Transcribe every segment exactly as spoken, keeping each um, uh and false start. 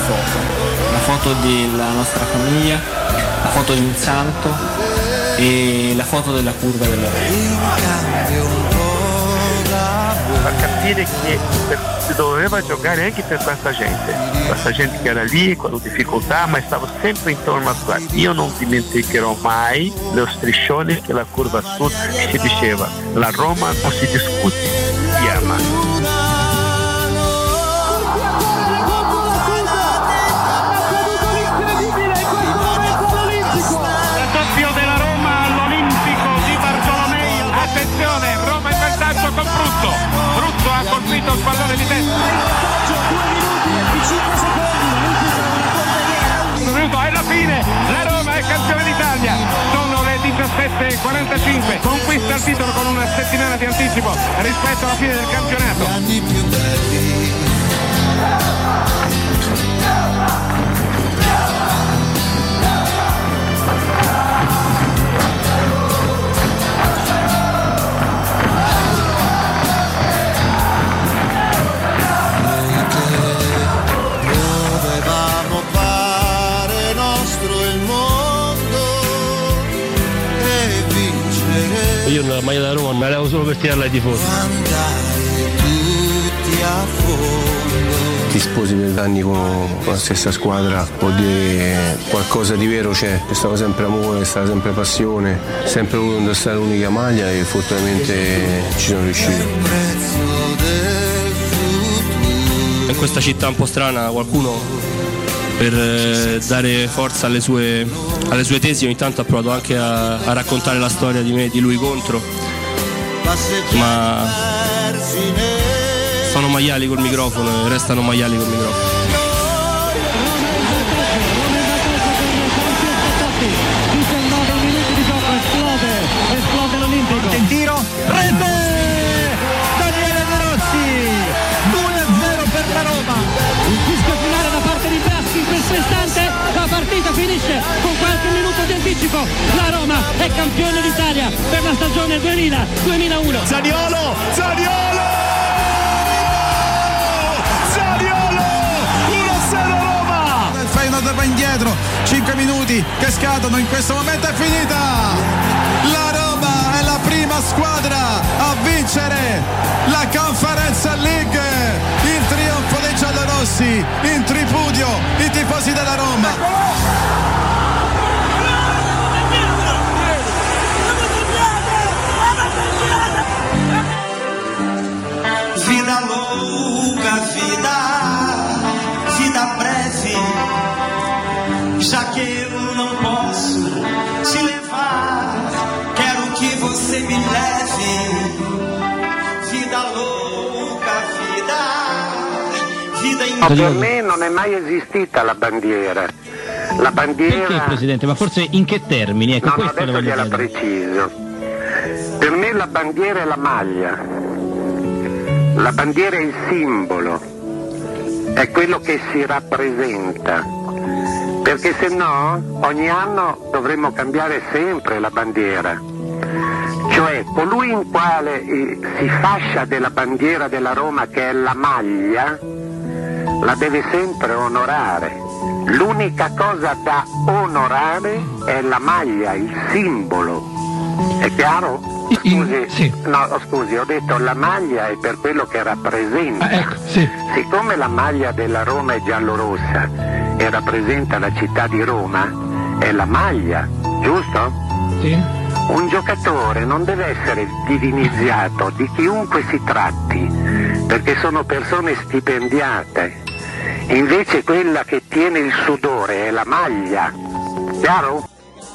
foto, la foto della nostra famiglia, la foto di un santo e la foto della curva della Roma. A capire che si doveva giocare anche per questa gente, questa gente che era lì con difficoltà, ma stava sempre intorno a squadra. Io non dimenticherò mai lo striscione che la curva sud si diceva: la Roma non si discute, si ama. Con Bruzzo, Bruzzo ha colpito il pallone di testa. Un minuto è la fine, la Roma è campione d'Italia. Sono le diciassette e quarantacinque, conquista il titolo con una settimana di anticipo rispetto alla fine del campionato. Io la maglia da Roma me la levo solo per tirarla ai tifosi. Ti sposi per anni con la stessa squadra, vuol dire qualcosa di vero c'è, c'è stato sempre amore, c'è stata sempre passione, sempre voluto indossare l'unica maglia e fortunatamente ci sono riuscito. In questa città un po' strana qualcuno per eh, dare forza alle sue, alle sue tesi ogni tanto ha provato anche a, a raccontare la storia di me e di lui contro, ma sono maiali col microfono e restano maiali col microfono. diciannove minuti di gioco, esplode, esplode l'Olimpico. Il tiro, rete! Daniele De Rossi, due a zero per la Roma. Il fischio finale da parte di Braschi in questo istante, la partita finisce con qualche minuto di anticipo. La Roma è campione d'Italia per la stagione duemila duemilauno. Zaniolo, Zaniolo! Zaniolo! uno a zero Roma! Il Feyenoord va indietro, cinque minuti che scadono, in questo momento è finita! La Roma è la prima squadra a vincere la Conference League, il trionfo dei giallorossi, in tripudio i tifosi della Roma. Vida louca, vida, vida breve, já que eu não posso te levar, quero que você me leve. Vida louca, vida, vida in... No, per me non è mai esistita la bandiera. La bandiera... Perché, Presidente? Ma forse in che termini? Ecco, no, questo no, adesso gliela chiedere. preciso. Per me la bandiera è la maglia. La bandiera è il simbolo, è quello che si rappresenta, perché se no ogni anno dovremmo cambiare sempre la bandiera, cioè colui in quale si fascia della bandiera della Roma, che è la maglia, la deve sempre onorare. L'unica cosa da onorare è la maglia, il simbolo, è chiaro? Scusi, sì. No, scusi, ho detto la maglia è per quello che rappresenta. Ah, ecco, sì. Siccome la maglia della Roma è giallorossa e rappresenta la città di Roma, è la maglia, giusto? Sì. Un giocatore non deve essere divinizzato, di chiunque si tratti, perché sono persone stipendiate. Invece quella che tiene il sudore è la maglia, chiaro?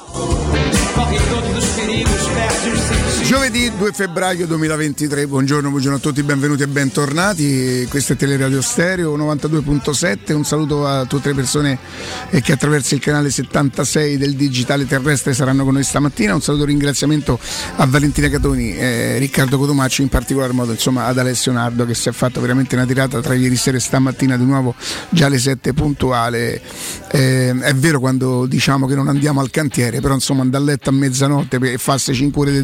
Giovedì due febbraio duemilaventitré, buongiorno, buongiorno a tutti, benvenuti e bentornati. Questo è Teleradio Stereo novantadue virgola sette. Un saluto a tutte le persone che attraverso il canale settantasei del digitale terrestre saranno con noi stamattina. Un saluto e ringraziamento a Valentina Catoni, eh, Riccardo Cotomaccio, in particolar modo insomma ad Alessio Nardo, che si è fatto veramente una tirata tra ieri sera e stamattina, di nuovo già alle sette puntuale. Eh, è vero quando diciamo che non andiamo al cantiere, però insomma andare a letto a mezzanotte e farsi cinque ore di diretta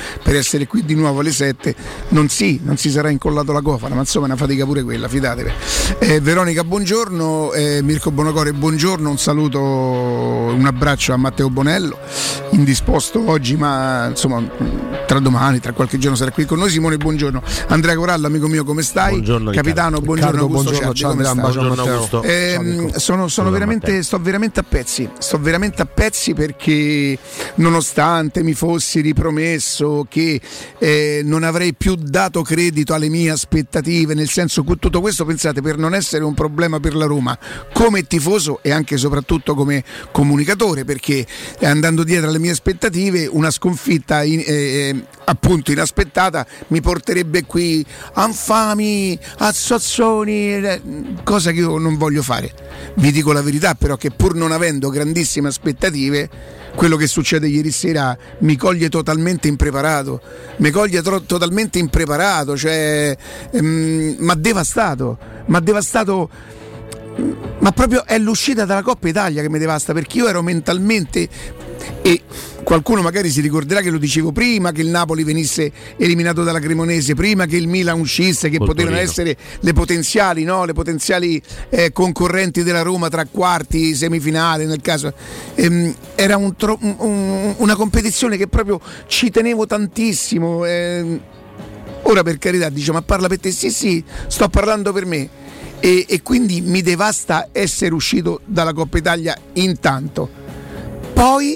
per essere qui di nuovo alle sette non si, non si sarà incollato la cofana, ma insomma è una fatica pure quella, fidatevi. eh, Veronica buongiorno, eh, Mirko Bonocore buongiorno, un saluto, un abbraccio a Matteo Bonello, indisposto oggi ma insomma tra domani, tra qualche giorno sarà qui con noi. Simone buongiorno, Andrea Corallo amico mio come stai? Buongiorno, capitano, Riccardo. buongiorno, Riccardo, Augusto buongiorno, Ciardi, come ciao, stai? buongiorno, Augusto. Eh, Ciao, sono, sono veramente, sto veramente a pezzi, sto veramente a pezzi perché nonostante mi fossi ripromesso che eh, non avrei più dato credito alle mie aspettative, nel senso che tutto questo pensate per non essere un problema per la Roma come tifoso e anche e soprattutto come comunicatore, perché eh, andando dietro alle mie aspettative una sconfitta in, eh, appunto inaspettata mi porterebbe qui anfami, azzozzoni, eh, cosa che io non voglio fare. Vi dico la verità però che pur non avendo grandissime aspettative, quello che succede ieri sera mi coglie totalmente impreparato, mi coglie tro- totalmente impreparato, cioè ehm, ma devastato, ma devastato, ma proprio è l'uscita dalla Coppa Italia che mi devasta, perché io ero mentalmente, e qualcuno magari si ricorderà che lo dicevo prima, che il Napoli venisse eliminato dalla Cremonese, prima che il Milan uscisse, che Col potevano Torino. essere le potenziali, no? le potenziali eh, concorrenti della Roma tra quarti, semifinale nel caso. Ehm, era un tro- un, una competizione che proprio ci tenevo tantissimo. ehm. Ora per carità dice ma parla per te, sì sì, sto parlando per me. E, e quindi mi devasta essere uscito dalla Coppa Italia intanto. Poi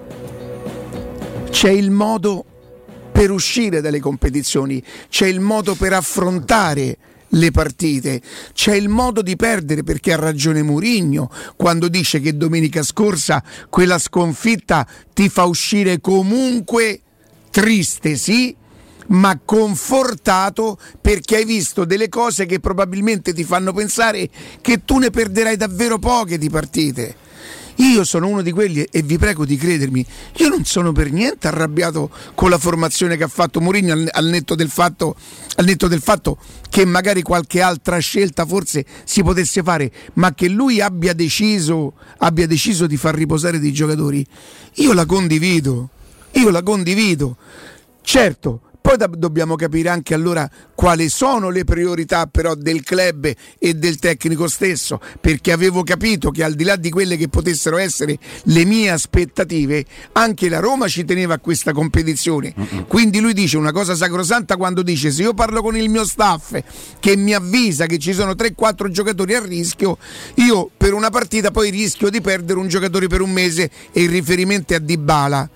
c'è il modo per uscire dalle competizioni, c'è il modo per affrontare le partite, c'è il modo di perdere, perché ha ragione Mourinho quando dice che domenica scorsa quella sconfitta ti fa uscire comunque triste, sì, ma confortato, perché hai visto delle cose che probabilmente ti fanno pensare che tu ne perderai davvero poche di partite. Io sono uno di quelli, e vi prego di credermi, io non sono per niente arrabbiato con la formazione che ha fatto Mourinho, al, al netto del fatto, al netto del fatto che magari qualche altra scelta forse si potesse fare, ma che lui abbia deciso, abbia deciso di far riposare dei giocatori, io la condivido, io la condivido, certo. Poi da- dobbiamo capire anche allora quali sono le priorità però del club e del tecnico stesso, perché avevo capito che al di là di quelle che potessero essere le mie aspettative, anche la Roma ci teneva a questa competizione. Mm-mm. Quindi lui dice una cosa sacrosanta quando dice: se io parlo con il mio staff che mi avvisa che ci sono tre quattro giocatori a rischio, io per una partita poi rischio di perdere un giocatore per un mese, e il riferimento è a Dybala.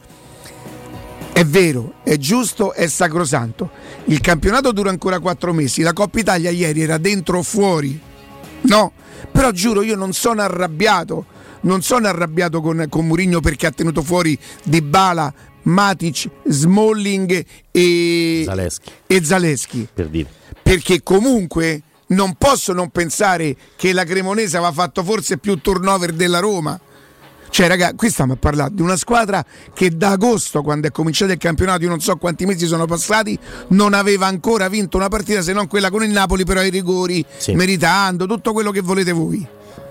È vero, è giusto, è sacrosanto. Il campionato dura ancora quattro mesi. La Coppa Italia ieri era dentro o fuori? No, però giuro io non sono arrabbiato. Non sono arrabbiato con, con Mourinho perché ha tenuto fuori Dybala, Matic, Smalling e Zaleschi. E Zaleschi. Per dire. Perché comunque non posso non pensare che la Cremonese aveva fatto forse più turnover della Roma. Cioè raga, qui stiamo a parlare di una squadra che da agosto, quando è cominciato il campionato, io non so quanti mesi sono passati, non aveva ancora vinto una partita se non quella con il Napoli, però ai rigori, sì, meritando tutto quello che volete voi.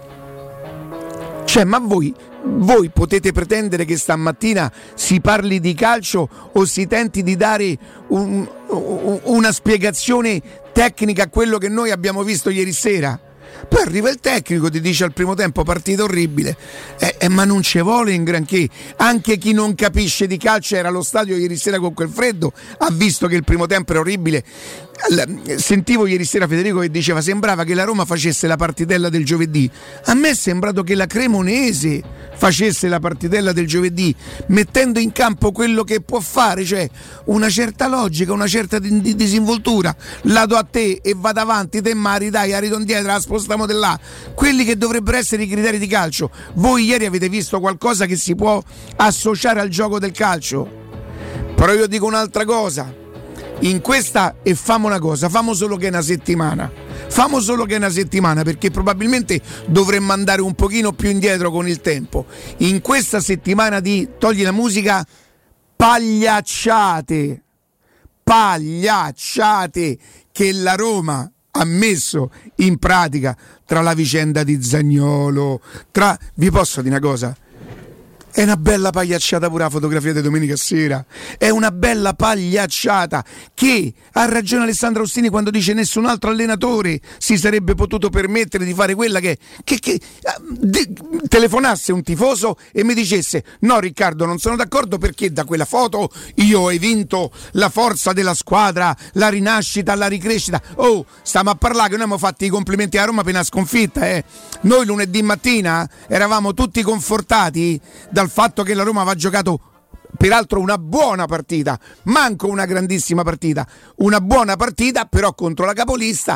Cioè, ma voi, voi potete pretendere che stamattina si parli di calcio o si tenti di dare un, un, una spiegazione tecnica a quello che noi abbiamo visto ieri sera? Poi arriva il tecnico, ti dice al primo tempo partita orribile, eh, eh, ma non ci vuole in granché. Anche chi non capisce di calcio, era allo stadio ieri sera con quel freddo, ha visto che il primo tempo era orribile. Sentivo ieri sera Federico che diceva sembrava che la Roma facesse la partitella del giovedì. A me è sembrato che la Cremonese facesse la partitella del giovedì, mettendo in campo quello che può fare, cioè una certa logica, una certa di, di disinvoltura. La do a te e vado avanti, te mari, dai, arido dietro, la spostiamo di là. Quelli che dovrebbero essere i criteri di calcio. Voi ieri avete visto qualcosa che si può associare al gioco del calcio? Però io dico un'altra cosa. In questa, e famo una cosa, famo solo che è una settimana, famo solo che è una settimana, perché probabilmente dovremmo andare un pochino più indietro con il tempo. In questa settimana di, togli la musica, pagliacciate, pagliacciate che la Roma ha messo in pratica, tra la vicenda di Zaniolo, tra, vi posso dire una cosa, È una bella pagliacciata pure la fotografia di domenica sera. È una bella pagliacciata che ha ragione Alessandro Austini quando dice nessun altro allenatore si sarebbe potuto permettere di fare quella che, che, che di, telefonasse un tifoso e mi dicesse no Riccardo non sono d'accordo perché da quella foto io ho vinto la forza della squadra, la rinascita, la ricrescita. Oh, stiamo a parlare che noi abbiamo fatto i complimenti a Roma appena sconfitta, eh. Noi lunedì mattina eravamo tutti confortati dal fatto che la Roma aveva giocato peraltro una buona partita, manco una grandissima partita, una buona partita però contro la capolista.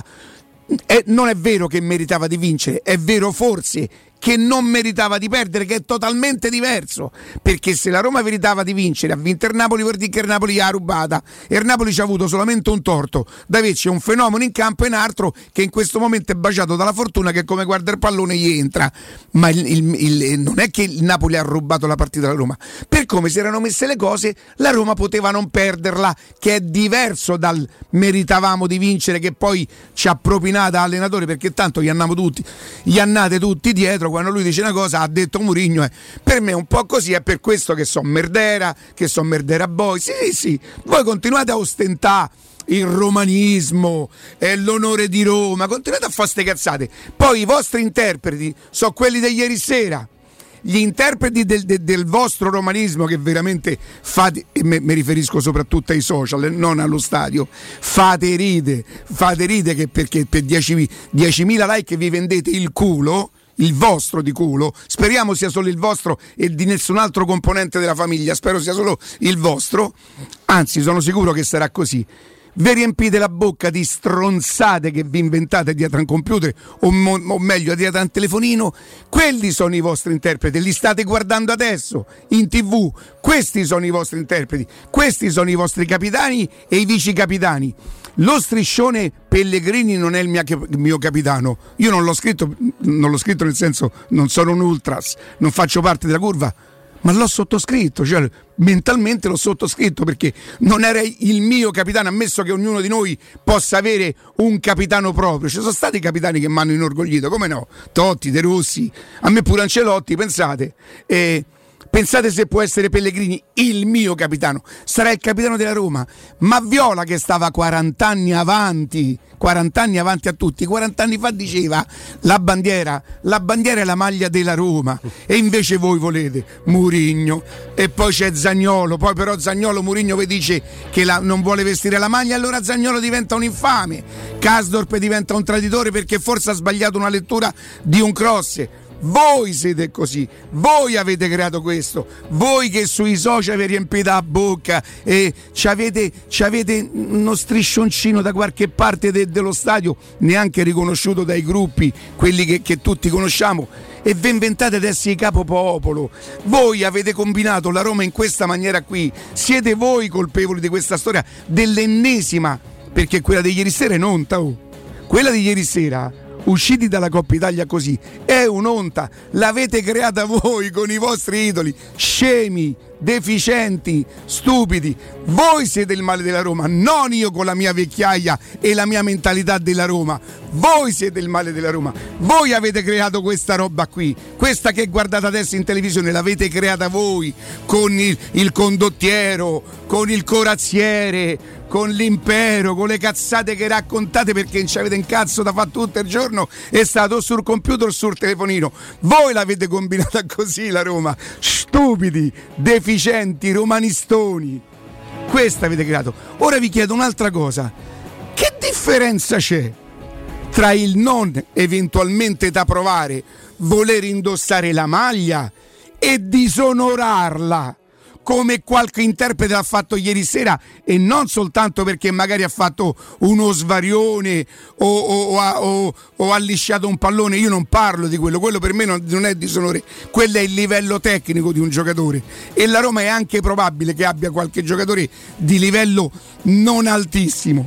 E non è vero che meritava di vincere, è vero forse che non meritava di perdere, che è totalmente diverso, perché se la Roma meritava di vincere, ha vinto il Napoli, vuol dire che il Napoli ha rubata e il Napoli ci ha avuto solamente un torto, da averci un fenomeno in campo e un altro che in questo momento è baciato dalla fortuna che come guarda il pallone gli entra, ma il, il, il, non è che il Napoli ha rubato la partita alla Roma, per come si erano messe le cose la Roma poteva non perderla, che è diverso dal meritavamo di vincere che poi ci ha propinata allenatore, perché tanto gli andiamo tutti, gli annate tutti dietro. Quando lui dice una cosa ha detto Mourinho, eh. Per me è un po' così, è per questo che sono merdera, che sono merdera boy. Sì, sì, voi continuate a ostentare il romanismo e l'onore di Roma, continuate a fare ste cazzate. Poi i vostri interpreti sono quelli di ieri sera. Gli interpreti del, del, del vostro romanismo che veramente fate, e mi riferisco soprattutto ai social, non allo stadio, fate ride, fate ride che perché per diecimila like vi vendete il culo, il vostro di culo, speriamo sia solo il vostro e di nessun altro componente della famiglia, spero sia solo il vostro, anzi sono sicuro che sarà così. Vi riempite la bocca di stronzate che vi inventate dietro un computer o, mo- o meglio dietro un telefonino. Quelli sono i vostri interpreti, li state guardando adesso in tv, questi sono i vostri interpreti, questi sono i vostri capitani e i vice capitani. Lo striscione Pellegrini non è il mio, il mio capitano, io non l'ho scritto, non l'ho scritto nel senso non sono un ultras, non faccio parte della curva, ma l'ho sottoscritto, cioè mentalmente l'ho sottoscritto perché non era il mio capitano, ammesso che ognuno di noi possa avere un capitano proprio. Ci sono stati capitani che mi hanno inorgoglito, come no? Totti, De Rossi, a me pure Ancelotti, pensate. Eh, pensate se può essere Pellegrini il mio capitano, sarà il capitano della Roma, ma Viola che stava quaranta anni avanti, quaranta anni avanti a tutti, quaranta anni fa diceva la bandiera, la bandiera è la maglia della Roma e invece voi volete Mourinho e poi c'è Zaniolo, poi però Zaniolo Mourinho vi dice che la, non vuole vestire la maglia, allora Zaniolo diventa un infame, Kasdorp diventa un traditore perché forse ha sbagliato una lettura di un cross. Voi siete così, voi avete creato questo, voi che sui social vi riempite la bocca e ci avete, ci avete uno striscioncino da qualche parte de, dello stadio, neanche riconosciuto dai gruppi, quelli che, che tutti conosciamo, e vi inventate di essere capopopolo. Voi avete combinato la Roma in questa maniera qui, siete voi colpevoli di questa storia, dell'ennesima, perché quella di ieri sera è un'onta, oh. Quella di ieri sera usciti dalla Coppa Italia così è un'onta, l'avete creata voi con i vostri idoli scemi, deficienti, stupidi. Voi siete il male della Roma, non io con la mia vecchiaia e la mia mentalità della Roma. Voi siete il male della Roma, voi avete creato questa roba qui, questa che guardate adesso in televisione l'avete creata voi con il, il condottiero, con il corazziere, con l'impero, con le cazzate che raccontate perché non ci avete un cazzo da fare tutto il giorno, è stato sul computer o sul telefonino. Voi l'avete combinata così la Roma, stupidi, deficienti, romanistoni. Questa avete creato. Ora vi chiedo un'altra cosa: che differenza c'è tra il non eventualmente da provare voler indossare la maglia e disonorarla come qualche interprete ha fatto ieri sera, e non soltanto perché magari ha fatto uno svarione o, o, o, ha, o, o ha lisciato un pallone? Io non parlo di quello, quello per me non, non è disonore, quello è il livello tecnico di un giocatore, e la Roma è anche probabile che abbia qualche giocatore di livello non altissimo,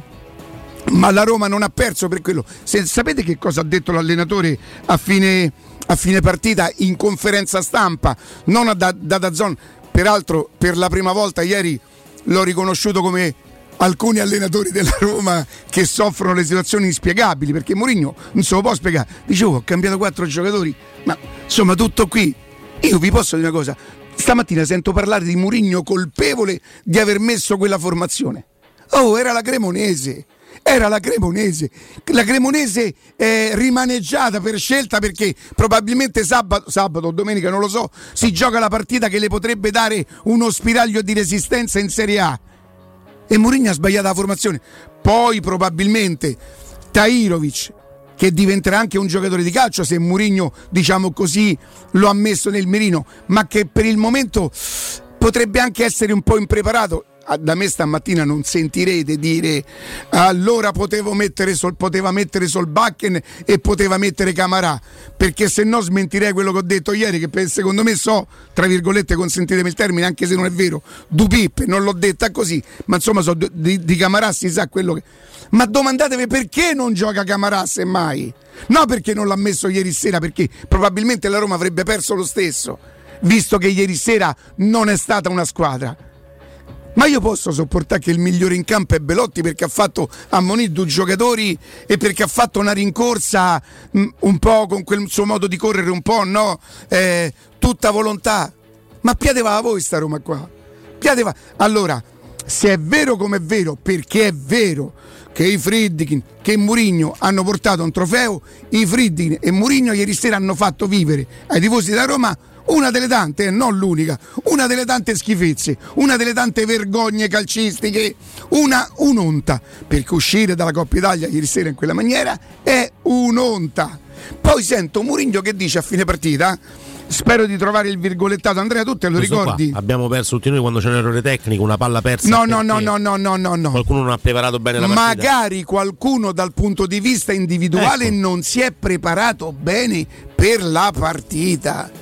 ma la Roma non ha perso per quello. Se, sapete che cosa ha detto l'allenatore a fine, a fine partita in conferenza stampa, non da, da Dazzon? Peraltro per la prima volta ieri l'ho riconosciuto come alcuni allenatori della Roma che soffrono le situazioni inspiegabili, perché Mourinho non se lo può spiegare. Dicevo, ho cambiato quattro giocatori, ma insomma tutto qui. Io vi posso dire una cosa, Stamattina sento parlare di Mourinho colpevole di aver messo quella formazione. Oh, era la Cremonese. Era la Cremonese, la Cremonese è rimaneggiata per scelta, perché probabilmente sabato, sabato o domenica, non lo so, si gioca la partita che le potrebbe dare uno spiraglio di resistenza in Serie A, e Mourinho ha sbagliato la formazione. Poi probabilmente Tahirovic, che diventerà anche un giocatore di calcio se Mourinho, diciamo così, lo ha messo nel mirino, ma che per il momento potrebbe anche essere un po' impreparato. Da me stamattina non sentirete dire allora potevo mettere sol, poteva mettere Solbakken e poteva mettere Camarà, perché se no smentirei quello che ho detto ieri, che per, secondo me so, tra virgolette, consentitemi il termine, anche se non è vero, du pippe, non l'ho detta così, ma insomma so, di, di Camarà si sa quello che... Ma domandatevi perché non gioca Camarà semmai, no perché non l'ha messo ieri sera, perché probabilmente la Roma avrebbe perso lo stesso, visto che ieri sera non è stata una squadra. Ma io posso sopportare che il migliore in campo è Belotti, perché ha fatto ammonire due giocatori e perché ha fatto una rincorsa mh, un po' con quel suo modo di correre, un po' no, eh, tutta volontà. Ma piateva a voi sta Roma qua. Piateva. Allora, se è vero come è vero, perché è vero che i Friedkin, che Mourinho hanno portato un trofeo, i Friedkin e Mourinho ieri sera hanno fatto vivere ai tifosi da Roma una delle tante, eh, non l'unica, una delle tante schifezze, una delle tante vergogne calcistiche, una un'onta, perché uscire dalla Coppa Italia ieri sera in quella maniera è un'onta. Poi sento Mourinho che dice a fine partita, spero di trovare il virgolettato, Andrea, tu te lo Questo ricordi? Qua. Abbiamo perso tutti noi quando c'è un errore tecnico, una palla persa. No, no, no, no, no, no, no, no. Qualcuno non ha preparato bene la partita. Magari qualcuno dal punto di vista individuale, ecco, non si è preparato bene per la partita.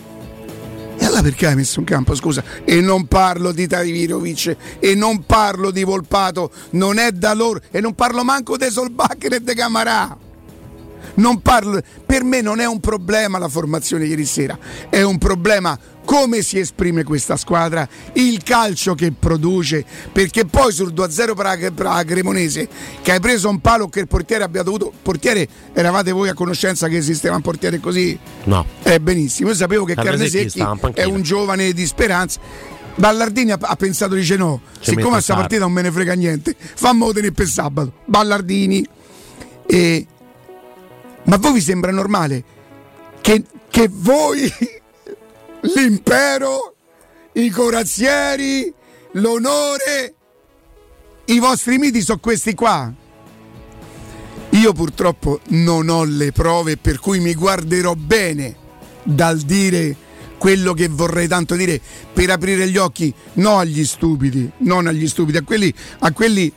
E allora perché hai messo in campo, scusa? E non parlo di Tahirovic e non parlo di Volpato, non è da loro, e non parlo manco di Solbakken e di Camarà. Non parlo, per me non è un problema la formazione ieri sera, è un problema come si esprime questa squadra, il calcio che produce, perché poi sul due a zero per la Cremonese, che hai preso un palo che il portiere abbia dovuto, portiere, eravate voi a conoscenza che esisteva un portiere così? No. Eh, benissimo, io sapevo che Carnesecchi è un giovane di speranza. Ballardini ha, ha pensato, dice no, ci siccome a questa partita non me ne frega niente, fammo tenere per sabato, Ballardini. E ma voi vi sembra normale che, che voi, l'impero, i corazzieri, l'onore, i vostri miti sono questi qua? Io purtroppo non ho le prove, per cui mi guarderò bene dal dire quello che vorrei tanto dire, per aprire gli occhi, no agli stupidi, non agli stupidi, a quelli, a quelli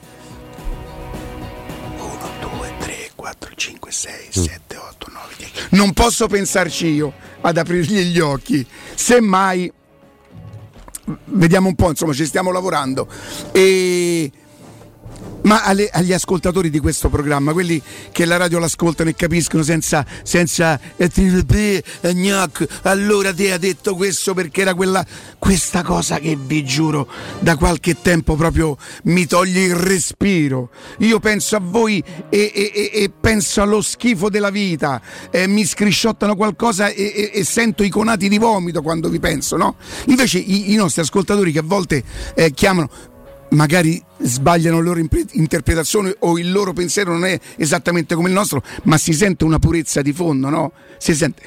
quattro, cinque, sei, sette, otto, nove, dieci. Non posso pensarci io ad aprirgli gli occhi. Semmai vediamo un po', insomma, ci stiamo lavorando. E ma alle, agli ascoltatori di questo programma, quelli che la radio l'ascoltano e capiscono senza senza eh, allora te ha detto questo perché era quella questa cosa che vi giuro da qualche tempo proprio mi toglie il respiro. Io penso a voi e, e, e, e penso allo schifo della vita, eh, mi scrisciottano qualcosa e, e, e sento i conati di vomito quando vi penso, no? Invece i, i nostri ascoltatori che a volte eh, chiamano, magari sbagliano la loro interpretazione o il loro pensiero non è esattamente come il nostro, ma si sente una purezza di fondo, no? Si sente.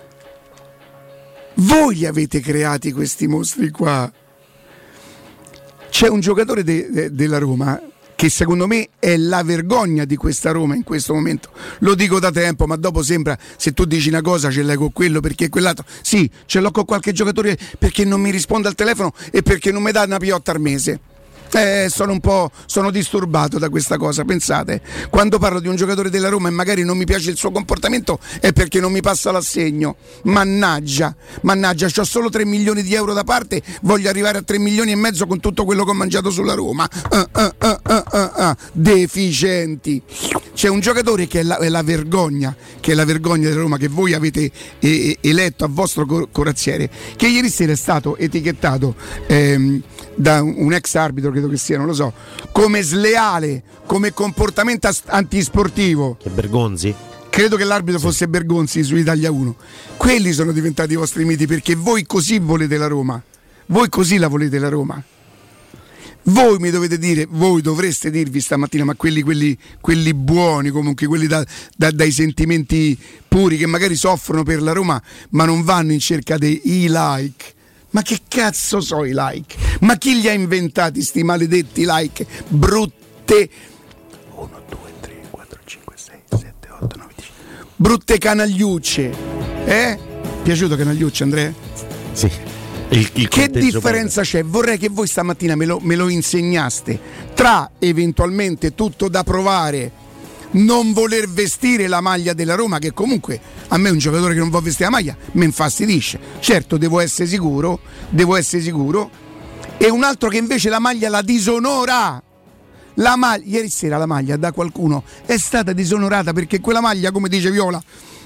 Voi li avete creati questi mostri qua. C'è un giocatore de- de- della Roma che secondo me è la vergogna di questa Roma in questo momento. Lo dico da tempo, ma dopo sembra, se tu dici una cosa ce l'hai con quello perché quell'altro. Sì, ce l'ho con qualche giocatore perché non mi risponde al telefono e perché non mi dà una piotta al mese. Eh, sono un po' sono disturbato da questa cosa. Pensate, quando parlo di un giocatore della Roma e magari non mi piace il suo comportamento è perché non mi passa l'assegno. Mannaggia, mannaggia, c'ho solo tre milioni di euro da parte, voglio arrivare a tre milioni e mezzo con tutto quello che ho mangiato sulla Roma. Uh, uh, uh, uh, uh, uh. Deficienti. C'è un giocatore che è la, è la vergogna, che è la vergogna della Roma, che voi avete eh, eletto a vostro cor- corazziere, che ieri sera è stato etichettato ehm, da un ex arbitro, credo che sia, non lo so, come sleale, come comportamento antisportivo. Che Bergonzi? Credo che l'arbitro fosse Bergonzi su Italia uno. Quelli sono diventati i vostri miti perché voi così volete la Roma. voi così la volete la Roma? Voi mi dovete dire, voi dovreste dirvi stamattina, ma quelli, quelli, quelli buoni, comunque quelli da, da, dai sentimenti puri, che magari soffrono per la Roma ma non vanno in cerca dei like. Ma che cazzo so i like? Ma chi li ha inventati sti maledetti like? Brutte uno, due, tre, quattro, cinque, sei, sette, otto, nove, dieci brutte canagliucce. Eh? Piaciuto canagliucce, Andrea? Sì. Il, il che differenza perde. C'è? Vorrei che voi stamattina me lo, me lo insegnaste tra eventualmente tutto da provare, non voler vestire la maglia della Roma, che comunque a me un giocatore che non vuole vestire la maglia mi infastidisce. Certo, devo essere sicuro, devo essere sicuro. E un altro che invece la maglia la disonora. La maglia, ieri sera la maglia da qualcuno è stata disonorata, perché quella maglia, come dice Viola,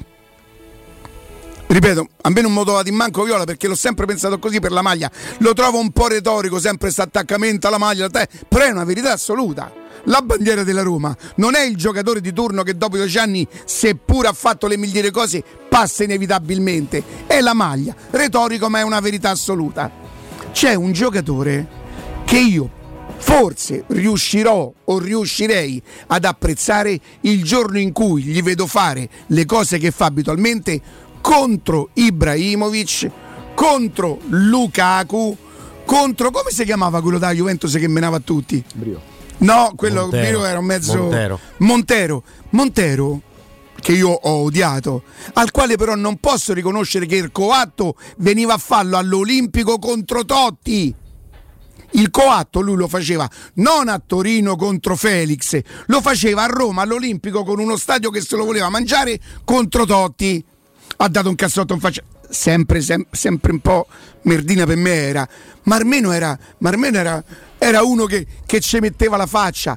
ripeto, a me non mi doveva di manco Viola, perché l'ho sempre pensato così per la maglia, lo trovo un po' retorico sempre questo attaccamento alla maglia, però è una verità assoluta. La bandiera della Roma non è il giocatore di turno che dopo dieci anni, seppur ha fatto le migliori cose, passa inevitabilmente, è la maglia, retorico ma è una verità assoluta. C'è un giocatore che io forse riuscirò o riuscirei ad apprezzare il giorno in cui gli vedo fare le cose che fa abitualmente contro Ibrahimovic, contro Lukaku, contro, come si chiamava quello da Juventus che menava a tutti? Brio. No, quello Montero. Brio era un mezzo Montero. Montero. Montero, che io ho odiato, al quale però non posso riconoscere che il coatto veniva a farlo all'Olimpico contro Totti. Il coatto lui lo faceva non a Torino contro Felix, lo faceva a Roma all'Olimpico con uno stadio che se lo voleva mangiare contro Totti. Ha dato un cazzotto in faccia, sempre, sem- sempre un po' merdina per me era, ma almeno era, ma almeno era, era uno che, che ci metteva la faccia.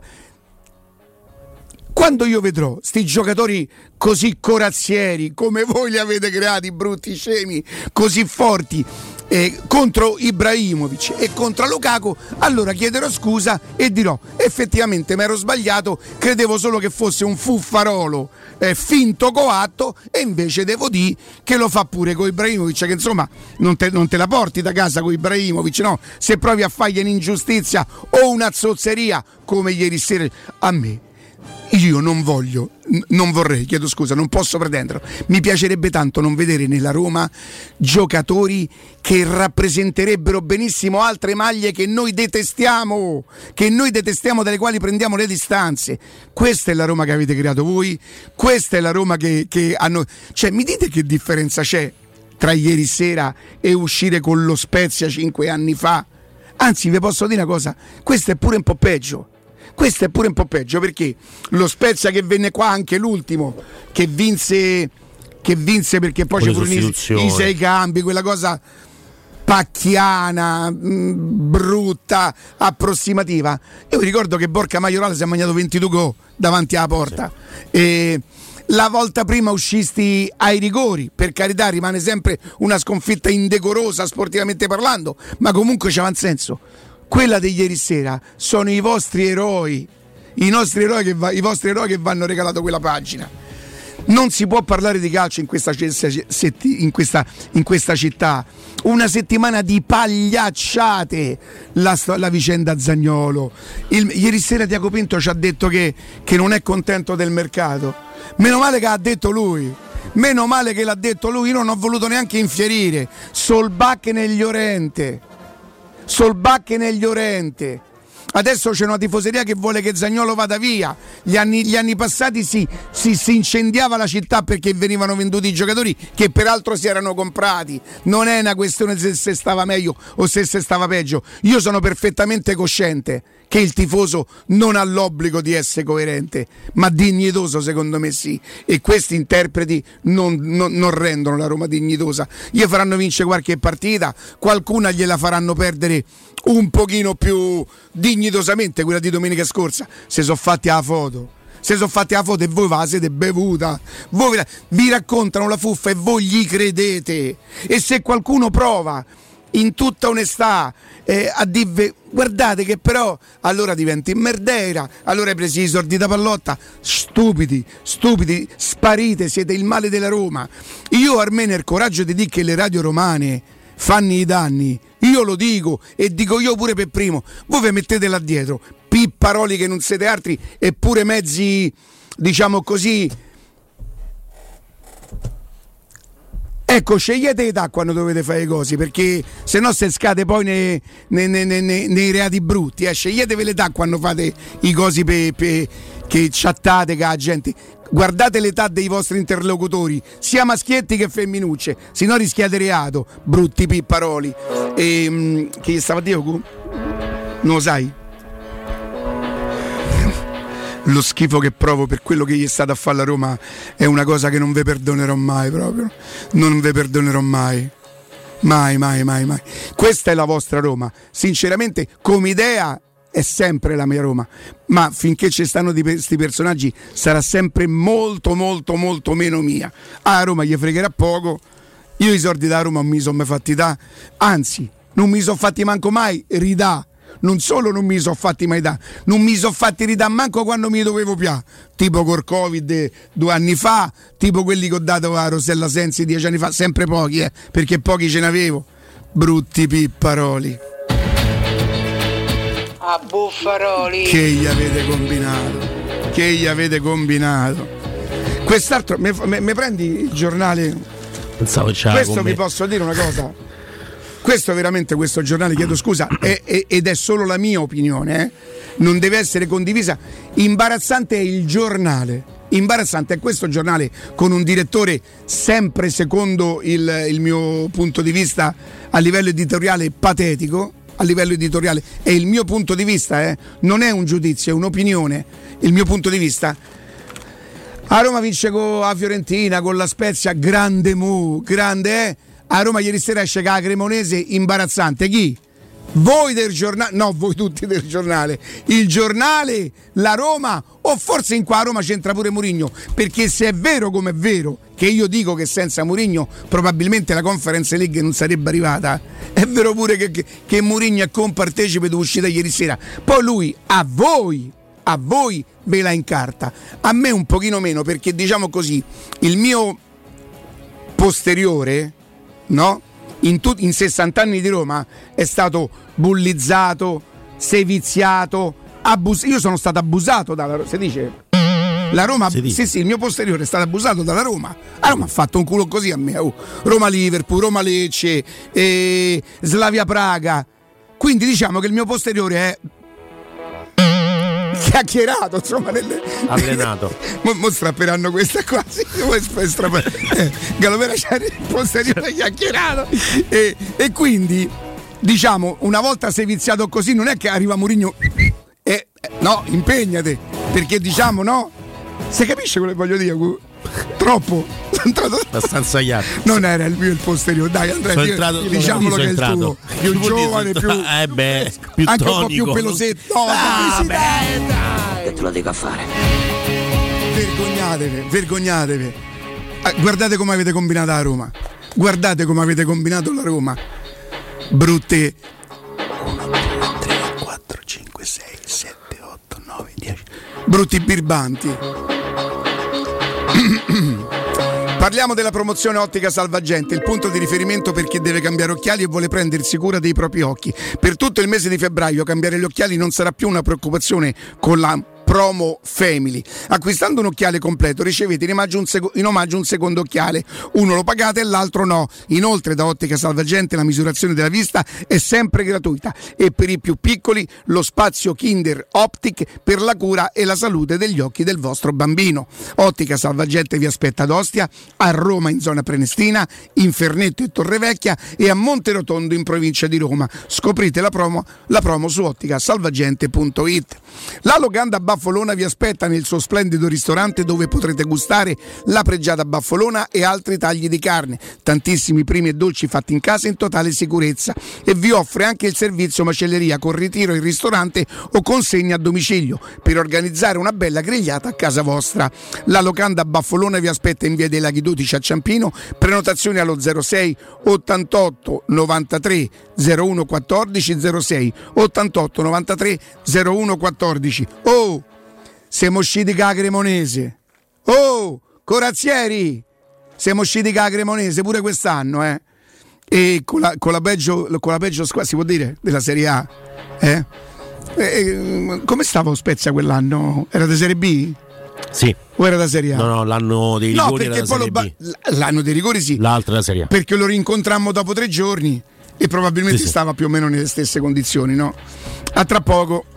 Quando io vedrò sti giocatori così corazzieri, come voi li avete creati, brutti scemi, così forti, eh, contro Ibrahimovic e contro Lukaku, allora chiederò scusa e dirò effettivamente mi ero sbagliato, credevo solo che fosse un fuffarolo eh, finto coatto, e invece devo dire che lo fa pure con Ibrahimovic, che insomma non te, non te la porti da casa con Ibrahimovic, no? Se provi a fargli un'ingiustizia o una zozzeria come ieri sera, a me io non voglio, non vorrei, chiedo scusa, non posso pretenderlo. Mi piacerebbe tanto non vedere nella Roma giocatori che rappresenterebbero benissimo altre maglie che noi detestiamo, che noi detestiamo, dalle quali prendiamo le distanze. Questa è la Roma che avete creato voi, questa è la Roma che, che hanno. Cioè, mi dite che differenza c'è tra ieri sera e uscire con lo Spezia cinque anni fa? Anzi, vi posso dire una cosa, questo è pure un po' peggio. Questo è pure un po' peggio, perché lo Spezia che venne qua, anche l'ultimo, che vinse, che vinse perché poi c'è pure i, i sei cambi, quella cosa pacchiana, mh, brutta, approssimativa. Io vi ricordo che Borca Majoral si è mangiato ventidue gol davanti alla porta. Sì. E la volta prima uscisti ai rigori, per carità rimane sempre una sconfitta indecorosa sportivamente parlando, ma comunque c'aveva un senso. Quella di ieri sera sono i vostri eroi, i nostri eroi che va, i vostri eroi che vanno regalato quella pagina. Non si può parlare di calcio in questa, in questa, in questa città. Una settimana di pagliacciate, la, la vicenda Zaniolo. Il, ieri sera Tiago Pinto ci ha detto che, che non è contento del mercato. Meno male che ha detto lui. Meno male che l'ha detto lui. Io non ho voluto neanche infierire. Solbacche negli Oriente. Solbacche negli Oriente. Adesso c'è una tifoseria che vuole che Zaniolo vada via. Gli anni, gli anni passati si, si, si incendiava la città perché venivano venduti i giocatori che peraltro si erano comprati. Non è una questione se, se stava meglio o se, se stava peggio. Io sono perfettamente cosciente che il tifoso non ha l'obbligo di essere coerente, ma dignitoso secondo me sì, e questi interpreti non, non, non rendono la Roma dignitosa. Gli faranno vincere qualche partita, qualcuna gliela faranno perdere un pochino più dignitosamente, quella di domenica scorsa. Se sono fatti la foto, se sono fatti la foto e voi va siete bevuta, voi vi raccontano la fuffa e voi gli credete. E se qualcuno prova in tutta onestà eh, a dirvi guardate che però allora diventi merdera, allora hai preso i soldi da pallotta, stupidi, stupidi, sparite, siete il male della Roma. Io almeno il coraggio di dire che le radio romane fanno i danni, io io lo dico e dico io pure per primo, voi vi mettete là dietro pipparoli che non siete altri, eppure mezzi, diciamo così, ecco, scegliete età quando dovete fare le cose, perché se no se scade poi nei, nei, nei, nei, nei reati brutti, eh. Sceglietevi l'età quando fate i cosi pe, pe, che chattate con la gente. Guardate l'età dei vostri interlocutori, sia maschietti che femminucce, se no rischiate reato, brutti pipparoli. E, mh, che gli stava a dire? Non lo sai? Lo schifo che provo per quello che gli è stato a fare la Roma è una cosa che non vi perdonerò mai, proprio. Non vi perdonerò mai. Mai, mai, mai, mai. Questa è la vostra Roma. Sinceramente, come idea è sempre la mia Roma, ma finché ci stanno di questi personaggi sarà sempre molto, molto, molto meno mia. A Roma gli fregherà poco. Io i soldi da Roma non mi sono mai fatti da, anzi, non mi sono fatti manco mai ridà. Non solo non mi sono fatti mai da, non mi sono fatti ridà manco quando mi dovevo pià, tipo col Covid due anni fa, tipo quelli che ho dato a Rosella Sensi dieci anni fa, sempre pochi, eh, perché pochi ce n'avevo. Brutti pipparoli. A buffaroli. Che gli avete combinato? Che gli avete combinato? Quest'altro, mi prendi il giornale? Pensavo questo vi posso dire una cosa. Questo veramente, questo giornale, chiedo scusa, è, è, ed è solo la mia opinione, eh? Non deve essere condivisa. Imbarazzante è il giornale, imbarazzante è questo giornale con un direttore sempre secondo il, il mio punto di vista a livello editoriale patetico, a livello editoriale è il mio punto di vista, eh? Non è un giudizio, è un'opinione, il mio punto di vista. A Roma vince con la Fiorentina, con la Spezia, grande mu, grande eh? A Roma ieri sera esce con la Cremonese, imbarazzante. Chi? Voi del giornale? No, voi tutti del giornale. Il giornale, la Roma, o forse in qua a Roma c'entra pure Mourinho, perché se è vero come è vero che io dico che senza Mourinho probabilmente la Conference League non sarebbe arrivata, è vero pure che, che, che Mourinho è compartecipe dell'uscita ieri sera. Poi lui a voi a voi ve la incarta, a me un pochino meno, perché diciamo così il mio posteriore, no? In, tut- in sessanta anni di Roma è stato bullizzato, seviziato, abusato. Io sono stato abusato dalla Roma, si dice? La Roma, sì, sì, il mio posteriore è stato abusato dalla Roma. La Roma ha fatto un culo così a me. Oh. Roma Liverpool, Roma Lecce, eh, Slavia Praga. Quindi diciamo che il mio posteriore è chiacchierato, insomma, nelle... avvelenato. mo, mo strapperanno questa qua, sì, eh, Galovera c'è il posteriore chiacchierato e, e quindi diciamo una volta seviziato così non è che arriva Mourinho e no, impegnate, perché diciamo no, si capisce quello che voglio dire? Troppo abbastanza chiaro. Non era il mio il posteriore, dai Andrea, sono entrato, diciamolo che è il tuo più giovane, più, eh beh, più anche tonico, un po' più pelosetto. No, ah, dai, beh, dai. Che te lo dico a fare? Vergognatevi, vergognatevi. Guardate come avete combinato la Roma. Guardate come avete combinato la Roma. Brutte uno, due, tre, quattro, cinque, sei, sette, otto, nove, dieci. Brutti birbanti. Parliamo della promozione Ottica Salvagente, il punto di riferimento per chi deve cambiare occhiali e vuole prendersi cura dei propri occhi. Per tutto il mese di febbraio cambiare gli occhiali non sarà più una preoccupazione con la promo Family. Acquistando un occhiale completo ricevete in omaggio, un seco- in omaggio un secondo occhiale, uno lo pagate e l'altro no. Inoltre da Ottica Salvagente la misurazione della vista è sempre gratuita e per i più piccoli lo spazio Kinder Optic per la cura e la salute degli occhi del vostro bambino. Ottica Salvagente vi aspetta ad Ostia, a Roma in zona Prenestina, in Fernetto e Torrevecchia e a Monterotondo in provincia di Roma. Scoprite la promo, la promo su ottica salvagente punto it. La Locanda Baffolona vi aspetta nel suo splendido ristorante dove potrete gustare la pregiata baffolona e altri tagli di carne, tantissimi primi e dolci fatti in casa in totale sicurezza, e vi offre anche il servizio macelleria con ritiro in ristorante o consegna a domicilio per organizzare una bella grigliata a casa vostra. La Locanda Baffolona vi aspetta in via dei Laghi dodici a Ciampino, prenotazioni allo zero sei ottantotto novantatré zero uno quattordici zero sei ottantotto novantatré zero uno quattordici. Oh, siamo usciti con la Cremonese. Oh, corazzieri, siamo usciti con la Cremonese pure quest'anno, eh. e con la, con la peggio con la peggio squadra, si può dire, della Serie A, eh? E, come stava lo Spezia quell'anno? Era da Serie B? Sì. O era da Serie A? No, no, l'anno dei rigori no, perché era poi Serie lo ba- B. l'anno dei rigori sì. L'altra è la Serie A. Perché lo rincontrammo dopo tre giorni e probabilmente sì, stava sì. più o meno nelle stesse condizioni, no? A tra poco.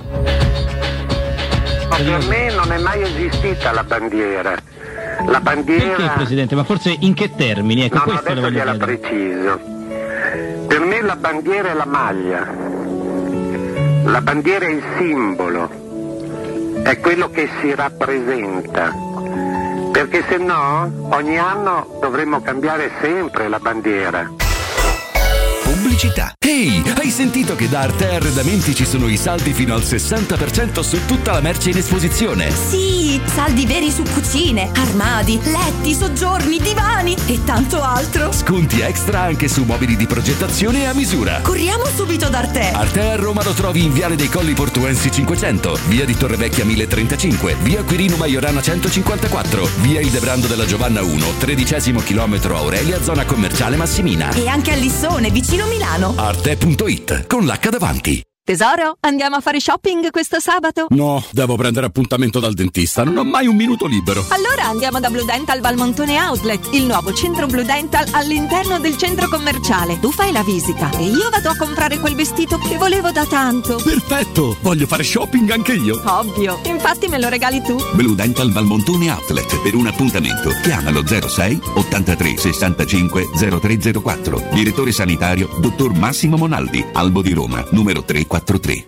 Ma per me non è mai esistita la bandiera. La bandiera. Perché, Presidente? Ma forse in che termini? Ecco, no, questo no, adesso gliela preciso. Per me la bandiera è la maglia. La bandiera è il simbolo. È quello che si rappresenta. Perché se no, ogni anno dovremmo cambiare sempre la bandiera. Pubblicità. Ehi, hey, hai sentito che da Arte Arredamenti ci sono i saldi fino al sessanta per cento su tutta la merce in esposizione? Sì, saldi veri su cucine, armadi, letti, soggiorni, divani e tanto altro. Sconti extra anche su mobili di progettazione a misura. Corriamo subito da Arte. Arte a Roma lo trovi in Viale dei Colli Portuensi cinquecento, via di Torrevecchia mille trentacinque, via Quirino Maiorana centocinquantaquattro, via Il Debrando della Giovanna uno, tredicesimo chilometro Aurelia, zona commerciale Massimina. E anche a Lissone, vicino Milano. Arte punto it con l'H davanti. Tesoro, andiamo a fare shopping questo sabato? No, devo prendere appuntamento dal dentista, non ho mai un minuto libero. Allora andiamo da Blue Dental Valmontone Outlet, il nuovo centro Blue Dental all'interno del centro commerciale. Tu fai la visita e io vado a comprare quel vestito che volevo da tanto. Perfetto, voglio fare shopping anche io. Ovvio, infatti me lo regali tu. Blue Dental Valmontone Outlet, per un appuntamento chiamalo zero sei ottantatré sessantacinque zero tre zero quattro. Direttore sanitario dottor Massimo Monaldi, Albo di Roma, numero tre quattro tre.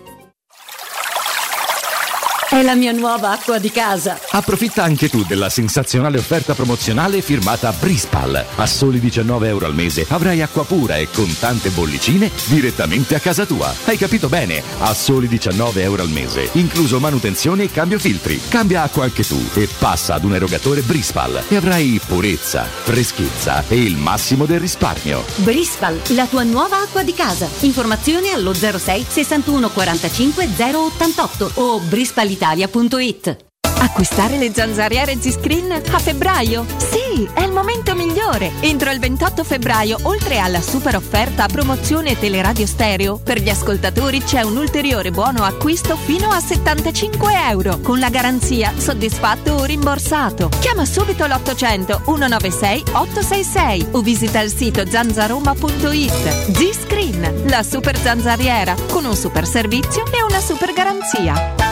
È la mia nuova acqua di casa. Approfitta anche tu della sensazionale offerta promozionale firmata Brispal. A soli diciannove euro al mese avrai acqua pura e con tante bollicine direttamente a casa tua. Hai capito bene? A soli diciannove euro al mese, incluso manutenzione e cambio filtri. Cambia acqua anche tu e passa ad un erogatore Brispal e avrai purezza, freschezza e il massimo del risparmio. Brispal, la tua nuova acqua di casa. Informazioni allo zero sei sessantuno quarantacinque zero ottantotto o brispal italia punto it. Acquistare le zanzariere Z-Screen a febbraio? Sì, è il momento migliore! Entro il ventotto febbraio, oltre alla super offerta a promozione Teleradio Stereo, per gli ascoltatori c'è un ulteriore buono acquisto fino a settantacinque euro, con la garanzia soddisfatto o rimborsato. Chiama subito l'ottocento centonovantasei ottocentosessantasei o visita il sito zanzaroma punto it. Z-Screen, la super zanzariera, con un super servizio e una super garanzia.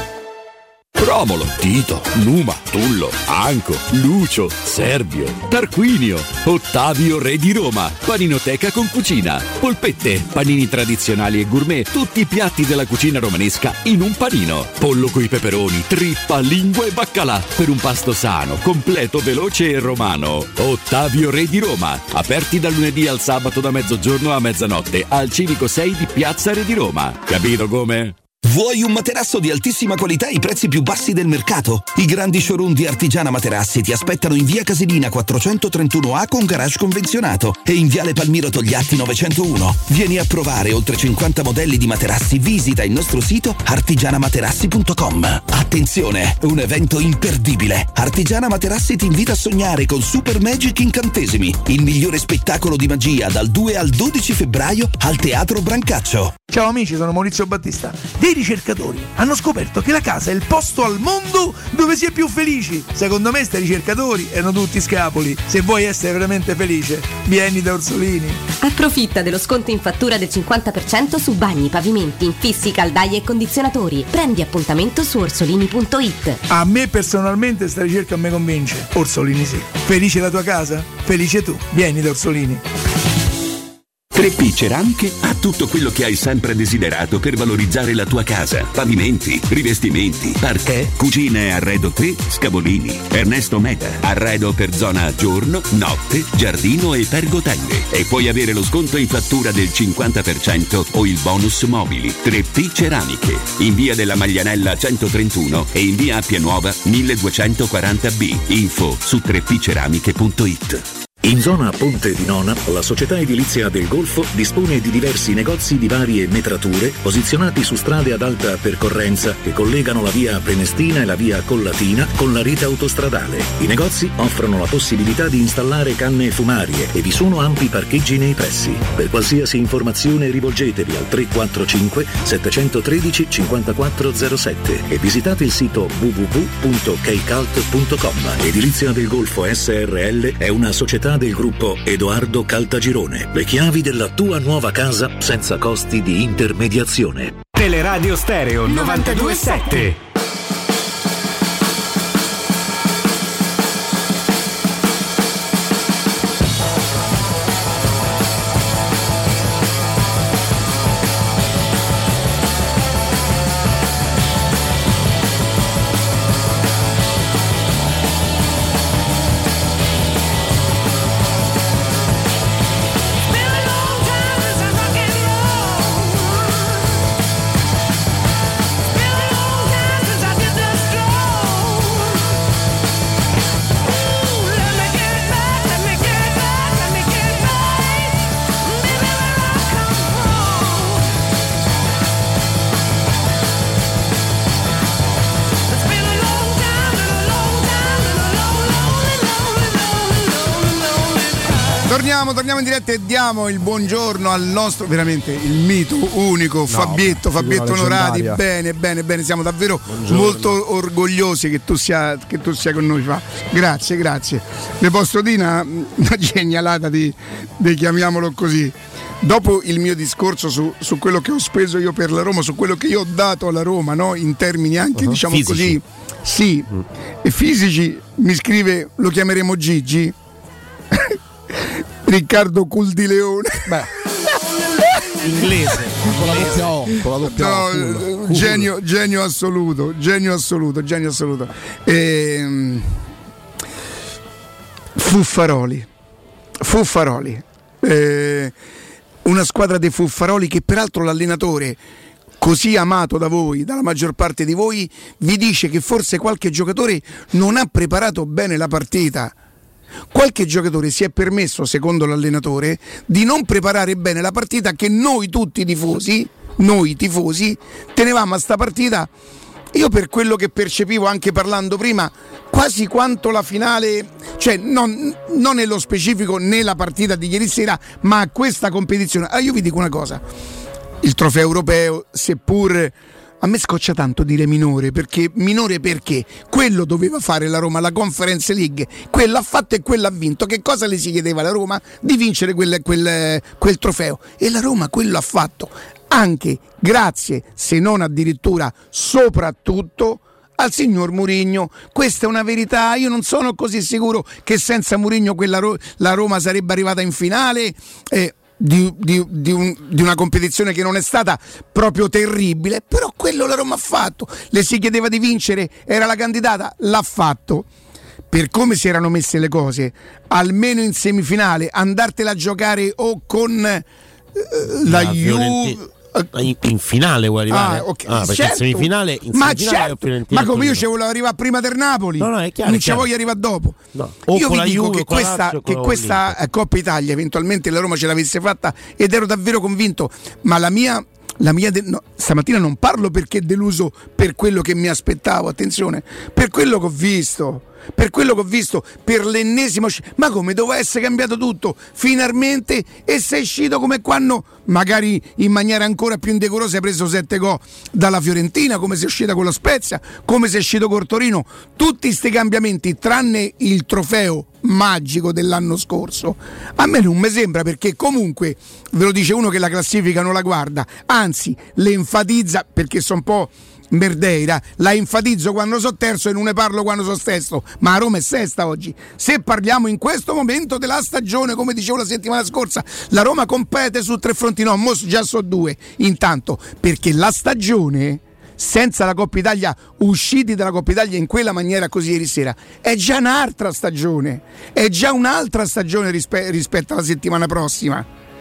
Romolo, Tito, Numa, Tullo, Anco, Lucio, Servio, Tarquinio, Ottavio Re di Roma, paninoteca con cucina, polpette, panini tradizionali e gourmet, tutti i piatti della cucina romanesca in un panino, pollo coi peperoni, trippa, lingua e baccalà, per un pasto sano, completo, veloce e romano. Ottavio Re di Roma, aperti dal lunedì al sabato da mezzogiorno a mezzanotte al Civico sei di Piazza Re di Roma. Capito come? Vuoi un materasso di altissima qualità ai prezzi più bassi del mercato? I grandi showroom di Artigiana Materassi ti aspettano in via Casilina quattrocentotrentuno A con garage convenzionato e in viale Palmiro Togliatti novecentouno. Vieni a provare oltre cinquanta modelli di materassi, visita il nostro sito artigiana materassi punto com. Attenzione, un evento imperdibile. Artigiana Materassi ti invita a sognare con Super Magic Incantesimi, il migliore spettacolo di magia dal due al dodici febbraio al Teatro Brancaccio. Ciao amici, sono Maurizio Battista. Dei ricercatori hanno scoperto che la casa è il posto al mondo dove si è più felici. Secondo me sti ricercatori erano tutti scapoli. Se vuoi essere veramente felice, vieni da Orsolini. Approfitta dello sconto in fattura del cinquanta per cento su bagni, pavimenti, infissi, caldaie e condizionatori. Prendi appuntamento su orsolini punto it. A me personalmente sta ricerca me convince. Orsolini sì. Felice la tua casa? Felice tu. Vieni da Orsolini. tre P Ceramiche ha tutto quello che hai sempre desiderato per valorizzare la tua casa. Pavimenti, rivestimenti, parquet, cucina e arredo tre, Scavolini. Ernesto Meda, arredo per zona giorno, notte, giardino e pergotelle. E puoi avere lo sconto in fattura del cinquanta per cento o il bonus mobili. tre P Ceramiche, in via della Maglianella centotrentuno e in via Appia Nuova milleduecentoquaranta B. Info su tre p ceramiche punto it. In zona Ponte di Nona, la società edilizia del Golfo dispone di diversi negozi di varie metrature posizionati su strade ad alta percorrenza che collegano la via Prenestina e la via Collatina con la rete autostradale. I negozi offrono la possibilità di installare canne fumarie e vi sono ampi parcheggi nei pressi. Per qualsiasi informazione rivolgetevi al tre quattro cinque sette uno tre cinque quattro zero sette e visitate il sito w w w punto keycult punto com. Edilizia del Golfo S R L è una società del gruppo Edoardo Caltagirone. Le chiavi della tua nuova casa senza costi di intermediazione. Teleradio Stereo novantadue sette. Torniamo, torniamo in diretta e diamo il buongiorno al nostro, veramente il mito unico, no, Fabietto, Fabietto Onorati. Bene, bene, bene, siamo davvero buongiorno. Molto orgogliosi che tu sia, che tu sia con noi. Fa. Grazie, grazie. Le posso dire una, una genialata di, di, chiamiamolo così. Dopo il mio discorso su, su quello che ho speso io per la Roma, su quello che io ho dato alla Roma, no? In termini anche, uh-huh. diciamo fisici. Così, sì, mm. e fisici, mi scrive, lo chiameremo Gigi. Riccardo Culdileone. Beh, inglese con la doppia O, con la doppia O. No, genio, genio assoluto, genio assoluto, genio assoluto. Ehm, Fuffaroli, Fuffaroli, eh, una squadra dei Fuffaroli che peraltro l'allenatore, così amato da voi, dalla maggior parte di voi, vi dice che forse qualche giocatore non ha preparato bene la partita. Qualche giocatore si è permesso, secondo l'allenatore, di non preparare bene la partita che noi tutti tifosi, noi tifosi, tenevamo a sta partita, io per quello che percepivo anche parlando prima, quasi quanto la finale, cioè non, non nello specifico né la partita di ieri sera, ma a questa competizione. Ah, io vi dico una cosa, il trofeo europeo, seppur... A me scoccia tanto dire minore, perché minore perché quello doveva fare la Roma, la Conference League, quello ha fatto e quello ha vinto. Che cosa le si chiedeva alla Roma? Di vincere quel, quel, quel trofeo, e la Roma quello ha fatto, anche grazie, se non addirittura soprattutto, al signor Mourinho. Questa è una verità, io non sono così sicuro che senza Mourinho quella Ro- la Roma sarebbe arrivata in finale. eh, Di, di, di, un, di una competizione che non è stata proprio terribile, però quello la Roma ha fatto. Le si chiedeva di vincere, era la candidata, l'ha fatto. Per come si erano messe le cose, almeno in semifinale andartela a giocare o con eh, la, la Juve. In, in finale vuoi arrivare? Ah, okay. ah, perché certo. in semifinale, in ma semifinale certo, ma come io ci volevo arrivare prima del Napoli, no, no, è chiaro, non ci voglio arrivare dopo. No. Io vi dico Juve, che questa, che questa Coppa Italia eventualmente la Roma ce l'avesse fatta, ed ero davvero convinto, ma la mia La mia de- no, stamattina non parlo perché deluso per quello che mi aspettavo, attenzione, per quello che ho visto, per quello che ho visto, per l'ennesimo, ma come doveva essere cambiato tutto finalmente, e sei uscito come quando magari in maniera ancora più indecorosa hai preso sette gol dalla Fiorentina, come sei uscita con la Spezia, come sei uscito col Torino, tutti sti cambiamenti tranne il trofeo magico dell'anno scorso. A me non mi sembra, perché comunque ve lo dice uno che la classifica non la guarda, anzi le enfatizza, perché sono un po' merdeira, la enfatizzo quando so terzo e non ne parlo quando so sesto, ma a Roma è sesta oggi. Se parliamo in questo momento della stagione, come dicevo la settimana scorsa, la Roma compete su tre fronti, no, mo già so due intanto, perché la stagione senza la Coppa Italia, usciti dalla Coppa Italia in quella maniera così ieri sera, è già un'altra stagione, è già un'altra stagione rispe- rispetto alla settimana prossima.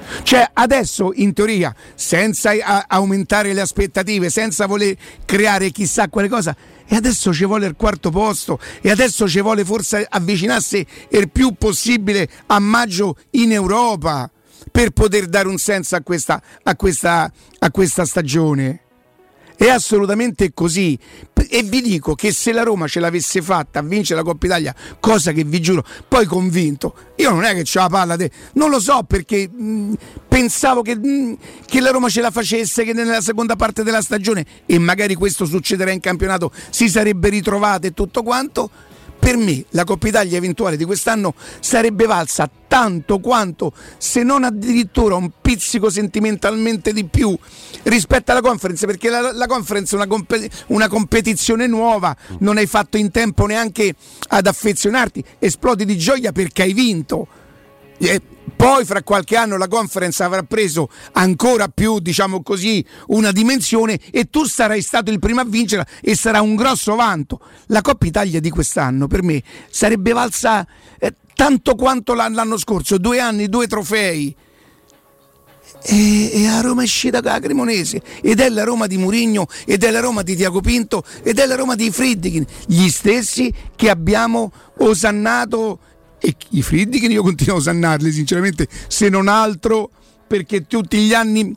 Cioè adesso in teoria, senza a- aumentare le aspettative, senza voler creare chissà quale cosa, e adesso ci vuole il quarto posto, e adesso ci vuole forse avvicinarsi il più possibile a maggio in Europa per poter dare un senso a questa, a questa, a questa stagione. È assolutamente così, e vi dico che se la Roma ce l'avesse fatta a vincere la Coppa Italia, cosa che vi giuro, poi convinto, io non è che c'ho la palla de... non lo so, perché mh, pensavo che, mh, che la Roma ce la facesse, che nella seconda parte della stagione, e magari questo succederà in campionato, si sarebbe ritrovata e tutto quanto. Per me la Coppa Italia eventuale di quest'anno sarebbe valsa tanto quanto, se non addirittura un pizzico sentimentalmente di più, rispetto alla Conference, perché la, la Conference è una, comp- una competizione nuova, non hai fatto in tempo neanche ad affezionarti, esplodi di gioia perché hai vinto. E poi fra qualche anno la Conference avrà preso ancora più, diciamo così, una dimensione, e tu sarai stato il primo a vincerla e sarà un grosso vanto. La Coppa Italia di quest'anno per me sarebbe valsa eh, tanto quanto l'anno scorso, due anni, due trofei. E, e a Roma è uscita con la Cremonese, ed è la Roma di Mourinho, ed è la Roma di Tiago Pinto, ed è la Roma di Friedkin, gli stessi che abbiamo osannato. E i Friedkin io continuo a osannarli sinceramente, se non altro perché tutti gli anni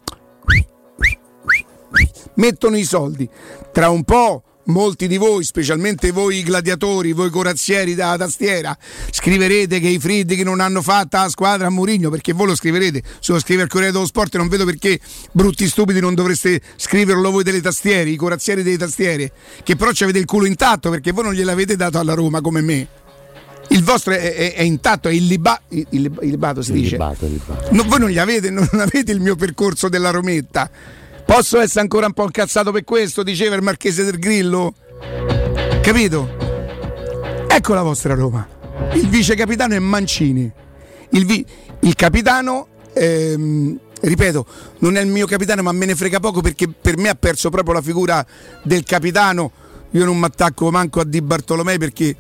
mettono i soldi. Tra un po' molti di voi, specialmente voi gladiatori, voi corazzieri da tastiera, scriverete che i Friedkin non hanno fatta la squadra a Mourinho, perché voi lo scriverete, se lo scrive il Corriere dello Sport non vedo perché brutti stupidi non dovreste scriverlo voi delle tastiere, i corazzieri delle tastiere, che però ci avete il culo intatto perché voi non gliel'avete dato alla Roma come me. Il vostro è, è, è intatto, è illiba, il, il, illibato si il dice libato, libato. No, voi non gli avete, non avete il mio percorso della Rometta. Posso essere ancora un po' incazzato per questo, diceva il Marchese del Grillo, capito? Ecco la vostra Roma. Il vice capitano è Mancini, il, vi, il capitano ehm, ripeto, non è il mio capitano, ma me ne frega poco, perché per me ha perso proprio la figura del capitano. Io non mi attacco manco a Di Bartolomei, perché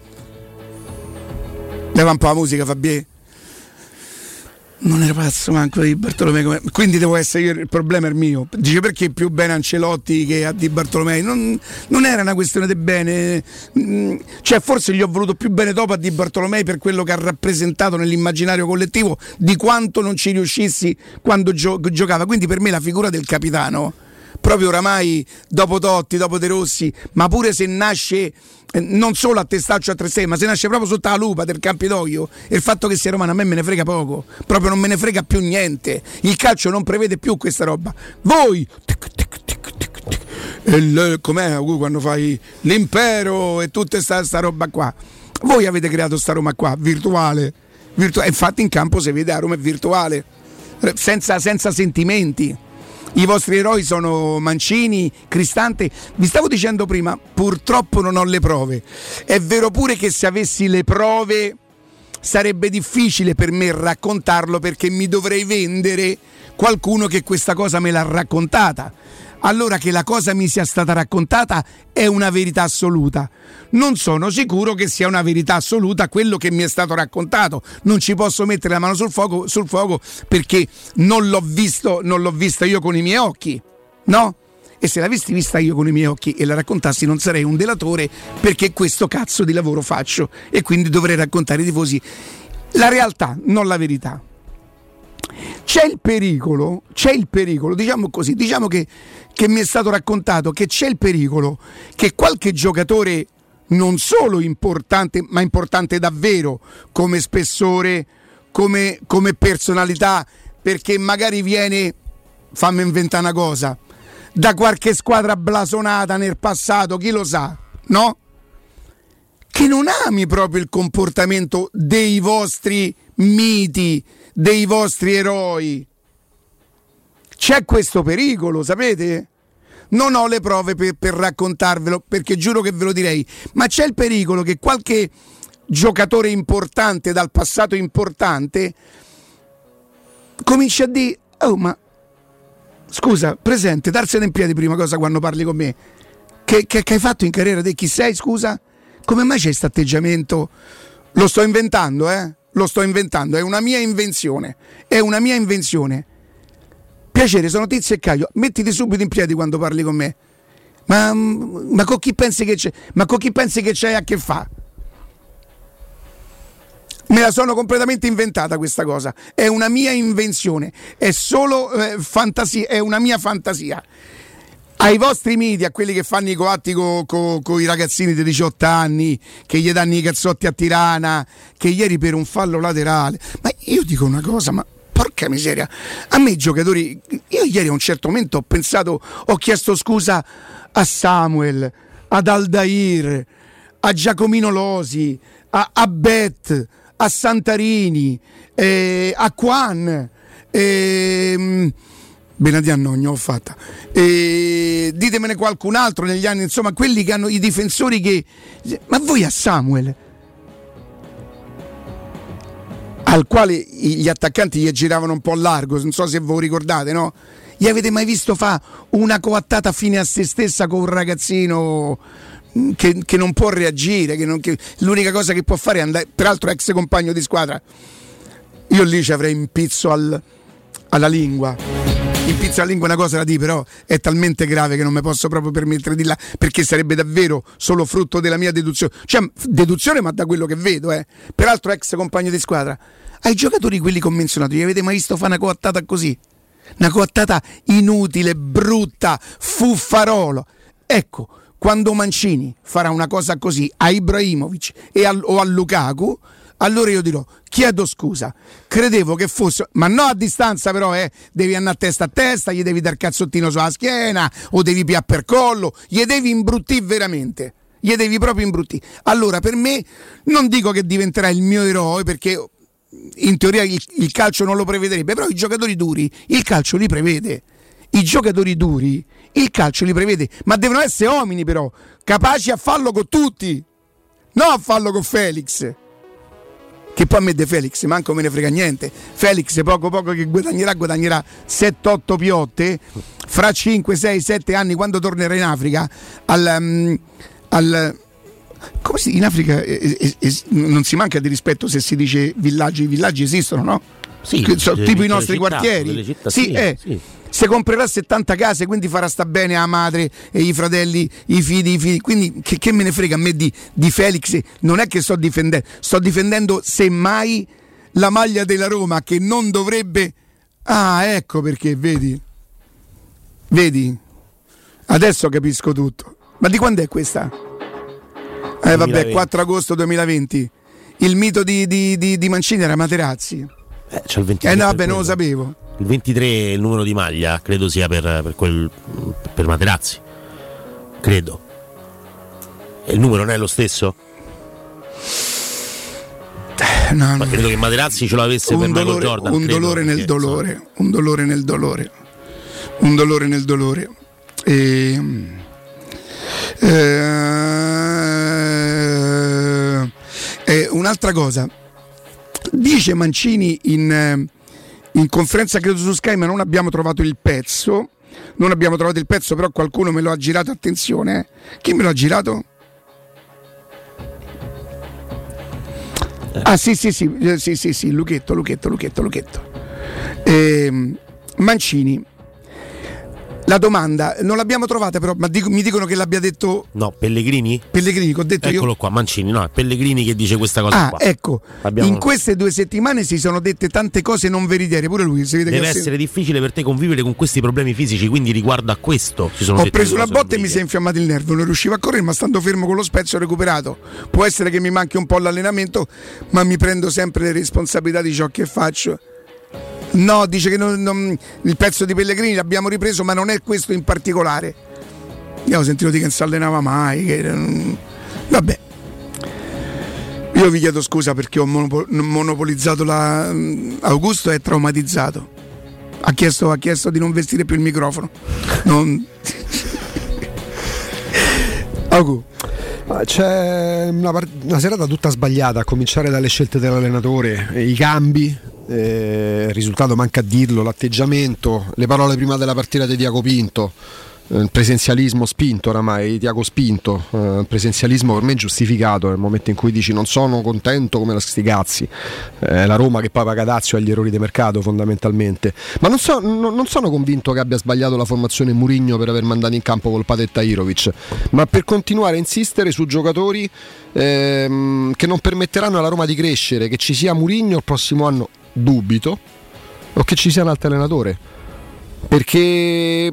leva un po' la musica, Fabio. Non era pazzo manco di Bartolomei, come... quindi devo essere io, il problema è il mio. Dice perché più bene Ancelotti che a Di Bartolomei. Non, non era una questione di bene, cioè forse gli ho voluto più bene dopo a Di Bartolomei per quello che ha rappresentato nell'immaginario collettivo, di quanto non ci riuscissi quando gio- giocava. Quindi per me la figura del capitano, proprio oramai dopo Totti, dopo De Rossi, ma pure se nasce non solo a testaccio a tre sei, ma se nasce proprio sotto la lupa del Campidoglio, e il fatto che sia romano a me me ne frega poco, proprio non me ne frega più niente. Il calcio non prevede più questa roba. Voi tic, tic, tic, tic, tic. Il, com'è quando fai l'impero e tutta sta, sta roba qua, voi avete creato sta Roma qua virtuale, virtuale. Infatti in campo si vede la Roma è virtuale, senza, senza sentimenti. I vostri eroi sono Mancini, Cristante. Vi stavo dicendo prima, purtroppo non ho le prove. È vero pure che se avessi le prove sarebbe difficile per me raccontarlo, perché mi dovrei vendere qualcuno che questa cosa me l'ha raccontata. Allora, che la cosa mi sia stata raccontata è una verità assoluta. Non sono sicuro che sia una verità assoluta quello che mi è stato raccontato. Non ci posso mettere la mano sul fuoco, sul fuoco perché non l'ho visto, non l'ho vista io con i miei occhi, no? E se l'avessi vista io con i miei occhi e la raccontassi, non sarei un delatore, perché questo cazzo di lavoro faccio, e quindi dovrei raccontare ai tifosi la realtà, non la verità. C'è il pericolo, c'è il pericolo, diciamo così, diciamo che, che mi è stato raccontato che c'è il pericolo che qualche giocatore non solo importante, ma importante davvero come spessore, come, come personalità, perché magari viene, fammi inventare una cosa, da qualche squadra blasonata nel passato, chi lo sa, no? Che non ami proprio il comportamento dei vostri miti, dei vostri eroi. C'è questo pericolo, sapete? Non ho le prove per, per raccontarvelo, perché giuro che ve lo direi, ma c'è il pericolo che qualche giocatore importante, dal passato importante, comincia a dire: oh, ma scusa, presente, darsene in piedi prima cosa quando parli con me. Che, che, che hai fatto in carriera te? Chi sei, scusa? Come mai c'è questo atteggiamento? Lo sto inventando, eh? Lo sto inventando, è una mia invenzione, è una mia invenzione. Piacere, sono Tizio e Caio. Mettiti subito in piedi quando parli con me. Ma, ma con chi pensi che c'è? Ma con chi pensi che c'hai a che fa? Me la sono completamente inventata questa cosa. È una mia invenzione. È solo eh, fantasia. È una mia fantasia. Ai vostri media, quelli che fanno i coatti con co, co i ragazzini di diciotto anni, che gli danno i cazzotti a Tirana, che ieri per un fallo laterale. Ma io dico una cosa, ma porca miseria, a me i giocatori, io ieri a un certo momento ho pensato, ho chiesto scusa a Samuel, ad Aldair, a Giacomino Losi, a, a Bet, a Santarini, eh, a Quan, eh, Benadia no, ne ho fatta. E ditemene qualcun altro negli anni, insomma, quelli che hanno i difensori che. Ma voi a Samuel, al quale gli attaccanti gli giravano un po' largo, non so se voi ricordate, no? Gli avete mai visto fa una coattata fine a se stessa con un ragazzino che, che non può reagire, che non, che, l'unica cosa che può fare è andare, tra l'altro ex compagno di squadra. Io lì ci avrei impizzo al, alla lingua. In pizza la lingua è una cosa da dire, però è talmente grave che non mi posso proprio permettere di là, perché sarebbe davvero solo frutto della mia deduzione, cioè deduzione ma da quello che vedo, eh. Peraltro ex compagno di squadra. Ai giocatori quelli convenzionati li avete mai visto fare una coattata così? Una coattata inutile, brutta, fuffarolo. Ecco, quando Mancini farà una cosa così a Ibrahimovic e al, o a Lukaku, allora io dirò, chiedo scusa, credevo che fosse, ma no a distanza però, eh, devi andare a testa a testa, gli devi dar cazzottino sulla schiena, o devi pià per collo, gli devi imbruttire veramente, gli devi proprio imbruttire. Allora per me, non dico che diventerà il mio eroe, perché in teoria il, il calcio non lo prevederebbe, però i giocatori duri, il calcio li prevede, i giocatori duri, il calcio li prevede, ma devono essere uomini però, capaci a farlo con tutti, non a farlo con Felix. Che poi a me De Felix manco me ne frega niente. Felix poco poco che guadagnerà guadagnerà sette otto piotte fra cinque sei sette anni, quando tornerà in Africa al, um, al come si in Africa eh, eh, eh, non si manca di rispetto se si dice villaggi. I villaggi esistono, no? Sì, che, so, tipo i nostri città, quartieri città, sì, sì, eh. sì. Se comprerà settanta case, quindi farà sta bene a madre e i fratelli, i figli, i figli. Quindi che, che me ne frega a me di, di Felix? Non è che sto difendendo, sto difendendo semmai la maglia della Roma, che non dovrebbe. Ah, ecco perché, vedi? Vedi? Adesso capisco tutto. Ma di quando è questa? Eh vabbè, quattro agosto duemilaventi. Il mito di, di, di, di Mancini era Materazzi. Eh, c'è il ventitré. Eh no, vabbè, non lo sapevo. Il ventitré è il numero di maglia, credo sia per, per, quel, per Materazzi. Credo. E il numero non è lo stesso? No, ma credo che Materazzi ce l'avesse per dolore, Michael Jordan. Un credo, dolore nel perché, dolore, so. un dolore nel dolore, un dolore nel dolore. E, eh, e un'altra cosa, dice Mancini in, in conferenza credo su Sky, ma non abbiamo trovato il pezzo. Non abbiamo trovato il pezzo, però qualcuno me lo ha girato, attenzione. Eh. Chi me lo ha girato? Ah sì sì sì sì sì sì Luchetto Luchetto Luchetto Luchetto eh, Mancini, la domanda non l'abbiamo trovata però, ma dico, mi dicono che l'abbia detto no Pellegrini? Pellegrini che ho detto eccolo io. Qua Mancini, no, è Pellegrini che dice questa cosa ah, qua. Ecco, Abbiamo... in queste due settimane si sono dette tante cose non veritiere, pure lui si vede deve che essere se... difficile per te convivere con questi problemi fisici, quindi riguardo a questo si sono ho preso una botta e mi si è infiammato il nervo, non riuscivo a correre, ma stando fermo con lo Spezia ho recuperato. Può essere che mi manchi un po' l'allenamento, ma mi prendo sempre le responsabilità di ciò che faccio. No, dice che non, non, il pezzo di Pellegrini l'abbiamo ripreso, ma non è questo in particolare. Io ho sentito dire che non si allenava mai, che, vabbè. Io vi chiedo scusa perché ho monopolizzato la. Augusto è traumatizzato. Ha chiesto, ha chiesto di non vestire più il microfono. Non... Augusto. C'è una, una serata tutta sbagliata, a cominciare dalle scelte dell'allenatore, i cambi. Eh, il risultato manca a dirlo, l'atteggiamento, le parole prima della partita di Diaco Pinto, il presenzialismo spinto oramai, Tiago spinto, il presenzialismo per me è giustificato nel momento in cui dici non sono contento come la sti cazzi, è la Roma che poi paga dazio agli errori di mercato fondamentalmente, ma non, so, no, non sono convinto che abbia sbagliato la formazione Mourinho per aver mandato in campo Volpato e Tahirovic, ma per continuare a insistere su giocatori ehm, che non permetteranno alla Roma di crescere, che ci sia Mourinho il prossimo anno dubito, o che ci sia un altro allenatore, perché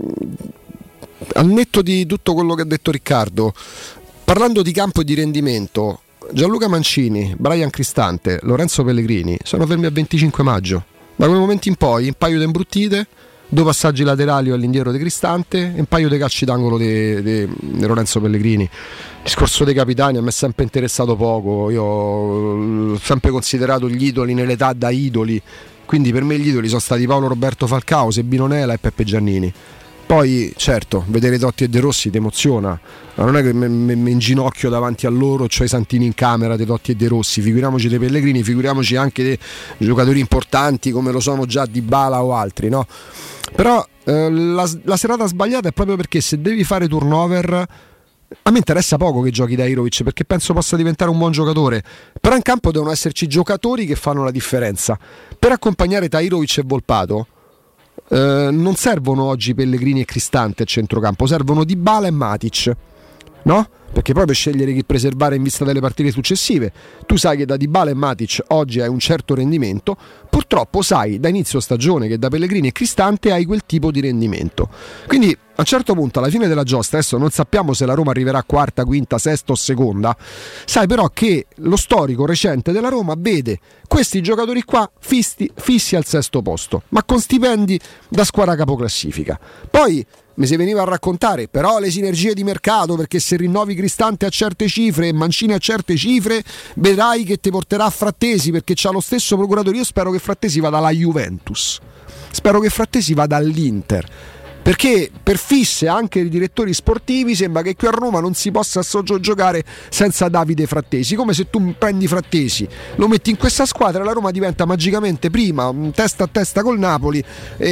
al netto di tutto quello che ha detto Riccardo, parlando di campo e di rendimento, Gianluca Mancini, Brian Cristante, Lorenzo Pellegrini sono fermi a venticinque maggio. Da quel momento in poi un paio di imbruttite, due passaggi laterali all'indietro di Cristante e un paio di calci d'angolo di Lorenzo Pellegrini. Il discorso dei capitani a me è sempre interessato poco, io ho sempre considerato gli idoli nell'età da idoli, quindi per me gli idoli sono stati Paolo Roberto Falcao, Sebino Nela e Peppe Giannini. Poi certo, vedere Totti e De Rossi ti emoziona, ma non è che mi inginocchio davanti a loro, cioè i santini in camera dei Totti e De Rossi, figuriamoci dei Pellegrini, figuriamoci anche dei giocatori importanti come lo sono già Dybala o altri, no? Però eh, la, la serata sbagliata è proprio perché se devi fare turnover, a me interessa poco che giochi Tahirovic perché penso possa diventare un buon giocatore, però in campo devono esserci giocatori che fanno la differenza. Per accompagnare Tahirovic e Volpato Uh, non servono oggi Pellegrini e Cristante a centrocampo, servono Dybala e Matic, no? Perché poi per scegliere chi preservare in vista delle partite successive, tu sai che da Dybala e Matic oggi hai un certo rendimento, purtroppo sai da inizio stagione che da Pellegrini e Cristante hai quel tipo di rendimento, quindi a un certo punto alla fine della giostra, adesso non sappiamo se la Roma arriverà quarta, quinta, sesta o seconda, sai però che lo storico recente della Roma vede questi giocatori qua fissi, fissi al sesto posto, ma con stipendi da squadra capoclassifica. Poi mi si veniva a raccontare però le sinergie di mercato, perché se rinnovi Cristante a certe cifre e Mancini a certe cifre vedrai che ti porterà Frattesi, perché c'ha lo stesso procuratore. Io spero che Frattesi vada alla Juventus, spero che Frattesi vada all'Inter, perché per fisse anche i direttori sportivi sembra che qui a Roma non si possa giocare senza Davide Frattesi, come se tu prendi Frattesi, lo metti in questa squadra e la Roma diventa magicamente prima testa a testa col Napoli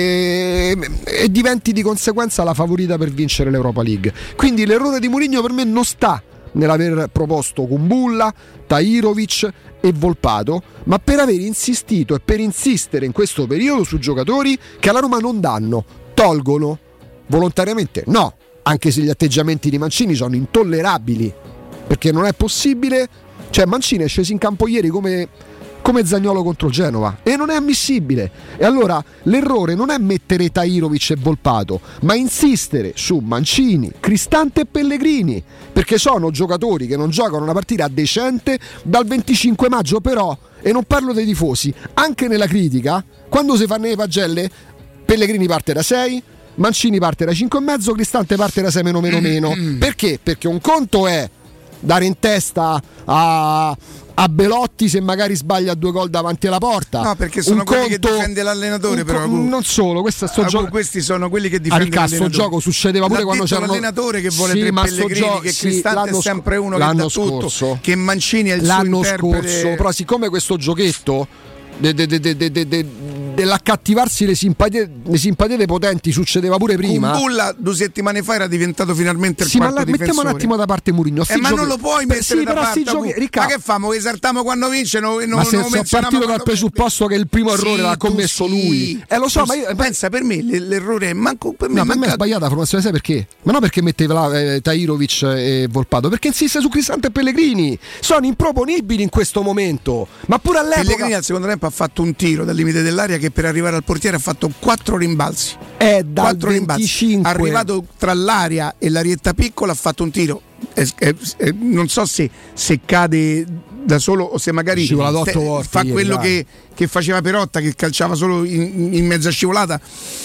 e, e diventi di conseguenza la favorita per vincere l'Europa League. Quindi l'errore di Mourinho per me non sta nell'aver proposto Kumbulla, Tahirovic e Volpato, ma per aver insistito e per insistere in questo periodo su giocatori che alla Roma non danno. Tolgono volontariamente? No, anche se gli atteggiamenti di Mancini sono intollerabili, perché non è possibile, cioè Mancini è sceso in campo ieri come, come Zaniolo contro il Genova e non è ammissibile. E allora l'errore non è mettere Tahirovic e Volpato, ma insistere su Mancini, Cristante e Pellegrini, perché sono giocatori che non giocano una partita decente dal venticinque maggio. Però, e non parlo dei tifosi, anche nella critica, quando si fanno le pagelle, Pellegrini parte da sei, Mancini parte da cinque e mezzo, Cristante parte da sei meno meno meno. Perché? Perché un conto è dare in testa a, a Belotti se magari sbaglia due gol davanti alla porta. No, perché sono un quelli conto, che difende l'allenatore, però co- non solo, questo sto ah, gioco, questi sono quelli che difendono l'allenatore. Sto gioco succedeva pure L'ha quando detto c'erano l'allenatore che vuole sì, tre ma Pellegrini, gioco, che sì, Cristante è sempre uno che l'anno dà scorso, tutto, che Mancini è il l'anno suo interprete. scorso, però siccome questo giochetto De, de, de, de, de, de, de, dell'accattivarsi le simpatie, le simpatie dei potenti succedeva pure prima. Kumbulla due settimane fa era diventato finalmente il sì, quarto ma la, difensore. mettiamo un attimo da parte Mourinho. Eh, ma giochi... non lo puoi mettere sì, da però parte. Giochi... Ma che famo? Esaltiamo quando vince? No, no, ma se non sono partito dal presupposto che il primo errore sì, l'ha commesso sì. lui. Eh lo so, ma io... pensa, per me l'errore è manco per me. No, manca... per me è sbagliata la formazione, sai perché? Ma non perché metteva eh, Tahirovic e Volpato, perché insiste su Cristante e Pellegrini. Sono improponibili in questo momento. Ma pure all'epoca Pellegrini al secondo tempo ha fatto un tiro dal limite dell'area che per arrivare al portiere ha fatto quattro rimbalzi. È dal quattro venticinque. Rimbalzi. Arrivato tra l'aria e l'arietta piccola ha fatto un tiro. È, è, è, non so se, se cade da solo o se magari te, volte, fa quello che, che faceva Perotta, che calciava solo in, in mezza scivolata.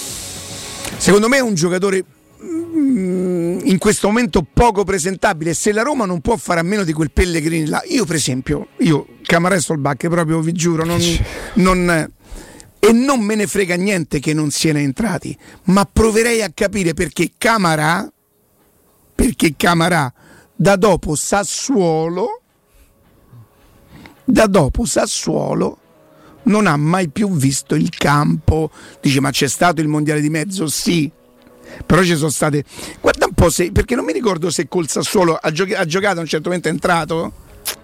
Secondo me è un giocatore in questo momento poco presentabile. Se la Roma non può fare a meno di quel Pellegrini là, io per esempio, io Camara e Solbakken proprio vi giuro non, non, e non me ne frega niente che non siano entrati, ma proverei a capire perché Camara perché Camara da dopo Sassuolo da dopo Sassuolo non ha mai più visto il campo. Dice, ma c'è stato il mondiale di mezzo? Sì, però ci sono state, guarda un po' se, perché non mi ricordo se col Sassuolo ha, giochi- ha giocato a un certo momento, è entrato.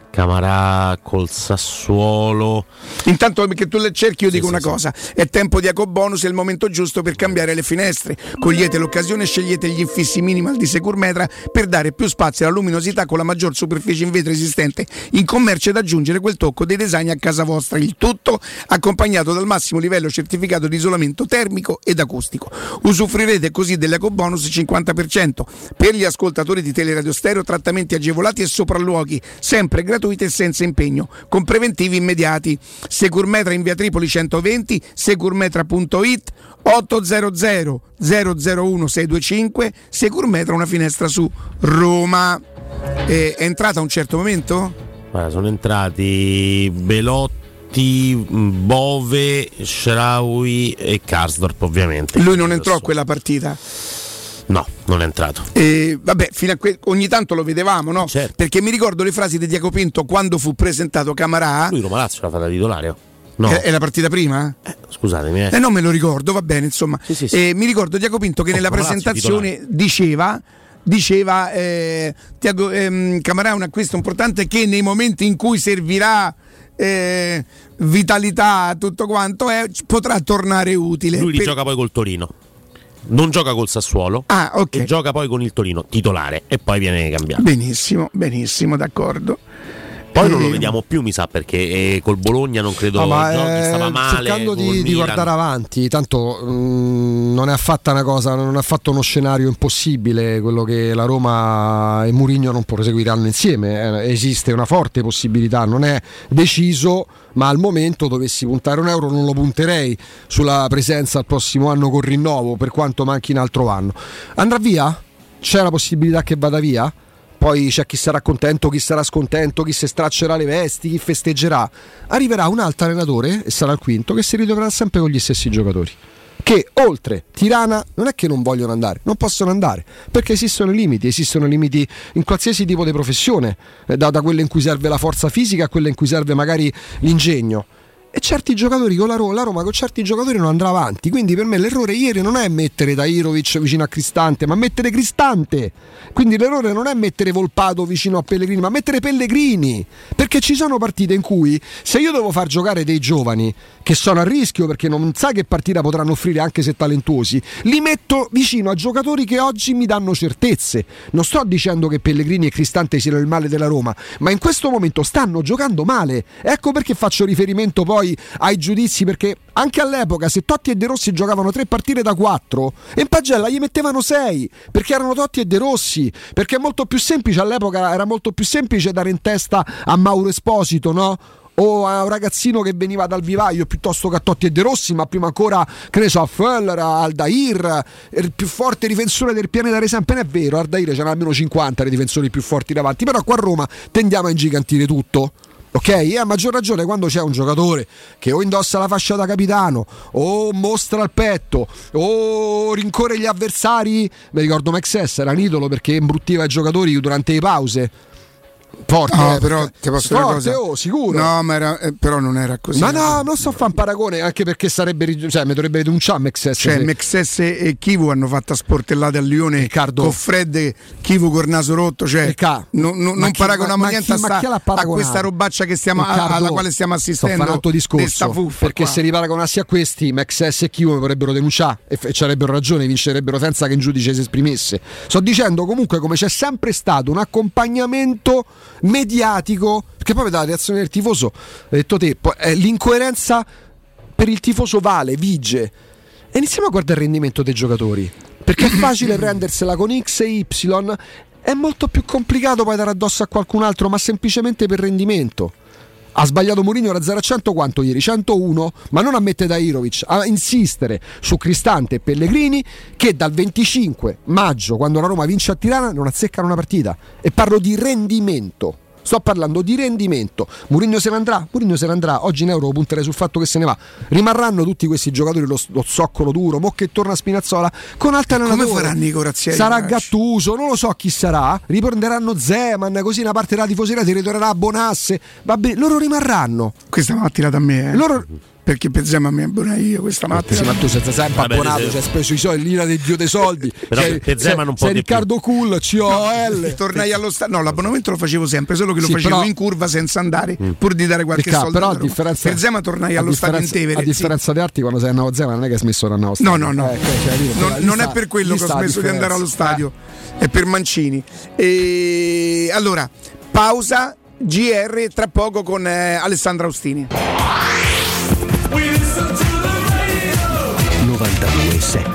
Camarà col Sassuolo. Intanto perché tu le cerchi, io sì, dico sì, una sì. cosa: è tempo di ecobonus, è il momento giusto per cambiare le finestre. Cogliete l'occasione e scegliete gli infissi minimal di Securmetra per dare più spazio alla luminosità con la maggior superficie in vetro esistente in commercio ed aggiungere quel tocco dei design a casa vostra. Il tutto accompagnato dal massimo livello certificato di isolamento termico ed acustico. Usufruirete così dell'ecobonus cinquanta per cento per gli ascoltatori di Teleradio Stereo, trattamenti agevolati e sopralluoghi sempre gratuiti e senza impegno, con preventivi immediati. Securmetra in via Tripoli centoventi, securmetra punto it, ottocento zero zero uno sei due cinque. Securmetra, una finestra su Roma. È entrata a un certo momento? Guarda, sono entrati Belotti, Bove, Sharawi e Karsdorp, ovviamente. Lui non entrò a quella partita? No, non è entrato. E vabbè, fino a que- ogni tanto lo vedevamo, no? Certo. Perché mi ricordo le frasi di Diaco Pinto quando fu presentato Camarà. Lui Roma Lazio l'ha fatta titolare. No. È, è la partita prima? Eh, scusatemi. Eh. eh, non me lo ricordo, va bene, insomma. Sì, sì, sì. Eh, mi ricordo Diaco Pinto che oh, nella Roma presentazione Lazio, diceva diceva eh, Tiago, ehm, Camarà è un acquisto importante che nei momenti in cui servirà eh, vitalità, tutto quanto è, potrà tornare utile. Lui per... rigioca poi col Torino. Non gioca col Sassuolo, ah, okay. E gioca poi con il Torino titolare e poi viene cambiato. Benissimo, benissimo, d'accordo. Poi e... non lo vediamo più, mi sa, perché eh, col Bologna non credo no, ma, giochi, eh, stava male. Cercando di, di guardare avanti, tanto mh, non è affatta una cosa, non è affatto uno scenario impossibile quello che la Roma e Mourinho non proseguiranno insieme. Eh, esiste una forte possibilità, non è deciso, ma al momento dovessi puntare un euro non lo punterei sulla presenza al prossimo anno con rinnovo, per quanto manchi un altro anno. Andrà via? C'è la possibilità che vada via? Poi c'è chi sarà contento, chi sarà scontento, chi si straccerà le vesti, chi festeggerà. Arriverà un altro allenatore, e sarà il quinto, che si ritroverà sempre con gli stessi giocatori, che oltre Tirana non è che non vogliono andare, non possono andare, perché esistono limiti, esistono limiti in qualsiasi tipo di professione, eh, da, da quella in cui serve la forza fisica a quella in cui serve magari l'ingegno. E certi giocatori con la Roma, la Roma con certi giocatori non andrà avanti. Quindi per me l'errore ieri non è mettere Tahirovic vicino a Cristante, ma mettere Cristante. Quindi l'errore non è mettere Volpato vicino a Pellegrini, ma mettere Pellegrini. Perché ci sono partite in cui, se io devo far giocare dei giovani che sono a rischio perché non sa che partita potranno offrire anche se talentuosi, li metto vicino a giocatori che oggi mi danno certezze. Non sto dicendo che Pellegrini e Cristante siano il male della Roma, ma in questo momento stanno giocando male. Ecco perché faccio riferimento poi ai giudizi, perché anche all'epoca se Totti e De Rossi giocavano tre partite da quattro e in pagella gli mettevano sei perché erano Totti e De Rossi, perché è molto più semplice, all'epoca era molto più semplice dare in testa a Mauro Esposito, no? O a un ragazzino che veniva dal vivaio piuttosto che a Totti e De Rossi, ma prima ancora, che ne so, a Föller, a Aldair, il più forte difensore del pianeta Resampe. Non è vero, Aldair c'erano almeno cinquanta dei difensori più forti davanti, però qua a Roma tendiamo a ingigantire tutto. Ok, e a maggior ragione quando c'è un giocatore che o indossa la fascia da capitano o mostra il petto o rincorre gli avversari. Mi ricordo Max S era un idolo perché imbruttiva i giocatori durante le pause. Forte, no, eh, però ti posso dire una cosa. Oh, sicuro. No, ma era, eh, però non era così. Ma no, non so fare un paragone, anche perché sarebbe, cioè, mi dovrebbe denunciare Max S. Cioè, se... Max S e Chivu hanno fatto a sportellate al Lione Riccardo. Con Fred, Chivu col naso rotto, cioè no, no, non chi, paragoniamo ma, niente ma chi, a, sta, a questa robaccia che stiamo, Riccardo, alla quale stiamo assistendo. Sto fatto discorso fuffa, perché qua. se li paragonassi a questi, Max S e Chivu mi vorrebbero denunciare e, e ci avrebbero ragione, vincerebbero senza che un giudice si esprimesse. Sto dicendo comunque come c'è sempre stato un accompagnamento mediatico, perché poi dalla reazione del tifoso, hai detto te, eh, l'incoerenza per il tifoso vale, vige. E iniziamo a guardare il rendimento dei giocatori, perché è facile prendersela con X e Y, è molto più complicato poi dare addosso a qualcun altro, ma semplicemente per rendimento. Ha sbagliato Mourinho da zero a cento quanto ieri? centouno, ma non ammette Tahirovic a insistere su Cristante e Pellegrini che dal venticinque maggio, quando la Roma vince a Tirana, non azzeccano una partita. E parlo di rendimento. Sto parlando di rendimento. Mourinho se ne andrà? Mourinho se ne andrà. Oggi in Euro punterei sul fatto che se ne va. Rimarranno tutti questi giocatori lo, lo zoccolo duro, mo che torna Spinazzola con altri allenatori. Come faranno i corazzieri? Sarà Gattuso, non lo so chi sarà. Riprenderanno Zeman, così una parte della tifoseria ti ritornerà a Bonasse. Va bene, loro rimarranno. Questa mi ha tirato a me, eh. Loro perché Benzema mi abbona io questa mattina. Sì, ma tu sei sempre Vabbè, abbonato, se- cioè hai speso i soldi, l'ira del dio dei soldi. Però sei, Benzema sei, non può sei di più. Riccardo Cool, C O L. Tornai allo stadio. No, l'abbonamento lo facevo sempre, solo che lo Sì, facevo però- in curva senza andare, pur di dare qualche Riccardo, soldo. però a a Roma. differenza Benzema tornai a allo stadio in differenza- Tevere. A differenza di Arti, quando sei a Nuova Zelanda non è che hai smesso di andare allo No, stadio. no, no. Eh, cioè, lì- non, lì non sta- è per quello lì che ho sta la smesso di andare allo differenza. stadio, è per Mancini. E allora, pausa, G R tra poco con eh, Alessandra Austini. novantadue sette.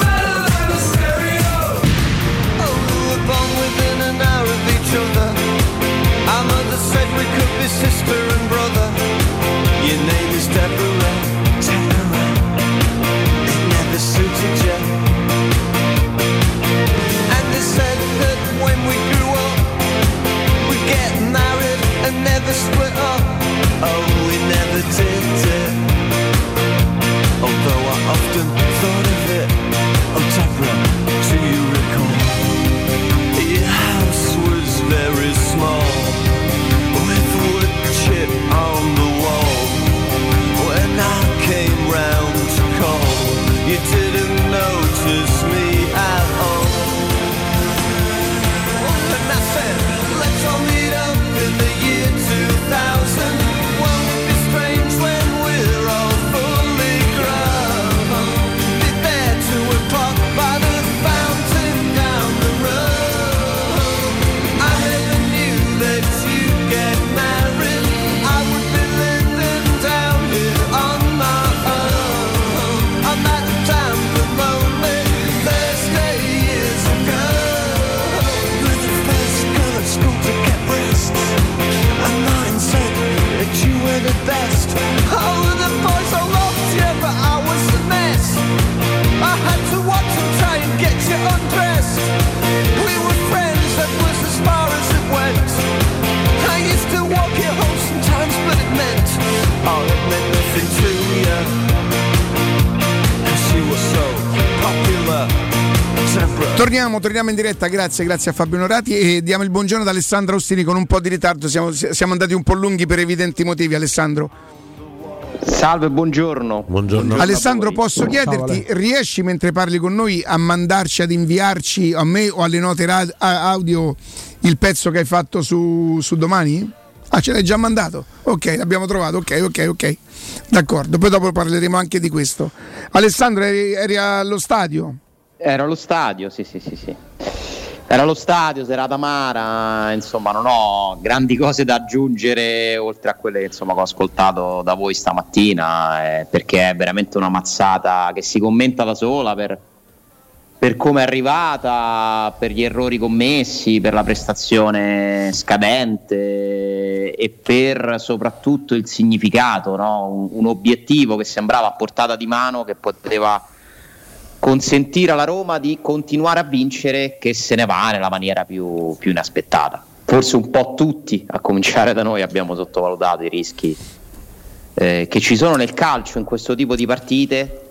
Our mother said we could be sister and brother. Your name is Deborah, Deborah. It never suited you. And they said that when we grew up, we'd get married and never split up. Oh, we never did it. Although I often thought of it. Oh, Deborah, do you recall? Your house was very small, with wood chip on the wall. When I came round to call, you didn't notice me at all. And I said, let's all meet up in the year two thousand. Won't it be strange when we're all fully grown? Be there two o'clock by the fountain down the road. I never knew that you'd get married. I would be living down here on my own. On that damn lonely Thursday years ago. With the first girl at school to get rest. And mine said that you were the best. Oh, the boys all loved you, but I was the mess. I had to watch them try and get you undressed. We were friends, that was as far as it went. I used to walk you home sometimes, but it meant, oh, it meant nothing to you. And she was so popular. Deborah. Torniamo, torniamo in diretta, grazie, grazie a Fabio Norati e diamo il buongiorno ad Alessandro Austini con un po' di ritardo, siamo, siamo andati un po' lunghi per evidenti motivi. Alessandro. Salve, buongiorno. Buongiorno. Alessandro, posso chiederti, riesci mentre parli con noi a mandarci, ad inviarci a me o alle note rad- a- audio il pezzo che hai fatto su, su Domani? Ah, ce l'hai già mandato? Ok, l'abbiamo trovato, ok, ok, ok. D'accordo, poi dopo parleremo anche di questo. Alessandro, eri, eri allo stadio? Era allo stadio, sì, sì, sì, sì. Era allo stadio, serata amara, insomma non ho grandi cose da aggiungere oltre a quelle che, insomma, che ho ascoltato da voi stamattina, eh, perché è veramente una mazzata che si commenta da sola per, per come è arrivata, per gli errori commessi, per la prestazione scadente e per soprattutto il significato, no? un, un obiettivo che sembrava a portata di mano, che poteva consentire alla Roma di continuare a vincere, che se ne va nella maniera più, più inaspettata. Forse un po' tutti, a cominciare da noi, abbiamo sottovalutato i rischi eh, che ci sono nel calcio in questo tipo di partite,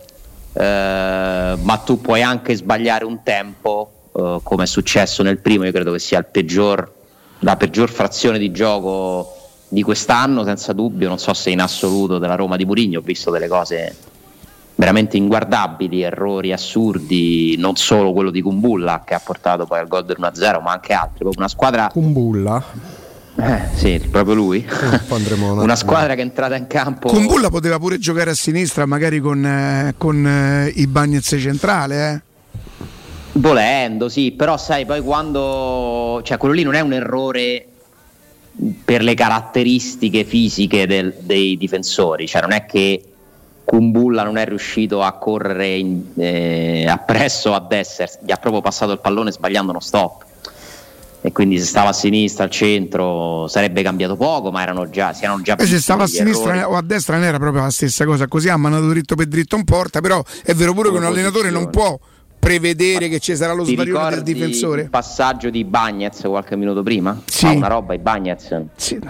eh, ma tu puoi anche sbagliare un tempo, eh, come è successo nel primo. Io credo che sia il peggior, la peggior frazione di gioco di quest'anno, senza dubbio. Non so se in assoluto della Roma di Mourinho, ho visto delle cose veramente inguardabili, errori assurdi, non solo quello di Kumbulla che ha portato poi al gol del uno a zero, ma anche altri. Proprio una squadra, Kumbulla, eh, sì, proprio lui. Poi andremo un Una attimo. squadra che è entrata in campo. Kumbulla poteva pure giocare a sinistra, magari con, eh, con eh, Ibañez centrale, eh. Volendo, sì, però sai, poi quando, cioè, quello lì non è un errore per le caratteristiche fisiche del, dei difensori, cioè non è che Kumbulla non è riuscito a correre in, eh, appresso a destra, gli ha proprio passato il pallone sbagliando uno stop, e quindi se stava a sinistra, al centro sarebbe cambiato poco, ma erano già, si erano già E se stava a sinistra errori. o a destra non era proprio la stessa cosa, così ha mandato dritto per dritto in porta. Però è vero pure che un allenatore non può prevedere che ci sarà lo Ti svarione del ricordi difensore. il passaggio di Bagnez qualche minuto prima? Sì. Fa una roba Bagnez sì. mm,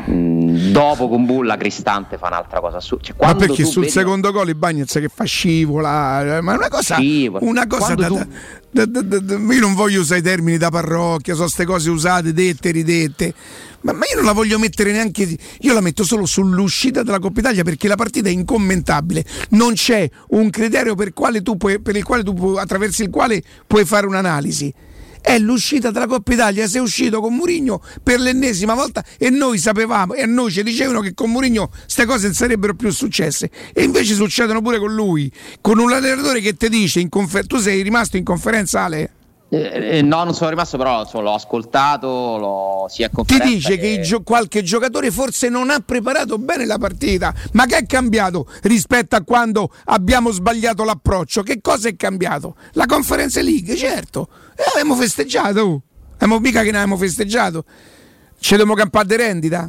mh, dopo con Bulla Cristante fa un'altra cosa su, cioè, ma perché sul vedi... secondo gol il Bagnez che fa scivola, ma una cosa, Scivola. una cosa da, tu... da, da, da, da, io non voglio usare i termini da parrocchia, sono ste cose usate, dette, ridette, ma, ma io non la voglio mettere neanche, io la metto solo sull'uscita della Coppa Italia, perché la partita è incommentabile, non c'è un criterio per, quale tu puoi, per il quale tu puoi, attraverso il quale puoi fare un'analisi. È l'uscita della Coppa Italia, sei uscito con Mourinho per l'ennesima volta e noi sapevamo e a noi ci dicevano che con Mourinho queste cose non sarebbero più successe, e invece succedono pure con lui, con un allenatore che ti dice in confer- tu sei rimasto in conferenza, Ale? Eh, eh, no, non sono rimasto, però insomma, l'ho ascoltato, l'ho, sia ti dice che, che gio- qualche giocatore forse non ha preparato bene la partita, ma che è cambiato rispetto a quando abbiamo sbagliato l'approccio? Che cosa è cambiato? La Conference League, certo, e abbiamo festeggiato, oh. Abbiamo mica che ne abbiamo festeggiato, ci dobbiamo campare di rendita?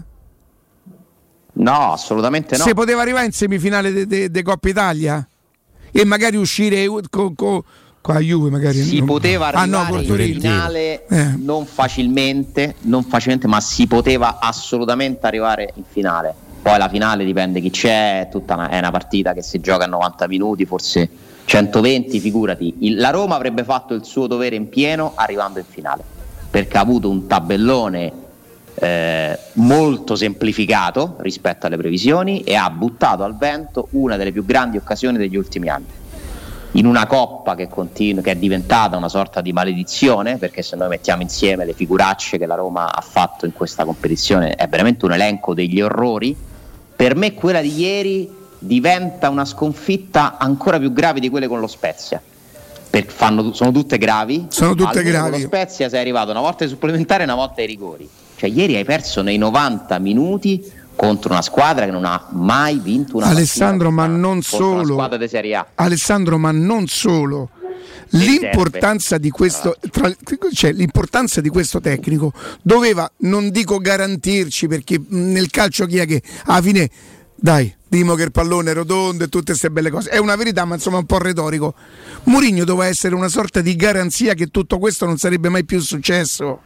No, assolutamente no. Se poteva arrivare in semifinale di Coppa Italia e magari uscire con co- qua Juve magari si non... poteva arrivare ah, no, in finale eh. non facilmente, non facilmente, ma si poteva assolutamente arrivare in finale. Poi la finale dipende chi c'è, è tutta una, è una partita che si gioca a novanta minuti, forse centoventi, figurati. Il, la Roma avrebbe fatto il suo dovere in pieno arrivando in finale, perché ha avuto un tabellone eh, molto semplificato rispetto alle previsioni e ha buttato al vento una delle più grandi occasioni degli ultimi anni. In una coppa che, continu- che è diventata una sorta di maledizione, perché se noi mettiamo insieme le figuracce che la Roma ha fatto in questa competizione è veramente un elenco degli orrori, per me quella di ieri diventa una sconfitta ancora più grave di quelle con lo Spezia, perché fanno, sono tutte gravi, sono tutte almeno gravi. Con lo Spezia sei arrivato una volta ai supplementari e una volta ai rigori, cioè ieri hai perso nei novanta minuti contro una squadra che non ha mai vinto una Alessandro, partita, ma non solo una squadra di Serie A. Alessandro, ma non solo l'importanza di questo tra, cioè, l'importanza di questo tecnico doveva, non dico garantirci, perché nel calcio chi è che alla fine dai, dimo che il pallone è rotondo e tutte queste belle cose, è una verità, ma insomma un po' retorico. Mourinho doveva essere una sorta di garanzia che tutto questo non sarebbe mai più successo.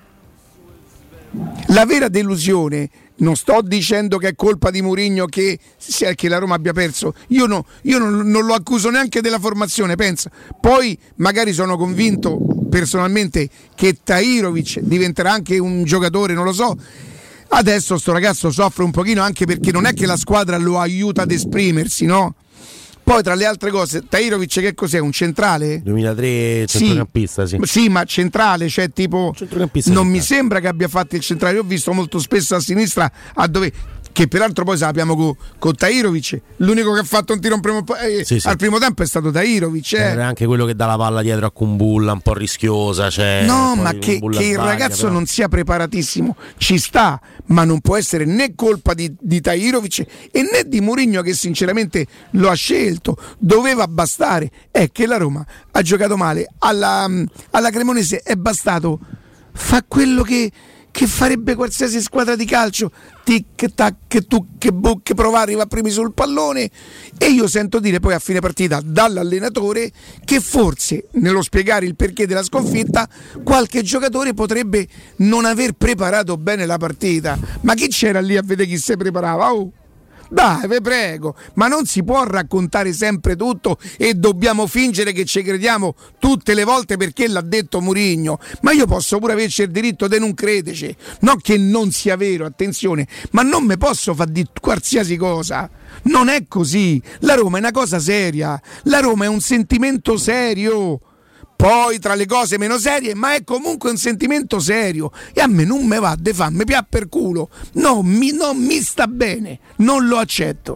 La vera delusione, non sto dicendo che è colpa di Mourinho che, che la Roma abbia perso, io, no, io non, non lo accuso neanche della formazione, pensa. Poi magari sono convinto personalmente che Tahirovic diventerà anche un giocatore, non lo so. Adesso sto ragazzo soffre un pochino anche perché non è che la squadra lo aiuta ad esprimersi, no? Poi tra le altre cose, Tahirovic che cos'è? Un centrale? duemilatré centrocampista, sì. Sì, ma centrale, cioè tipo centrocampista non centrale. Mi sembra che abbia fatto il centrale, io ho visto molto spesso a sinistra a dove, che peraltro poi sappiamo con, con Tahirovic, l'unico che ha fatto un tiro un primo, eh, sì, sì. al primo tempo è stato Tahirovic, eh. Era anche quello che dà la palla dietro a Kumbulla, un po' rischiosa, cioè, no, ma che, che il ragazzo però non sia preparatissimo ci sta, ma non può essere né colpa di, di Tahirovic e né di Mourinho, che sinceramente lo ha scelto. Doveva bastare, è che la Roma ha giocato male alla, alla Cremonese, è bastato, fa quello che che farebbe qualsiasi squadra di calcio, tic tac tuc buc, provare, arriva primi sul pallone. E io sento dire poi a fine partita dall'allenatore che forse nello spiegare il perché della sconfitta qualche giocatore potrebbe non aver preparato bene la partita. Ma chi c'era lì a vedere chi si preparava? Oh, dai, ve prego, ma non si può raccontare sempre tutto e dobbiamo fingere che ci crediamo tutte le volte perché l'ha detto Mourinho. Ma io posso pure averci il diritto di non crederci, non che non sia vero, attenzione, ma non me posso far di qualsiasi cosa. Non è così. La Roma è una cosa seria, la Roma è un sentimento serio. Poi tra le cose meno serie, ma è comunque un sentimento serio e a me non me va de farmi pià per culo, no, mi, non mi sta bene, non lo accetto.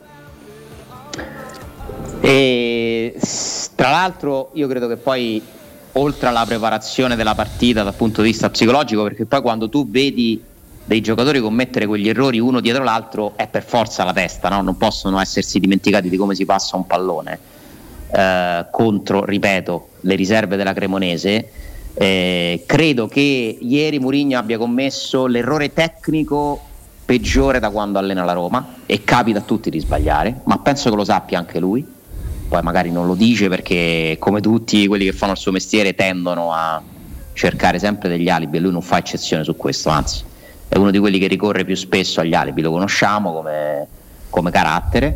E tra l'altro io credo che poi, oltre alla preparazione della partita dal punto di vista psicologico, perché poi quando tu vedi dei giocatori commettere quegli errori uno dietro l'altro è per forza la testa, no? Non possono essersi dimenticati di come si passa un pallone. Eh, contro, ripeto, le riserve della Cremonese, eh, credo che ieri Mourinho abbia commesso l'errore tecnico peggiore da quando allena la Roma, e capita a tutti di sbagliare, ma penso che lo sappia anche lui. Poi magari non lo dice perché, come tutti quelli che fanno il suo mestiere, tendono a cercare sempre degli alibi e lui non fa eccezione su questo, anzi è uno di quelli che ricorre più spesso agli alibi, lo conosciamo come, come carattere.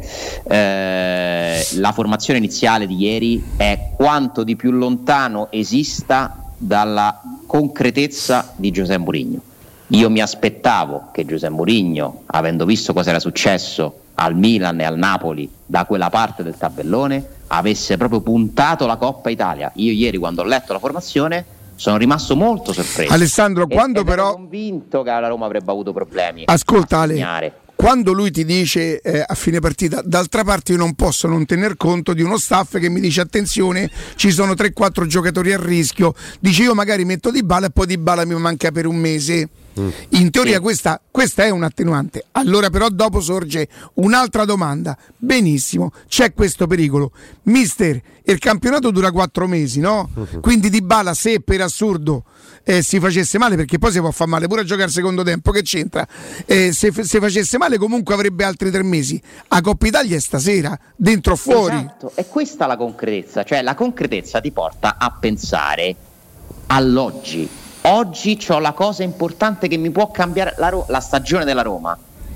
Eh, la formazione iniziale di ieri è quanto di più lontano esista dalla concretezza di José Mourinho. Io mi aspettavo che José Mourinho, avendo visto cosa era successo al Milan e al Napoli da quella parte del tabellone, avesse proprio puntato la Coppa Italia. Io ieri, quando ho letto la formazione, sono rimasto molto sorpreso. Alessandro, e, quando ed però ero convinto che la Roma avrebbe avuto problemi. Ascolta Ale, quando lui ti dice eh, a fine partita, d'altra parte io non posso non tener conto di uno staff che mi dice attenzione, ci sono tre quattro giocatori a rischio, dice io magari metto Dybala e poi Dybala mi manca per un mese. Mm. In teoria sì. questa, questa è un attenuante. Allora però dopo sorge un'altra domanda. Benissimo, c'è questo pericolo. Mister, il campionato dura quattro mesi, no? Mm-hmm. Quindi Dybala, se per assurdo eh, si facesse male, perché poi si può far male pure a giocare al secondo tempo, che c'entra? Eh, se, se facesse male comunque avrebbe altri tre mesi. A Coppa Italia è stasera, dentro o fuori. Esatto, è questa la concretezza. Cioè la concretezza ti porta a pensare all'oggi. Oggi c'ho la cosa importante che mi può cambiare la, Ro- la stagione della Roma.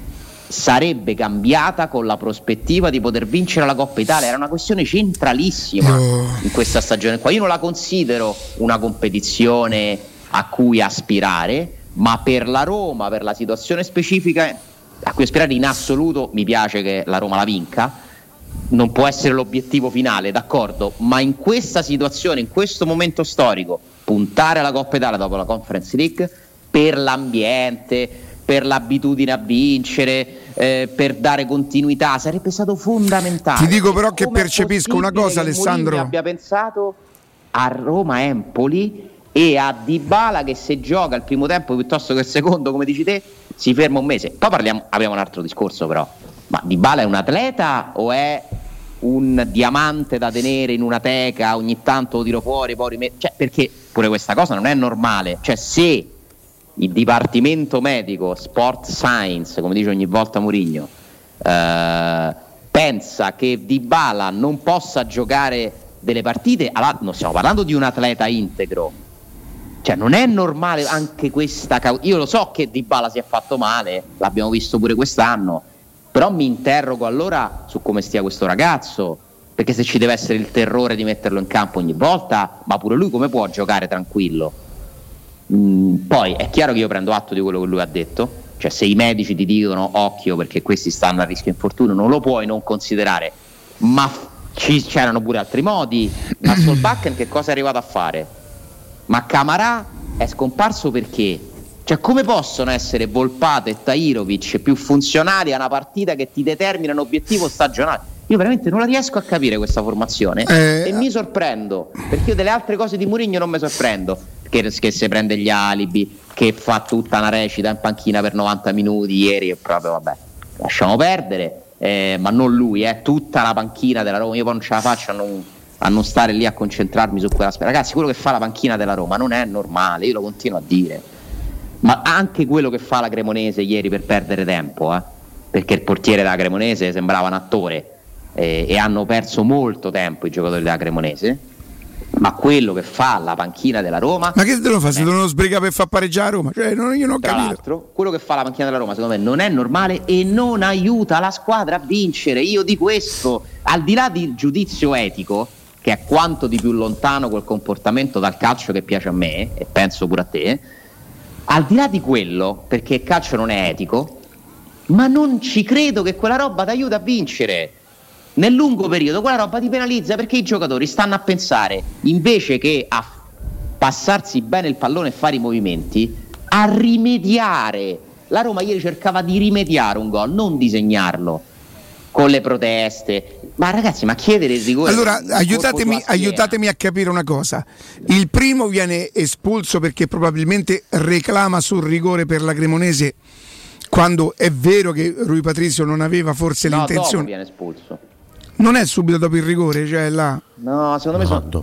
Sarebbe cambiata con la prospettiva di poter vincere la Coppa Italia. Era una questione centralissima no. in questa stagione qua. Io non la considero una competizione a cui aspirare, ma per la Roma, per la situazione specifica a cui aspirare in assoluto, mi piace che la Roma la vinca. Non può essere l'obiettivo finale, d'accordo, ma in questa situazione, in questo momento storico, puntare alla Coppa Italia dopo la Conference League, per l'ambiente, per l'abitudine a vincere, eh, per dare continuità, sarebbe stato fondamentale. Ti dico però che percepisco una cosa, Alessandro. Mourinho abbia pensato a Roma-Empoli e a Dybala che se gioca il primo tempo piuttosto che il secondo, come dici te, si ferma un mese. Poi parliamo, apriamo un altro discorso però. Ma Dybala è un atleta o è un diamante da tenere in una teca, ogni tanto lo tiro fuori, poi rimetto, cioè, perché pure questa cosa non è normale. Cioè, se il dipartimento medico, sport science, come dice ogni volta Mourinho, eh, pensa che Dybala non possa giocare delle partite, allora non stiamo parlando di un atleta integro. Cioè, non è normale anche questa causa. Io lo so che Dybala si è fatto male, l'abbiamo visto pure quest'anno, però mi interrogo allora su come stia questo ragazzo, perché se ci deve essere il terrore di metterlo in campo ogni volta, ma pure lui come può giocare tranquillo? Mm, poi è chiaro che io prendo atto di quello che lui ha detto, cioè se i medici ti dicono occhio perché questi stanno a rischio infortunio, non lo puoi non considerare, ma ci, c'erano pure altri modi. Ma Solbakken che cosa è arrivato a fare? Ma Camarà è scomparso perché? Cioè, come possono essere Volpato e Tahirovic più funzionali a una partita che ti determina un obiettivo stagionale? Io veramente non la riesco a capire questa formazione eh, e mi sorprendo, perché io delle altre cose di Mourinho non mi sorprendo, che, che se prende gli alibi, che fa tutta una recita in panchina per novanta minuti ieri, e proprio vabbè, lasciamo perdere, eh, ma non lui, eh, tutta la panchina della Roma. Io poi non ce la faccio a non, a non stare lì a concentrarmi su quella spera. Ragazzi, quello che fa la panchina della Roma non è normale, io lo continuo a dire. Ma anche quello che fa la Cremonese ieri per perdere tempo, eh? Perché il portiere della Cremonese sembrava un attore, eh, e hanno perso molto tempo i giocatori della Cremonese. Ma quello che fa la panchina della Roma, ma che devono fare? Se devono sbrigare per far pareggiare a Roma? Cioè, non, io non ho tra capito. l'altro, quello che fa la panchina della Roma secondo me non è normale e non aiuta la squadra a vincere. Io di questo, al di là del giudizio etico, che è quanto di più lontano quel comportamento dal calcio che piace a me, e penso pure a te, al di là di quello, perché il calcio non è etico, ma non ci credo che quella roba ti aiuta a vincere. Nel lungo periodo quella roba ti penalizza, perché i giocatori stanno a pensare, invece che a passarsi bene il pallone e fare i movimenti, a rimediare. La Roma ieri cercava di rimediare un gol, non disegnarlo con le proteste. Ma ragazzi, ma chiedere il rigore. Allora, aiutatemi, aiutatemi a capire una cosa. Il primo viene espulso perché probabilmente reclama sul rigore per la Cremonese, quando è vero che Rui Patricio non aveva forse no, l'intenzione. Dopo viene espulso. Non è subito dopo il rigore, cioè là. No, secondo me sono.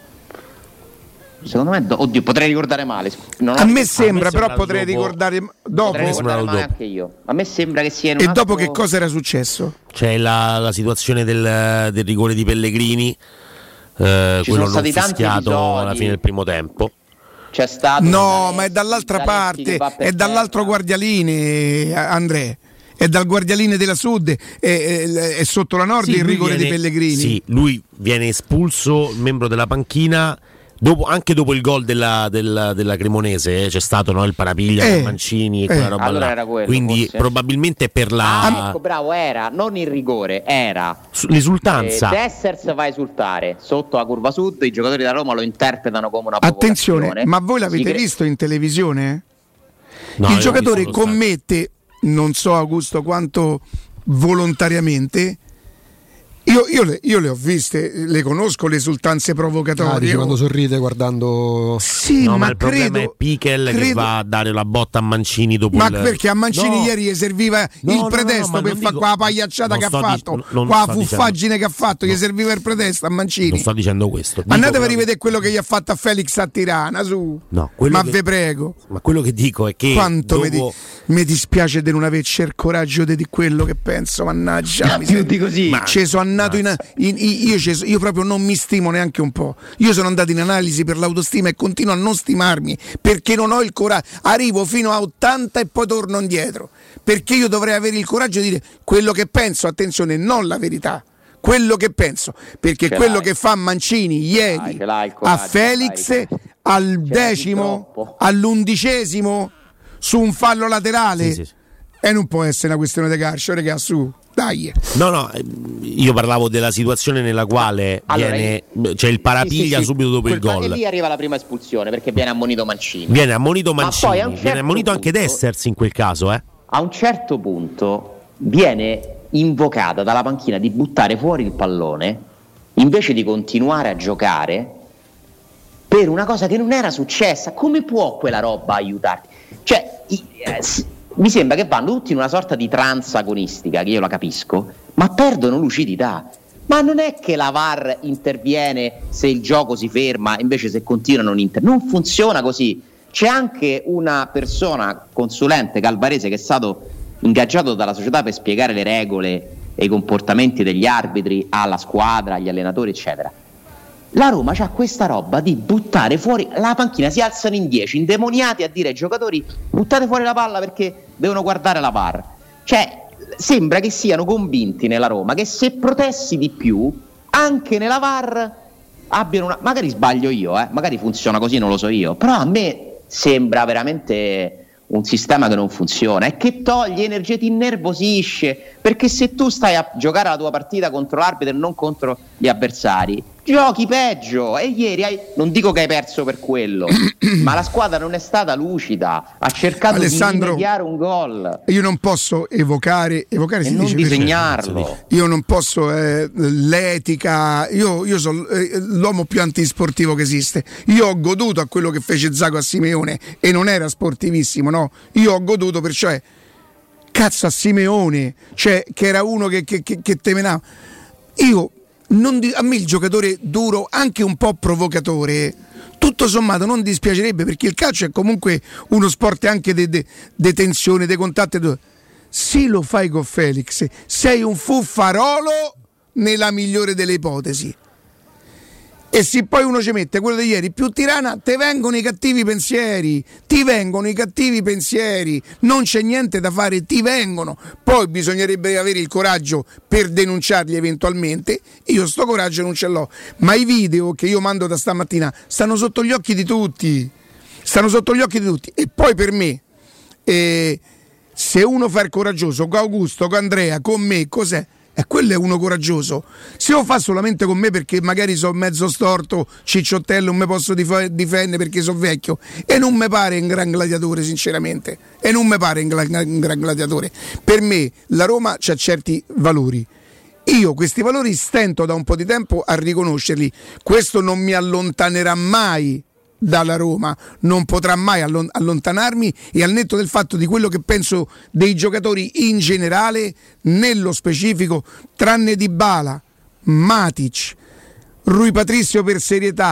Secondo me, do... oddio, potrei ricordare male. Non a me sembra, a me però sembra potrei dopo... ricordare dopo. Potrei ricordare male anche io. A me sembra che sia in un E altro... dopo che cosa era successo? C'è la, la situazione del, del rigore di Pellegrini, eh, quello non fischiato alla fine del primo tempo. c'è stato no, ma è dall'altra parte, è dall'altro guardialine, Andrea. È dal guardialine della Sud, è, è, è sotto la Nord Sì, il lui rigore viene- di Pellegrini. Sì, lui viene espulso, membro della panchina. Dopo, anche dopo il gol della, della, della Cremonese, eh, c'è stato, no, il parapiglia Eh, con Mancini e eh. quella roba Allora là. era quello, Quindi forse. probabilmente per la Ah, ecco, bravo, era non il rigore, era l'esultanza. Eh, Dessers va a esultare sotto la curva sud, i giocatori da Roma lo interpretano come una Attenzione, provocazione. ma voi l'avete Si cre- visto in televisione? No, Il io giocatore ho visto lo commette, non so Augusto quanto volontariamente, io, io, le, io le ho viste, le conosco le esultanze Ah, provocatorie. dice oh. quando sorride guardando. Sì, no, ma, ma il problema credo- è Pichel che credo- va a dare la botta a Mancini dopo Ma il... perché a Mancini No. ieri gli serviva No, il no, no, pretesto no, ma per non fare dico- qua pagliacciata non che ha sto fatto, dic- non qua sto fuffaggine che ha fatto, gli serviva il pretesto a Mancini. Non sto dicendo questo. Dico Andatevi a però- rivedere quello che gli ha fatto a Felix a Tirana, su. No, quello Ma che- ve prego. Ma quello che dico è che Quanto mi, dopo... di- mi dispiace di non averci il coraggio di quello che penso, mannaggia. più di così. Ma ci sono andato in, in- in- io, ci- io proprio non mi stimo neanche un po'. Io sono andato in analisi per l'autostima e continuo a non stimarmi perché non ho il coraggio. Arrivo fino a ottanta e poi torno indietro. Perché io dovrei avere il coraggio di dire quello che penso, attenzione, non la verità. Quello che penso, perché Ce quello l'hai. che fa Mancini ieri Dai, ce l'hai il a coraggio, Felix dai. al decimo, troppo. all'undicesimo su un fallo laterale Sì, sì, sì. e non può essere una questione di calcio, raga, su, dai. No, no, eh, io parlavo della situazione nella quale Allora, viene, c'è il parapiglia Sì, sì, sì. subito dopo il Quel- gol. E lì arriva la prima espulsione perché viene ammonito Mancini. Viene ammonito Ma Mancini, poi a un viene certo ammonito anche punto- Dessers in quel caso, eh. A un certo punto viene invocata dalla panchina di buttare fuori il pallone invece di continuare a giocare per una cosa che non era successa. Come può quella roba aiutarti? Cioè, i- eh, s- mi sembra che vanno tutti in una sorta di trance agonistica, che io la capisco, ma perdono lucidità. Ma non è che la V A R interviene se il gioco si ferma, invece se continua non interviene. Non funziona così. C'è anche una persona, consulente calvarese, che è stato ingaggiato dalla società per spiegare le regole e i comportamenti degli arbitri alla squadra, agli allenatori, eccetera. La Roma c'ha questa roba di buttare fuori la panchina, si alzano in dieci, indemoniati a dire ai giocatori buttate fuori la palla perché devono guardare la V A R. Cioè, sembra che siano convinti nella Roma che se protesti di più, anche nella V A R abbiano una... Magari sbaglio io, eh? Magari funziona così, non lo so io, però a me sembra veramente un sistema che non funziona e che toglie energia, ti innervosisce, perché se tu stai a giocare la tua partita contro l'arbitro e non contro gli avversari, giochi peggio. E ieri hai, non dico che hai perso per quello, ma la squadra non è stata lucida, ha cercato Alessandro, di rimediare un gol Io non posso evocare, evocare e si non dice, disegnarlo. io non posso, eh, l'etica, io, io sono eh, l'uomo più antisportivo che esiste. Io ho goduto a quello che fece Zago a Simeone e non era sportivissimo, no? Io ho goduto, perciò è cazzo a Simeone, cioè che era uno che, che, che, che temenava. Io non di- a me il giocatore duro, anche un po' provocatore, tutto sommato non dispiacerebbe, perché il calcio è comunque uno sport anche di de, de tensione, dei contatti. Se lo fai con Felix, sei un fuffarolo nella migliore delle ipotesi. E se poi uno ci mette quello di ieri più Tirana, te vengono i cattivi pensieri, ti vengono i cattivi pensieri, non c'è niente da fare, ti vengono. Poi bisognerebbe avere il coraggio per denunciarli eventualmente. Io sto coraggio non ce l'ho, ma i video che io mando da stamattina stanno sotto gli occhi di tutti, stanno sotto gli occhi di tutti. E poi per me, eh, se uno fa il coraggioso con Augusto, con Andrea, con me, cos'è? E quello è uno coraggioso. Se lo fa solamente con me perché magari sono mezzo storto, cicciottello, non mi posso dif- difendere perché sono vecchio, e non mi pare un gran gladiatore, sinceramente, e non mi pare un gran, un gran gladiatore. Per me la Roma c'ha certi valori, io questi valori stento da un po' di tempo a riconoscerli. Questo non mi allontanerà mai dalla Roma, non potrà mai allon- allontanarmi, e al netto del fatto di quello che penso dei giocatori in generale, nello specifico, tranne Dybala, Matic, Rui Patricio per serietà,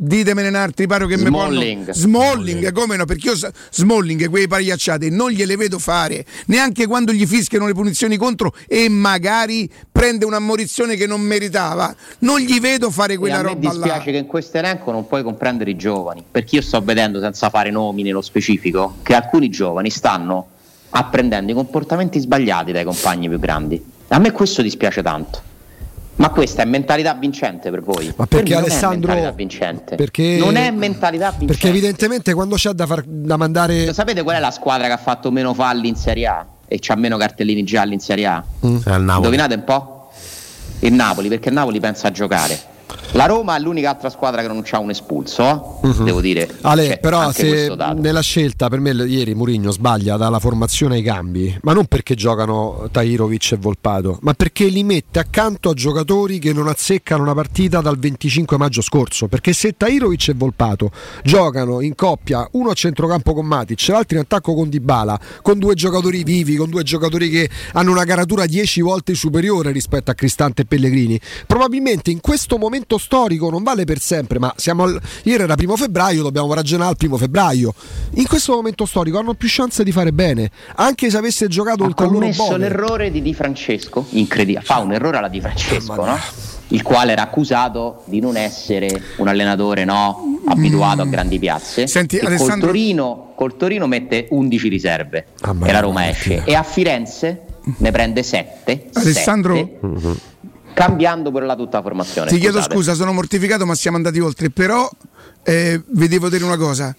ditemene un altri, paro che mi Smalling. ponno Smalling, come no, perché io sa- Smalling quei pagliacciate non gliele vedo fare, neanche quando gli fischiano le punizioni contro e magari prende un'ammonizione che non meritava, non gli vedo fare quella e a me roba là. dispiace che in questo elenco non puoi comprendere i giovani, perché io sto vedendo, senza fare nomi nello specifico, che alcuni giovani stanno apprendendo i comportamenti sbagliati dai compagni più grandi. A me questo dispiace tanto. Ma questa è mentalità vincente per voi? Ma perché per me Alessandro non è mentalità vincente. Perché, non è mentalità vincente. Perché evidentemente quando c'è da, far, da mandare. Lo sapete qual è la squadra che ha fatto meno falli in Serie A e c'ha meno cartellini gialli in Serie A? Mm. Indovinate un po'? Il Napoli, perché il Napoli pensa a giocare. La Roma è l'unica altra squadra che non c'ha un espulso, eh? uh-huh. Devo dire. Ale, cioè, però se nella scelta per me ieri Mourinho sbaglia dalla formazione ai cambi, ma non perché giocano Tahirovic e Volpato, ma perché li mette accanto a giocatori che non azzeccano una partita dal venticinque maggio scorso, perché se Tahirovic e Volpato giocano in coppia, uno a centrocampo con Matic, l'altro in attacco con Dybala, con due giocatori vivi, con due giocatori che hanno una caratura dieci volte superiore rispetto a Cristante e Pellegrini, probabilmente in questo momento storico non vale per sempre, ma siamo al, ieri era primo febbraio, dobbiamo ragionare al primo febbraio. In questo momento storico hanno più chance di fare bene, anche se avesse giocato il loro commesso Bove. l'errore di Di Francesco, incredibile, fa un errore alla Di Francesco, no? Il quale era accusato di non essere un allenatore, no, abituato a grandi piazze. Senti, e Alessandro... col Torino, col Torino mette undici riserve ah, e la Roma esce, e a Firenze ne prende sette. Alessandro sette, uh-huh. cambiando pure la tutta formazione. Ti chiedo scusate. scusa, sono mortificato, ma siamo andati oltre. Però eh, vi devo dire una cosa: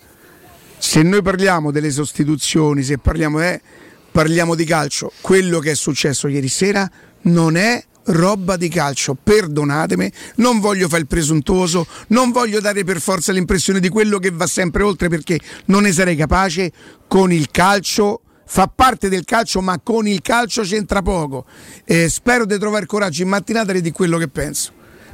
se noi parliamo delle sostituzioni, se parliamo eh, parliamo di calcio, quello che è successo ieri sera non è roba di calcio, perdonatemi, non voglio fare il presuntuoso, non voglio dare per forza l'impressione di quello che va sempre oltre, perché non ne sarei capace. Con il calcio fa parte del calcio, ma con il calcio c'entra poco. Eh, spero di trovare coraggio in mattinata di quello che penso,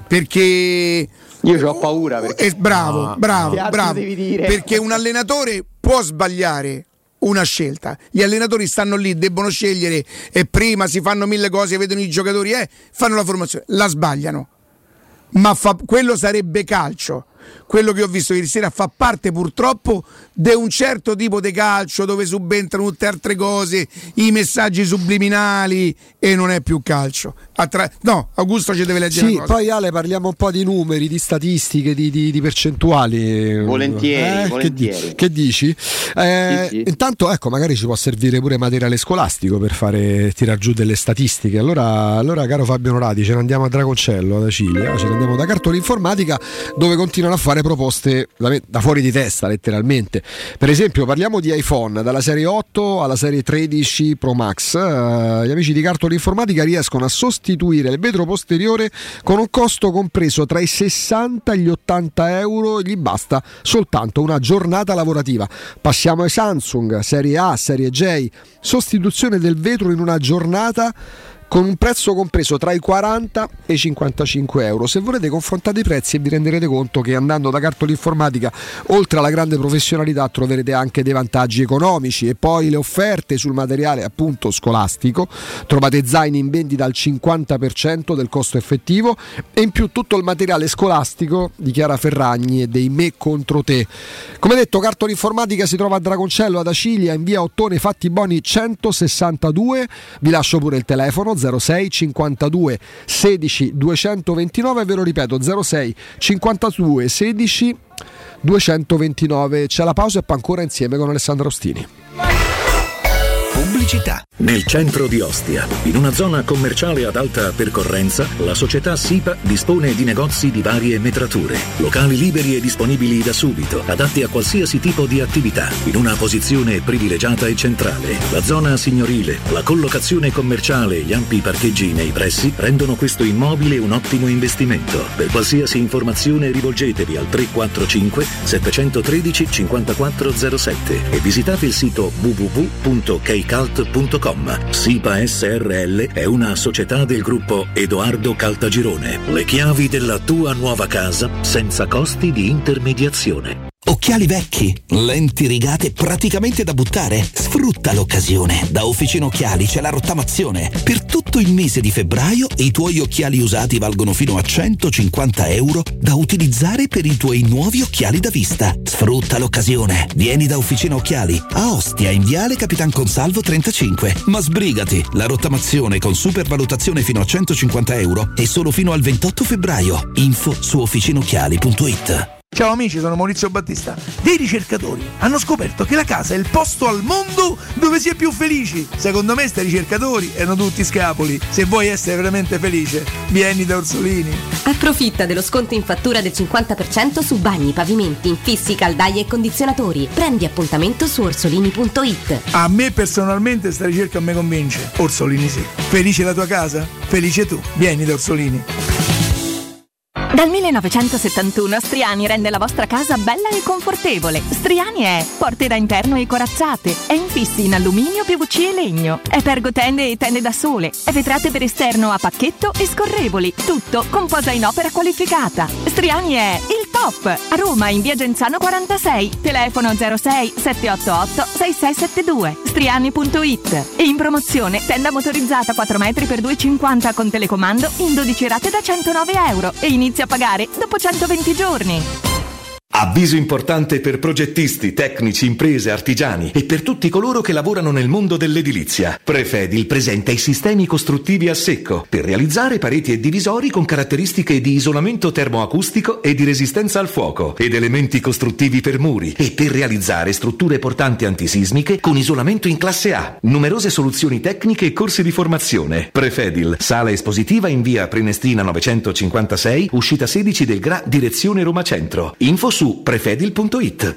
perché io ho paura perché... eh, bravo, no. bravo, Che bravo, devi dire? Perché un allenatore può sbagliare una scelta, gli allenatori stanno lì, debbono scegliere e prima si fanno mille cose, vedono i giocatori, eh, fanno la formazione, la sbagliano, ma fa, quello sarebbe calcio. Quello che ho visto ieri sera fa parte purtroppo di un certo tipo di calcio dove subentrano tutte altre cose, i messaggi subliminali, e non è più calcio. Attra- no, Augusto ci deve leggere sì, una cosa. Poi Ale parliamo un po' di numeri, di statistiche, di, di, di percentuali. Volentieri, eh, volentieri. Che, che dici? Eh, sì, sì. Intanto ecco, magari ci può servire pure materiale scolastico per fare tirar giù delle statistiche. Allora, allora caro Fabio Norati, ce ne andiamo a Dragoncello, ad Acilia, ce ne andiamo da Cartoli Informatica, dove continuano a fare proposte da fuori di testa, letteralmente. Per esempio parliamo di iPhone dalla serie otto alla serie tredici Pro Max. Uh, gli amici di Cartoli Informatica riescono a sostituire il vetro posteriore con un costo compreso tra i sessanta e gli ottanta euro, e gli basta soltanto una giornata lavorativa. Passiamo ai Samsung serie A, serie J, sostituzione del vetro in una giornata con un prezzo compreso tra i quaranta e i cinquantacinque euro. Se volete confrontate i prezzi e vi renderete conto che andando da Cartoli Informatica, oltre alla grande professionalità, troverete anche dei vantaggi economici. E poi le offerte sul materiale appunto scolastico, trovate zaini in vendita al cinquanta per cento del costo effettivo, e in più tutto il materiale scolastico di Chiara Ferragni e dei Me contro te. Come detto, Cartoli Informatica si trova a Dragoncello ad Acilia, in via Ottone Fatti Boni centosessantadue. Vi lascio pure il telefono zero sei cinquantadue sedici duecentoventinove, ve lo ripeto zero sei cinquantadue sedici duecentoventinove. C'è la pausa e poi ancora insieme con Alessandro Ostini. Pubblicità. Nel centro di Ostia, in una zona commerciale ad alta percorrenza, la società SIPA dispone di negozi di varie metrature, locali liberi e disponibili da subito, adatti a qualsiasi tipo di attività, in una posizione privilegiata e centrale. La zona signorile, la collocazione commerciale e gli ampi parcheggi nei pressi rendono questo immobile un ottimo investimento. Per qualsiasi informazione rivolgetevi al tre quattro cinque sette uno tre cinque quattro zero sette e visitate il sito w w w punto keycult punto com. SIPA S R L è una società del gruppo Edoardo Caltagirone. Le chiavi della tua nuova casa senza costi di intermediazione. Occhiali vecchi, lenti rigate praticamente da buttare? Sfrutta l'occasione. Da Officina Occhiali c'è la rottamazione. Per tutto il mese di febbraio i tuoi occhiali usati valgono fino a centocinquanta euro da utilizzare per i tuoi nuovi occhiali da vista. Sfrutta l'occasione. Vieni da Officina Occhiali a Ostia in Viale Capitan Consalvo trentacinque. Ma sbrigati, la rottamazione con supervalutazione fino a centocinquanta euro è solo fino al ventotto febbraio. Info su officinocchiali punto it. Ciao amici, sono Maurizio Battista. Dei ricercatori hanno scoperto che la casa è il posto al mondo dove si è più felici. Secondo me sti ricercatori erano tutti scapoli. Se vuoi essere veramente felice, vieni da Orsolini. Approfitta dello sconto in fattura del cinquanta per cento su bagni, pavimenti, infissi, caldaie e condizionatori. Prendi appuntamento su orsolini punto it. A me personalmente sta ricerca me convince. Orsolini sì. Felice la tua casa? Felice tu. Vieni da Orsolini. Dal millenovecentosettantuno Striani rende la vostra casa bella e confortevole. Striani è porte da interno e corazzate, è infissi in alluminio, P V C e legno, è pergotende e tende da sole, è vetrate per esterno a pacchetto e scorrevoli, tutto con posa in opera qualificata. Striani è il top! A Roma in via Genzano quarantasei, telefono zero sei sette otto otto sei sei sette due, striani punto it. E in promozione tenda motorizzata quattro metri per due e cinquanta con telecomando in dodici rate da centonove euro e inizia a pagare dopo centoventi giorni. Avviso importante per progettisti, tecnici, imprese, artigiani e per tutti coloro che lavorano nel mondo dell'edilizia. Prefedil presenta i sistemi costruttivi a secco per realizzare pareti e divisori con caratteristiche di isolamento termoacustico e di resistenza al fuoco ed elementi costruttivi per muri e per realizzare strutture portanti antisismiche con isolamento in classe A. Numerose soluzioni tecniche e corsi di formazione. Prefedil, sala espositiva in via Prenestina novecentocinquantasei, uscita sedici del Gra, direzione Roma Centro. Info su prefedil punto it.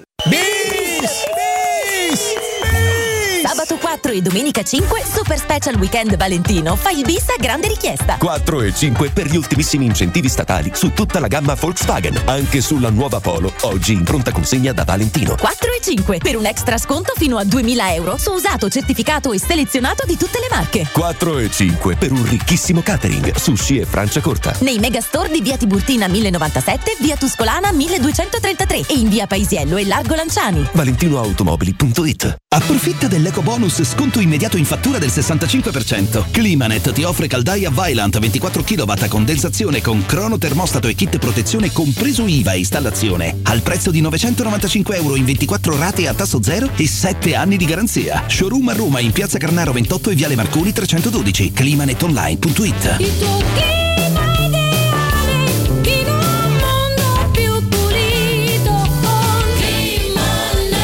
Sabato quattro e domenica cinque, Super Special Weekend Valentino. Fai il bis a grande richiesta. quattro e cinque per gli ultimissimi incentivi statali su tutta la gamma Volkswagen. Anche sulla nuova Polo, oggi in pronta consegna da Valentino. quattro e cinque per un extra sconto fino a duemila euro su usato certificato e selezionato di tutte le marche. quattro e cinque per un ricchissimo catering su sci e Francia Corta. Nei megastore di via Tiburtina millenovantasette, via Tuscolana milleduecentotrentatré e in via Paisiello e Largo Lanciani. valentinoautomobili punto it. Approfitta dell'eco bonus sconto immediato in fattura del sessantacinque per cento. Climanet ti offre caldaia Vaillant ventiquattro chilowatt a condensazione con crono termostato e kit protezione compreso I V A e installazione al prezzo di novecentonovantacinque euro in ventiquattro rate a tasso zero e sette anni di garanzia. Showroom a Roma in piazza Carnaro ventotto e viale Marconi trecentododici. climanet online punto it. Il tuo clima ideale in un mondo più pulito con Climanet.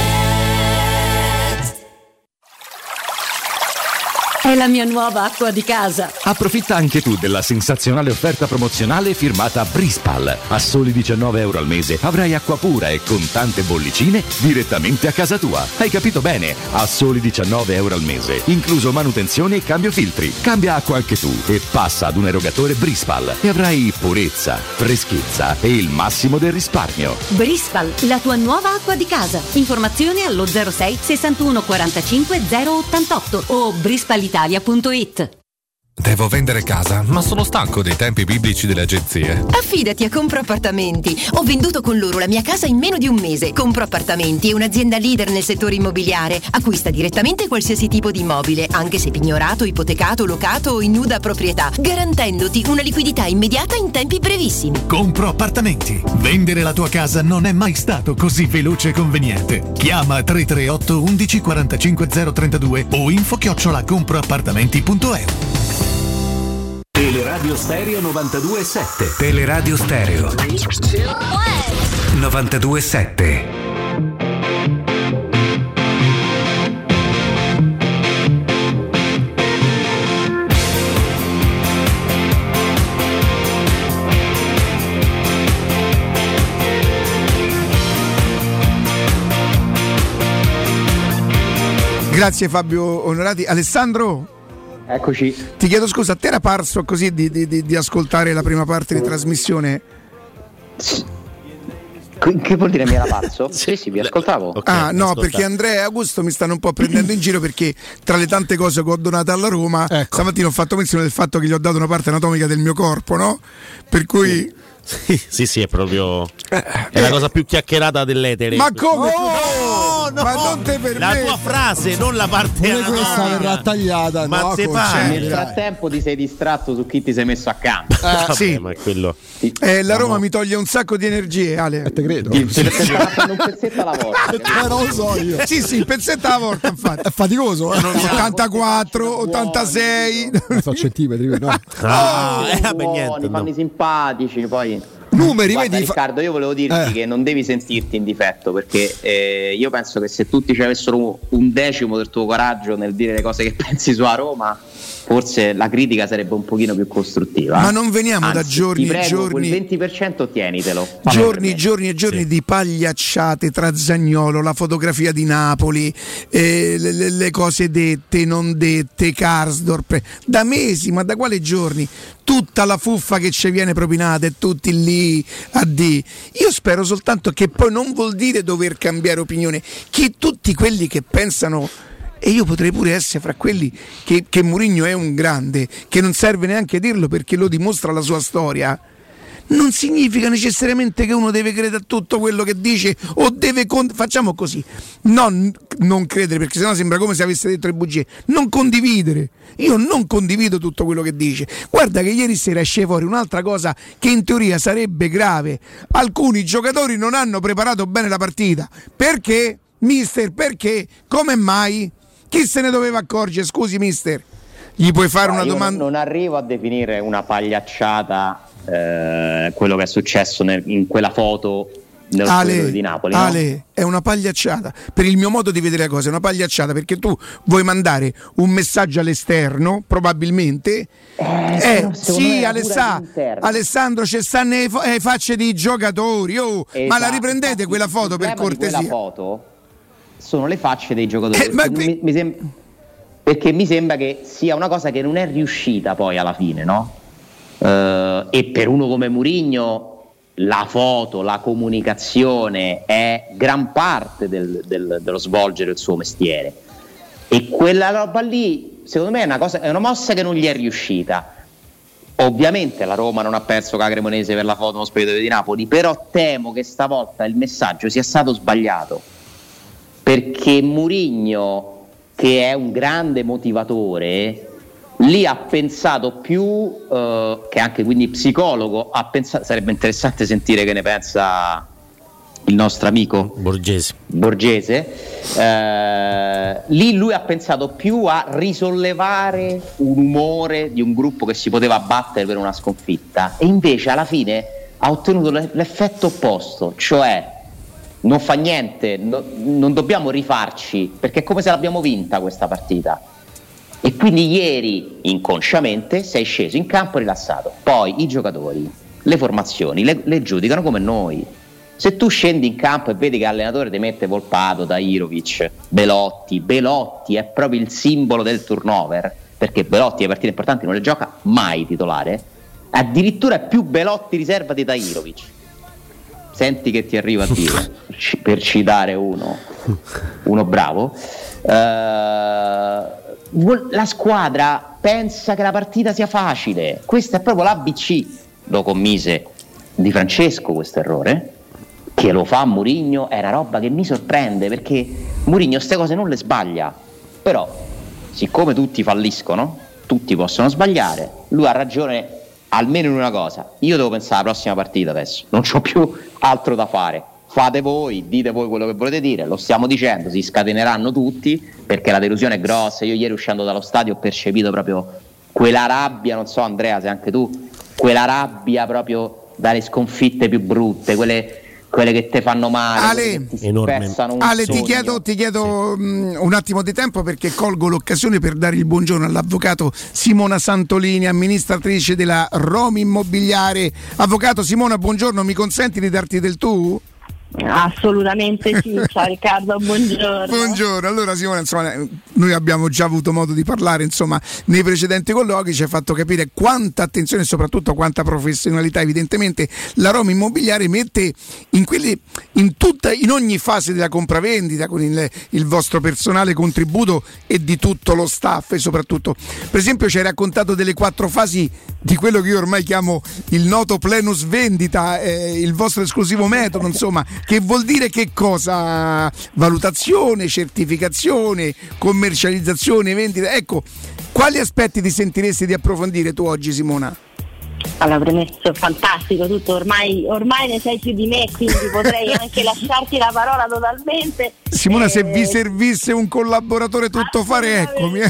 È la mia nuova acqua di casa. Approfitta anche tu della sensazionale offerta promozionale firmata Brispal. A soli diciannove euro al mese avrai acqua pura e con tante bollicine direttamente a casa tua. Hai capito bene? A soli diciannove euro al mese, incluso manutenzione e cambio filtri. Cambia acqua anche tu e passa ad un erogatore Brispal e avrai purezza, freschezza e il massimo del risparmio. Brispal, la tua nuova acqua di casa. Informazioni allo zero sei sessantuno quarantacinque zero ottantotto o brispalitalia punto it. Devo vendere casa, ma sono stanco dei tempi biblici delle agenzie. Affidati a Compro Appartamenti. Ho venduto con loro la mia casa in meno di un mese. Compro Appartamenti è un'azienda leader nel settore immobiliare. Acquista direttamente qualsiasi tipo di immobile, anche se pignorato, ipotecato, locato o in nuda proprietà, garantendoti una liquidità immediata in tempi brevissimi. Compro Appartamenti. Vendere la tua casa non è mai stato così veloce e conveniente. Chiama tre tre otto undici quarantacinque zero trentadue o info chiocciola comproappartamenti punto e u. Teleradio Stereo novantadue e sette. Teleradio Stereo novantadue e sette. Grazie Fabio Onorati. Alessandro? Eccoci. Ti chiedo scusa, a te era parso così di, di, di, di ascoltare la prima parte di trasmissione? Che vuol dire mi era parso? Sì, sì, vi ascoltavo. Okay, ah, no, ascolta. Perché Andrea e Augusto mi stanno un po' prendendo in giro perché tra le tante cose che ho donato alla Roma, ecco, stamattina ho fatto menzione del fatto che gli ho dato una parte anatomica del mio corpo, no? Per cui... Sì. Sì, sì, sì, è proprio è la cosa più chiacchierata dell'etere. Ma come? Oh, no, ma non te permetti. La tua frase, non la parte Pure questa verrà tagliata. Ma no, se concetto. Nel frattempo ti sei distratto su chi ti sei messo accanto. Eh, Vabbè, sì. ma è quello. Eh, la Roma mi toglie un sacco di energie, Ale. Eh, te credo. Un pezzetto alla volta. Eh, non lo so io. Sì, sì, pezzetto alla volta, infatti. È faticoso, eh? ottantaquattro, ottantasei. Non so centimetri, no? Ah, eh, vabbè, Buoni, niente. no. fanno simpatici, poi. Numeri, Guarda, vedi? Riccardo, io volevo dirti Eh. che non devi sentirti in difetto, perché eh, io penso che se tutti ci avessero un decimo del tuo coraggio nel dire le cose che pensi su a Roma, forse la critica sarebbe un pochino più costruttiva. Ma non veniamo Anzi, da giorni ti prego, e giorni. quel venti per cento tienitelo. Giorni, giorni e giorni di pagliacciate tra Zaniolo, la fotografia di Napoli, eh, le, le- le cose dette, non dette, Karsdorp, da mesi, ma da quali giorni? Tutta la fuffa che ci viene propinata e tutti lì a di. Io spero soltanto che poi non vuol dire dover cambiare opinione, che tutti quelli che pensano, e io potrei pure essere fra quelli che, che Mourinho è un grande, che non serve neanche dirlo perché lo dimostra la sua storia, non significa necessariamente che uno deve credere a tutto quello che dice o deve con- facciamo così, non, non credere, perché sennò sembra come se avesse detto le bugie, non condividere. Io non condivido tutto quello che dice. Guarda che ieri sera esce fuori un'altra cosa che in teoria sarebbe grave: alcuni giocatori non hanno preparato bene la partita. Perché? Mister, perché? Come mai? Chi se ne doveva accorgere? Scusi mister, gli puoi fare No, una io domanda? Non, non arrivo a definire una pagliacciata eh, quello che è successo nel- in quella foto nello Ale, spogliatoio di Napoli. no? Ale, è una pagliacciata. Per il mio modo di vedere le cose, è una pagliacciata perché tu vuoi mandare un messaggio all'esterno, probabilmente. Eh, però secondo me sì, era Alessa- pure all'interno. Alessandro, ci stanno le, fo- le facce dei giocatori. Oh, ma la Esatto, riprendete infatti, quella il foto per problema di cortesia? Quella foto sono le facce dei giocatori. Eh, ma- perché, mi, mi sem- perché mi sembra che sia una cosa che non è riuscita poi alla fine, no? Eh, e per uno come Mourinho la foto, la comunicazione è gran parte del- del- dello svolgere il suo mestiere. E quella roba lì, secondo me, è una, cosa, è una mossa che non gli è riuscita. Ovviamente la Roma non ha perso con la Cremonese per la foto nello spogliatoio di Napoli, però temo che stavolta il messaggio sia stato sbagliato, perché Mourinho, che è un grande motivatore, lì ha pensato più, eh, che anche quindi psicologo, ha pensato, sarebbe interessante sentire che ne pensa il nostro amico Borgese. Borgese, eh, lì lui ha pensato più a risollevare un umore di un gruppo che si poteva abbattere per una sconfitta, e invece alla fine ha ottenuto l'e- l'effetto opposto, cioè non fa niente, no- non dobbiamo rifarci perché è come se l'abbiamo vinta questa partita. E quindi ieri inconsciamente sei sceso in campo rilassato, poi i giocatori, le formazioni le, le giudicano come noi. Se tu scendi in campo e vedi che l'allenatore ti mette Volpato, Tahirovic, Belotti, Belotti è proprio il simbolo del turnover, perché Belotti le partite importanti non le gioca mai titolare, addirittura è più Belotti riserva di Tahirovic. Senti che ti arriva a dire, per ci- per citare uno, uno bravo. Eh, vuol- la squadra pensa che la partita sia facile, questa è proprio l'A B C. Lo commise Di Francesco questo errore, che lo fa Mourinho, è una roba che mi sorprende, perché Mourinho queste cose non le sbaglia, però siccome tutti falliscono, tutti possono sbagliare, lui ha ragione almeno in una cosa: io devo pensare alla prossima partita adesso, non c'ho più altro da fare, fate voi, dite voi quello che volete dire, lo stiamo dicendo, si scateneranno tutti perché la delusione è grossa. Io ieri uscendo dallo stadio ho percepito proprio quella rabbia, non so Andrea se anche tu, quella rabbia proprio dalle sconfitte più brutte, quelle, quelle che te fanno male, Ale, quelle che ti spezzano un Ale, ti sogno. chiedo, ti chiedo mh, un attimo di tempo, perché colgo l'occasione per dare il buongiorno all'avvocato Simona Santolini, amministratrice della Roma Immobiliare. Avvocato Simona, buongiorno, mi consenti di darti del tu? Assolutamente sì. Ciao Riccardo, buongiorno. Buongiorno. Allora Simona, insomma, noi abbiamo già avuto modo di parlare, insomma, nei precedenti colloqui, ci hai fatto capire quanta attenzione e soprattutto quanta professionalità evidentemente la Roma Immobiliare mette in quelli, in tutta, in ogni fase della compravendita, con il, il vostro personale contributo e di tutto lo staff, e soprattutto, per esempio, ci hai raccontato delle quattro fasi di quello che io ormai chiamo il noto plenus vendita, eh, il vostro esclusivo metodo, insomma, che vuol dire che cosa? Valutazione, certificazione, commercializzazione, vendita. Ecco, quali aspetti ti sentiresti di approfondire tu oggi, Simona? Allora, premesso, fantastico tutto, ormai, ormai ne sai più di me, quindi potrei anche lasciarti la parola totalmente. Simona, eh, se vi servisse un collaboratore tutto fare, eccomi.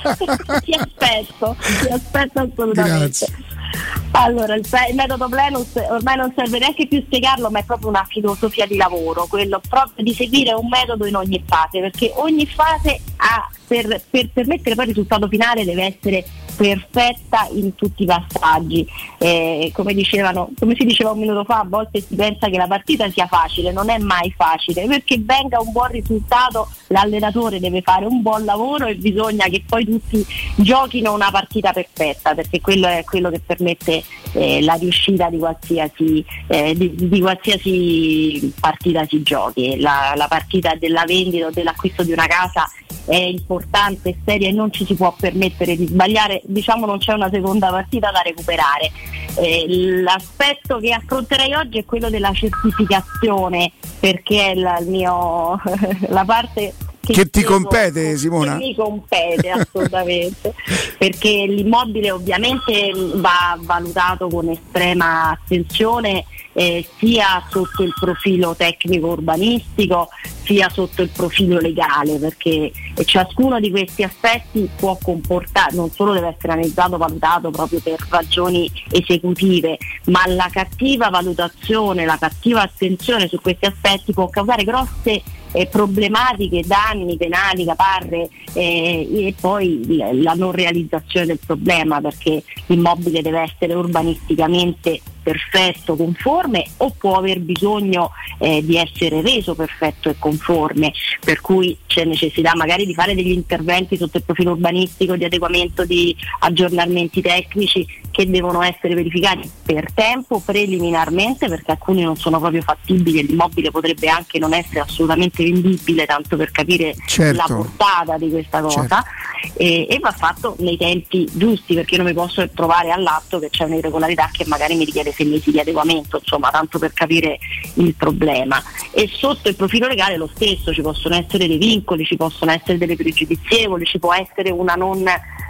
Ti aspetto, ti aspetto assolutamente. Grazie. Allora, il, il metodo Plenus ormai non serve neanche più spiegarlo, ma è proprio una filosofia di lavoro, quello proprio di seguire un metodo in ogni fase, perché ogni fase ha, per, per permettere poi il risultato finale, deve essere perfetta in tutti i passaggi. Eh, come dicevano, come si diceva un minuto fa, a volte si pensa che la partita sia facile, non è mai facile, perché venga un buon risultato l'allenatore deve fare un buon lavoro e bisogna che poi tutti giochino una partita perfetta, perché quello è quello che permette eh, la riuscita di qualsiasi, eh, di, di qualsiasi partita si giochi. La, la partita della vendita o dell'acquisto di una casa è importante, è seria e non ci si può permettere di sbagliare, diciamo non c'è una seconda partita da recuperare. Eh, l'aspetto che affronterei oggi è quello della certificazione, perché è la, il mio, la parte che, che ti chiedo, compete, Simona? Che mi compete assolutamente, perché l'immobile ovviamente va valutato con estrema attenzione, eh, sia sotto il profilo tecnico urbanistico sia sotto il profilo legale, perché ciascuno di questi aspetti può comportare, non solo deve essere analizzato, valutato proprio per ragioni esecutive, ma la cattiva valutazione, la cattiva attenzione su questi aspetti può causare grosse eh, problematiche, danni penali, caparre, eh, e poi la non realizzazione del problema, perché l'immobile deve essere urbanisticamente perfetto, conforme, o può aver bisogno eh, di essere reso perfetto e conforme, per cui c'è necessità magari di fare degli interventi sotto il profilo urbanistico, di adeguamento, di aggiornamenti tecnici che devono essere verificati per tempo, preliminarmente, perché alcuni non sono proprio fattibili e l'immobile potrebbe anche non essere assolutamente vendibile, tanto per capire certo. la portata di questa cosa, certo. e, e va fatto nei tempi giusti, perché io non mi posso trovare all'atto che c'è un'irregolarità che magari mi richiede sei mesi di adeguamento, insomma, tanto per capire il problema. E sotto il profilo legale lo stesso, ci possono essere dei vincoli, ci possono essere delle pregiudizievoli, ci può essere una non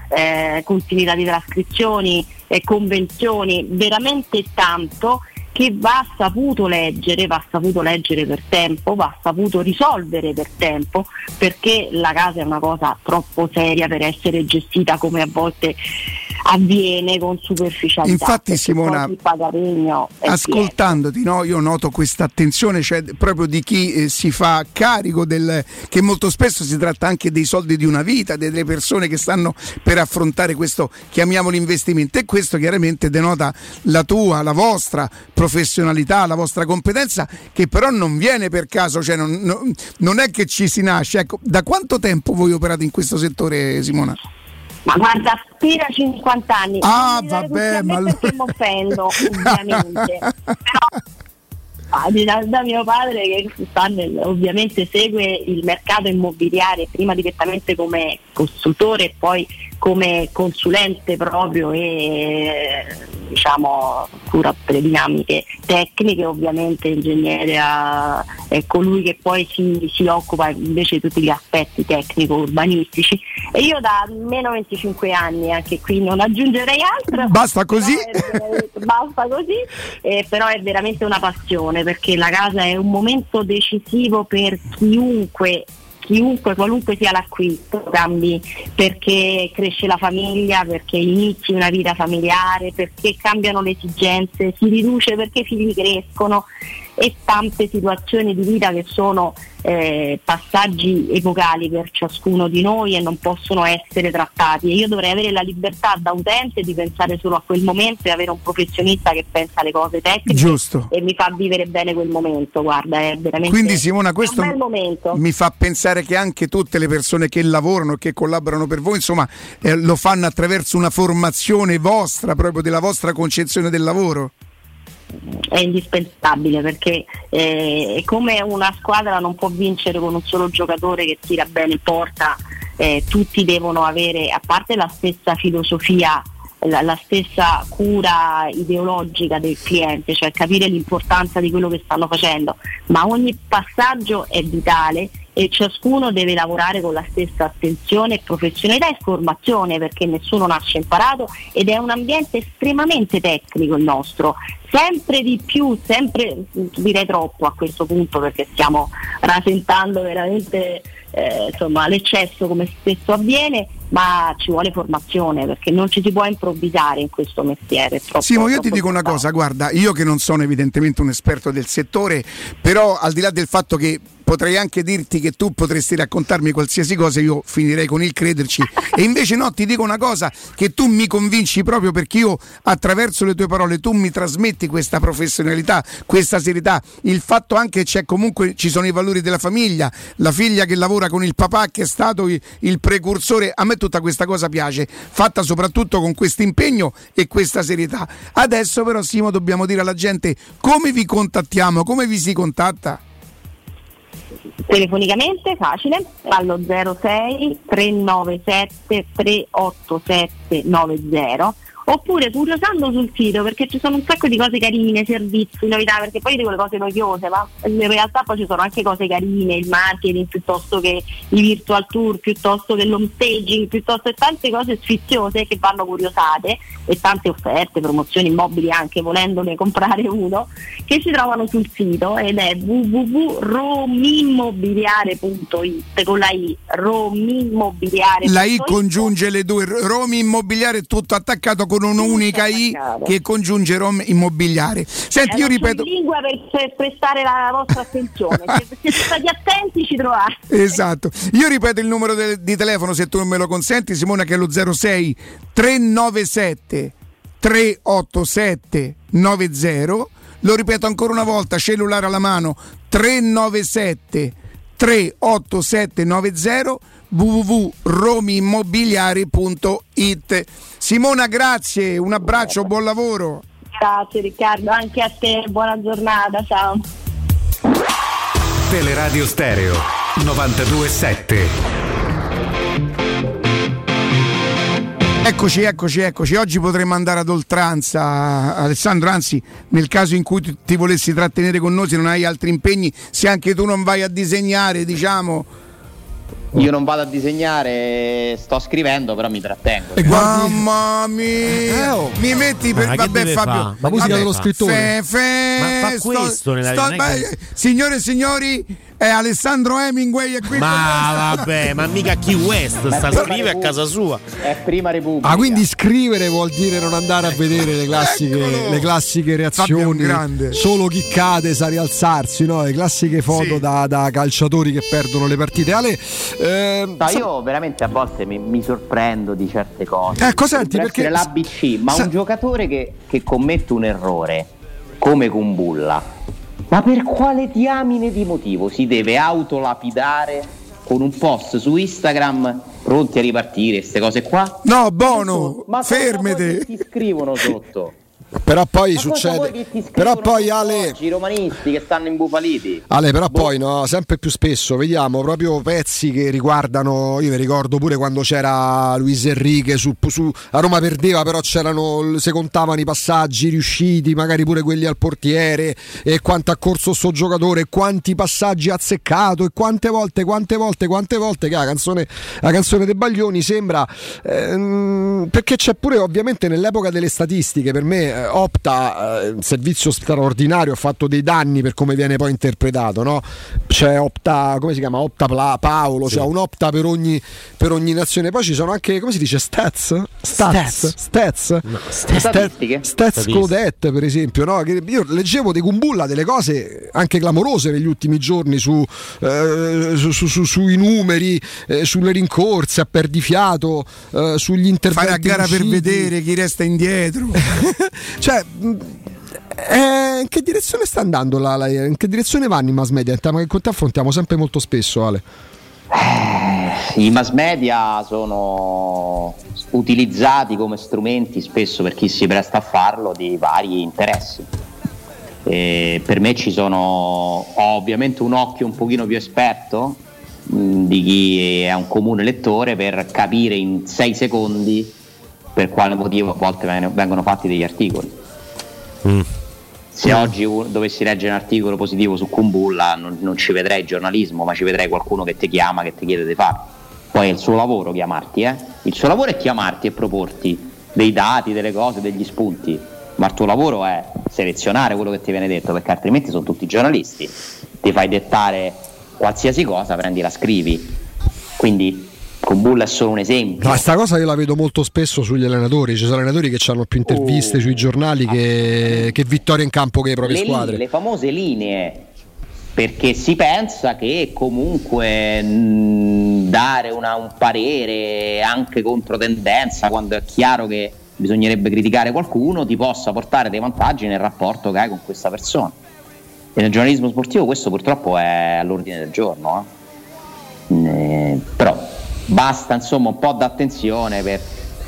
eh, continuità di trascrizioni, eh, convenzioni, veramente tanto, che va saputo leggere, va saputo leggere per tempo, va saputo risolvere per tempo, perché la casa è una cosa troppo seria per essere gestita come a volte avviene, con superficialità. Infatti, Simona, ascoltandoti, no, io noto questa attenzione, cioè proprio di chi eh, si fa carico del, che molto spesso si tratta anche dei soldi di una vita, delle persone che stanno per affrontare questo, chiamiamolo investimento, e questo chiaramente denota la tua, la vostra professionalità, la vostra competenza, che però non viene per caso, cioè non, non, non è che ci si nasce. Ecco, da quanto tempo voi operate in questo settore, Simona? Ma guarda, appena cinquanta anni. Ah, vabbè, ma allora... perché mi offendo, ovviamente. Però da, da mio padre, che sta nel, ovviamente segue il mercato immobiliare prima direttamente come consultore e poi come consulente proprio, e diciamo cura per le dinamiche tecniche, ovviamente ingegnere a, è colui che poi si, si occupa invece di tutti gli aspetti tecnico-urbanistici, e io da almeno venticinque anni, anche qui non aggiungerei altro. Basta così? È, basta così, eh, però è veramente una passione, perché la casa è un momento decisivo per chiunque chiunque, qualunque sia l'acquisto, cambi, perché cresce la famiglia, perché inizi una vita familiare, perché cambiano le esigenze, si riduce perché i figli crescono, e tante situazioni di vita che sono eh, passaggi epocali per ciascuno di noi e non possono essere trattati, e io dovrei avere la libertà da utente di pensare solo a quel momento e avere un professionista che pensa alle cose tecniche. Giusto. E mi fa vivere bene quel momento, guarda, è veramente Quindi Simona, questo un bel momento. mi fa pensare che anche tutte le persone che lavorano e che collaborano per voi, insomma, eh, lo fanno attraverso una formazione vostra, proprio della vostra concezione del lavoro. È indispensabile, perché eh, come una squadra non può vincere con un solo giocatore che tira bene in porta, eh, tutti devono avere, a parte la stessa filosofia, la, la stessa cura ideologica del cliente, cioè capire l'importanza di quello che stanno facendo, ma ogni passaggio è vitale e ciascuno deve lavorare con la stessa attenzione, professionalità e formazione, perché nessuno nasce imparato ed è un ambiente estremamente tecnico il nostro, sempre di più, sempre, direi troppo a questo punto, perché stiamo rasentando veramente eh, insomma, l'eccesso come spesso avviene, ma ci vuole formazione, perché non ci si può improvvisare in questo mestiere. È troppo, Simo, io ti troppo dico una cosa, guarda, io che non sono evidentemente un esperto del settore, però al di là del fatto che potrei anche dirti che tu potresti raccontarmi qualsiasi cosa, io finirei con il crederci, e invece no, ti dico una cosa, che tu mi convinci proprio perché io attraverso le tue parole tu mi trasmetti questa professionalità, questa serietà, il fatto anche che c'è comunque, ci sono i valori della famiglia, la figlia che lavora con il papà che è stato il, il precursore, a me tutta questa cosa piace, fatta soprattutto con questo impegno e questa serietà. Adesso però Simo dobbiamo dire alla gente come vi contattiamo, come vi si contatta? Telefonicamente facile, allo zero sei tre nove sette tre otto sette nove zero, oppure curiosando sul sito, perché ci sono un sacco di cose carine, servizi, novità, perché poi io dico le cose noiose, ma in realtà poi ci sono anche cose carine, il marketing piuttosto che i virtual tour, piuttosto che l'home staging, piuttosto che tante cose sfiziose che vanno curiosate, e tante offerte, promozioni, immobili anche volendone comprare uno, che si trovano sul sito, ed è w w w punto romimmobiliare punto i t, con la i, romimmobiliare punto i t. La I congiunge le due, Romi Immobiliare è tutto attaccato con un'unica I che congiunge Rom Immobiliare. Senti, eh, io ripeto, lingua per, per prestare la vostra attenzione, se siete stati attenti ci trovate. Esatto, io ripeto il numero de- di telefono, se tu non me lo consenti Simona, che è lo zero sei tre nove sette tre otto sette nove zero, lo ripeto ancora una volta, cellulare alla mano, tre nove sette tre otto sette nove zero, w w w punto romimmobiliari punto i t. Simona, grazie, un abbraccio, buon lavoro. Grazie Riccardo, anche a te, buona giornata, ciao. Teleradio Stereo novantadue sette. Eccoci, eccoci, eccoci. Oggi potremmo andare ad oltranza, Alessandro, anzi, nel caso in cui tu ti volessi trattenere con noi, se non hai altri impegni, se anche tu non vai a disegnare, diciamo. Io non vado a disegnare, sto scrivendo, però mi trattengo. E mamma mia, eh, oh. mi metti per ma vabbè Fabio, fa? Ma musica dello scrittore. Fe, fe, ma fa sto, questo nella sto, vita, beh, signore e signori, è Alessandro Hemingway, è qui. Ma vabbè, ma mica Key West sta a scrivere a casa sua. È Prima Repubblica. Ah, quindi scrivere vuol dire non andare a vedere le classiche, le classiche reazioni, solo chi cade sa rialzarsi, no? Le classiche foto sì. da, da calciatori che perdono le partite. Ale, eh, no, io veramente a volte mi, mi sorprendo di certe cose. Ecco, senti, perché l'A B C, ma sa- un giocatore che, che commette un errore come Kumbulla, ma per quale diamine di motivo si deve autolapidare con un post su Instagram pronti a ripartire, queste cose qua? No, Bono, ma fermete. Ti scrivono sotto. Però poi ma succede. Però poi Ale, oggi, i romanisti che stanno imbufaliti. Ale, però boh. poi no, sempre più spesso vediamo proprio pezzi che riguardano. Io mi ricordo pure quando c'era Luis Enrique su, su a Roma perdeva, però c'erano, se contavano i passaggi riusciti, magari pure quelli al portiere, e quanto ha corso sto giocatore, quanti passaggi ha azzeccato, e quante volte, quante volte, quante volte che la canzone, la canzone dei Baglioni sembra ehm, perché c'è pure ovviamente nell'epoca delle statistiche, per me eh, opta, eh, servizio straordinario, ha fatto dei danni per come viene poi interpretato, no? C'è opta, come si chiama? Opta Pla- Paolo, sì. C'è un opta per ogni, per ogni nazione. Poi ci sono anche, come si dice, stats? Stats? Stats? No, statistiche? Stats Codet, per esempio, no? Che io leggevo dei Kumbulla delle cose anche clamorose negli ultimi giorni su, eh, su, su, su sui numeri, eh, sulle rincorse a perdifiato, eh, sugli interventi. Fare a gara riusciti. Per vedere chi resta indietro. Cioè, eh, in che direzione sta andando la, la, in che direzione vanno i mass media? Un tema che con te affrontiamo sempre molto spesso, Ale. I mass media sono utilizzati come strumenti spesso per chi si presta a farlo di vari interessi. E per me ci sono ho ovviamente un occhio un pochino più esperto mh, di chi è un comune lettore per capire in sei secondi per quale motivo a volte vengono fatti degli articoli. Mm. Se mm. oggi dovessi leggere un articolo positivo su Kumbulla non, non ci vedrei giornalismo, ma ci vedrei qualcuno che ti chiama, che ti chiede di farlo. Poi è il suo lavoro chiamarti, eh? Il suo lavoro è chiamarti e proporti dei dati, delle cose, degli spunti, ma il tuo lavoro è selezionare quello che ti viene detto, perché altrimenti sono tutti giornalisti, ti fai dettare qualsiasi cosa, prendi la scrivi. Quindi Kumbulla è solo un esempio. Ma sta cosa io la vedo molto spesso sugli allenatori, ci sono allenatori che hanno più interviste oh. sui giornali che, che vittorie in campo che le proprie le squadre. Linee, le famose linee, perché si pensa che comunque mh, dare una, un parere anche contro tendenza, quando è chiaro che bisognerebbe criticare qualcuno, ti possa portare dei vantaggi nel rapporto che hai con questa persona. E nel giornalismo sportivo questo purtroppo è all'ordine del giorno, eh? Eh, però basta insomma un po' d'attenzione per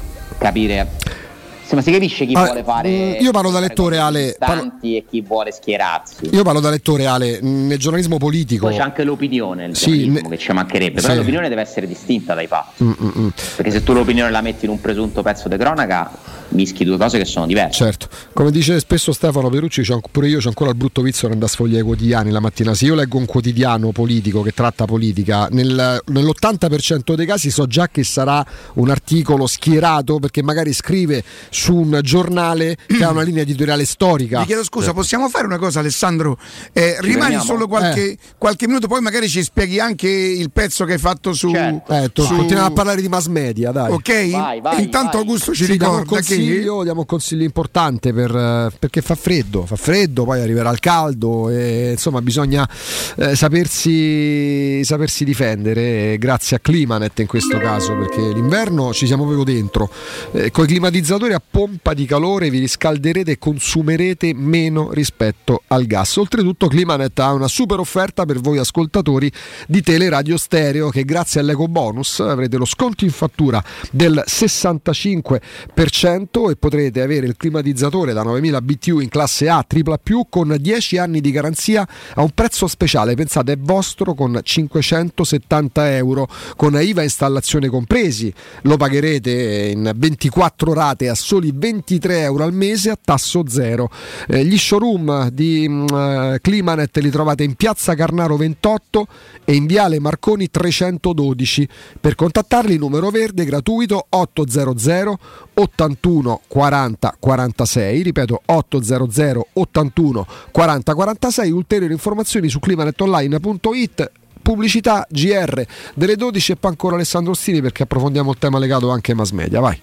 capire. Ma si capisce chi ah, vuole fare. Io parlo da lettore, Ale. Parlo... e chi vuole schierarsi. Io parlo da lettore, Ale. Nel giornalismo politico. Poi c'è anche l'opinione, il sì, ne... che ci mancherebbe. Però sì. L'opinione deve essere distinta dai fatti. Mm-mm. Perché se tu l'opinione la metti in un presunto pezzo di cronaca, mischi due cose che sono diverse. Certo. Come dice spesso Stefano Perucci, c'ho, pure io c'ho ancora il brutto vizio di andare a sfogliare i quotidiani la mattina. Se io leggo un quotidiano politico che tratta politica, nel, nell'ottanta per cento dei casi so già che sarà un articolo schierato, perché magari scrive su un giornale che ha una linea editoriale storica. Vi chiedo scusa, possiamo fare una cosa, Alessandro? Eh, rimani solo qualche, eh. qualche minuto, poi magari ci spieghi anche il pezzo che hai fatto su. Certo. Eh, su... Continuiamo a parlare di mass media, dai. Ok? Vai, vai, Intanto vai. Augusto ci sì, ricorda diamo un consiglio, che diamo un consiglio importante per, perché fa freddo, fa freddo, poi arriverà il caldo e insomma bisogna eh, sapersi, sapersi difendere. Grazie a Climanet in questo caso, perché l'inverno ci siamo proprio dentro. Eh, con i climatizzatori a pompa di calore vi riscalderete e consumerete meno rispetto al gas. Oltretutto Climanet ha una super offerta per voi ascoltatori di Teleradio Stereo, che grazie all'eco bonus avrete lo sconto in fattura del sessantacinque per cento e potrete avere il climatizzatore da novemila B T U in classe A tripla più con dieci anni di garanzia a un prezzo speciale, pensate è vostro, con cinquecentosettanta euro con I V A e installazione compresi. Lo pagherete in ventiquattro rate a soli ventitré euro al mese a tasso zero. Eh, gli showroom di uh, Climanet li trovate in Piazza Carnaro ventotto e in Viale Marconi trecentododici. Per contattarli numero verde gratuito ottocento ottantuno quaranta quarantasei, ripeto ottocento ottantuno quaranta quarantasei. Ulteriori informazioni su climanetonline punto it. Pubblicità G R delle dodici e poi ancora Alessandro Ostini, perché approfondiamo il tema legato anche ai mass media. Vai.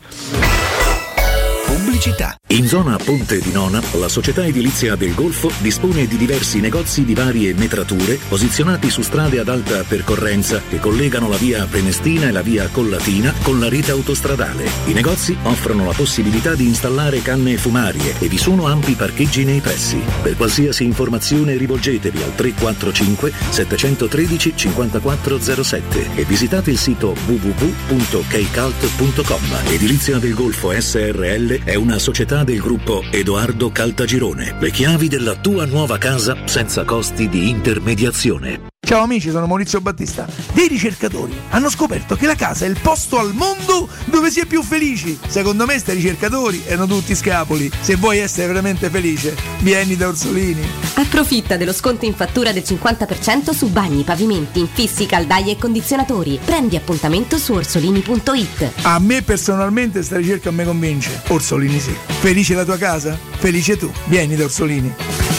Pubblicità. In zona Ponte di Nona, la società edilizia del Golfo dispone di diversi negozi di varie metrature posizionati su strade ad alta percorrenza che collegano la via Prenestina e la via Collatina con la rete autostradale. I negozi offrono la possibilità di installare canne fumarie e vi sono ampi parcheggi nei pressi. Per qualsiasi informazione rivolgetevi al tre quattro cinque sette uno tre cinque quattro zero sette e visitate il sito w w w punto keicalt punto com. Edilizia del Golfo S R L è una società del gruppo Edoardo Caltagirone. Le chiavi della tua nuova casa senza costi di intermediazione. Ciao amici, sono Maurizio Battista. Dei ricercatori hanno scoperto che la casa è il posto al mondo dove si è più felici. Secondo me sti ricercatori erano tutti scapoli. Se vuoi essere veramente felice, vieni da Orsolini. Approfitta dello sconto in fattura del cinquanta per cento su bagni, pavimenti, infissi, caldaie e condizionatori. Prendi appuntamento su orsolini punto it. A me personalmente sta ricerca me convince. Orsolini sì. Felice la tua casa? Felice tu. Vieni da Orsolini.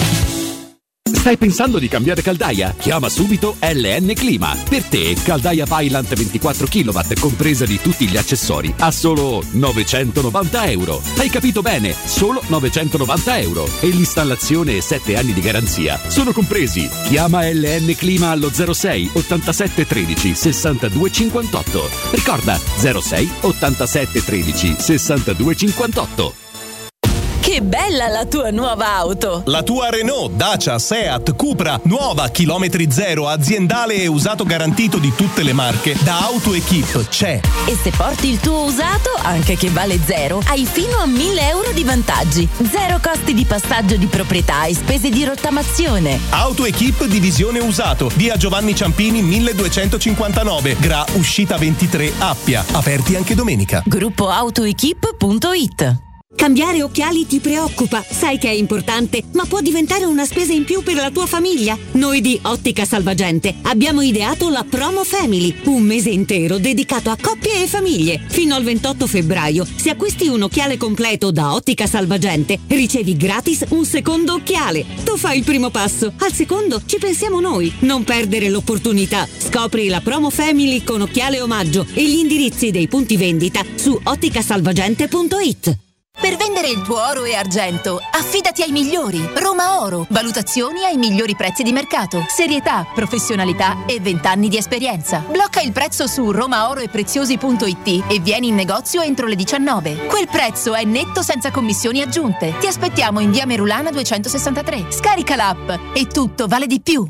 Stai pensando di cambiare caldaia? Chiama subito L N Clima. Per te, caldaia Vaillant ventiquattro chilowatt compresa di tutti gli accessori a solo novecentonovanta euro. Hai capito bene? Solo novecentonovanta euro. E l'installazione e sette anni di garanzia sono compresi. Chiama L N Clima allo zero sei ottantasette tredici sessantadue cinquantotto. Ricorda zero sei ottantasette tredici sessantadue cinquantotto. Che bella la tua nuova auto! La tua Renault, Dacia, Seat, Cupra, nuova, chilometri zero, aziendale e usato garantito di tutte le marche, da AutoEquip c'è. E se porti il tuo usato, anche che vale zero, hai fino a mille euro di vantaggi. Zero costi di passaggio di proprietà e spese di rottamazione. AutoEquip Divisione Usato, via Giovanni Ciampini milleduecentocinquantanove, Gra Uscita ventitré, Appia, aperti anche domenica. Gruppo autoequip punto it. Cambiare occhiali ti preoccupa, sai che è importante, ma può diventare una spesa in più per la tua famiglia. Noi di Ottica Salvagente abbiamo ideato la Promo Family, un mese intero dedicato a coppie e famiglie. Fino al ventotto febbraio, se acquisti un occhiale completo da Ottica Salvagente, ricevi gratis un secondo occhiale. Tu fai il primo passo, al secondo ci pensiamo noi. Non perdere l'opportunità. Scopri la Promo Family con occhiale omaggio e gli indirizzi dei punti vendita su otticasalvagente punto it. Per vendere il tuo oro e argento, affidati ai migliori. Roma Oro. Valutazioni ai migliori prezzi di mercato. Serietà, professionalità e vent'anni di esperienza. Blocca il prezzo su romaoroepreziosi punto it e vieni in negozio entro le diciannove. Quel prezzo è netto senza commissioni aggiunte. Ti aspettiamo in via Merulana duecentosessantatré. Scarica l'app e tutto vale di più.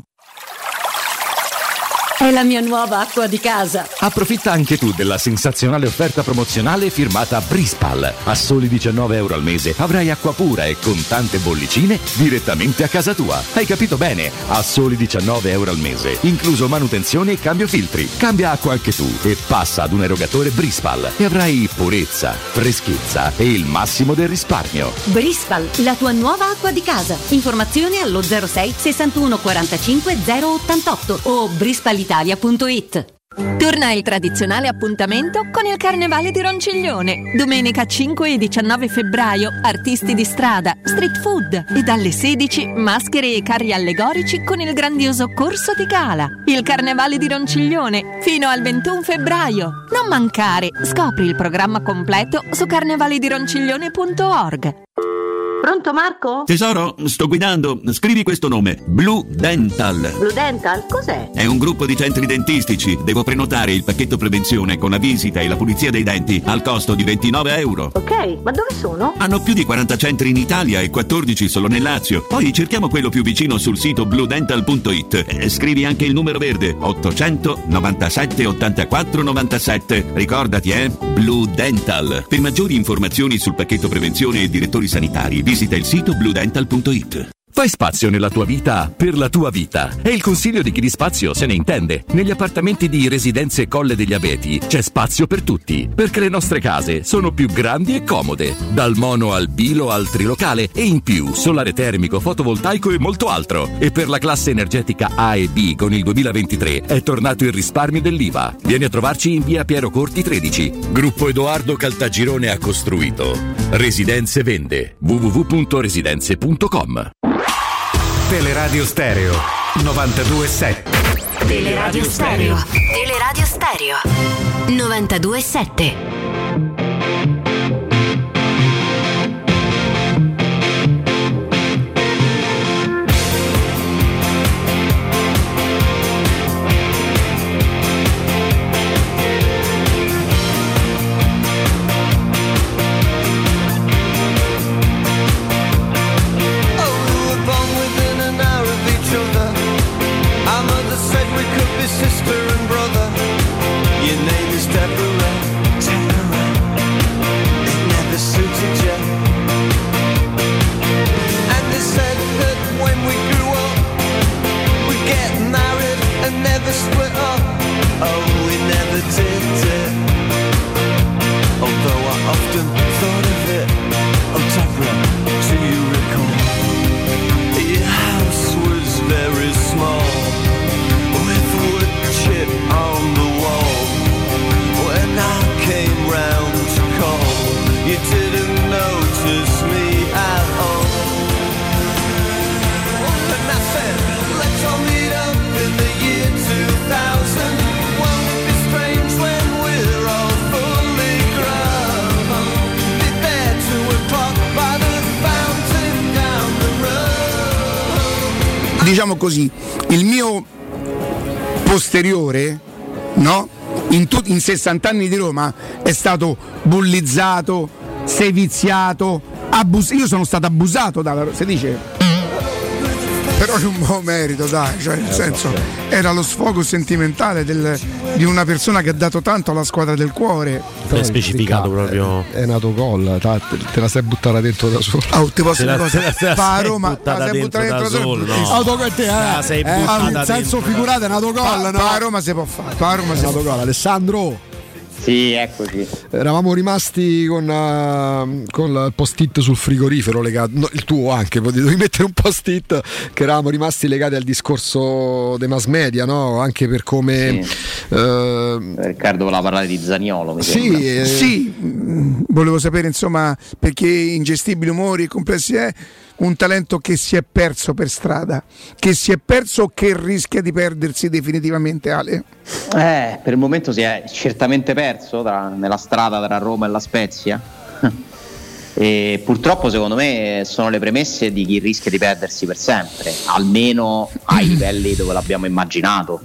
È la mia nuova acqua di casa. Approfitta anche tu della sensazionale offerta promozionale firmata Brispal. A soli diciannove euro al mese avrai acqua pura e con tante bollicine direttamente a casa tua. Hai capito bene? A soli diciannove euro al mese, incluso manutenzione e cambio filtri. Cambia acqua anche tu e passa ad un erogatore Brispal e avrai purezza, freschezza e il massimo del risparmio. Brispal, la tua nuova acqua di casa. Informazioni allo zero sei sessantuno quarantacinque zero ottantotto o brispalitalia punto it. Torna il tradizionale appuntamento con il Carnevale di Ronciglione. Domenica cinque e diciannove febbraio, artisti di strada, street food e dalle sedici maschere e carri allegorici con il grandioso corso di gala. Il Carnevale di Ronciglione fino al ventuno febbraio. Non mancare, scopri il programma completo su carnevale di ronciglione punto org. Pronto Marco? Tesoro, sto guidando. Scrivi questo nome. Blue Dental. Blue Dental? Cos'è? È un gruppo di centri dentistici. Devo prenotare il pacchetto prevenzione con la visita e la pulizia dei denti al costo di ventinove euro. Ok, ma dove sono? Hanno più di quaranta centri in Italia e quattordici solo nel Lazio. Poi cerchiamo quello più vicino sul sito blue dental punto it. E scrivi anche il numero verde ottocento novantasette ottantaquattro novantasette. Ricordati, eh? Blue Dental. Per maggiori informazioni sul pacchetto prevenzione e direttori sanitari, visita il sito blue dental punto it. Fai spazio nella tua vita per la tua vita. È il consiglio di chi di spazio se ne intende. Negli appartamenti di Residenze Colle degli Abeti c'è spazio per tutti, perché le nostre case sono più grandi e comode. Dal mono al bilo al trilocale e in più solare termico, fotovoltaico e molto altro. E per la classe energetica A e B con il duemilaventitré è tornato il risparmio dell'I V A. Vieni a trovarci in via Piero Corti tredici. Gruppo Edoardo Caltagirone ha costruito. Residenze vende. w w w punto residenze punto com. Teleradio Stereo novantadue sette. Teleradio Stereo. Teleradio Stereo novantadue sette. Sister and brother, your name is Deborah. diciamo così, il mio posteriore, no? In, tut- in sessanta anni di Roma è stato bullizzato, seviziato, abus- io sono stato abusato dalla si dice però è un buon merito, dai, cioè nel senso era lo sfogo sentimentale del, di una persona che ha dato tanto alla squadra del cuore. È specificato proprio. È, è nato gol, te, te la sei buttata dentro da solo. Oh, ti posso dire Te la- cosa? te la- te la Va a sei Roma, buttata la sei dentro buttata da dentro solo, no. Autogol te, eh, La sei eh, buttata in senso dentro. figurato è nato gol, Va- no? va a Roma si può fare, va a Roma È si nato può gol, Alessandro. Sì, eccoci. Eravamo rimasti con, uh, con il post-it sul frigorifero legato, no, il tuo anche, potevi mettere un post-it, che eravamo rimasti legati al discorso dei mass media, no? Anche per come Sì. uh, Riccardo voleva parlare di Zaniolo, mi sì, sembra. eh, Sì, mh, volevo sapere insomma perché ingestibili umori e complessi è un talento che si è perso per strada, che si è perso o che rischia di perdersi definitivamente, Ale? Eh, per il momento si è certamente perso tra- nella strada tra Roma e la Spezia. E purtroppo secondo me sono le premesse di chi rischia di perdersi per sempre, almeno ai livelli dove l'abbiamo immaginato.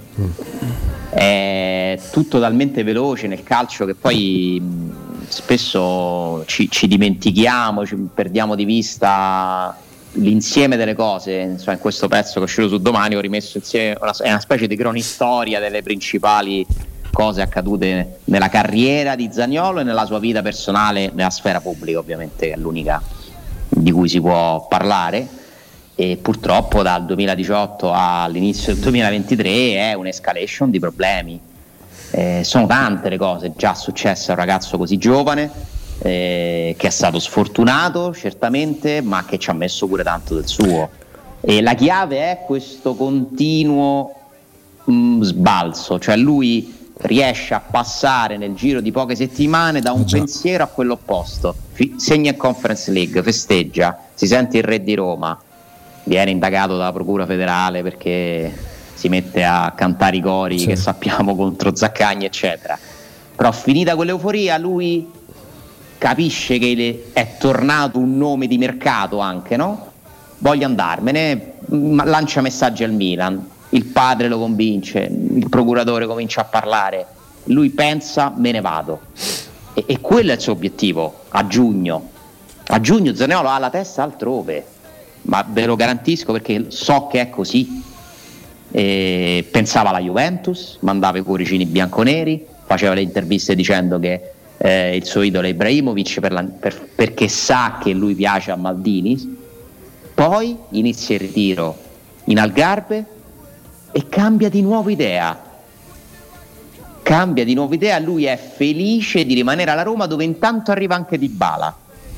È tutto talmente veloce nel calcio che poi mh, spesso ci, ci dimentichiamo, ci perdiamo di vista l'insieme delle cose. Insomma, in questo pezzo che è uscito su Domani ho rimesso insieme una, è una specie di cronistoria delle principali cose accadute nella carriera di Zaniolo e nella sua vita personale, nella sfera pubblica ovviamente, che è l'unica di cui si può parlare. E purtroppo dal duemiladiciotto all'inizio del duemilaventitré è un'escalation di problemi. Eh, sono tante le cose già successe a un ragazzo così giovane, eh, che è stato sfortunato certamente, ma che ci ha messo pure tanto del suo. E la chiave è questo continuo mh, sbalzo, cioè lui riesce a passare nel giro di poche settimane da un Già. pensiero a quello opposto. Fi- segna in Conference League, festeggia, si sente il re di Roma, viene indagato dalla Procura federale perché si mette a cantare i cori, Sì. che sappiamo, contro Zaccagni eccetera. Però finita quell'euforia lui capisce che le- è tornato un nome di mercato anche, no? Voglio andarmene, ma- lancia messaggi al Milan, il padre lo convince, il procuratore comincia a parlare, lui pensa me ne vado, e, e quello è il suo obiettivo a giugno. A giugno Zaniolo ha la testa altrove, ma ve lo garantisco perché so che è così. E pensava alla Juventus, mandava i cuoricini bianconeri, faceva le interviste dicendo che eh, il suo idolo è Ibrahimovic per la- per- perché sa che lui piace a Maldini. Poi inizia il ritiro in Algarve e cambia di nuovo idea. Cambia di nuovo idea, lui è felice di rimanere alla Roma, dove intanto arriva anche Dybala.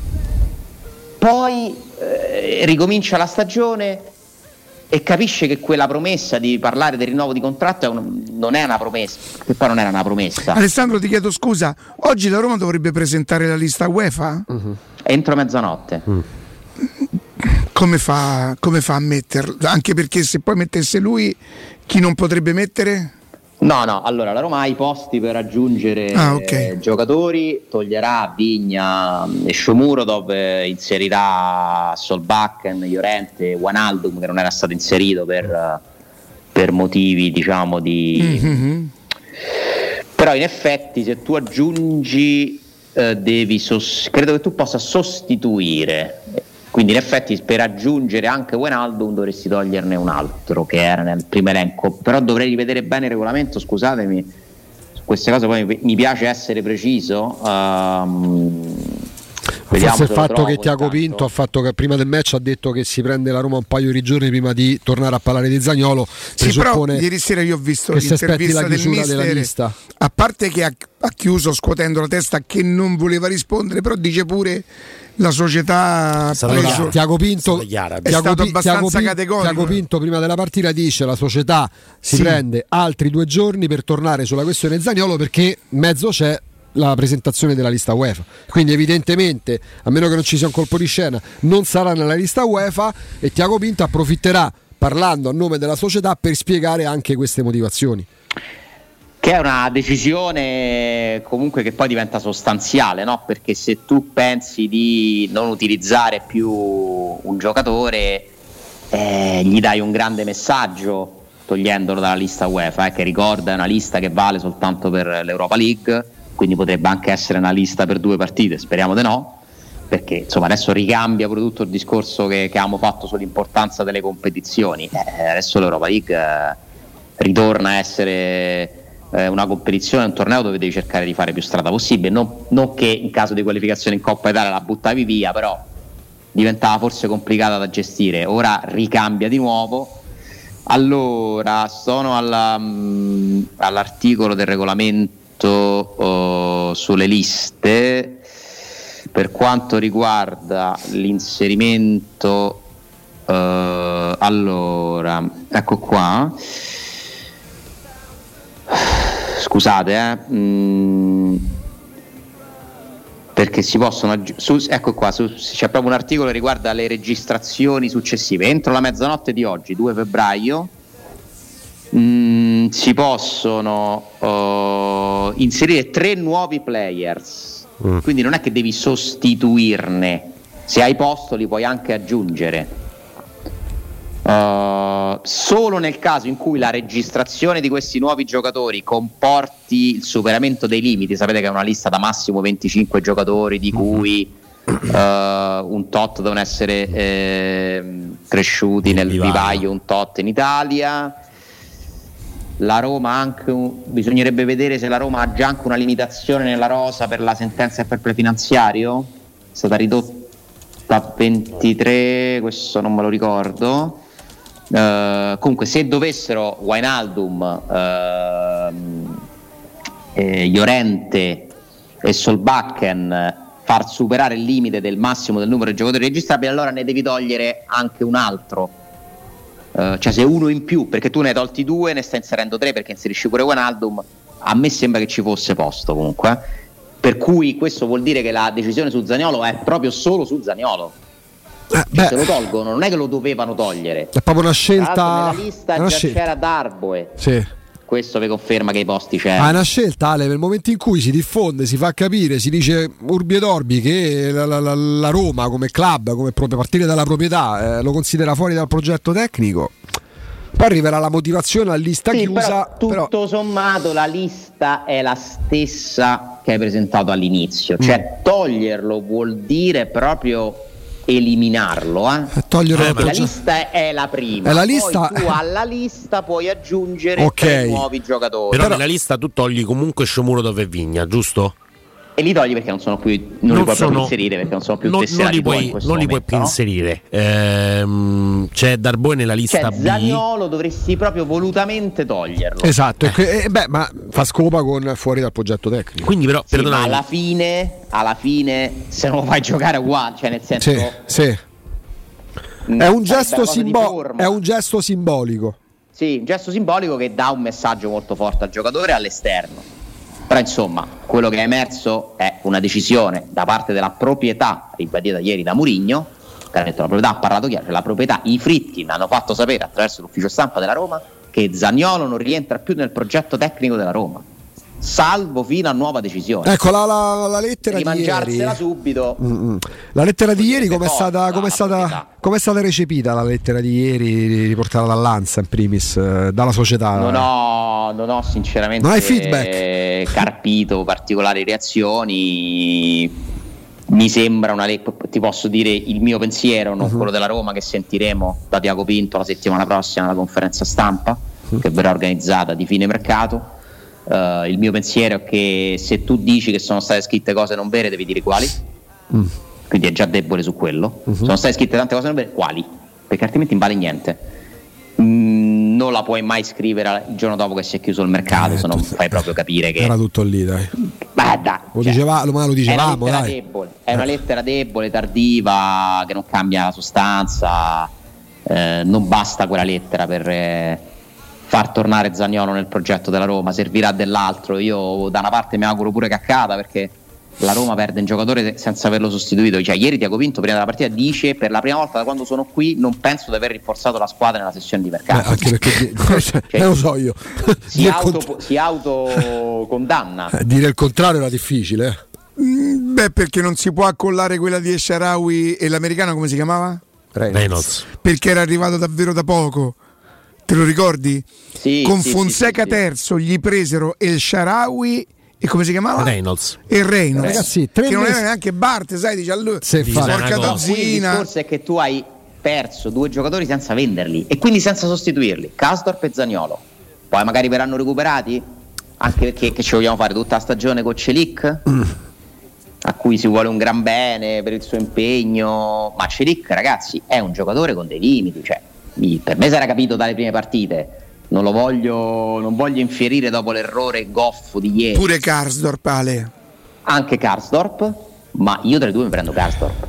Poi eh, ricomincia la stagione e capisce che quella promessa di parlare del rinnovo di contratto è un- non è una promessa, che poi non era una promessa. Alessandro, ti chiedo scusa, oggi la Roma dovrebbe presentare la lista UEFA? Entro mezzanotte. Come fa, come fa a metterla? Anche perché se poi mettesse lui, chi non potrebbe mettere? No, no, allora la Roma ha i posti per aggiungere Ah, ok. eh, giocatori, toglierà Vigna e Shomurodov, eh, inserirà Solbakken, Llorente, Wijnaldum che non era stato inserito per, eh, per motivi diciamo di... Mhm. Però in effetti se tu aggiungi eh, devi sos- credo che tu possa sostituire, quindi in effetti per aggiungere anche Wijnaldum dovresti toglierne un altro che era nel primo elenco, però dovrei rivedere bene il regolamento, scusatemi su queste cose, poi mi- mi piace essere preciso. um, vediamo Forse il se lo fatto trovo che Tiago intanto. Pinto ha fatto che prima del match ha detto che si prende la Roma un paio di giorni prima di tornare a parlare di Zaniolo, Sì, però presuppone ieri sera io ho visto che si aspetti l'intervista la del chiusura della mister, lista. a parte che ha, ha chiuso scuotendo la testa che non voleva rispondere, però dice pure la società ha Stato preso- chiaro. Tiago Pinto, È chiara. È Tiago stato Pi- abbastanza Tiago Pin- categorico. Tiago Pinto prima della partita dice la società si Sì. prende altri due giorni per tornare sulla questione Zaniolo perché mezzo c'è la presentazione della lista UEFA, quindi evidentemente a meno che non ci sia un colpo di scena non sarà nella lista UEFA e Tiago Pinto approfitterà parlando a nome della società per spiegare anche queste motivazioni. Che è una decisione comunque che poi diventa sostanziale, no? Perché se tu pensi di non utilizzare più un giocatore, eh, gli dai un grande messaggio togliendolo dalla lista UEFA, eh, che ricorda è una lista che vale soltanto per l'Europa League, quindi potrebbe anche essere una lista per due partite, speriamo di no, perché insomma adesso ricambia pure tutto il discorso che, che abbiamo fatto sull'importanza delle competizioni. Eh, adesso l'Europa League eh, ritorna a essere eh, una competizione, un torneo dove devi cercare di fare più strada possibile, non, non che in caso di qualificazione in Coppa Italia la buttavi via, però diventava forse complicata da gestire. Ora ricambia di nuovo. Allora sono alla, mh, all'articolo del regolamento uh, sulle liste. Per quanto riguarda l'inserimento, uh, allora, ecco qua, scusate, eh, mm, perché si possono, aggi- su, ecco qua, su, c'è proprio un articolo che riguarda le registrazioni successive. Entro la mezzanotte di oggi, due febbraio, mm, si possono uh, inserire tre nuovi players. Quindi non è che devi sostituirne, se hai posto li puoi anche aggiungere, uh, solo nel caso in cui la registrazione di questi nuovi giocatori comporti il superamento dei limiti. Sapete che è una lista da massimo venticinque giocatori, di cui uh, un tot devono essere eh, cresciuti nel vivaio, un tot in Italia. La Roma anche, bisognerebbe vedere se la Roma ha già anche una limitazione nella rosa per la sentenza e per prefinanziario, è stata ridotta a ventitré, questo non me lo ricordo. Uh, comunque se dovessero Wijnaldum, uh, eh, Llorente e Solbakken far superare il limite del massimo del numero di giocatori registrabili, allora ne devi togliere anche un altro. Uh, cioè se uno in più, perché tu ne hai tolti due, ne stai inserendo tre perché inserisci pure Wijnaldum, a me sembra che ci fosse posto comunque, eh. Per cui questo vuol dire che la decisione su Zaniolo è proprio solo su Zaniolo, eh, cioè, se lo tolgono, non è che lo dovevano togliere, è proprio una scelta. Tra l'altro nella lista una già scelta. c'era Darboe, sì. Questo vi conferma che i posti c'erano. Ah, è una scelta, Ale, nel momento in cui si diffonde, si fa capire, si dice urbi ed orbi che la, la, la Roma come club, come proprio partire dalla proprietà, eh, lo considera fuori dal progetto tecnico, poi arriverà la motivazione a lista sì, chiusa. Però, tutto però... sommato la lista è la stessa che hai presentato all'inizio, cioè mm. toglierlo vuol dire proprio eliminarlo, eh? Togliere eh, la lista è la prima, è la poi lista... tu alla lista puoi aggiungere okay. nuovi giocatori. Però, però nella lista tu togli comunque Shomurodov e Vigna, giusto? E li togli perché non sono più, non, non li puoi sono, più inserire perché non sono più non, tesserati. Non li puoi, in questo non li momento, puoi più no? inserire. Ehm, c'è Darboe nella lista cioè, B. Zaniolo dovresti proprio volutamente toglierlo. Esatto, eh. Eh, beh, ma fa scopa con fuori dal progetto tecnico. Quindi però, sì, ma alla fine, alla fine, se non lo fai giocare uguale, cioè nel senso. Sì, sì. È un, gesto simbo- è un gesto simbolico. Sì, un gesto simbolico che dà un messaggio molto forte al giocatore e all'esterno. Però insomma, quello che è emerso è una decisione da parte della proprietà, ribadita ieri da Mourinho, che ha detto la proprietà ha parlato chiaro, cioè la proprietà, i Fritti mi hanno fatto sapere attraverso l'ufficio stampa della Roma che Zaniolo non rientra più nel progetto tecnico della Roma, salvo fino a nuova decisione. Ecco la, la, la lettera di ieri. Rimangiarsela subito. Mm-mm. La lettera di ieri come è stata, com'è stata, com'è stata recepita la lettera di ieri riportata dall'Ansa in primis, eh, dalla società? Non ho, non ho sinceramente non hai feedback. Eh, carpito particolari reazioni. Mi sembra una lettera, ti posso dire il mio pensiero, non uh-huh. quello della Roma, che sentiremo da Tiago Pinto la settimana prossima alla conferenza stampa uh-huh. che verrà organizzata di fine mercato. Uh, il mio pensiero è che se tu dici che sono state scritte cose non vere devi dire quali, mm. quindi è già debole su quello. Uh-huh. Sono state scritte tante cose non vere, quali? Perché altrimenti non vale niente. Mm, non la puoi mai scrivere il giorno dopo che si è chiuso il mercato, eh, se non fai proprio capire che era tutto lì, dai. Beh, dai lo, cioè, diceva, lo, lo dicevamo, è una dai. Debole, è una lettera debole, tardiva, che non cambia la sostanza. Eh, non basta quella lettera per eh, far tornare Zaniolo nel progetto della Roma, servirà dell'altro. Io da una parte mi auguro pure che accada, perché la Roma perde un giocatore senza averlo sostituito. Cioè, ieri Tiago Pinto prima della partita dice: per la prima volta da quando sono qui non penso di aver rinforzato la squadra nella sessione di mercato. Beh, anche perché cioè, cioè, lo so io si, auto, si autocondanna. Eh, dire il contrario era difficile, eh. mm, beh, perché non si può accollare quella di Esharawi e l'americano come si chiamava? Reynolds. Reynolds. perché era arrivato davvero da poco. Te lo ricordi? Sì, Con sì, Fonseca sì, sì, sì. terzo gli presero El Shaarawy e come si chiamava? Reynolds. E Reynolds. Ragazzi, tre che non mesi- era neanche Bart, sai, dice a lui. Se fa- porca Una cosa. Qui il dozzina. discorso è che tu hai perso due giocatori senza venderli e quindi senza sostituirli, Karsdorp e Zaniolo. Poi magari verranno recuperati, anche perché che ci vogliamo fare tutta la stagione con Celic, Mm. a cui si vuole un gran bene per il suo impegno, ma Celic, ragazzi, è un giocatore con dei limiti, cioè mi- per me si era capito dalle prime partite. Non lo voglio, non voglio infierire dopo l'errore goffo di ieri. Pure Karsdorp, Ale. Anche Karsdorp, ma io tra i due mi prendo Karsdorp.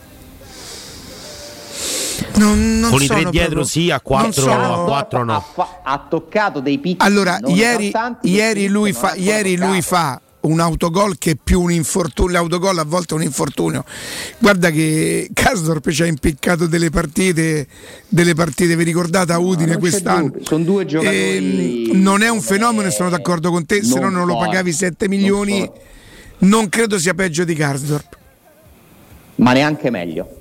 Non, non Con i tre sono dietro proprio- sì, a quattro, non sono- a quattro no. Ha, fa- ha toccato dei picchi. Allora, non ieri, importanti, ieri che lui non fa, ha ancora ieri lui toccato. fa un autogol che è più un infortunio. L'autogol a volte è un infortunio. Guarda che Karsdorp ci ha impiccato delle partite, delle partite, vi ricordate a Udine non c'è quest'anno? dubbio, sono due giocatori- Ehm, non è un fenomeno, sono d'accordo con te, se no Non non lo forti, pagavi sette milioni. non Non credo sia peggio di Karsdorp. Ma neanche meglio.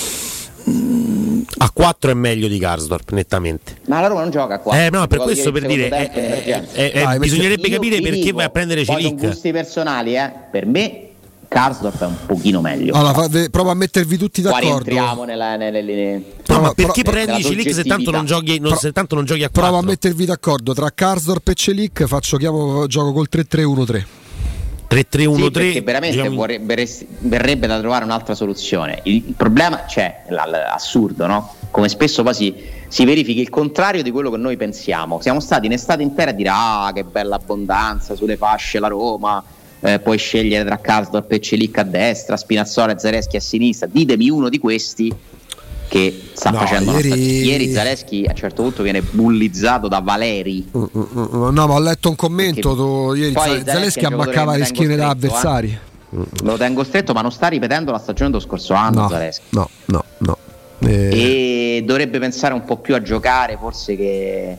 A quattro è meglio di Karsdorp, nettamente. Ma la Roma non gioca a quattro. Eh no, per Gioca questo ieri per il dire, secondo tempo in eh, emergenza. eh, eh, Dai, bisognerebbe io capire ti perché dico, vai a prendere poi sono Celic. gusti personali, eh. Per me Karsdorp è un pochino meglio. Allora, fate- provo a mettervi tutti Qua d'accordo. rientriamo nella, nelle linee. No, ma perché Nella prendi Celic se tanto non giochi, non, Pro- se tanto non giochi a quattro? Provo a mettervi d'accordo tra Karsdorp e Celic, faccio chiamo, gioco col tre tre uno tre. tre tre uno Sì, tre perché veramente diciamo- vorrebbe- verrebbe da trovare un'altra soluzione. Il, il problema c'è, l- l- assurdo, no? Come spesso poi si, si verifica il contrario di quello che noi pensiamo. Siamo stati in estate intera a dire ah che bella abbondanza sulle fasce la Roma, eh, puoi scegliere tra Karsdorp e Celic a destra, Spinazzola e Zaleschi a sinistra. Ditemi uno di questi che sta No, facendo ieri- una stagione. Ieri Zaleschi a un certo punto viene bullizzato da Valeri. No, ma ho letto un commento tu, ieri Poi Zaleschi Zaleschi è un ammaccava giocatore le che schiene da tengo stretto, avversari. Me lo tengo stretto, ma non sta ripetendo la stagione dello scorso anno No, Zaleschi. no, no, no. Eh, E dovrebbe pensare un po' più a giocare, forse che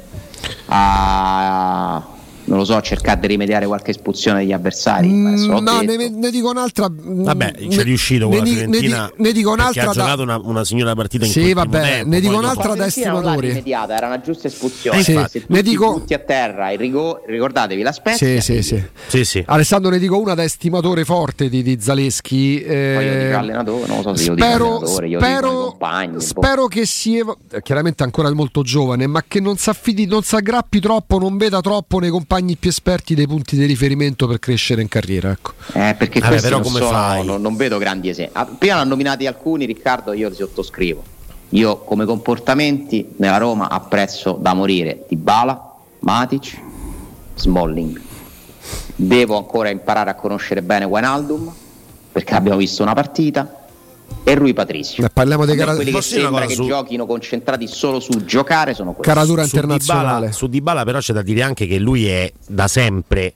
a non lo so, cercare di rimediare qualche espulsione degli avversari. Ma adesso l'ho no, detto. ne, ne dico un'altra. Vabbè, ne- ci è riuscito con ne la di- Fiorentina. Ne, di- ne dico perché un'altra ha da- giocato una, una signora partita in Sì, quel vabbè, primo tempo, ne dico poi un'altra dopo- da La Fiorentina non l'ha estimatori. rimediata, era una giusta espulsione. Sì, Se ne tutti dico- tutti a terra, il rigo- ricordatevi la Spezia. Sì, sì, sì. Sì, sì. Alessandro, ne dico una da estimatore forte di, di Zaleschi. eh, Poi io dico allenatore, non lo so se io dico spero, allenatore, io dico i spero, compagni. boh. spero che si evo- eh, chiaramente ancora molto giovane, ma che non si affidi, non si aggrappi troppo, non veda troppo nei compagni più esperti dei punti di riferimento per crescere in carriera. Ecco. Eh, perché Vabbè, questi però non, come sono- fai? non, non vedo grandi esempi. Ah, prima ne hanno nominati alcuni, Riccardo, io li sottoscrivo. Io come comportamenti nella Roma apprezzo da morire Dybala, Matic, Smalling. Devo ancora imparare a conoscere bene Wijnaldum, perché abbiamo visto una partita, e Rui Patricio. Eh, parliamo dei A me cara- quelli che Posso dire una sembra cosa che su- giochino concentrati solo su giocare sono questi. Caratura Su internazionale. Dybala, su Dybala però c'è da dire anche che lui è da sempre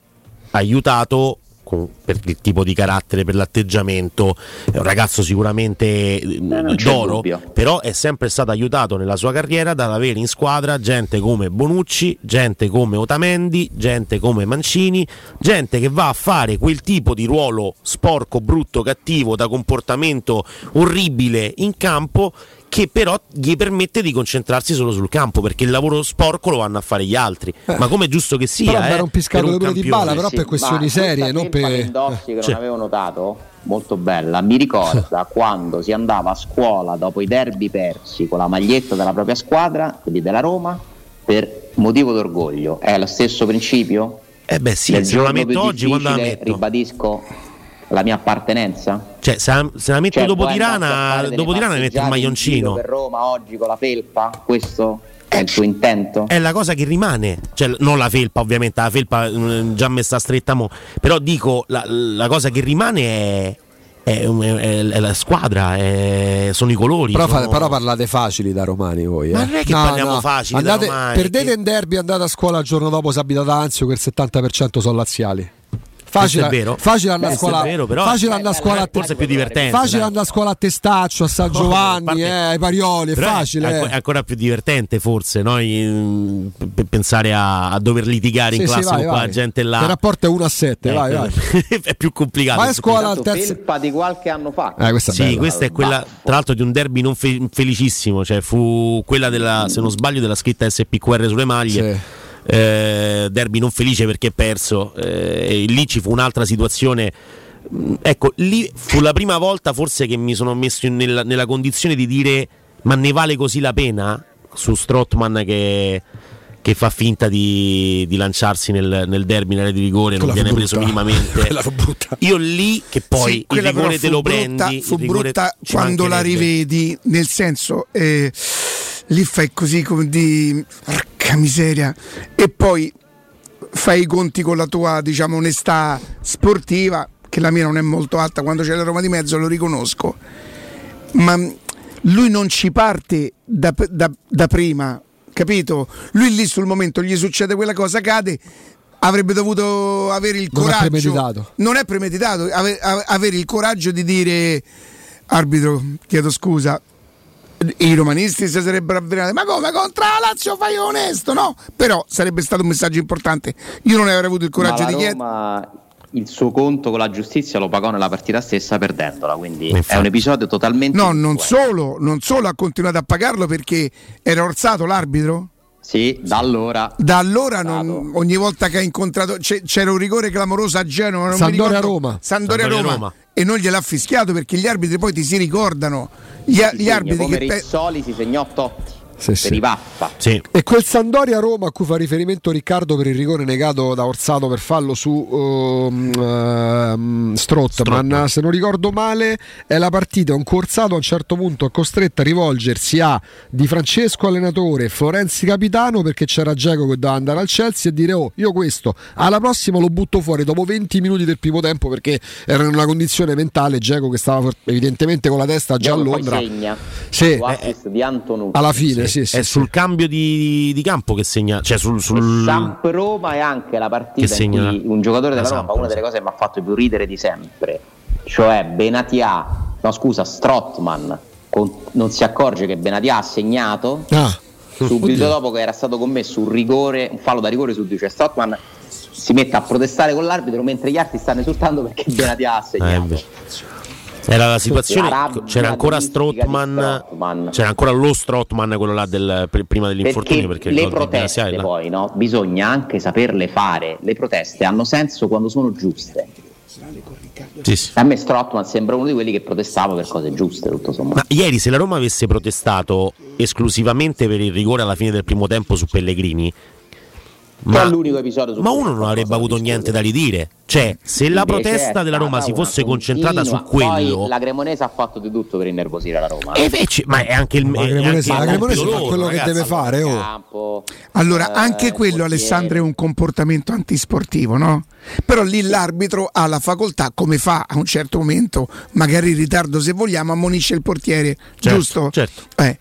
aiutato con- per il tipo di carattere, per l'atteggiamento, è un ragazzo sicuramente eh, non c'è d'oro, dubbio. però è sempre stato aiutato nella sua carriera dall'avere in squadra gente come Bonucci, gente come Otamendi, gente come Mancini, gente che va a fare quel tipo di ruolo sporco, brutto, cattivo, da comportamento orribile in campo, che però gli permette di concentrarsi solo sul campo, perché il lavoro sporco lo vanno a fare gli altri. Ma come è giusto che sia, Però eh, era un piscato per un pure di campione. Bala, però per questioni serie, non per che non Cioè. avevo notato, molto bella, mi ricorda quando si andava a scuola dopo i derby persi con la maglietta della propria squadra, quindi della Roma, per motivo d'orgoglio. È lo stesso principio? Eh beh sì, Nel se la giorno metto più oggi, quando la difficile, metto? ribadisco la mia appartenenza. Cioè, se la, se la metto Cioè, dopo poi andarsi a Tirana, fare delle dopo Tirana mi metto il passeggiate in giro maglioncino. per Roma oggi con la felpa, questo è il tuo intento? È la cosa che rimane, cioè non la felpa ovviamente, la felpa mm, già messa stretta mo, però dico la, la cosa che rimane è, è, è- è la squadra, è- sono i colori. Però, fa- sono- però parlate facili da romani voi. Ma eh. non è che parliamo facili da Andate, romani, perdete in derby, andate a scuola il giorno dopo, si abita da Anzio che il settanta per cento sono laziali. Facile, è vero. facile andare a Questo scuola, è vero, però facile andare a scuola a te- forse è più divertente. Facile dai. andare a scuola a Testaccio, a San Giovanni, parte- eh, ai Parioli, è Però facile. È, eh. è ancora più divertente forse, no? In- per pensare a, a dover litigare in Sì, sì, classe vai, con quella vai. gente là. Il rapporto è uno a sette, Eh, vai, vai. è più complicato. Vai a scuola al Tanto terzo. felpa di qualche anno fa. Eh, questa è Sì, bella. questa è quella, tra l'altro, di un derby non fe- felicissimo. Cioè, fu quella della, se non sbaglio, della scritta S P Q R sulle maglie. Sì. Eh, derby non felice perché perso. Eh, e lì ci fu un'altra situazione. Mm, Ecco, lì fu la prima volta forse che mi sono messo in- nella, nella condizione di dire: ma ne vale così la pena? Su Strootman che, che fa finta di, di lanciarsi nel, nel derby, nell'area di rigore, non Quella viene fu preso brutta. minimamente. Quella fu brutta. Io lì che poi Sì, il quella però rigore fu te lo brutta, prendi. fu il rigore brutta ci quando la mancherebbe. rivedi, nel senso eh, lì fai così come di porca miseria, e poi fai i conti con la tua, diciamo, onestà sportiva, che la mia non è molto alta, quando c'è la Roma di mezzo lo riconosco, ma lui non ci parte da, da- da prima, capito? Lui lì sul momento gli succede quella cosa, cade, avrebbe dovuto avere il Non è coraggio, premeditato. non è premeditato, ave- ave- avere il coraggio di dire: arbitro, chiedo scusa. I romanisti si sarebbero avvelenati, ma come contro la Lazio fai onesto, no? Però sarebbe stato un messaggio importante. Io non avrei avuto il coraggio Ma la di chiedere. Roma il suo conto con la giustizia lo pagò nella partita stessa perdendola, quindi Infatti. è un episodio totalmente No, non solo, non solo ha continuato a pagarlo perché era orsato l'arbitro. Sì, da allora Da allora non- ogni volta che ha incontrato c'è- c'era un rigore clamoroso a Genova, non mi Sampdoria ricordo- Roma. Sampdoria Sampdoria Roma. Roma. E non gliel'ha fischiato perché gli arbitri poi ti si ricordano. Gli, si gli segna, arbitri come che pe- Rizzoli si segnò Totti Sì, per sì. i Vaffa. Sì. E quel Sampdoria Roma a cui fa riferimento Riccardo per il rigore negato da Orsato per fallo su um, um, Strootman, se non ricordo male, è la partita in cui Orsato a un certo punto è costretto a rivolgersi a Di Francesco allenatore e Florenzi capitano, perché c'era Dzeko che doveva andare al Chelsea, e dire: oh, io questo alla prossima lo butto fuori dopo venti minuti del primo tempo, perché era in una condizione mentale Dzeko che stava for- evidentemente con la testa già a Poi Londra. segna Sì. su assist di Antonucci. Alla fine, sì, sì, è sì. sul cambio di, di campo che segna, cioè sul, sul... Samp Roma è anche la partita Che segna- in cui un giocatore della la Roma fa Samp, una delle cose che mi ha fatto più ridere di sempre, cioè Benatia, no scusa, Strootman con- non si accorge che Benatia ha segnato Ah. subito Oddio. dopo che era stato commesso un rigore, un fallo da rigore su di cioè Strootman si mette a protestare con l'arbitro mentre gli altri stanno esultando perché Benatia ha Eh, segnato. beh. Era la situazione, La rabbia c'era ancora agonistica di Strootman, Strootman. c'era ancora lo Strootman, quello là del, pr- prima dell'infortunio, perché, le il gol di proteste Benatia è là. poi no? Bisogna anche saperle fare, le proteste hanno senso quando sono giuste. Sì, sì. A me Strootman sembra uno di quelli che protestava per cose giuste, tutto sommato. Ma ieri se la Roma avesse protestato esclusivamente per il rigore alla fine del primo tempo su Pellegrini, Però ma, è l'unico episodio su ma cui uno non avrebbe avuto niente da ridire. Cioè, se la Invece protesta è della Roma stata si una fosse concentrata su continua- quello, Poi la Cremonese ha fatto di tutto per innervosire la Roma. e invece, ma è anche il Ma la è Cremonese, anche la il Cremonese compito fa loro, quello che ragazzi. deve fare, oh. Campo, Allora, eh, anche quello, portiere. Alessandro, è un comportamento antisportivo, no? Però lì l'arbitro ha la facoltà, come fa a un certo momento, magari in ritardo se vogliamo, ammonisce il portiere, Certo, giusto? certo. Eh.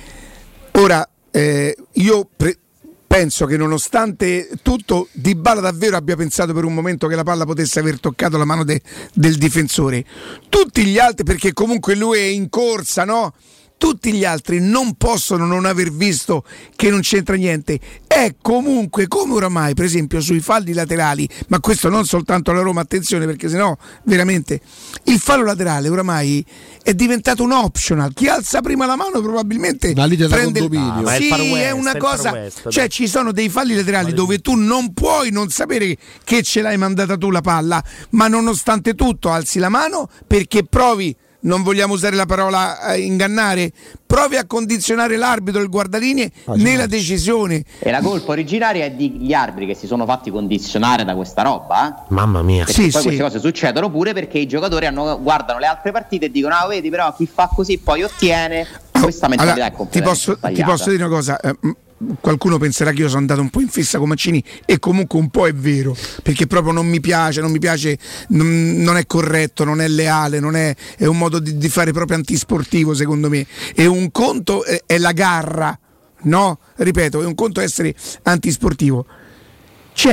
Ora, eh, io pre- penso che nonostante tutto Dybala davvero abbia pensato per un momento che la palla potesse aver toccato la mano de- del difensore. Tutti gli altri, perché comunque lui è in corsa, no? Tutti gli altri non possono non aver visto che non c'entra niente. È comunque come oramai, per esempio, sui falli laterali, ma questo non soltanto la Roma, attenzione, perché sennò veramente il fallo laterale oramai è diventato un optional. Chi alza prima la mano probabilmente Una lite da prende il- condominio. Ah, ma è il Sì, Far West, è una è il cosa, Far West, cioè dai. ci sono dei falli laterali dove tu non puoi non sapere che ce l'hai mandata tu la palla, ma nonostante tutto alzi la mano perché provi, non vogliamo usare la parola eh, ingannare, provi a condizionare l'arbitro e il guardalinee Ah, nella decisione. E la colpa originaria è degli arbitri che si sono fatti condizionare da questa roba. eh? Mamma mia. Perché Sì, poi sì. queste cose succedono pure perché i giocatori hanno- guardano le altre partite e dicono: ah, vedi, però chi fa così poi ottiene. Questa mentalità Allora, è ti completamente posso, ti sbagliata. posso dire una cosa, eh, m- qualcuno penserà che io sono andato un po' in fissa con Mancini e comunque un po' è vero, perché proprio non mi piace, non mi piace, non, non è corretto, non è leale, non è, è un modo di, di fare proprio antisportivo secondo me. E un conto è, è la garra, no? Ripeto, è un conto essere antisportivo. C'è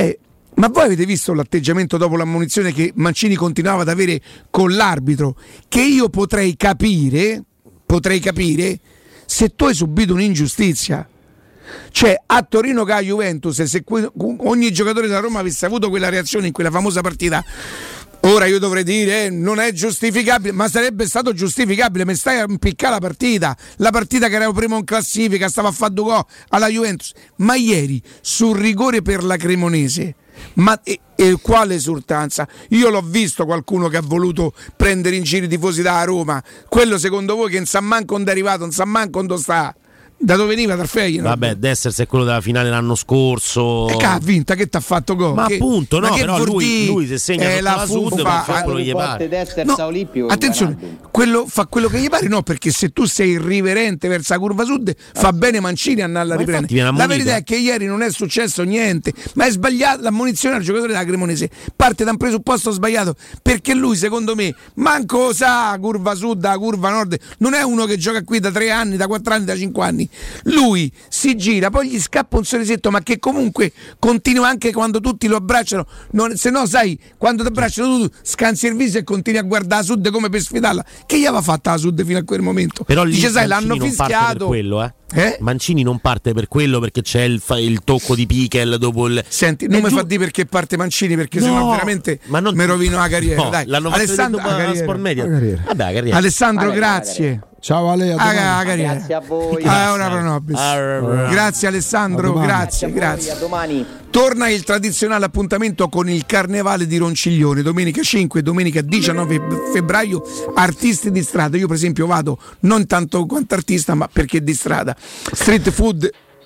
Ma voi avete visto l'atteggiamento dopo l'ammonizione che Mancini continuava ad avere con l'arbitro? Che io potrei capire, potrei capire se tu hai subito un'ingiustizia. Cioè a Torino che a Juventus, se ogni giocatore della Roma avesse avuto quella reazione in quella famosa partita, ora io dovrei dire eh, non è giustificabile, ma sarebbe stato giustificabile. Mi stai a impiccare la partita, la partita che ero primo in classifica, stava a fare due gol alla Juventus. Ma ieri sul rigore per la Cremonese, ma e, e quale esultanza? Io l'ho visto qualcuno che ha voluto prendere in giro i tifosi da Roma. Quello secondo voi che non sa manco onde è arrivato, non sa manco onde sta? Da dove veniva? Dal Feyenoord? Vabbè, Dessers è quello della finale l'anno scorso. E che ha vinta, che ti ha fatto gol? Ma che, appunto, no, ma però lui, lui se segna eh, la, la Sud fa fa quello che gli pare. No, attenzione, quello, fa quello che gli pare, no, perché se tu sei irriverente verso la curva sud, fa bene Mancini andare a riprendere. La verità è che ieri non è successo niente, ma è sbagliato l'ammonizione al giocatore della Cremonese. Parte da un presupposto sbagliato, perché lui, secondo me, manco sa curva sud, la curva nord, non è uno che gioca qui da tre anni, da quattro anni, da cinque anni. Lui si gira, poi gli scappa un sorrisetto, ma che comunque continua anche quando tutti lo abbracciano. Non, se no, sai, quando ti abbracciano tu scansi il viso e continui a guardare la Sud come per sfidarla. Che gli aveva fatta la Sud fino a quel momento? Però lì dice, sai, Mancini l'hanno non fischiato. Parte per quello, eh? Eh? Mancini non parte per quello, perché c'è il, il tocco di Pichel dopo il. Senti, non mi giù... fa dire perché parte Mancini, perché no, sennò veramente non... mi rovino la carriera. No, dai. l'hanno Alessandro... fatto vedere dopo Sport Media. Vabbè, la carriera. Alessandro, ah, grazie. La Ciao Ale, a ah, grazie a voi. Ah, ora pro nobis. Ah, grazie Alessandro, grazie, grazie. A domani. Torna il tradizionale appuntamento con il Carnevale di Ronciglione, domenica cinque e domenica diciannove febbraio, artisti di strada. Io per esempio vado non tanto quanto artista, ma perché di strada. Street food.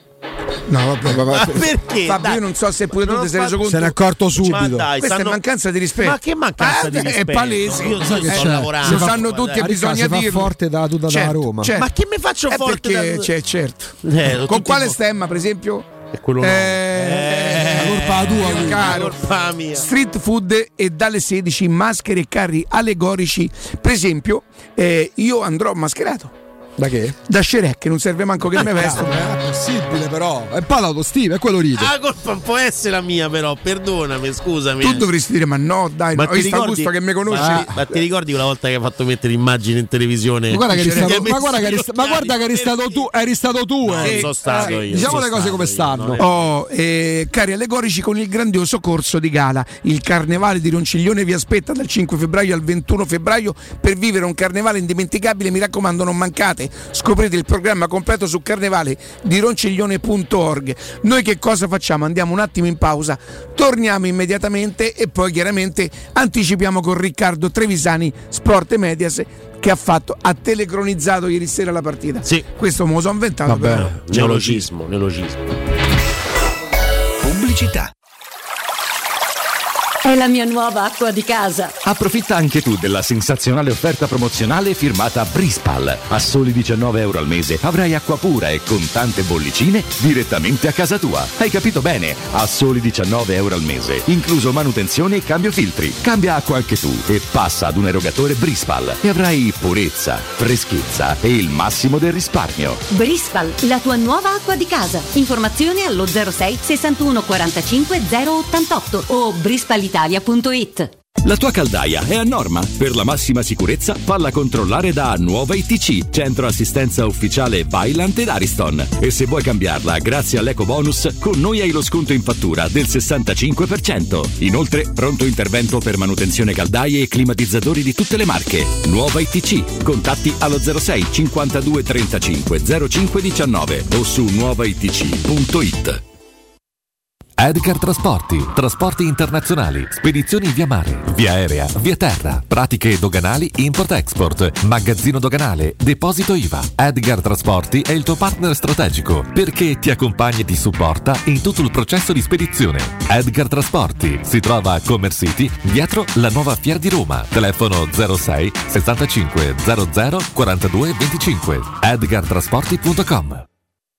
No, vabbè, vabbè. Ma perché? Fabio, io non so se pure tu ti sei reso conto. Se ne è accorto subito. Dai, questa stanno... è mancanza di rispetto. Ma che mancanza ah, di rispetto? È palese. Io so che eh, sto lavorando. Lo sanno tutti e bisogna dirlo. Si fa forte da tutta certo, da Roma. Certo. Ma che mi faccio è forte perché da... c'è, certo. Eh, con quale stemma, per esempio? È quello eh, eh, la colpa tua, eh, caro. Colpa mia. Street food e dalle sedici maschere e carri allegorici. Per esempio, eh, io andrò mascherato. Da che? Da Shrek, che non serve manco che mi vesto. È possibile, però. È palla l'autostima, è quello ride. La colpa non può essere la mia, però, perdonami, scusami. Tu dovresti dire, ma no, dai, ma ho visto Augusto che mi conosci. Ma, ma ti ricordi quella volta che hai fatto mettere immagini in televisione? Ma guarda che eri stato, ma guarda che eri, ma guarda che eri stato tu, eri stato tu, no, eh. Non sono stato io. Diciamo le cose come io, stanno. Oh, eh, cari allegorici con il grandioso corso di gala. Il Carnevale di Ronciglione vi aspetta dal cinque febbraio al ventuno febbraio per vivere un carnevale indimenticabile. Mi raccomando, non mancate. Scoprite il programma completo su carnevale di ronciglione punto org. Noi che cosa facciamo? Andiamo un attimo in pausa, torniamo immediatamente e poi chiaramente anticipiamo con Riccardo Trevisani, Sport e Medias, che ha fatto ha telecronizzato ieri sera la partita. Sì. Questo me lo sono inventato. Vabbè, neologismo, neologismo. Pubblicità. È la mia nuova acqua di casa. Approfitta anche tu della sensazionale offerta promozionale firmata Brispal. A soli diciannove euro al mese avrai acqua pura e con tante bollicine direttamente a casa tua. Hai capito bene? A soli diciannove euro al mese, incluso manutenzione e cambio filtri. Cambia acqua anche tu e passa ad un erogatore Brispal e avrai purezza, freschezza e il massimo del risparmio. Brispal, la tua nuova acqua di casa. Informazioni allo zero sei sessantuno quarantacinque zero ottantotto o brispal italia punto it. La tua caldaia è a norma? Per la massima sicurezza falla controllare da Nuova I T C, centro assistenza ufficiale Vaillant ed Ariston. E se vuoi cambiarla grazie all'eco bonus, con noi hai lo sconto in fattura del sessantacinque per cento. Inoltre, pronto intervento per manutenzione caldaie e climatizzatori di tutte le marche. Nuova I T C. Contatti allo zero sei cinquantadue trentacinque zero cinque diciannove o su nuova i t c punto it. Edgar Trasporti, trasporti internazionali, spedizioni via mare, via aerea, via terra, pratiche doganali import-export, magazzino doganale, deposito I V A. Edgar Trasporti è il tuo partner strategico perché ti accompagna e ti supporta in tutto il processo di spedizione. Edgar Trasporti si trova a Commerce City, dietro la nuova Fiera di Roma. Telefono zero sei sessantacinque zero zero quarantadue venticinque. edgar trasporti punto com.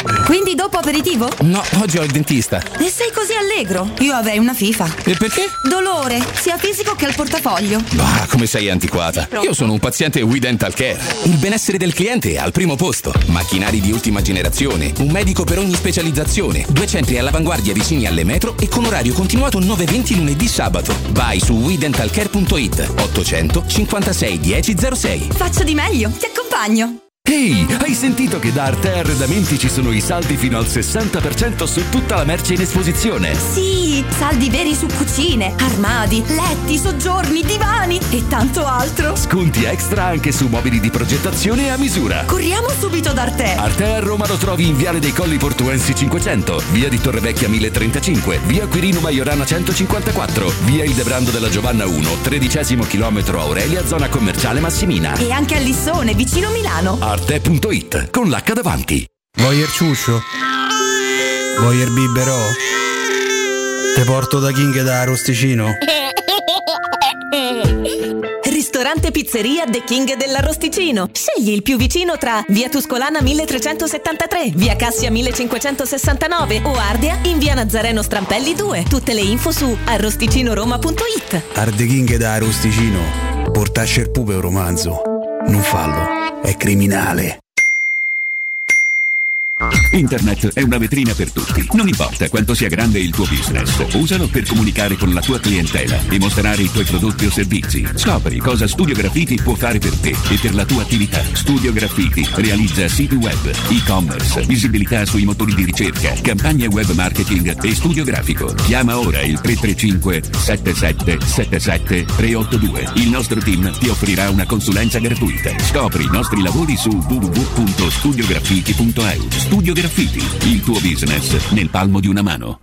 Quindi dopo aperitivo? No, oggi ho il dentista. E sei così allegro? Io avrei una FIFA. E perché? Dolore, sia fisico che al portafoglio. Bah, come sei antiquata. Io sono un paziente We Dental Care. Il benessere del cliente è al primo posto. Macchinari di ultima generazione, un medico per ogni specializzazione, due centri all'avanguardia vicini alle metro e con orario continuato nove venti lunedì sabato. Vai su we dental care punto it ottocento cinquantasei dieci zero sei. Faccio di meglio, ti accompagno. Ehi, hai sentito che da Arte Arredamenti ci sono i saldi fino al sessanta per cento su tutta la merce in esposizione? Sì, saldi veri su cucine, armadi, letti, soggiorni, divani e tanto altro. Sconti extra anche su mobili di progettazione a misura. Corriamo subito da Arte. Arte a Roma lo trovi in Viale dei Colli Portuensi cinquecento, via di Torrevecchia mille trentacinque, via Quirino Maiorana centocinquantaquattro, via Il Debrando della Giovanna uno, tredicesimo chilometro Aurelia, zona commerciale Massimina. E anche a Lissone, vicino Milano. Arte punto it con l'H davanti. Vuoi il ciuscio? Vuoi il biberò? Te porto da King da Arrosticino? Ristorante Pizzeria The King dell'Arrosticino. Scegli il più vicino tra via Tuscolana milletrecentosettantatré, via Cassia millecinquecentosessantanove o Ardea in via Nazareno Strampelli due. Tutte le info su arrosticinoroma punto it. Arde King da Arrosticino. Portasce il pupe un romanzo. Non fallo, è criminale. Internet è una vetrina per tutti. Non importa quanto sia grande il tuo business, usalo per comunicare con la tua clientela e mostrare i tuoi prodotti o servizi. Scopri cosa Studio Graffiti può fare per te e per la tua attività. Studio Graffiti realizza siti web, e-commerce, visibilità sui motori di ricerca, campagne web marketing e studio grafico. Chiama ora il tre tre cinque sette sette sette sette tre otto due. Il nostro team ti offrirà una consulenza gratuita. Scopri i nostri lavori su w w w punto studio graffiti punto e u. Studio Graffiti, il tuo business nel palmo di una mano.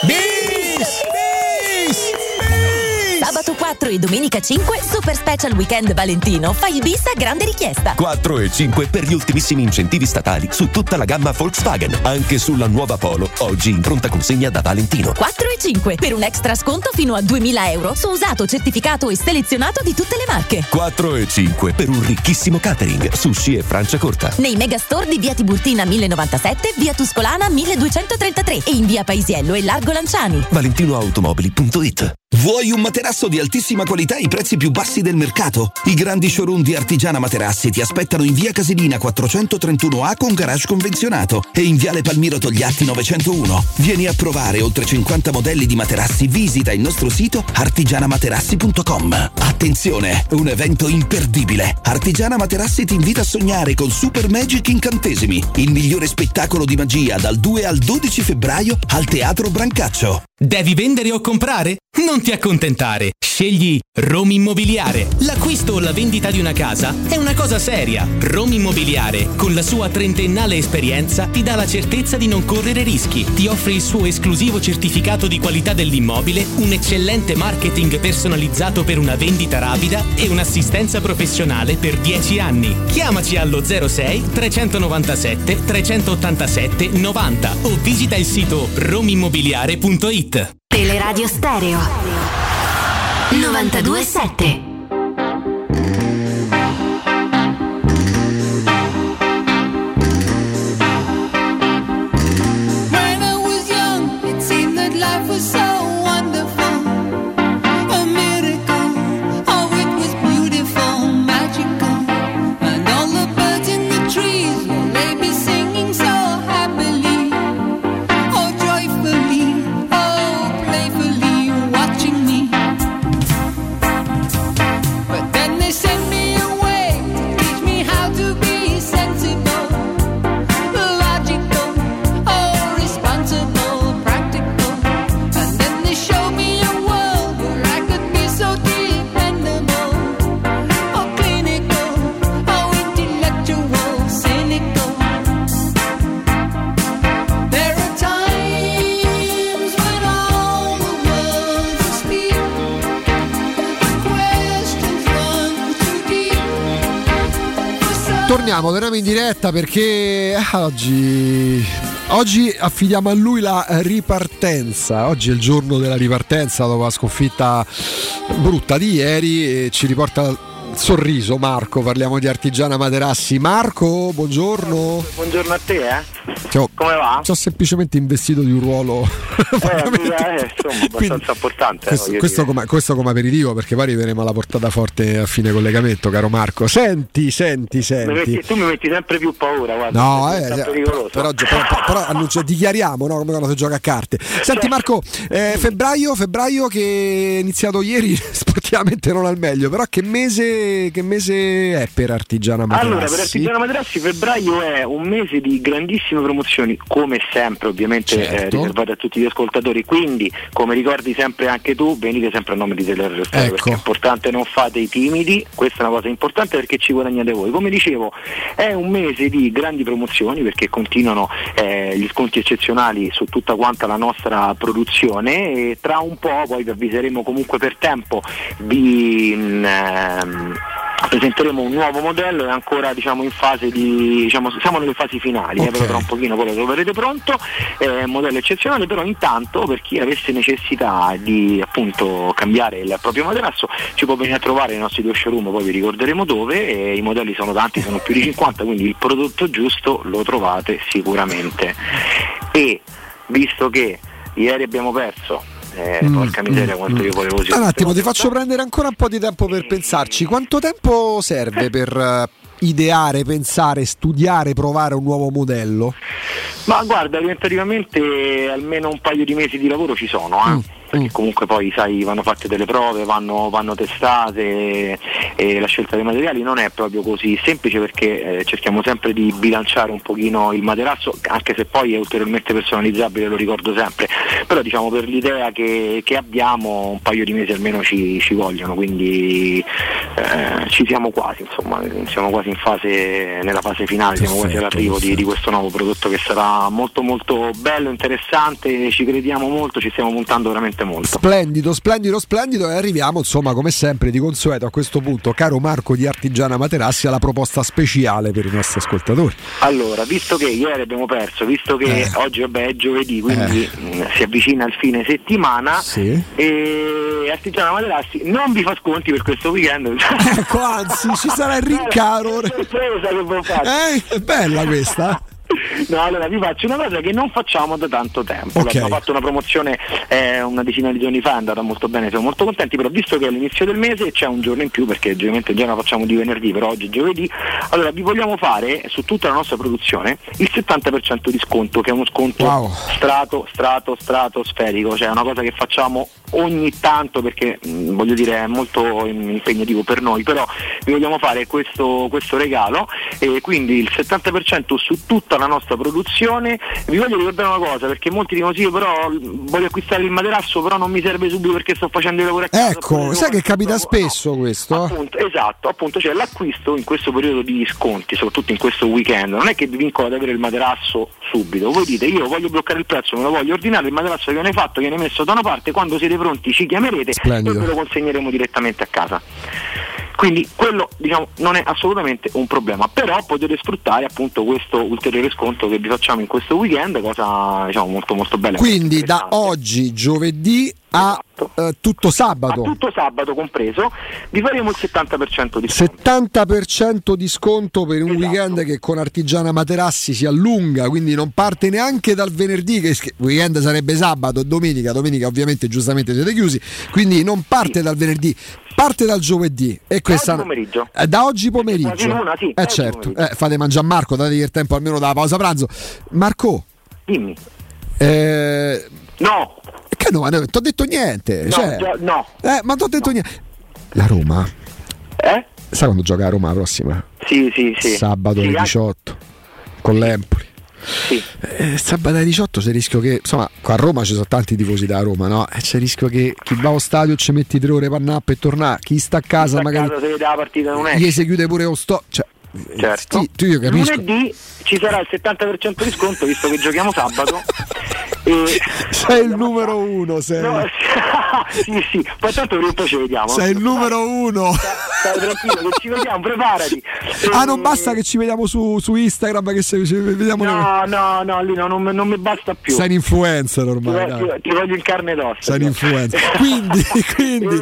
Sabato quattro e domenica cinque, Super Special Weekend Valentino, fai il bis a grande richiesta. quattro e cinque per gli ultimissimi incentivi statali su tutta la gamma Volkswagen, anche sulla nuova Polo, oggi in pronta consegna da Valentino. quattro e cinque per un extra sconto fino a duemila euro su usato certificato e selezionato di tutte le marche. quattro e cinque per un ricchissimo catering, sushi e Franciacorta. Nei megastore di via Tiburtina mille novantasette, via Tuscolana milleduecentotrentatré e in via Paisiello e Largo Lanciani. valentinoautomobili punto it. Vuoi un materasso di altissima qualità ai prezzi più bassi del mercato? I grandi showroom di Artigiana Materassi ti aspettano in via Casilina quattrocentotrentuno A con garage convenzionato e in viale Palmiro Togliatti novecentouno. Vieni a provare oltre cinquanta modelli di materassi, visita il nostro sito artigiana materassi punto com. Attenzione, un evento imperdibile. Artigiana Materassi ti invita a sognare con Super Magic Incantesimi, il migliore spettacolo di magia dal due al dodici febbraio al Teatro Brancaccio. Devi vendere o comprare? Non ti accontentare. Scegli Roma Immobiliare. L'acquisto o la vendita di una casa è una cosa seria. Roma Immobiliare, con la sua trentennale esperienza, ti dà la certezza di non correre rischi. Ti offre il suo esclusivo certificato di qualità dell'immobile, un eccellente marketing personalizzato per una vendita rapida e un'assistenza professionale per dieci anni. Chiamaci allo zero sei trecentonovantasette trecentottantasette novanta o visita il sito romimmobiliare punto it. Teleradio Stereo novantadue sette. When I was young, it seemed that life was so wonderful, a miracle. Oh, it was beautiful, magical, and all the birds in the trees, well, they be singing so happily, oh, joyfully, oh, playfully, watching me. But then they sent me away to teach me how to be sensible, logical, oh, responsible, practical. And then they showed me a world where I could be so dependable, oh, clinical, oh, intellectual, cynical. There are times when all the words are speak, the questions run too deep. Torniamo, torniamo in diretta perché oggi, oggi affidiamo a lui la ripartenza. Oggi è il giorno della ripartenza dopo la sconfitta brutta di ieri e ci riporta il sorriso Marco. Parliamo di Artigiana Materassi. Marco, buongiorno. Buongiorno a te, eh. Cioè, come va? Ci ho semplicemente investito di un ruolo eh, eh, insomma, abbastanza importante. Questo, eh, questo, come, questo come aperitivo, perché poi arriveremo alla portata forte a fine collegamento, caro Marco. Senti, senti, senti. Mi metti, tu mi metti sempre più paura, guarda. No, eh, però, però, però, però annuncia, dichiariamo, no? Come quando si gioca a carte. Senti Marco, eh, febbraio, febbraio che è iniziato ieri, sportivamente non al meglio, però che mese, che mese è per Artigiana Materassi? Allora, per Artigiana Materassi febbraio è un mese di grandissime promozioni, come sempre ovviamente, certo, eh, riservate a tutti gli ascoltatori, quindi come ricordi sempre anche tu, venite sempre a nome di Teleradio Stereo, ecco, perché è importante, non fate i timidi, questa è una cosa importante perché ci guadagnate voi. Come dicevo, è un mese di grandi promozioni perché continuano eh, gli sconti eccezionali su tutta quanta la nostra produzione, e tra un po', poi vi avviseremo comunque per tempo, vi mh, ehm, presenteremo un nuovo modello, e ancora diciamo in fase di diciamo siamo nelle fasi finali, okay, eh, però tra un pochino poi lo troverete pronto, è un modello eccezionale. Però intanto, per chi avesse necessità di appunto cambiare il proprio materasso, ci può venire a trovare nei nostri due showroom, poi vi ricorderemo dove, e i modelli sono tanti, sono più di cinquanta, quindi il prodotto giusto lo trovate sicuramente. E visto che ieri abbiamo perso, Eh, mm, porca miseria, mm, quanto io volevo dire. Un attimo, ti faccio prendere ancora un po' di tempo per pensarci. Quanto tempo serve per uh, ideare, pensare, studiare, provare un nuovo modello? Ma guarda, tentativamente almeno un paio di mesi di lavoro ci sono, eh? Mm. Perché comunque poi sai, vanno fatte delle prove, vanno, vanno testate, e la scelta dei materiali non è proprio così semplice, perché eh, cerchiamo sempre di bilanciare un pochino il materasso, anche se poi è ulteriormente personalizzabile, lo ricordo sempre, però diciamo per l'idea che, che abbiamo un paio di mesi almeno ci, ci vogliono, quindi eh, ci siamo quasi, insomma, siamo quasi in fase, nella fase finale, siamo quasi all'arrivo di, di questo nuovo prodotto che sarà molto molto bello, interessante, ci crediamo molto, ci stiamo puntando veramente molto. Splendido, splendido, splendido, e arriviamo insomma come sempre di consueto a questo punto, caro Marco di Artigiana Materassi, alla proposta speciale per i nostri ascoltatori. Allora, visto che ieri abbiamo perso, visto che eh. oggi vabbè è giovedì, quindi eh. mh, si avvicina il fine settimana, sì, e Artigiana Materassi non vi fa sconti per questo weekend. Ecco, anzi ci sarà il rincaro. È sorpresa che vi fare. Eh, è bella questa. No, allora vi faccio una cosa che non facciamo da tanto tempo. Okay. Abbiamo fatto una promozione eh, una decina di giorni fa, è andata molto bene, siamo molto contenti, però visto che è all'inizio del mese c'è un giorno in più, perché ovviamente già la facciamo di venerdì, però oggi è giovedì, allora vi vogliamo fare su tutta la nostra produzione il settanta per cento di sconto, che è uno sconto wow. strato, strato, stratosferico, cioè è una cosa che facciamo ogni tanto perché mh, voglio dire è molto impegnativo per noi, però vi vogliamo fare questo, questo regalo, e quindi il settanta per cento su tutta la nostra produzione. Vi voglio ricordare una cosa, perché molti dicono sì, io però voglio acquistare il materasso, però non mi serve subito perché sto facendo i lavori a casa. Ecco, sai che capita spesso, no, questo? Appunto, esatto, appunto, cioè l'acquisto in questo periodo di sconti, soprattutto in questo weekend, non è che vi vincola ad avere il materasso subito. Voi dite io voglio bloccare il prezzo, me lo voglio ordinare, il materasso che viene fatto viene messo da una parte, quando siete pronti ci chiamerete. Splendido. E ve lo consegneremo direttamente a casa. Quindi quello diciamo non è assolutamente un problema, però potete sfruttare appunto questo ulteriore sconto che vi facciamo in questo weekend, cosa diciamo molto molto bella. Quindi da oggi giovedì a esatto. eh, tutto sabato. A tutto sabato compreso vi faremo il settanta per cento di sconto. settanta per cento di sconto per un esatto. weekend che con Artigiana Materassi si allunga, quindi non parte neanche dal venerdì, che il weekend sarebbe sabato e domenica, domenica ovviamente giustamente siete chiusi, quindi non parte sì. dal venerdì, parte dal giovedì. E questa da oggi pomeriggio. Eh, da oggi pomeriggio. Quasi una, sì, eh certo, eh, fate mangiare Marco, dategli il tempo almeno dalla pausa pranzo. Marco, dimmi. Eh, no. Che no, non ti ho detto niente. No, cioè, già, no. Eh, ma ti ho detto no. niente. La Roma. Eh? Sai quando gioca a Roma la prossima? Sì, sì, sì. Sabato sì, alle diciotto con l'Empoli. Sì. Eh, sabato alle diciotto c'è il rischio che, insomma, qua a Roma ci sono tanti tifosi da Roma, no? E c'è il rischio che chi va allo stadio ci metti tre ore per andare e tornare, chi sta a casa chi sta magari a casa se vede la partita non è. Gli si chiude pure lo sto, cioè, certo. Sì, tu io capisco. Lunedì ci sarà il settanta per cento di sconto visto che giochiamo sabato E... sei il numero uno, sei. No, sì, sì, poi tanto prima poi ci vediamo. Sei il numero uno. Stai tranquillo, che ci vediamo, preparati. Ah, non basta che ci vediamo su, su Instagram, che se ci vediamo. No, le... no, no, lì no, non, non mi basta più. Sei un influencer ormai. Ti, ti, ti voglio in carne ed ossa. Sei un influencer. Quindi, quindi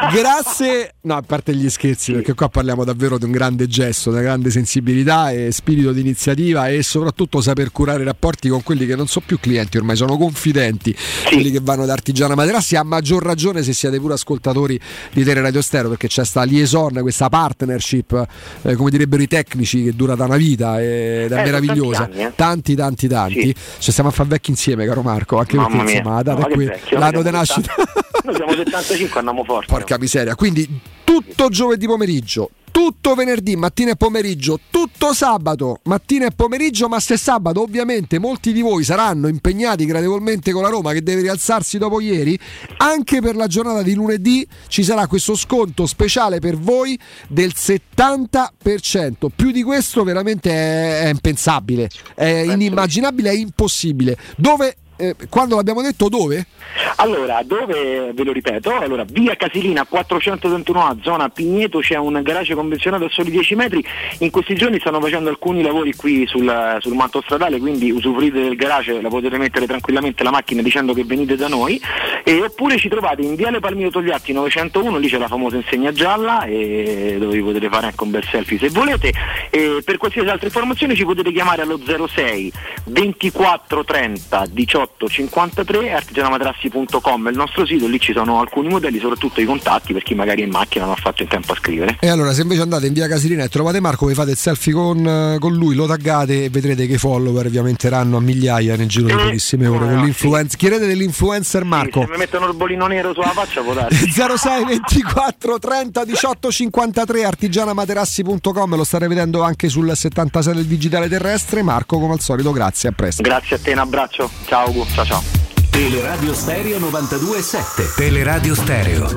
grazie. No, a parte gli scherzi, perché qua parliamo davvero di un grande gesto, di una grande sensibilità e spirito di iniziativa e soprattutto saper curare i rapporti con quelli che non sono più clienti, ormai sono confidenti, sì. Quelli che vanno da Artigiana Materassi, a maggior ragione se siete pure ascoltatori di Teleradio Stereo, perché c'è sta liaison, questa partnership, eh, come direbbero i tecnici, che dura da una vita ed è eh, meravigliosa. Tanti, anni, eh. tanti, tanti, tanti. Sì. Ci stiamo a far vecchi insieme, caro Marco, anche Mamma perché insomma la data no, è qui, vecchio, l'anno di nascita. Noi siamo settantacinque, andiamo forte. Porca no? miseria, quindi tutto giovedì pomeriggio, tutto venerdì mattina e pomeriggio, tutto sabato mattina e pomeriggio, ma se sabato ovviamente molti di voi saranno impegnati gradevolmente con la Roma che deve rialzarsi dopo ieri, anche per la giornata di lunedì ci sarà questo sconto speciale per voi del settanta per cento. Più di questo veramente è, è impensabile, è inimmaginabile, è impossibile. Dove Eh, quando l'abbiamo detto dove? Allora, dove ve lo ripeto, allora via Casilina quattrocentoventuno A, zona Pigneto, c'è un garage convenzionato a soli dieci metri. In questi giorni stanno facendo alcuni lavori qui sul, sul manto stradale, quindi usufruite del garage, la potete mettere tranquillamente la macchina dicendo che venite da noi. E oppure ci trovate in viale Palmiro Togliatti novecentouno, lì c'è la famosa insegna gialla e dove vi potete fare anche un bel selfie se volete. E per qualsiasi altra informazione ci potete chiamare allo zero sei ventiquattro trenta diciotto cinquantatré, artigianamaterassi punto com è il nostro sito, lì ci sono alcuni modelli, soprattutto i contatti per chi magari in macchina non ha fatto in tempo a scrivere. E allora se invece andate in via Casilina e trovate Marco, vi fate il selfie con, con lui, lo taggate e vedrete che i follower vi aumenteranno a migliaia nel giro di pochissime ore. Con l'influencer, chiedete dell'influencer Marco. Sì, se mi mettono il bolino nero sulla faccia può dare. zero sei ventiquattro trenta diciotto cinquantatré, artigianamaterassi punto com, lo state vedendo anche sul settantasei del digitale terrestre. Marco, come al solito, grazie, a presto. Grazie a te, un abbraccio, ciao. Ciao ciao. Teleradio Stereo novantadue virgola sette. Teleradio Stereo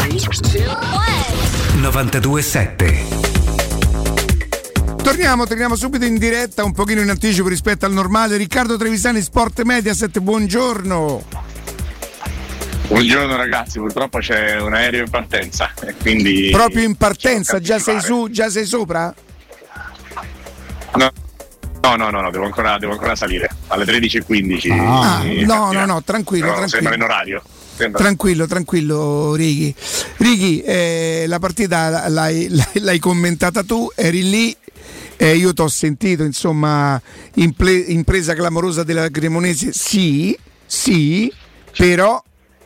novantadue virgola sette. Torniamo, torniamo subito in diretta, un pochino in anticipo rispetto al normale. Riccardo Trevisani, Sport Mediaset, buongiorno. Buongiorno ragazzi, purtroppo c'è un aereo in partenza e quindi proprio in partenza, già sei su, già sei sopra? No. No, no, no, no, devo ancora, devo ancora salire alle tredici e quindici. Ah, no, no, no, tranquillo, no, tranquillo. Sembra in orario. Sembra. Tranquillo, tranquillo, Righi. Righi, eh, la partita l'hai, l'hai, l'hai commentata tu, eri lì, eh, io ti ho sentito, insomma, imple, impresa clamorosa della Cremonese, sì, sì, però...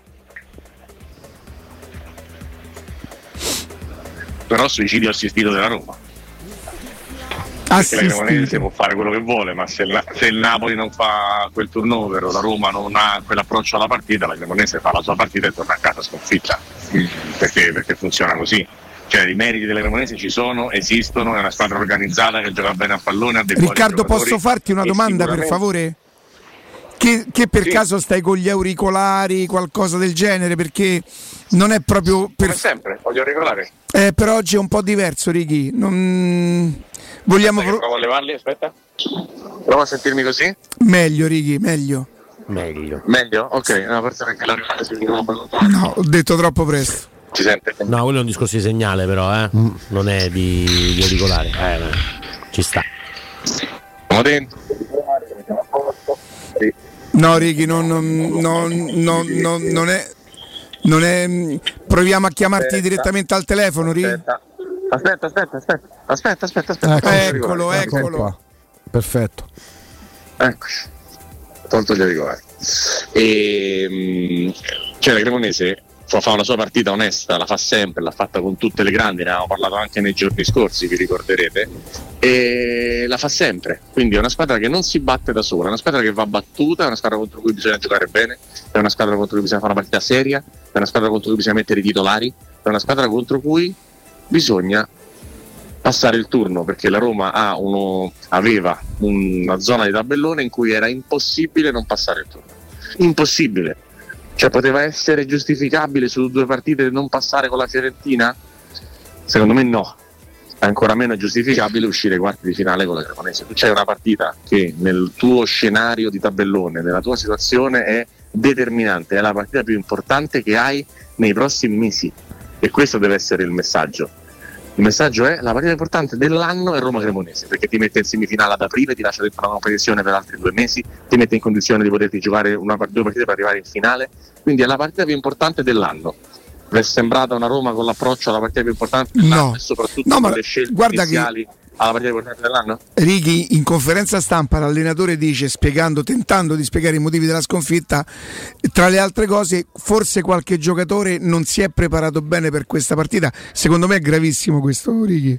Però suicidio assistito della Roma. Perché la Cremonese può fare quello che vuole, ma se il, se il Napoli non fa quel turnover o la Roma non ha quell'approccio alla partita, la Cremonese fa la sua partita e torna a casa sconfitta, perché, perché funziona così. Cioè i meriti della Cremonese ci sono, esistono, è una squadra organizzata che gioca bene a pallone, ha dei Riccardo, posso farti una domanda per favore? Che, che per sì. caso stai con gli auricolari, qualcosa del genere, perché non è proprio per... Come sempre, voglio auricolare. Eh, per oggi è un po' diverso, Righi. Non... Vogliamo pro... provo a levarli, aspetta. Prova a sentirmi così? Meglio, Righi, meglio. Meglio. Meglio? Ok, no, forse perché la No, ho detto troppo presto. Si sente? No, quello è un discorso di segnale però, eh. Mm. Non è di, di auricolare. Eh, no. Ci sta. Siamo dentro. Sì. No, Righi, non, non, non, non, non, non è... Non è... Proviamo a chiamarti aspetta, direttamente al telefono, Righi. Aspetta. Aspetta, aspetta, aspetta, aspetta, aspetta, aspetta. Ecco, eccolo, eccolo. Perfetto. Eccoci. Tolto gli auricolari. E cioè la Cremonese fa una sua partita onesta, la fa sempre, l'ha fatta con tutte le grandi, ne avevamo parlato anche nei giorni scorsi, vi ricorderete, e la fa sempre. Quindi è una squadra che non si batte da sola, è una squadra che va battuta, è una squadra contro cui bisogna giocare bene, è una squadra contro cui bisogna fare una partita seria, è una squadra contro cui bisogna mettere i titolari, è una squadra contro cui bisogna passare il turno, perché la Roma ha uno, aveva una zona di tabellone in cui era impossibile non passare il turno, impossibile, cioè poteva essere giustificabile su due partite non passare con la Fiorentina? Secondo me no, ancora meno è giustificabile uscire ai quarti di finale con la Cremonese. Tu c'hai una partita che nel tuo scenario di tabellone, nella tua situazione è determinante, è la partita più importante che hai nei prossimi mesi, e questo deve essere il messaggio. Il messaggio è: la partita importante dell'anno è Roma-Cremonese, perché ti mette in semifinale ad aprile, ti lascia dentro una competizione per altri due mesi, ti mette in condizione di poterti giocare una, due partite per arrivare in finale, quindi è la partita più importante dell'anno. Vi è sembrata una Roma con l'approccio alla partita più importante dell'anno, No. e soprattutto No, ma con le scelte guarda iniziali alla partita più importante dell'anno? Righi, in conferenza stampa l'allenatore dice, spiegando, tentando di spiegare i motivi della sconfitta, tra le altre cose, forse qualche giocatore non si è preparato bene per questa partita. Secondo me è gravissimo questo, Righi.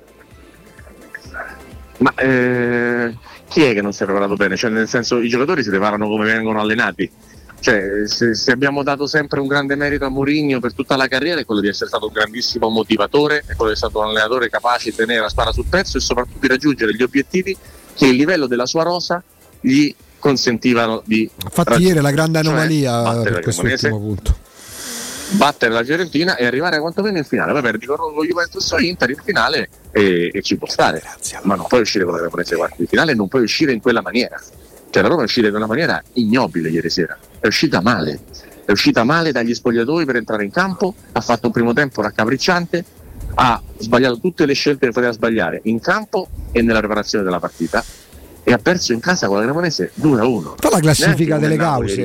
Ma eh, chi è che non si è preparato bene? Cioè, nel senso, i giocatori si preparano come vengono allenati. Cioè, se, se abbiamo dato sempre un grande merito a Mourinho per tutta la carriera, è quello di essere stato un grandissimo motivatore, è quello di essere stato un allenatore capace di tenere la spada sul pezzo e soprattutto di raggiungere gli obiettivi che il livello della sua rosa gli consentivano di Infatti ieri la grande anomalia cioè, per quest'ultimo punto. Battere la Fiorentina e arrivare quantomeno in finale. Poi perdi con lo Juventus o Inter in finale e, e ci può stare. Ma non puoi uscire con la Cremonese ai quarti di finale, non puoi uscire in quella maniera. Cioè la Roma è uscita in una maniera ignobile ieri sera, è uscita male, è uscita male dagli spogliatoi per entrare in campo, ha fatto un primo tempo raccapricciante, ha sbagliato tutte le scelte che poteva sbagliare in campo e nella preparazione della partita e ha perso in casa con la Cremonese due a uno. Fa la classifica delle cause.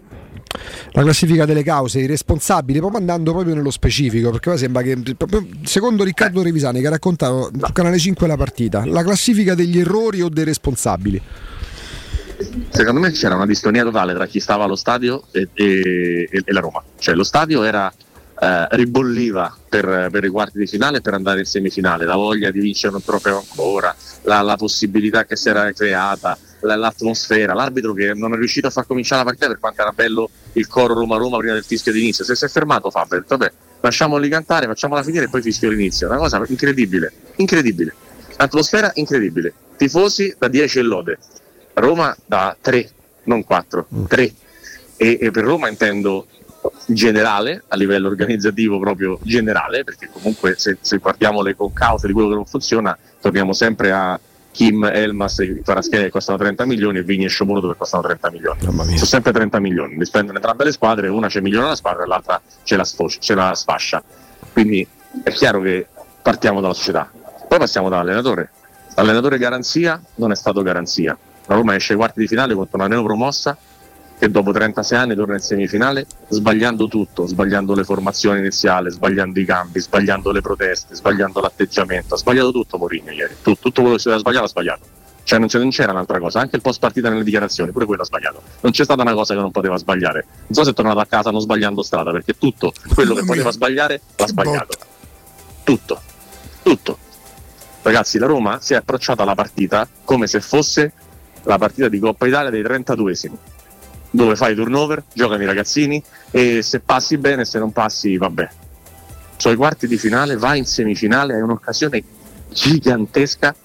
La classifica delle cause, i responsabili, proprio andando proprio nello specifico, perché poi sembra che proprio, secondo Riccardo Revisani che ha raccontato su Canale cinque la partita, la classifica degli errori o dei responsabili. Secondo me c'era una distonia totale tra chi stava allo stadio e, e, e la Roma. Cioè lo stadio era eh, ribolliva per, per i quarti di finale e per andare in semifinale, la voglia di vincere un trofeo ancora, la, la possibilità che si era creata, la, l'atmosfera, l'arbitro che non è riuscito a far cominciare la partita per quanto era bello il coro Roma-Roma prima del fischio d'inizio. Se si è fermato Fabio ha detto vabbè, lasciamoli cantare, facciamola finire e poi fischio l'inizio. Una cosa incredibile, incredibile. Atmosfera incredibile, tifosi da dieci e lode. Roma da tre, non quattro, tre. E, e per Roma intendo generale, a livello organizzativo proprio generale, perché comunque se, se guardiamo le concause di quello che non funziona, torniamo sempre a Kim, Elmas e Kvaratskhelia che costano trenta milioni e Vigny e Shomurodov che costano trenta milioni. Sono sempre trenta milioni, li spendono entrambe le squadre, una c'è milione la squadra e l'altra ce la, sfos- ce la sfascia. Quindi è chiaro che partiamo dalla società, poi passiamo dall'allenatore. L'allenatore garanzia non è stato garanzia. La Roma esce ai quarti di finale contro una neopromossa che dopo trentasei anni torna in semifinale sbagliando tutto, sbagliando le formazioni iniziali, sbagliando i cambi, sbagliando le proteste, sbagliando l'atteggiamento. Ha sbagliato tutto Mourinho ieri, tutto, tutto quello che si doveva sbagliare ha sbagliato. Cioè non, non c'era un'altra cosa, anche il post partita nelle dichiarazioni, pure quello ha sbagliato. Non c'è stata una cosa che non poteva sbagliare. Non so se è tornato a casa non sbagliando strada, perché tutto quello che poteva sbagliare l'ha sbagliato. Tutto, tutto. Ragazzi, la Roma si è approcciata alla partita come se fosse la partita di Coppa Italia dei trentaduesimi, dove fai turnover, giocano i ragazzini e se passi bene, se non passi vabbè. Sono i quarti di finale, vai in semifinale, hai un'occasione gigantesca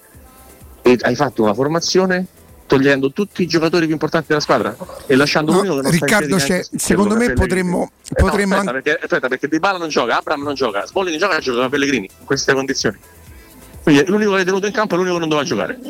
e hai fatto una formazione togliendo tutti i giocatori più importanti della squadra e lasciando no, l'unico che non Riccardo, sta in c'è, secondo me potremmo, eh potremmo no, aspetta, anche... perché, aspetta perché Dybala non gioca, Abraham non gioca, Smalling gioca e gioca Pellegrini in queste condizioni. Quindi l'unico che è tenuto in campo è l'unico che non doveva giocare.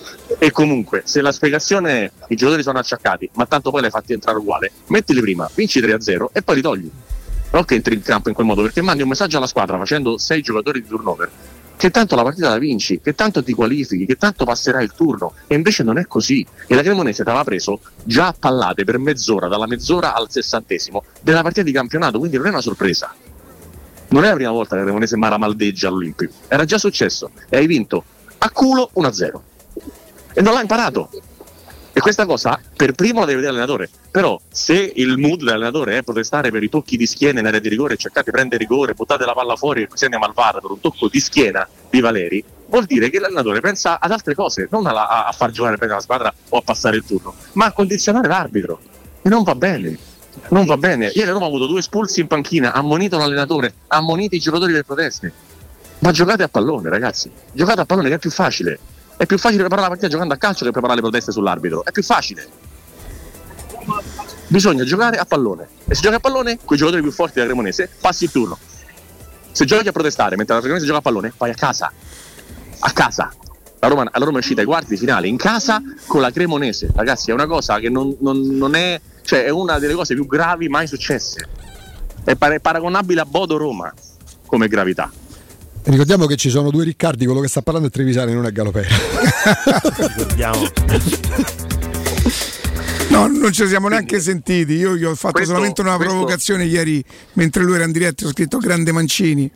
E comunque, se la spiegazione è i giocatori sono acciaccati, ma tanto poi l'hai fatti entrare uguale, mettili prima, vinci tre a zero e poi li togli. Non che entri in campo in quel modo, perché mandi un messaggio alla squadra facendo sei giocatori di turnover, che tanto la partita la vinci, che tanto ti qualifichi, che tanto passerai il turno. E invece non è così. E la Cremonese ti aveva preso già a pallate per mezz'ora, dalla mezz'ora al sessantesimo della partita di campionato, quindi non è una sorpresa. Non è la prima volta che la Cremonese maramaldeggia all'Olimpico, era già successo e hai vinto a culo uno a zero e non l'ha imparato. E questa cosa per primo la deve vedere l'allenatore. Però se il mood dell'allenatore è protestare per i tocchi di schiena in area di rigore, cercate di prendere rigore, buttate la palla fuori e così andiamo al V A R per un tocco di schiena di Valeri, vuol dire che l'allenatore pensa ad altre cose, non a, a far giocare bene la squadra o a passare il turno, ma a condizionare l'arbitro. E non va bene. Non va bene. Ieri Roma ha avuto due espulsi in panchina, ha ammonito l'allenatore, ha ammonito i giocatori delle proteste. Ma giocate a pallone, ragazzi. Giocate a pallone che è più facile. È più facile preparare la partita giocando a calcio che preparare le proteste sull'arbitro. È più facile. Bisogna giocare a pallone. E se giochi a pallone, con i giocatori più forti della Cremonese, passi il turno. Se giochi a protestare mentre la Cremonese gioca a pallone, vai a casa. A casa. La Roma, la Roma è uscita ai quarti di finale in casa con la Cremonese. Ragazzi, è una cosa che non, non, non è cioè è una delle cose più gravi mai successe, è par- paragonabile a Bodo Roma come gravità. Ricordiamo che ci sono due Riccardi, quello che sta parlando è Trevisani, non è Galopera. Ricordiamo. No, non ci siamo neanche sentiti. Io gli ho fatto Questo- solamente una questo- provocazione ieri mentre lui era in diretta. Ho scritto grande Mancini.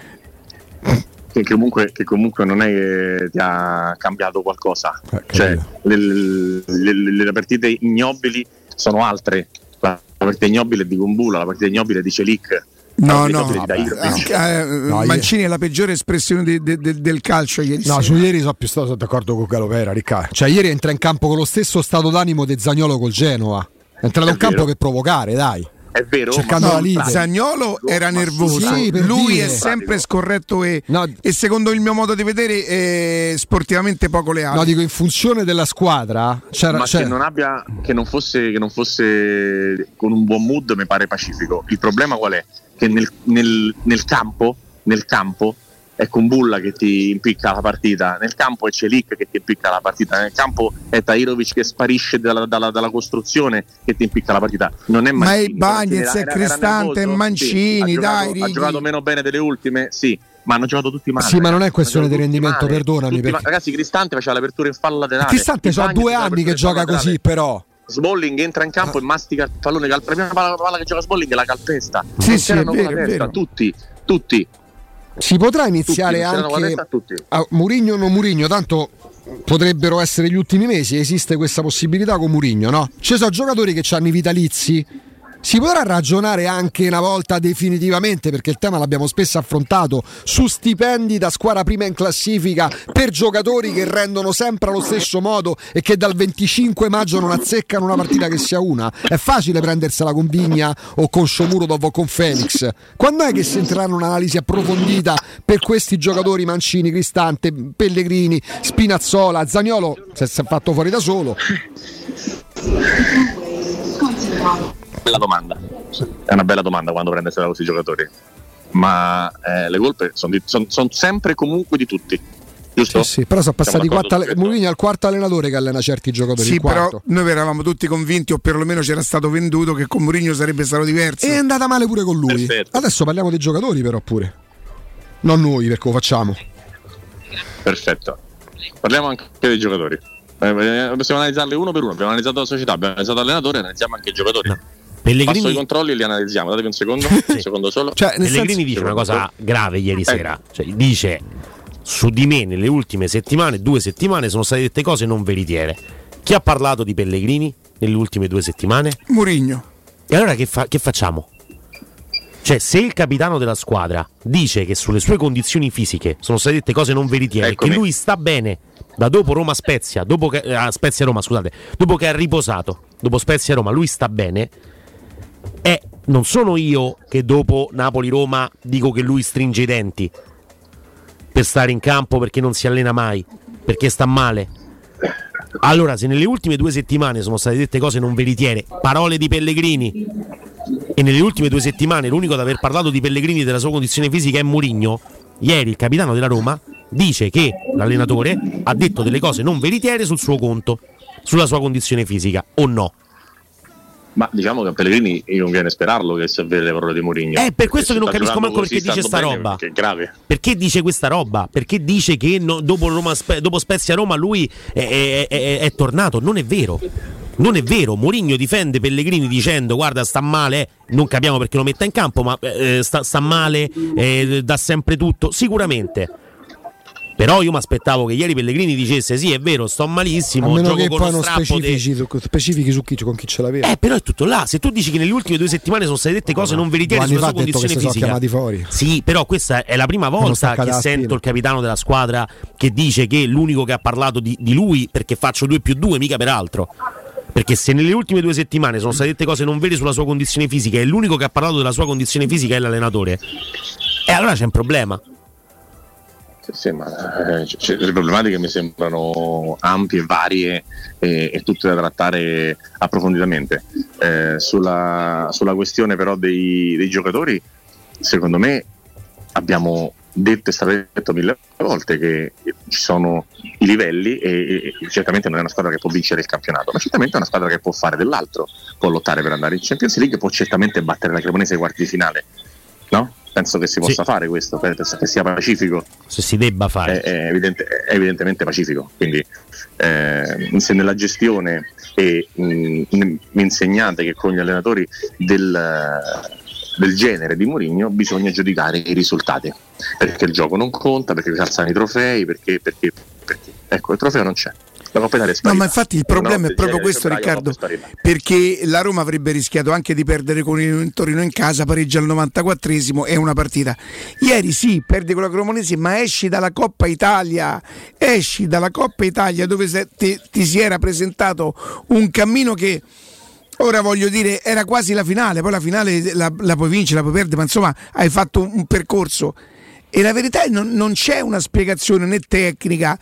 Che comunque, che comunque non è che ti ha cambiato qualcosa, cioè le, le- le- le partite ignobili sono altre. La partita ignobile è di Kumbulla, la partita ignobile è di Celic. No, la no, partita ignobile è di Dairovic. eh, No, Mancini è la peggiore espressione de- de- de- del calcio ieri No, sera. su ieri sono più stato d'accordo con Galopera, Riccardo. Cioè, ieri entra in campo con lo stesso stato d'animo di Zaniolo col Genova. È entrato È in campo vero. per provocare, dai. È vero, Cercando ma la sul lite. pratico- Zaniolo era ma nervoso, sì, per lui dire. è sempre scorretto e, e secondo il mio modo di vedere è sportivamente poco leale. No, dico in funzione della squadra. C'era, ma c'era- che non abbia che non fosse che non fosse con un buon mood mi pare pacifico. Il problema qual è? Che nel, nel, nel campo nel campo è Kumbulla che ti impicca la partita, nel campo è Celic che ti impicca la partita, nel campo è Dairovic che sparisce dalla, dalla, dalla costruzione che ti impicca la partita. Non è Ma Mancini, è Bagnez, Era- è era- era Cristante, è nervoso? Mancini, Sì, ha dai, giocato, Righi. ha giocato meno bene delle ultime, sì, ma hanno giocato tutti male. Sì, ma non è ragazzi, questione hanno di giocato tutti rendimento, male, perdonami. tutti Perché... ma- ragazzi, Cristante faceva l'apertura in fallo laterale. Cristante Il ha Bagnez due faceva anni che l'apertura in gioca fallo così, laterale. però. Smalling entra in campo e mastica il pallone, la prima palla, palla che gioca Smalling è la calpesta. Sì, Non sì, c'erano è con vero, la è testa, vero. tutti, tutti. Si potrà iniziare Tutti, non c'erano con la anche testa, tutti. a Mourinho o non Mourinho, tanto potrebbero essere gli ultimi mesi, esiste questa possibilità con Mourinho, no? Ci sono giocatori che hanno i vitalizi. Si potrà ragionare anche una volta definitivamente, perché il tema l'abbiamo spesso affrontato, su stipendi da squadra prima in classifica per giocatori che rendono sempre allo stesso modo e che dal venticinque maggio non azzeccano una partita che sia una. È facile prendersela con Vigna o con Shomurodov o con Felix. Quando è che si entrerà in un'analisi approfondita per questi giocatori, Mancini, Cristante, Pellegrini, Spinazzola, Zaniolo, se si è fatto fuori da solo? Bella domanda, è una bella domanda quando prendessero questi giocatori, ma eh, le colpe sono son, son sempre comunque di tutti, giusto? Sì, sì, però sono passati Siamo d'accordo quattro. su questo? Mourinho è il quarto allenatore che allena certi giocatori. Sì, il però quarto. noi eravamo tutti convinti, o perlomeno c'era stato venduto, che con Mourinho sarebbe stato diverso. E è andata male pure con lui. Perfetto. Adesso parliamo dei giocatori, però pure. Non noi, perché lo facciamo. Perfetto, parliamo anche dei giocatori. Eh, possiamo analizzarli uno per uno. Abbiamo analizzato la società, abbiamo analizzato l'allenatore, analizziamo anche i giocatori. No. Pellegrini... Passo i controlli e li analizziamo. Datevi un secondo, un secondo solo. Cioè, Pellegrini dice una cosa grave ieri Eh. sera. Cioè, dice: su di me nelle ultime settimane, due settimane, sono state dette cose non veritiere. Chi ha parlato di Pellegrini nelle ultime due settimane? Mourinho. E allora che, fa- che facciamo? Cioè, se il capitano della squadra dice che sulle sue condizioni fisiche sono state dette cose non veritiere, Eccomi. che lui sta bene da dopo Roma Spezia, dopo che eh, Spezia Roma, scusate, dopo che ha riposato, dopo Spezia Roma, lui sta bene. E non sono io che dopo Napoli Roma dico che lui stringe i denti per stare in campo perché non si allena mai, perché sta male. Allora, se nelle ultime due settimane sono state dette cose non veritiere, parole di Pellegrini, e nelle ultime due settimane l'unico ad aver parlato di Pellegrini e della sua condizione fisica è Mourinho, ieri il capitano della Roma dice che l'allenatore ha detto delle cose non veritiere sul suo conto, sulla sua condizione fisica, o no? Ma diciamo che a Pellegrini non viene a sperarlo che sia vero le parole di Mourinho. È per questo che non sta capisco giocando manco perché così, dice sta stando bene, roba. perché è grave. Perché dice questa roba? Perché dice che no- dopo, Roma, Spe- dopo Spezia Roma lui è, è- è- è tornato? Non è vero. Non è vero. Mourinho difende Pellegrini dicendo: guarda, sta male, eh, non capiamo perché lo metta in campo, ma eh, sta, sta male, eh, dà sempre tutto. Sicuramente. Però io mi aspettavo che ieri Pellegrini dicesse: sì, è vero, sto malissimo, A meno gioco che con poi lo non strappo specifici, de- su, specifichi su chi, con chi ce l'aveva. Eh, però è tutto là. Se tu dici che nelle ultime due settimane sono state dette cose non veritiere Due anni sulla fa sua ha detto che condizione si sono fisica, chiamati fuori. sì, però questa è la prima Hanno volta staccato che la sento spina. il capitano della squadra che dice che l'unico che ha parlato di, di lui perché faccio due più due, mica per altro. Perché se nelle ultime due settimane sono state dette cose non vere sulla sua condizione fisica e l'unico che ha parlato della sua condizione fisica è l'allenatore, e allora c'è un problema. Sì, sì, ma eh, c- c- le problematiche mi sembrano ampie, varie e, e tutte da trattare approfonditamente. Eh, sulla, sulla questione però dei, dei giocatori, secondo me abbiamo detto, è stato detto mille volte che ci sono i livelli e, e certamente non è una squadra che può vincere il campionato, ma certamente è una squadra che può fare dell'altro, può lottare per andare in Champions League, può certamente battere la Cremonese ai quarti di finale, no? Penso che si possa sì. fare questo, penso che sia pacifico. Se si debba fare. È, è, evidente, è evidentemente pacifico. Quindi eh, se nella gestione e mh, mi insegnate che con gli allenatori del, del genere di Mourinho bisogna giudicare i risultati. Perché il gioco non conta, perché si alzano i trofei, perché, perché, perché. Ecco, il trofeo non c'è. La Coppa Italia è sparita. No, ma infatti il problema è proprio questo, Riccardo, perché la Roma avrebbe rischiato anche di perdere con il Torino in casa, pareggia al novantaquattresimo, è una partita. Ieri sì, perdi con la Cremonese, ma esci dalla Coppa Italia, esci dalla Coppa Italia dove se, ti, ti si era presentato un cammino che, ora voglio dire, era quasi la finale, poi la finale la, la puoi vincere, la puoi perdere, ma insomma hai fatto un, un percorso. E la verità è che non, non c'è una spiegazione né tecnica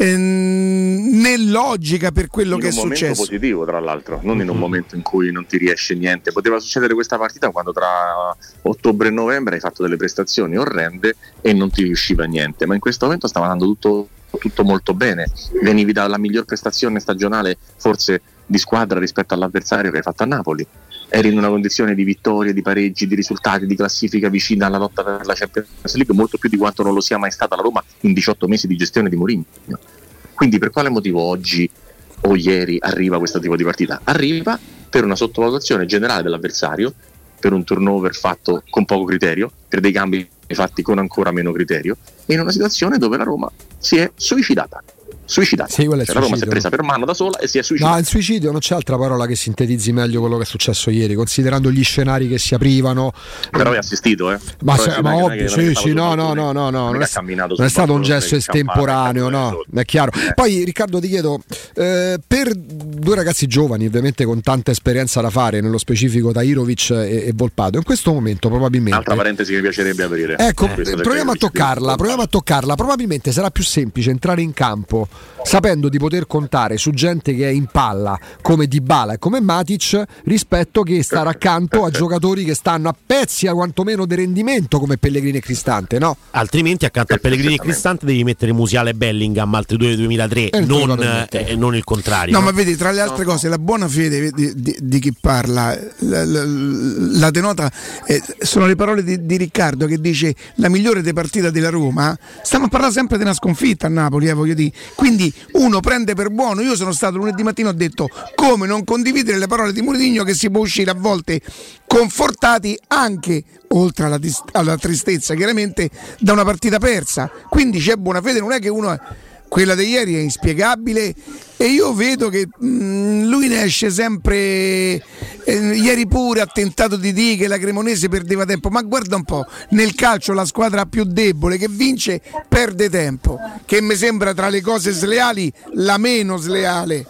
ehm, né logica per quello in che è successo. In un momento positivo, tra l'altro, non in un momento in cui non ti riesce niente. Poteva succedere questa partita quando tra ottobre e novembre hai fatto delle prestazioni orrende e non ti riusciva niente, ma in questo momento stava andando tutto, tutto molto bene. Venivi dalla miglior prestazione stagionale forse di squadra rispetto all'avversario che hai fatto a Napoli. Eri in una condizione di vittorie, di pareggi, di risultati, di classifica vicina alla lotta per la Champions League, molto più di quanto non lo sia mai stata la Roma in diciotto mesi di gestione di Mourinho. Quindi per quale motivo oggi o ieri arriva questo tipo di partita? Arriva per una sottovalutazione generale dell'avversario, per un turnover fatto con poco criterio, per dei cambi fatti con ancora meno criterio, e in una situazione dove la Roma si è suicidata. Suicidata. Sì, cioè, la Roma si è presa per mano da sola e si è suicidata. No, il suicidio non c'è altra parola che sintetizzi meglio quello che è successo ieri, considerando gli scenari che si aprivano. Però è assistito, eh. Ma, se, ma ovvio, sì, sì, no, no, no, no, no, non è, non è stato un gesto estemporaneo, no, è chiaro. Eh. Poi Riccardo ti chiedo, eh, per due ragazzi giovani, ovviamente con tanta esperienza da fare, nello specifico Tahirovic e, e Volpato, in questo momento probabilmente. Altra parentesi che mi piacerebbe aprire. Ecco, eh, proviamo a toccarla, proviamo a toccarla. Probabilmente sarà più semplice entrare in campo sapendo di poter contare su gente che è in palla come Dybala e come Matic rispetto che stare accanto a giocatori che stanno a pezzi a quantomeno di rendimento come Pellegrini e Cristante, no? Altrimenti accanto a Pellegrini e Cristante devi mettere Musiala e Bellingham, altri due del duemilatré, eh, non, eh, non il contrario. No, no, ma vedi, tra le altre no, cose, la buona fede di, di, di chi parla, la, la, la denota, eh, sono le parole di, di Riccardo che dice la migliore delle partite della Roma. Stiamo a parlare sempre di una sconfitta a Napoli, eh, voglio dire. Quindi uno prende per buono. Io sono stato lunedì mattina, ho detto come non condividere le parole di Mourinho, che si può uscire a volte confortati anche, oltre alla, alla tristezza chiaramente, da una partita persa. Quindi c'è buona fede, non è che uno, quella di ieri è inspiegabile e io vedo che mh, lui ne esce sempre, eh, ieri pure ha tentato di dire che la Cremonese perdeva tempo, ma guarda un po', nel calcio la squadra più debole che vince perde tempo, che mi sembra tra le cose sleali la meno sleale,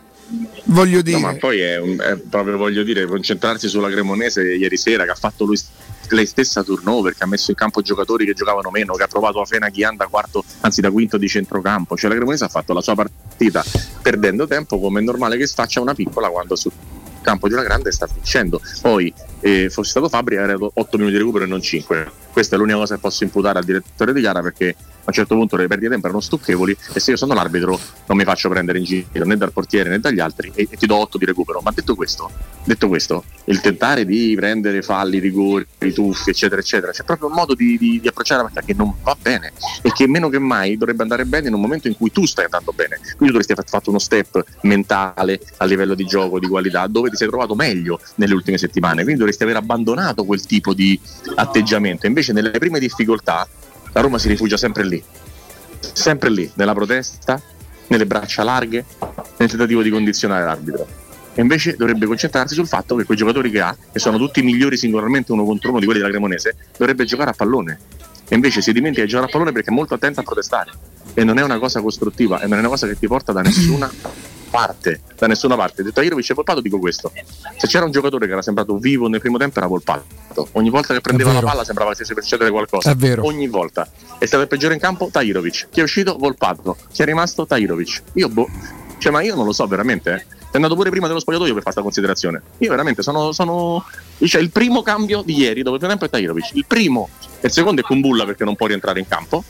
voglio dire. No, ma poi è, un, è proprio, voglio dire, concentrarsi sulla Cremonese ieri sera, che ha fatto lui lei stessa turnover, che ha messo in campo giocatori che giocavano meno, che ha provato a Fena Ghian da quarto, anzi da quinto di centrocampo. Cioè la Cremonese ha fatto la sua partita perdendo tempo, come è normale che faccia una piccola quando sul campo di una grande sta vincendo. Poi eh, fosse stato Fabri avrei dato otto minuti di recupero e non cinque. Questa è l'unica cosa che posso imputare al direttore di gara, perché a un certo punto le perdite di tempo erano stucchevoli e se io sono l'arbitro non mi faccio prendere in giro né dal portiere né dagli altri e, e ti do otto di recupero. Ma detto questo, detto questo, il tentare di prendere falli, rigori, tuffi eccetera eccetera, c'è proprio un modo di, di, di approcciare la partita che non va bene e che meno che mai dovrebbe andare bene in un momento in cui tu stai andando bene. Quindi dovresti aver fatto uno step mentale a livello di gioco, di qualità, dove ti sei trovato meglio nelle ultime settimane, quindi dovresti aver abbandonato quel tipo di atteggiamento. Invece nelle prime difficoltà la Roma si rifugia sempre lì, sempre lì, nella protesta, nelle braccia larghe, nel tentativo di condizionare l'arbitro. E invece dovrebbe concentrarsi sul fatto che quei giocatori che ha, che sono tutti migliori singolarmente uno contro uno di quelli della Cremonese, dovrebbe giocare a pallone. E invece si dimentica di giocare a pallone perché è molto attento a protestare. E non è una cosa costruttiva, e non è una cosa che ti porta da nessuna parte, da nessuna parte. Detto Tahirovic e Volpato, dico questo: se c'era un giocatore che era sembrato vivo nel primo tempo era Volpato. Ogni volta che prendeva la palla sembrava che stesse per succedere qualcosa. È vero. Ogni volta. È stato il peggiore in campo Tahirovic. Chi è uscito? Volpato. Chi è rimasto? Tahirovic. Io boh Cioè, ma io non lo so veramente, eh. È andato pure prima dello spogliatoio per fare questa considerazione. Io veramente sono, sono cioè, il primo cambio di ieri dopo il primo tempo è Tahirovic, il primo, e il secondo è Kumbulla perché non può rientrare in campo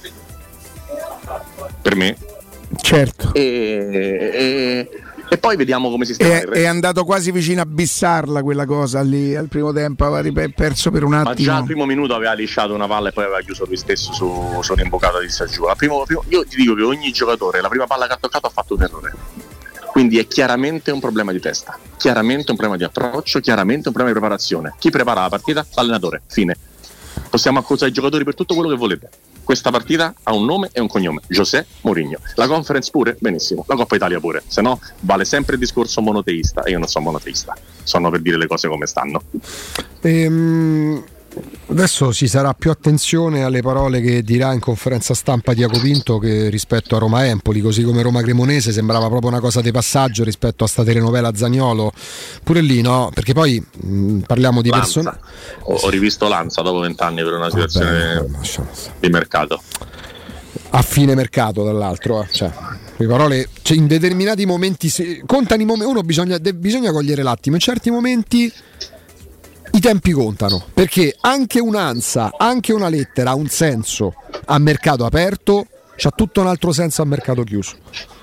per me, certo, e, e, e poi vediamo come si sta. È, è andato quasi vicino a bissarla quella cosa lì al primo tempo, aveva perso per un attimo. Ma già al primo minuto aveva lisciato una palla e poi aveva chiuso lui stesso su, su un'imbocata di Saggiù. Primo, primo, io ti dico che ogni giocatore la prima palla che ha toccato ha fatto un errore. Quindi è chiaramente un problema di testa, chiaramente un problema di approccio, chiaramente un problema di preparazione. Chi prepara la partita? L'allenatore, fine. Possiamo accusare i giocatori per tutto quello che volete. Questa partita ha un nome e un cognome, José Mourinho. La Conference pure? Benissimo. La Coppa Italia pure. Se no vale sempre il discorso monoteista, e io non sono monoteista, sono per dire le cose come stanno. Ehm... Adesso ci sarà più attenzione alle parole che dirà in conferenza stampa Tiago Pinto che rispetto a Roma-Empoli, così come Roma-Cremonese sembrava proprio una cosa di passaggio rispetto a sta telenovela Zaniolo, pure lì no, perché poi mh, parliamo di persone. Ho, ho rivisto Lanza dopo vent'anni per una situazione Vabbè, di mercato. A fine mercato, dall'altro, eh. Cioè, le parole, cioè, in determinati momenti se, contano i momenti, uno bisogna, de, bisogna cogliere l'attimo, in certi momenti i tempi contano, perché anche un'ansa, anche una lettera ha un senso a mercato aperto, c'ha tutto un altro senso a mercato chiuso.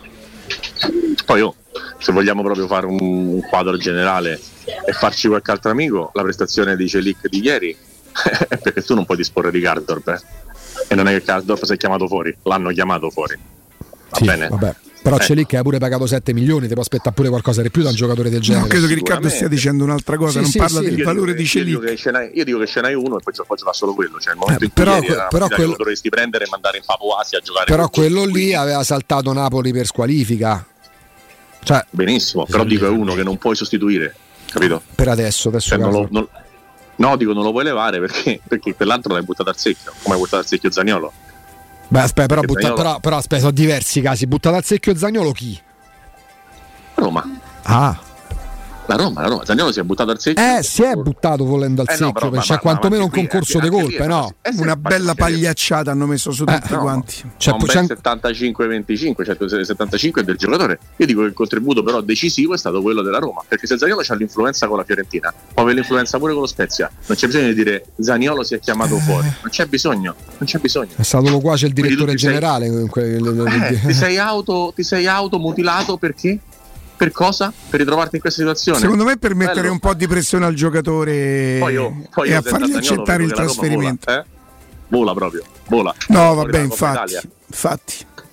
Poi oh, se vogliamo proprio fare un quadro generale e farci qualche altro amico, la prestazione di Celic di ieri è perché tu non puoi disporre di Karsdorp, eh? E non è che Karsdorp si è chiamato fuori, l'hanno chiamato fuori, va sì, bene? Vabbè. Però eh. Celic ha pure pagato sette milioni, ti può aspettare pure qualcosa di più da un giocatore del genere. No, credo che Riccardo stia dicendo un'altra cosa, sì, non sì, parla sì, del valore di Celic. Io dico che ce n'hai uno e poi gioca solo quello, cioè il momento eh, in cui però, era però quello... lo dovresti prendere e mandare in Papua Asia a giocare. Però quello lì quindi aveva saltato Napoli per squalifica. Cioè, benissimo, però dico è uno che non puoi sostituire, capito? Per adesso, adesso cioè, non lo, non... No, dico non lo puoi levare perché, perché quell'altro l'hai buttato al secchio, come hai buttato al secchio Zaniolo. Beh, aspetta, però, butta, Zaniolo... però, però aspetta, sono diversi casi. Buttato al secchio Zaniolo chi? Roma. Ah. La Roma, la Roma. Zaniolo si è buttato al secchio. Eh, si è buttato volendo al eh, secchio, no, però, perché c'è quantomeno un concorso di colpe, è, no? È una bella pagliacciata hanno messo su tutti eh, quanti. No, cioè, un bel settantacinque venticinque, cioè settantacinque è del giocatore. Io dico che il contributo però decisivo è stato quello della Roma, perché se Zaniolo c'ha l'influenza con la Fiorentina, può avere l'influenza pure con lo Spezia. Non c'è bisogno di dire Zaniolo si è chiamato eh. fuori, non c'è bisogno, non c'è bisogno. È stato loquace il direttore generale. Sei... Eh, ti sei auto, ti sei automutilato perché? Per cosa? Per ritrovarti in questa situazione? Secondo me per mettere Bello. un po' di pressione al giocatore poi io, poi e a fargli accettare il trasferimento. Vola, eh? vola proprio, vola. No, vabbè, infatti, infatti.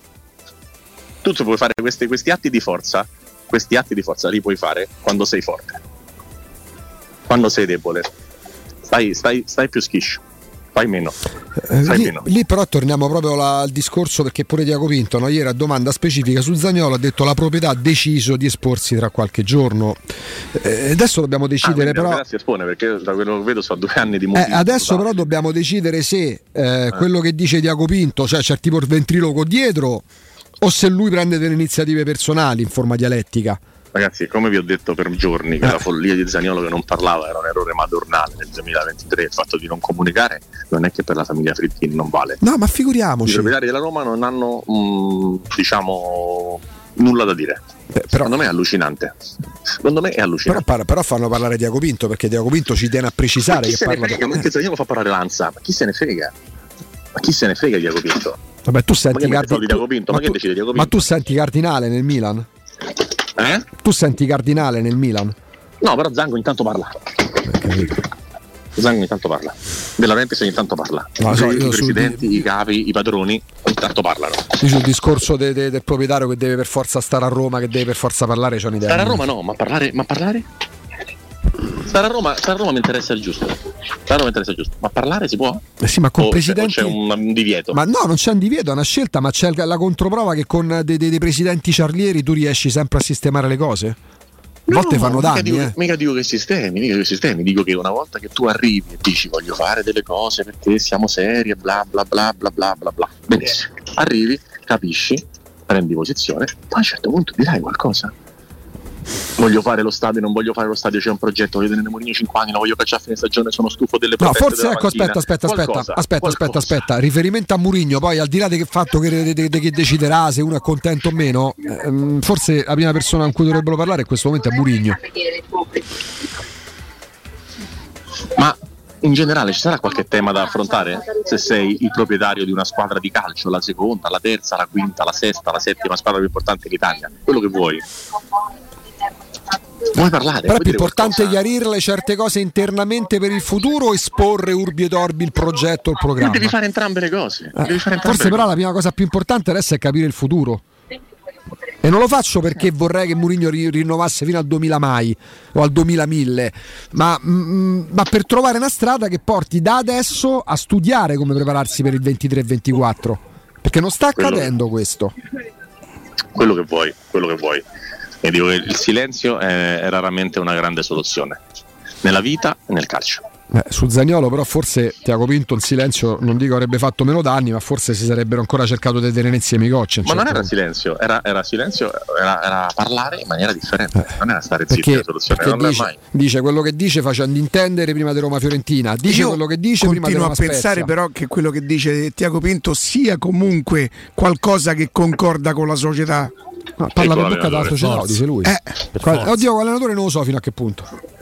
Tu puoi fare questi, questi atti di forza, questi atti di forza li puoi fare quando sei forte. Quando sei debole. Stai, stai, stai più schiscio. Fai meno. Fai lì, meno. Lì però torniamo proprio la, al discorso, perché pure Tiago Pinto, no? Ieri a domanda specifica su Zaniolo ha detto la proprietà ha deciso di esporsi tra qualche giorno. Eh, adesso dobbiamo decidere ah, però si espone, perché da quello che vedo sono due anni di eh, adesso però dobbiamo decidere se eh, eh. quello che dice Tiago Pinto, cioè c'è tipo il ventriloquo dietro, o se lui prende delle iniziative personali in forma dialettica. Ragazzi, come vi ho detto per giorni che la follia di Zaniolo che non parlava era un errore madornale nel duemilaventitré, il fatto di non comunicare non è che per la famiglia Friedkin non vale. No, ma figuriamoci. I proprietari della Roma non hanno mh, diciamo nulla da dire. Beh, però, secondo me è allucinante. Secondo me è allucinante. Però, però fanno parlare Tiago Pinto, perché Tiago Pinto ci tiene a precisare che parla frega, perché Zaniolo fa parlare Lanza, ma chi se ne frega? Ma chi se ne frega di Tiago Pinto? Vabbè, tu senti ma, Card- tu, Pinto, ma, ma, tu, che Pinto? ma tu senti Cardinale nel Milan? Eh? Tu senti Cardinale nel Milan? No, però Zango intanto parla. Zango intanto parla. Della Laurentiis ogni tanto parla. No, so, I presidenti, di... i capi, i padroni ogni tanto parlano. Dice il discorso de, de, del proprietario che deve per forza stare a Roma, che deve per forza parlare, c'è un'idea. Stare a Roma no, ma parlare, ma parlare? Stare a Roma, stare a Roma mi interessa il giusto. Stare a Roma mi interessa il giusto. Ma parlare si può? Eh sì, ma con o presidenti c'è un, un divieto. Ma no, non c'è un divieto, è una scelta, ma c'è la controprova che con dei, dei, dei presidenti ciarlieri tu riesci sempre a sistemare le cose. A no, volte fanno danni, mica dico, eh. mica dico che sistemi, mica che sistemi, dico che una volta che tu arrivi e dici voglio fare delle cose perché siamo seri e bla bla bla bla bla bla bla. Benissimo. Arrivi, capisci, prendi posizione, poi a un certo punto dirai qualcosa. voglio fare lo stadio, non voglio fare lo stadio, c'è un progetto, voglio tenere Mourinho cinque anni, non voglio cacciare a fine stagione, sono stufo delle proteste. No, forse della ecco, panchina. aspetta, aspetta, aspetta, Qualcosa, aspetta, qualcosa. aspetta, aspetta, riferimento a Mourinho, poi al di là del fatto che, de, de, de, che deciderà se uno è contento o meno, ehm, forse la prima persona con cui dovrebbero parlare in questo momento è Mourinho. Ma in generale ci sarà qualche tema da affrontare se sei il proprietario di una squadra di calcio, la seconda, la terza, la quinta, la sesta, la settima squadra più importante in Italia, quello che vuoi. Vuoi parlare? Però è vuoi più dire importante qualcosa? chiarirle certe cose internamente per il futuro o esporre urbi et orbi il progetto, il programma? Devi fare entrambe le cose. Eh, Devi fare entrambe forse le però cose. la prima cosa più importante adesso è capire il futuro. E non lo faccio perché vorrei che Mourinho ri- rinnovasse fino al duemila mai o al duemila mille, ma, mm, ma per trovare una strada che porti da adesso a studiare come prepararsi per il ventitré ventiquattro, perché non sta Quello- accadendo questo. Quello che vuoi, quello che vuoi. E dico che il silenzio è, è raramente una grande soluzione nella vita e nel calcio. Eh, su Zaniolo però forse Tiago Pinto in silenzio non dico avrebbe fatto meno danni, ma forse si sarebbero ancora cercato di tenere insieme i gocce. Ma non era silenzio, era, era silenzio, era, era parlare in maniera differente, non era stare zitti Perché, la soluzione, perché non è dice, mai. dice quello che dice facendo intendere prima di Roma Fiorentina, dice Io quello che dice prima di continuo Roma a pensare Spezia. però che quello che dice Tiago Pinto sia comunque qualcosa che concorda con la società. No, parla per bocca della società, lo dice lui. Eh, Qual- oddio, con l'allenatore non lo so fino a che punto.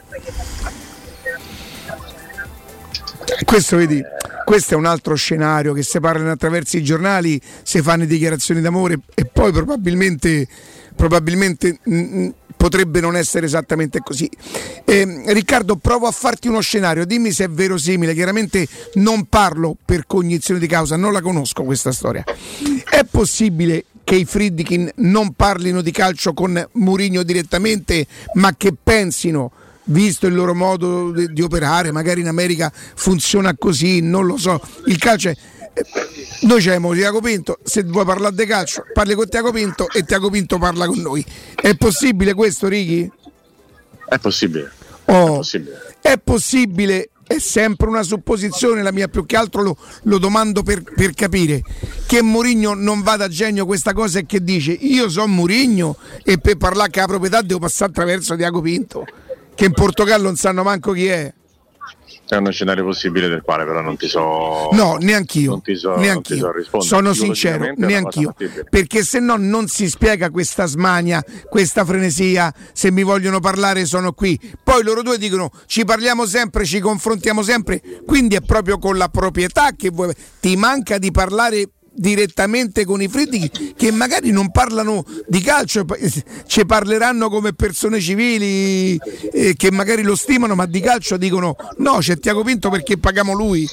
Questo vedi, questo è un altro scenario che si parlano attraverso i giornali, si fanno dichiarazioni d'amore e poi probabilmente, probabilmente mh, potrebbe non essere esattamente così. Eh, Riccardo, provo a farti uno scenario, dimmi se è verosimile, chiaramente non parlo per cognizione di causa, non la conosco questa storia. È possibile che i Friedkin non parlino di calcio con Mourinho direttamente, ma che pensino, visto il loro modo di, di operare, magari in America funziona così, non lo so, il calcio è... eh, noi c'abbiamo Tiago Pinto, se vuoi parlare di calcio parli con Tiago Pinto e Tiago Pinto parla con noi. È possibile questo, Ricky? È possibile. Oh, È possibile. è possibile, è sempre una supposizione, la mia più che altro lo, lo domando per, per capire che Mourinho non vada a genio questa cosa e che dice io sono Mourinho e per parlare che la proprietà devo passare attraverso Tiago Pinto, che in Portogallo non sanno manco chi è. È uno scenario possibile del quale però non ti so. No, neanch'io, non ti so, non neanch'io. ti so rispondere. Sono sincero, Psicologicamente è una neanch'io, cosa fattibile. perché se no non si spiega questa smania, questa frenesia, se mi vogliono parlare sono qui. Poi loro due dicono ci parliamo sempre, ci confrontiamo sempre, quindi è proprio con la proprietà che vuoi. Ti manca di parlare direttamente con i Friedkin che magari non parlano di calcio, ci parleranno come persone civili eh, che magari lo stimano, ma di calcio dicono no, c'è Tiago Pinto perché paghiamo lui.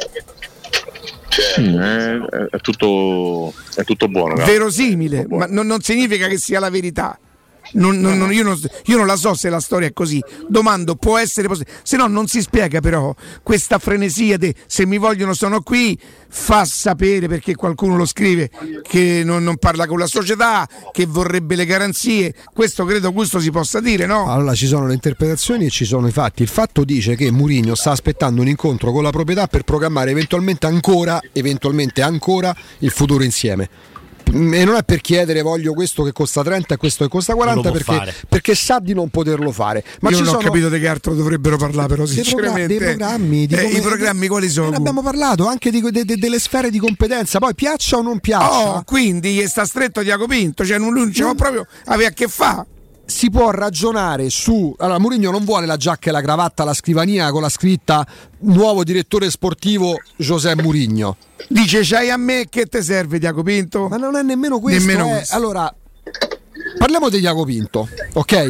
Mm, è, è tutto è tutto buono. guarda. Verosimile, ma non, non significa che sia la verità. Non, non, non, io, non, io non la so se la storia è così. Domando, può essere possibile? Se no non si spiega però questa frenesia de se mi vogliono sono qui, fa sapere perché qualcuno lo scrive che non, non parla con la società, che vorrebbe le garanzie. Questo credo questo si possa dire, no? Allora ci sono le interpretazioni e ci sono i fatti. Il fatto dice che Mourinho sta aspettando un incontro con la proprietà per programmare eventualmente ancora, eventualmente ancora il futuro insieme. E non è per chiedere voglio questo che costa trenta e questo che costa quaranta, perché, perché sa di non poterlo fare. Ma io ci non sono ho capito di che altro dovrebbero parlare, però dei sinceramente progra- dei programmi, di eh, come- i programmi quali sono? Ne abbiamo parlato anche di, de- de- delle sfere di competenza, poi piaccia o non piaccia. Oh, quindi gli sta stretto Tiago Pinto, cioè non, non, non proprio aveva a che fa. Si può ragionare su. Allora, Mourinho non vuole la giacca e la cravatta alla scrivania con la scritta nuovo direttore sportivo José Mourinho. Dice c'hai a me che te serve Tiago Pinto? Ma non è nemmeno questo. Nemmeno eh. questo. Allora, parliamo di Tiago Pinto, ok?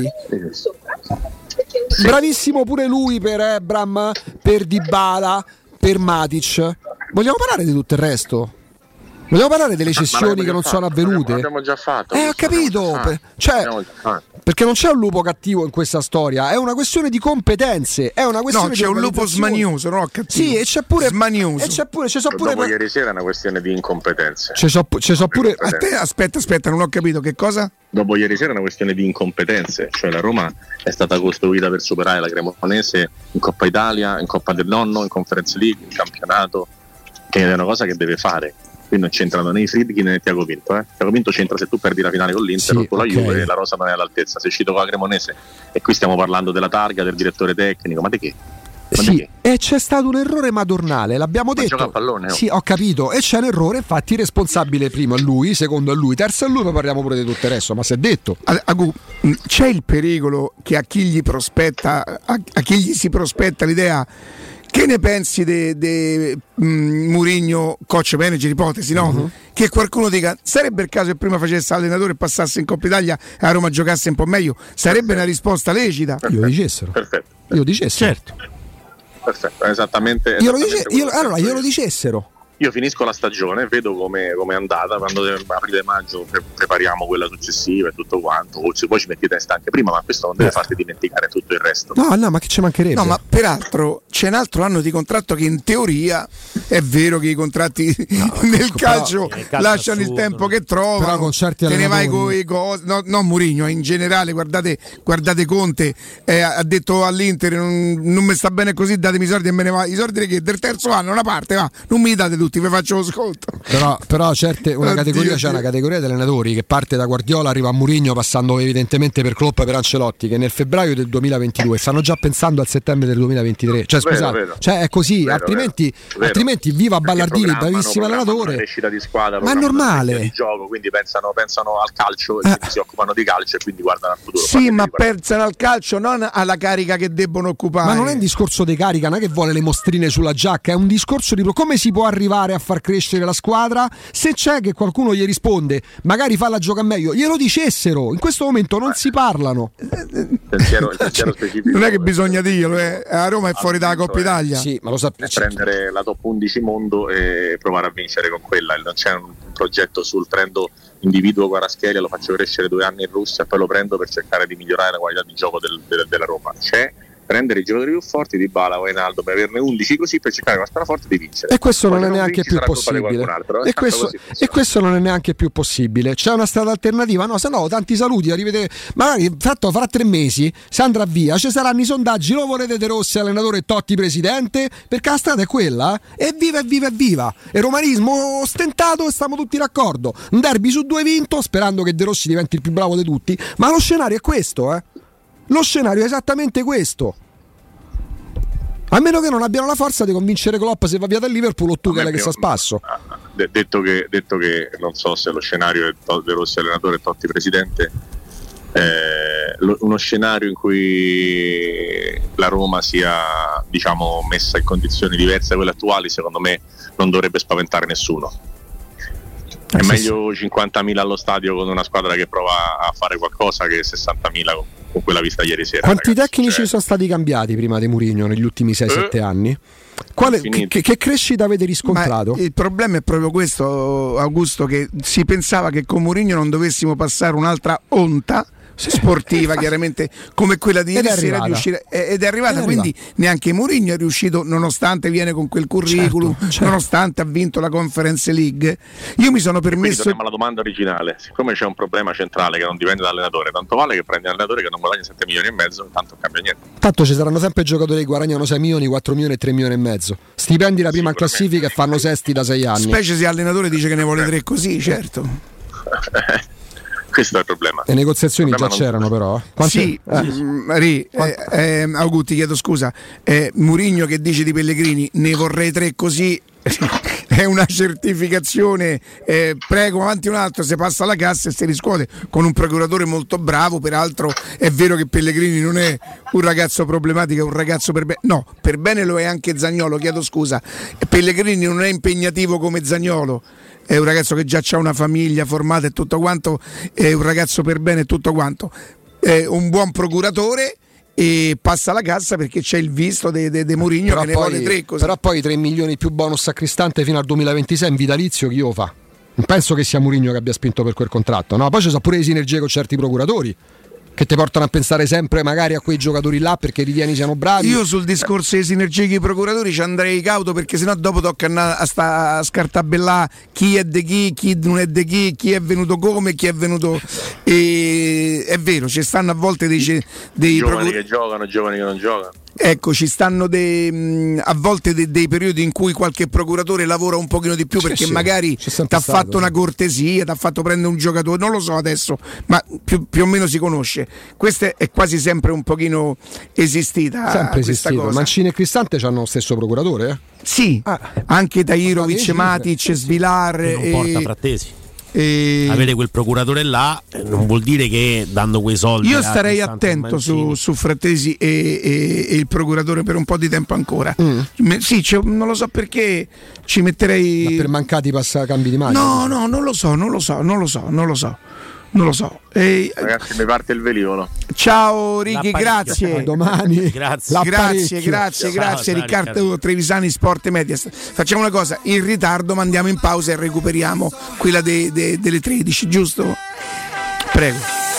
Bravissimo pure lui per Ebram, per Dybala, per Matic. Vogliamo parlare di tutto il resto? Vogliamo parlare delle cessioni che non sono avvenute? L'abbiamo già fatto. Eh, ho capito. Per- cioè, perché non c'è un lupo cattivo in questa storia, è una questione di competenze, è una questione No, di c'è un lupo organizzazione. smanioso, no? Cattivo. Sì, e c'è pure smanioso. E c'è pure, ci sono pure Dopo ieri sera è una questione di incompetenze. ci so, ci so pure Aspetta, aspetta, aspetta, non ho capito che cosa? Dopo ieri sera è una questione di incompetenze, cioè la Roma è stata costruita per superare la Cremonese in Coppa Italia, in Coppa del Nonno, in Conference League, in campionato, che è una cosa che deve fare. quindi non c'entrano né i Friedkin né Tiago Pinto. eh. Tiago Pinto c'entra se tu perdi la finale con l'Inter Sì, o con la ok. Juve e la rosa non è all'altezza. Sei uscito con la Cremonese e qui stiamo parlando della targa, del direttore tecnico, ma di che? Ma di Sì, che? e c'è stato un errore madornale, l'abbiamo Ma detto. gioca a pallone, oh. Sì, ho capito, e c'è un errore, infatti responsabile primo a lui, secondo a lui, terzo a lui, poi parliamo pure di tutto il resto, ma si è detto. Agu, c'è il pericolo che a chi gli prospetta, a, a chi gli si prospetta l'idea, che ne pensi di Mourinho, coach manager, ipotesi, no? Uh-huh. Che qualcuno dica sarebbe il caso che prima facesse allenatore e passasse in Coppa Italia e a Roma giocasse un po' meglio? Sarebbe una risposta lecita? Io lo dicessero. Perfetto. Io lo dicessero. Certo. Perfetto, esattamente. Io lo esattamente dice, quello io, che allora, penso io lo dicessero. Io finisco la stagione, vedo come è andata, quando aprile-maggio pre- prepariamo quella successiva e tutto quanto, o se poi ci metti testa anche prima, ma questo non deve Eh. farti dimenticare tutto il resto. No, no, ma che ci mancherebbe? No, ma peraltro c'è un altro anno di contratto che in teoria è vero che i contratti nel calcio nel calcio lasciano il assurdo, tempo che trovano, però con certi te ne vai con allenatori- i cose. No, no, Mourinho, in generale, guardate, guardate Conte, eh, ha detto all'Inter non, non mi sta bene così, datemi i soldi e me ne va. I soldi che del terzo anno, una parte, va, non mi li date tutti, vi faccio lo sconto. Però, però certe, una Oddio, categoria, c'è Dio. una categoria di allenatori che parte da Guardiola, arriva a Mourinho, passando evidentemente per Klopp e per Ancelotti, che nel febbraio del duemilaventidue stanno già pensando al settembre del duemilaventitré. Cioè, Vero, scusate, vero. cioè è così, Vero, altrimenti, vero. altrimenti viva Perché Ballardini, programmano- bravissimo programmano allenatore. la crescita di squadra, Ma è programmano la normale. crescita di gioco, quindi pensano, pensano al calcio e quindi si occupano di calcio e quindi guardano al futuro. Sì, ma pensano al calcio, non alla carica che debbono occupare. Ma non è un discorso di carica, non è che vuole le mostrine sulla giacca, è un discorso di pro- come si può arrivare a far crescere la squadra. Se c'è che qualcuno gli risponde, magari fa la gioca meglio, glielo dicessero. In questo momento non si parlano. Il pensiero, il pensiero specifico Non è che bisogna dirlo, eh. A Roma è fuori dalla Coppa Italia. Sì, ma lo è prendere la top undici mondo e provare a vincere con quella. Non c'è un progetto sul prendo individuo Kvaratskhelia, lo faccio crescere due anni in Russia e poi lo prendo per cercare di migliorare la qualità di gioco del, del, della Roma. C'è prendere i giocatori più forti di Bala o Wijnaldum e averne undici così per cercare una squadra forte di vincere. E questo Poi non se è neanche vinci più sarà colpa di possibile. qualcun altro, eh. E Tanto questo, così funziona. e questo non è neanche più possibile. C'è una strada alternativa? No, se no, tanti saluti, arrivederci. Magari fatto fra tre mesi si andrà via, ci saranno i sondaggi, lo volete De Rossi allenatore, Totti presidente? Perché la strada è quella, eh? E viva, evviva, evviva! E romanismo ostentato e stiamo tutti d'accordo. Un derby su due vinto, sperando che De Rossi diventi il più bravo di tutti, ma lo scenario è questo, eh? Lo scenario è esattamente questo. A meno che non abbiano la forza di convincere Klopp se va via dal Liverpool o Tuchel che sta a spasso. De- detto, che, detto che non so se lo scenario è To- De Rossi allenatore e Totti presidente, eh, lo- uno scenario in cui la Roma sia, diciamo, messa in condizioni diverse da quelle attuali, secondo me non dovrebbe spaventare nessuno. È Eh, sì, meglio cinquantamila allo stadio con una squadra che prova a fare qualcosa che sessantamila con, con quella vista ieri sera. Quanti ragazzi. tecnici Cioè, sono stati cambiati prima di Mourinho negli ultimi sei sette Eh, anni? Quale, che, infiniti. che- che crescita avete riscontrato? Ma il problema è proprio questo, Augusto, che si pensava che con Mourinho non dovessimo passare un'altra onta sportiva, chiaramente come quella di Ed ieri è sera di arrivata. uscire, eh, ed è arrivata, Ed è quindi neanche Mourinho è riuscito, nonostante viene con quel curriculum, Certo, certo. nonostante ha vinto la Conference League. Io mi sono quindi permesso torniamo alla domanda originale. Siccome c'è un problema centrale che non dipende dall'allenatore, tanto vale che prendi un allenatore che non guadagna sette milioni e mezzo, tanto non cambia niente. Tanto ci saranno sempre giocatori che guadagnano sei milioni, quattro milioni e tre milioni e mezzo. Stipendi la prima in classifica e fanno sesti da sei anni. specie se l'allenatore dice che ne vuole tre così, certo. Questo è il problema. Le negoziazioni Il già problema non- c'erano però. eh. Quante- Sì, eh. mm, Ri, eh, eh, Augusti, chiedo scusa. Eh, Mourinho che dice di Pellegrini ne vorrei tre così è una certificazione. Eh, prego, avanti un altro, si passa alla cassa e si riscuote con un procuratore molto bravo. Peraltro è vero che Pellegrini non è un ragazzo problematico, è un ragazzo per bene. No, per bene lo è anche Zaniolo, chiedo scusa. Pellegrini non è impegnativo come Zaniolo. È un ragazzo che già ha una famiglia formata e tutto quanto, è un ragazzo per bene e tutto quanto. È un buon procuratore e passa alla cassa perché c'è il visto di de, de Mourinho Però che ne poi, vuole tre così. però poi tre milioni più bonus a Cristante fino al duemilaventisei in vitalizio chi lo fa? Non penso che sia Mourinho che abbia spinto per quel contratto, no? Poi ci sono pure le sinergie con certi procuratori che ti portano a pensare sempre magari a quei giocatori là perché ritieni siano bravi. Io sul discorso di sinergie con i procuratori ci andrei cauto perché sennò dopo tocca a, a, sta, a scartabellare chi è di chi, chi non è di chi, chi è venuto come, chi è venuto. E, è vero, ci stanno a volte dei, dei giovani procuratori. che giocano, giovani che non giocano. ecco, ci stanno dei, mh, a volte dei, dei periodi in cui qualche procuratore lavora un pochino di più Sì, perché sì, magari c'è ti sempre ha stato, fatto una cortesia, ti ha fatto prendere un giocatore, non lo so adesso, ma più, più o meno si conosce. Questa è quasi sempre un pochino esistita Sempre questa esistito. cosa. Mancini e Cristante hanno lo stesso procuratore? Eh? Sì, anche Tahirovic, Matic, Svilar non e porta Frattesi. E... avere quel procuratore là eh, non vuol dire che dando quei soldi io a starei Cristante e attento su, Mancini- su Frattesi e, e, e il procuratore per un po' di tempo ancora. Mm. Me- sì, c'è- non lo so perché ci metterei. Ma per mancati passacambi di mano? No, no, non lo so, non lo so, non lo so, non lo so. Non lo so. E... Ragazzi, mi parte il velivolo. Ciao Righi, grazie. A domani. Grazie. Grazie, grazie, Ciao, grazie ciao, Riccardo Riccardo. Trevisani, Sport e Media. Facciamo una cosa, in ritardo mandiamo in pausa e recuperiamo quella de- de- delle tredici, giusto? Prego.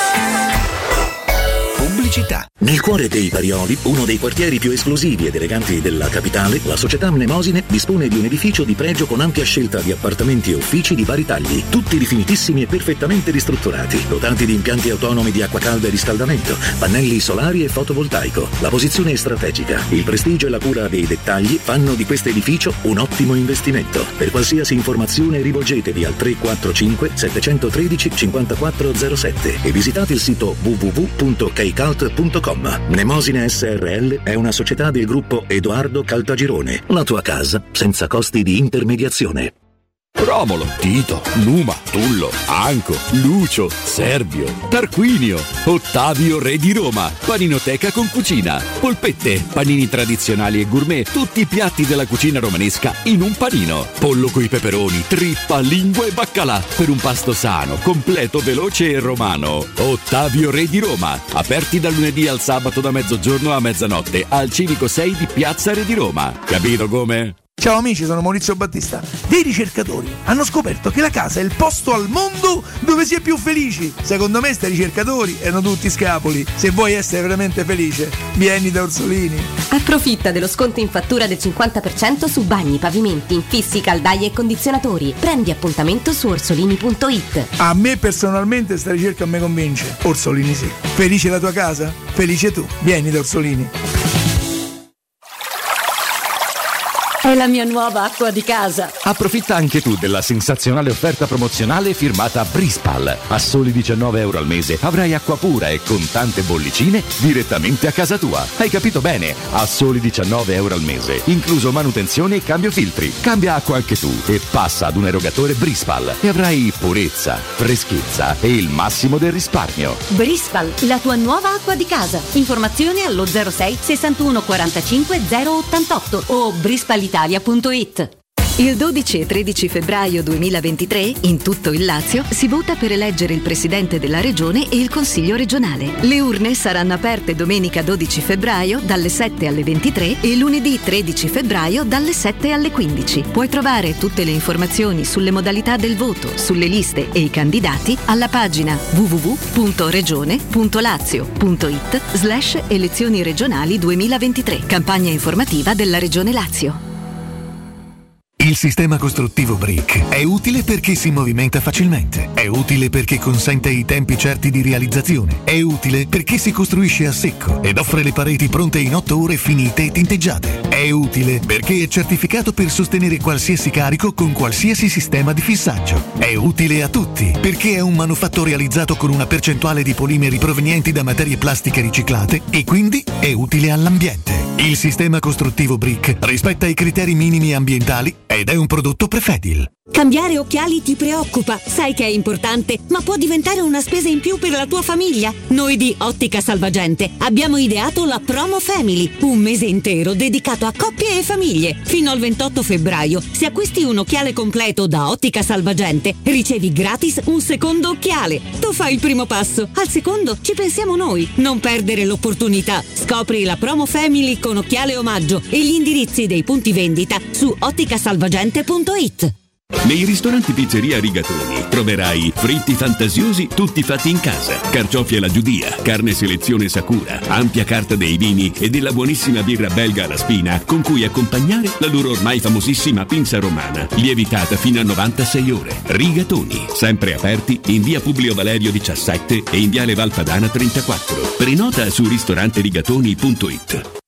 Pubblicità. Nel cuore dei Parioli, uno dei quartieri più esclusivi ed eleganti della capitale, la società Mnemosine dispone di un edificio di pregio con ampia scelta di appartamenti e uffici di vari tagli, tutti rifinitissimi e perfettamente ristrutturati, dotati di impianti autonomi di acqua calda e riscaldamento, pannelli solari e fotovoltaico. La posizione è strategica, il prestigio e la cura dei dettagli fanno di questo edificio un ottimo investimento. Per qualsiasi informazione rivolgetevi al tre quattro cinque sette uno tre cinque zero sette e visitate il sito w w w punto keycult punto com. Mnemosine S R L è una società del gruppo Edoardo Caltagirone. La tua casa senza costi di intermediazione. Romolo, Tito, Numa, Tullo, Anco, Lucio, Servio, Tarquinio, Ottavio Re di Roma, Paninoteca con cucina, polpette, panini tradizionali e gourmet, tutti i piatti della cucina romanesca in un panino, pollo coi peperoni, trippa, lingua e baccalà, per un pasto sano, completo, veloce e romano. Ottavio Re di Roma, aperti dal lunedì al sabato da mezzogiorno a mezzanotte al Civico sei di Piazza Re di Roma. Capito come? Ciao amici, sono Maurizio Battista. Dei ricercatori hanno scoperto che la casa è il posto al mondo dove si è più felici. Secondo me sti ricercatori erano tutti scapoli. Se vuoi essere veramente felice, vieni da Orsolini. Approfitta dello sconto in fattura del cinquanta per cento su bagni, pavimenti, infissi, caldaie e condizionatori. Prendi appuntamento su orsolini punto it. A me personalmente sta ricerca mi convince. Orsolini sì. Felice la tua casa? Felice tu. Vieni da Orsolini. È la mia nuova acqua di casa. Approfitta anche tu della sensazionale offerta promozionale firmata Brispal. A soli diciannove euro al mese avrai acqua pura e con tante bollicine direttamente a casa tua. Hai capito bene? A soli diciannove euro al mese, incluso manutenzione e cambio filtri. Cambia acqua anche tu e passa ad un erogatore Brispal e avrai purezza, freschezza e il massimo del risparmio. Brispal, la tua nuova acqua di casa. Informazioni allo zero sei sessantuno quarantacinque zero ottantotto o brispal italia punto it. Il dodici e tredici febbraio duemilaventitré, in tutto il Lazio, si vota per eleggere il presidente della regione e il consiglio regionale. Le urne saranno aperte domenica dodici febbraio dalle sette alle ventitré e lunedì tredici febbraio dalle sette alle quindici. Puoi trovare tutte le informazioni sulle modalità del voto, sulle liste e i candidati alla pagina w w w punto regione punto lazio punto it slash elezioni regionali duemilaventitré. Campagna informativa della Regione Lazio. Il sistema costruttivo Brick è utile perché si movimenta facilmente, è utile perché consente i tempi certi di realizzazione, è utile perché si costruisce a secco ed offre le pareti pronte in otto ore finite e tinteggiate, è utile perché è certificato per sostenere qualsiasi carico con qualsiasi sistema di fissaggio, è utile a tutti perché è un manufatto realizzato con una percentuale di polimeri provenienti da materie plastiche riciclate e quindi è utile all'ambiente. Il sistema costruttivo Brick rispetta i criteri minimi ambientali ed è un prodotto Prefedil. Cambiare occhiali ti preoccupa, sai che è importante, ma può diventare una spesa in più per la tua famiglia. Noi di Ottica Salvagente abbiamo ideato la Promo Family, un mese intero dedicato a coppie e famiglie. Fino al ventotto febbraio, se acquisti un occhiale completo da Ottica Salvagente, ricevi gratis un secondo occhiale. Tu fai il primo passo, al secondo ci pensiamo noi. Non perdere l'opportunità. Scopri la Promo Family con occhiale omaggio e gli indirizzi dei punti vendita su ottica salvagente punto it. Nei ristoranti Pizzeria Rigatoni troverai fritti fantasiosi tutti fatti in casa, carciofi alla giudia, carne selezione Sakura, ampia carta dei vini e della buonissima birra belga alla spina con cui accompagnare la loro ormai famosissima pinza romana, lievitata fino a novantasei ore. Rigatoni, sempre aperti in via Publio Valerio diciassette e in viale Valpadana trentaquattro. Prenota su ristorante rigatoni punto it.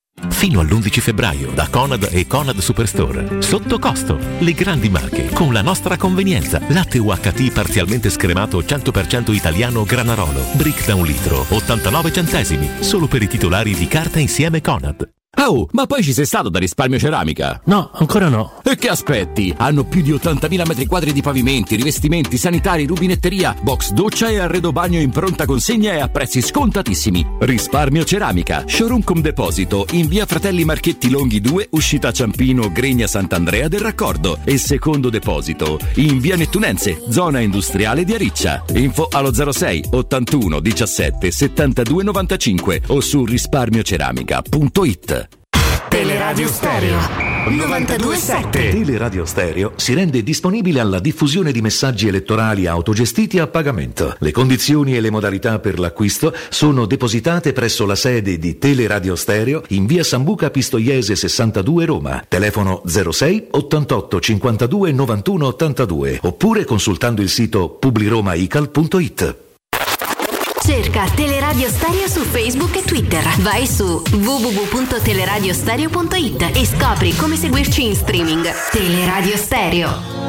Fino all'undici febbraio da Conad e Conad Superstore. Sotto costo, le grandi marche con la nostra convenienza. Latte U H T parzialmente scremato cento per cento italiano Granarolo. Brick da un litro, ottantanove centesimi. Solo per i titolari di carta insieme Conad. Oh, ma poi ci sei stato da Risparmio Ceramica? No, ancora no. E che aspetti? Hanno più di ottantamila metri quadri di pavimenti, rivestimenti, sanitari, rubinetteria, box doccia e arredo bagno in pronta consegna e a prezzi scontatissimi. Risparmio Ceramica, showroom con deposito in via Fratelli Marchetti Longhi due, uscita Ciampino, Gregna Sant'Andrea del Raccordo, e secondo deposito in via Nettunense, zona industriale di Ariccia. Info allo zero sei ottantuno diciassette settantadue novantacinque o su risparmioceramica punto it. Teleradio Stereo novantadue sette. Teleradio Stereo si rende disponibile alla diffusione di messaggi elettorali autogestiti a pagamento. Le condizioni e le modalità per l'acquisto sono depositate presso la sede di Teleradio Stereo in via Sambuca Pistoiese sessantadue Roma. Telefono zero sei ottantotto cinquantadue novantuno ottantadue oppure consultando il sito publiromaical punto it. Cerca Teleradio Stereo su Facebook e Twitter. Vai su w w w punto teleradiostereo punto it e scopri come seguirci in streaming. Teleradio Stereo.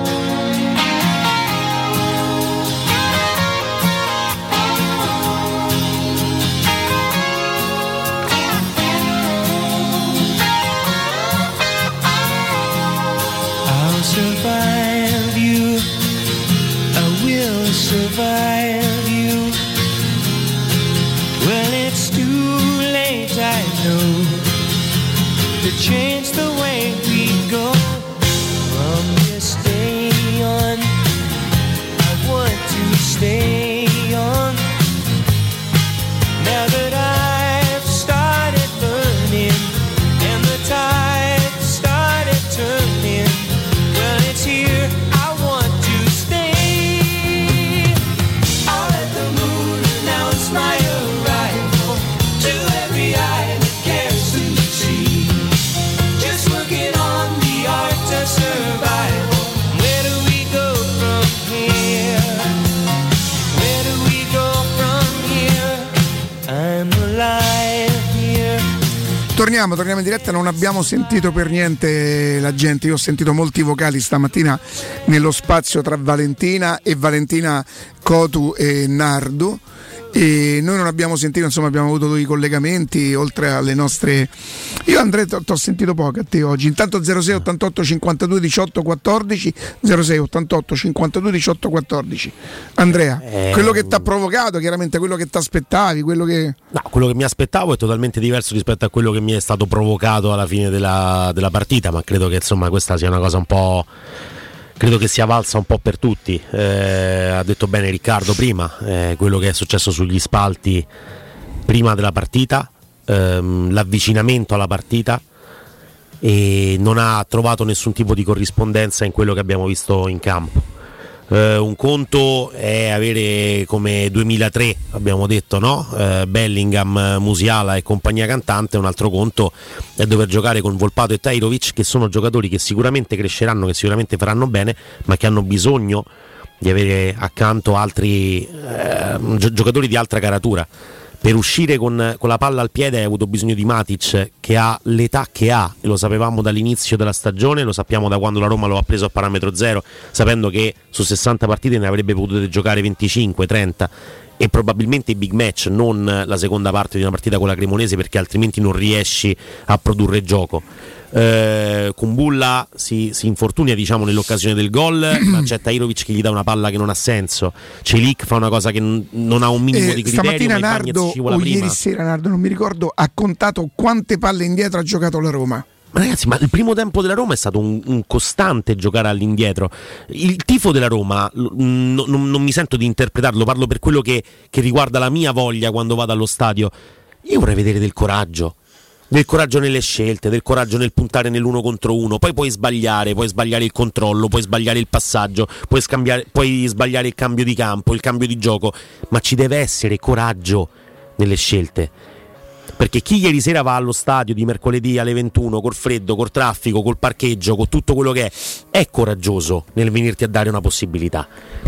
I'll survive you. I will survive you. Well, it's too late, I know, to change the way we go. From this day on, I want to stay on. Now that I've started learning and the tide started turning, well, it's here, I want to stay. I'll let the moon announce my Torniamo, torniamo in diretta, non abbiamo sentito per niente la gente, io ho sentito molti vocali stamattina nello spazio tra Valentina e Valentina Cotu e Nardo, e noi non abbiamo sentito, insomma abbiamo avuto dei collegamenti oltre alle nostre. Io Andrea ti ho sentito poco a te oggi. Intanto zero sei ottantotto cinquantadue diciotto quattordici zero sei ottantotto cinquantadue diciotto quattordici. Andrea, eh, quello che ti ha provocato, chiaramente quello che ti aspettavi, quello che no, quello che mi aspettavo è totalmente diverso rispetto a quello che mi è stato provocato alla fine della, della partita, ma credo che insomma questa sia una cosa un po', credo che sia valsa un po' per tutti. Eh, ha detto bene Riccardo prima, eh, quello che è successo sugli spalti prima della partita, ehm, l'avvicinamento alla partita, e non ha trovato nessun tipo di corrispondenza in quello che abbiamo visto in campo. Uh, un conto è avere come duemilatré, abbiamo detto, no? Uh, Bellingham, Musiala e compagnia cantante. Un altro conto è dover giocare con Volpato e Tajrovic, che sono giocatori che sicuramente cresceranno, che sicuramente faranno bene, ma che hanno bisogno di avere accanto altri uh, giocatori di altra caratura. Per uscire con, con la palla al piede hai avuto bisogno di Matic, che ha l'età che ha, e lo sapevamo dall'inizio della stagione, lo sappiamo da quando la Roma lo ha preso a parametro zero, sapendo che su sessanta partite ne avrebbe potuto giocare venticinque trenta, e probabilmente i big match, non la seconda parte di una partita con la Cremonese, perché altrimenti non riesci a produrre gioco. Eh, Kumbulla si, si infortuna, diciamo, nell'occasione del gol, ma c'è Tajrovic che gli dà una palla che non ha senso. Celic fa una cosa che n- non ha un minimo eh, di criterio. Stamattina Nardo, o prima. ieri sera Nardo, non mi ricordo, ha contato quante palle indietro ha giocato la Roma. Ma ragazzi, ma il primo tempo della Roma è stato un, un costante giocare all'indietro. Il tifo della Roma n- n- non mi sento di interpretarlo, parlo per quello che, che riguarda la mia voglia quando vado allo stadio. Io vorrei vedere del coraggio. Del coraggio nelle scelte, del coraggio nel puntare nell'uno contro uno. Poi puoi sbagliare, puoi sbagliare il controllo, puoi sbagliare il passaggio, puoi, scambiare, puoi sbagliare il cambio di campo, il cambio di gioco, ma ci deve essere coraggio nelle scelte. Perché chi ieri sera va allo stadio di mercoledì alle ventuno col freddo, col traffico, col parcheggio, con tutto quello che è, è coraggioso nel venirti a dare una possibilità.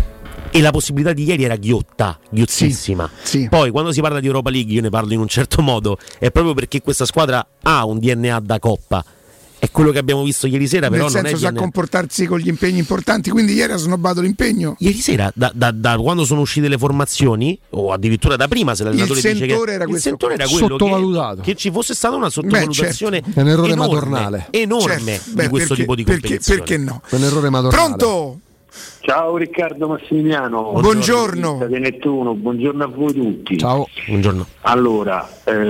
e la possibilità di ieri era ghiotta, ghiottissima. Sì, sì. Poi quando si parla di Europa League io ne parlo in un certo modo, è proprio perché questa squadra ha un D N A da coppa. È quello che abbiamo visto ieri sera, però nel senso non è sa D N A. comportarsi con gli impegni importanti, quindi ieri ha snobbato l'impegno. Ieri sera, da, da, da quando sono uscite le formazioni, o addirittura da prima, se l'allenatore il dice che sentore era il questo, sentore era quello sottovalutato. Che, che ci fosse stata una sottovalutazione. Beh, certo. È un errore enorme, madornale. enorme Certo. di Beh, questo perché, tipo di perché, competizione. perché no? È un errore madornale. Pronto? Ciao Riccardo Massimiliano, buongiorno. Di Nettuno, buongiorno a voi tutti. Ciao. Buongiorno. Allora,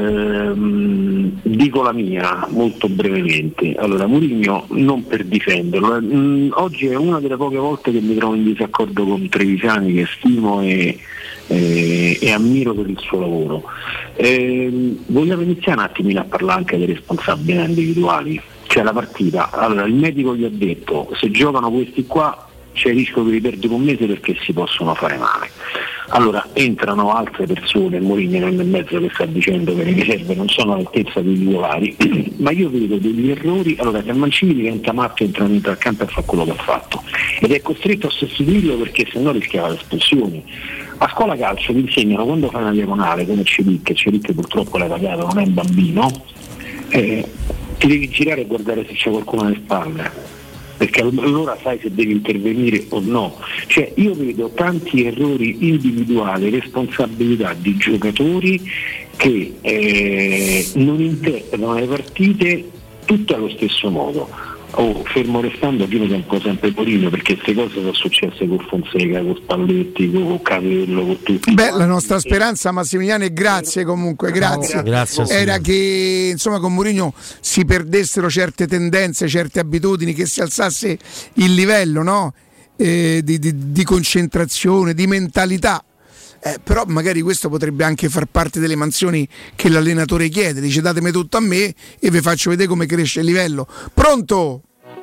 ehm, dico la mia molto brevemente. Allora, Mourinho, non per difenderlo, eh, mh, oggi è una delle poche volte che mi trovo in disaccordo con Trevisani, che stimo e, e, e ammiro per il suo lavoro. Ehm, vogliamo iniziare un attimino a parlare anche dei responsabili individuali. Cioè la partita, allora il medico gli ha detto se giocano questi qua c'è il rischio che li perdi un mese perché si possono fare male. Allora entrano altre persone, il Mourinho non è in mezzo che sta dicendo che le riserve non sono all'altezza dei titolari, ma io vedo degli errori. Allora che Mancini diventa matto, entra dentro al campo e fa quello che ha fatto ed è costretto a sostituirlo perché sennò rischiava le espulsioni. A scuola calcio vi insegnano quando fai una diagonale come Celic, Celic purtroppo l'hai pagato, non è un bambino, eh, ti devi girare e guardare se c'è qualcuno alle spalle, perché allora sai se devi intervenire o no. Cioè io vedo tanti errori individuali, responsabilità di giocatori che eh, non interpretano le partite tutte allo stesso modo. Oh, fermo restando che io mi tempo sempre Mourinho, perché queste cose sono successe con Fonseca, con Spalletti, con Capello, con tutti. Beh, la nostra speranza, Massimiliano, e grazie comunque, grazie. Grazie, era che insomma con Mourinho si perdessero certe tendenze, certe abitudini, che si alzasse il livello, no? eh, di, di, di concentrazione, di mentalità. Eh, però magari questo potrebbe anche far parte delle mansioni che l'allenatore chiede, dice datemi tutto a me e vi faccio vedere come cresce il livello. Pronto?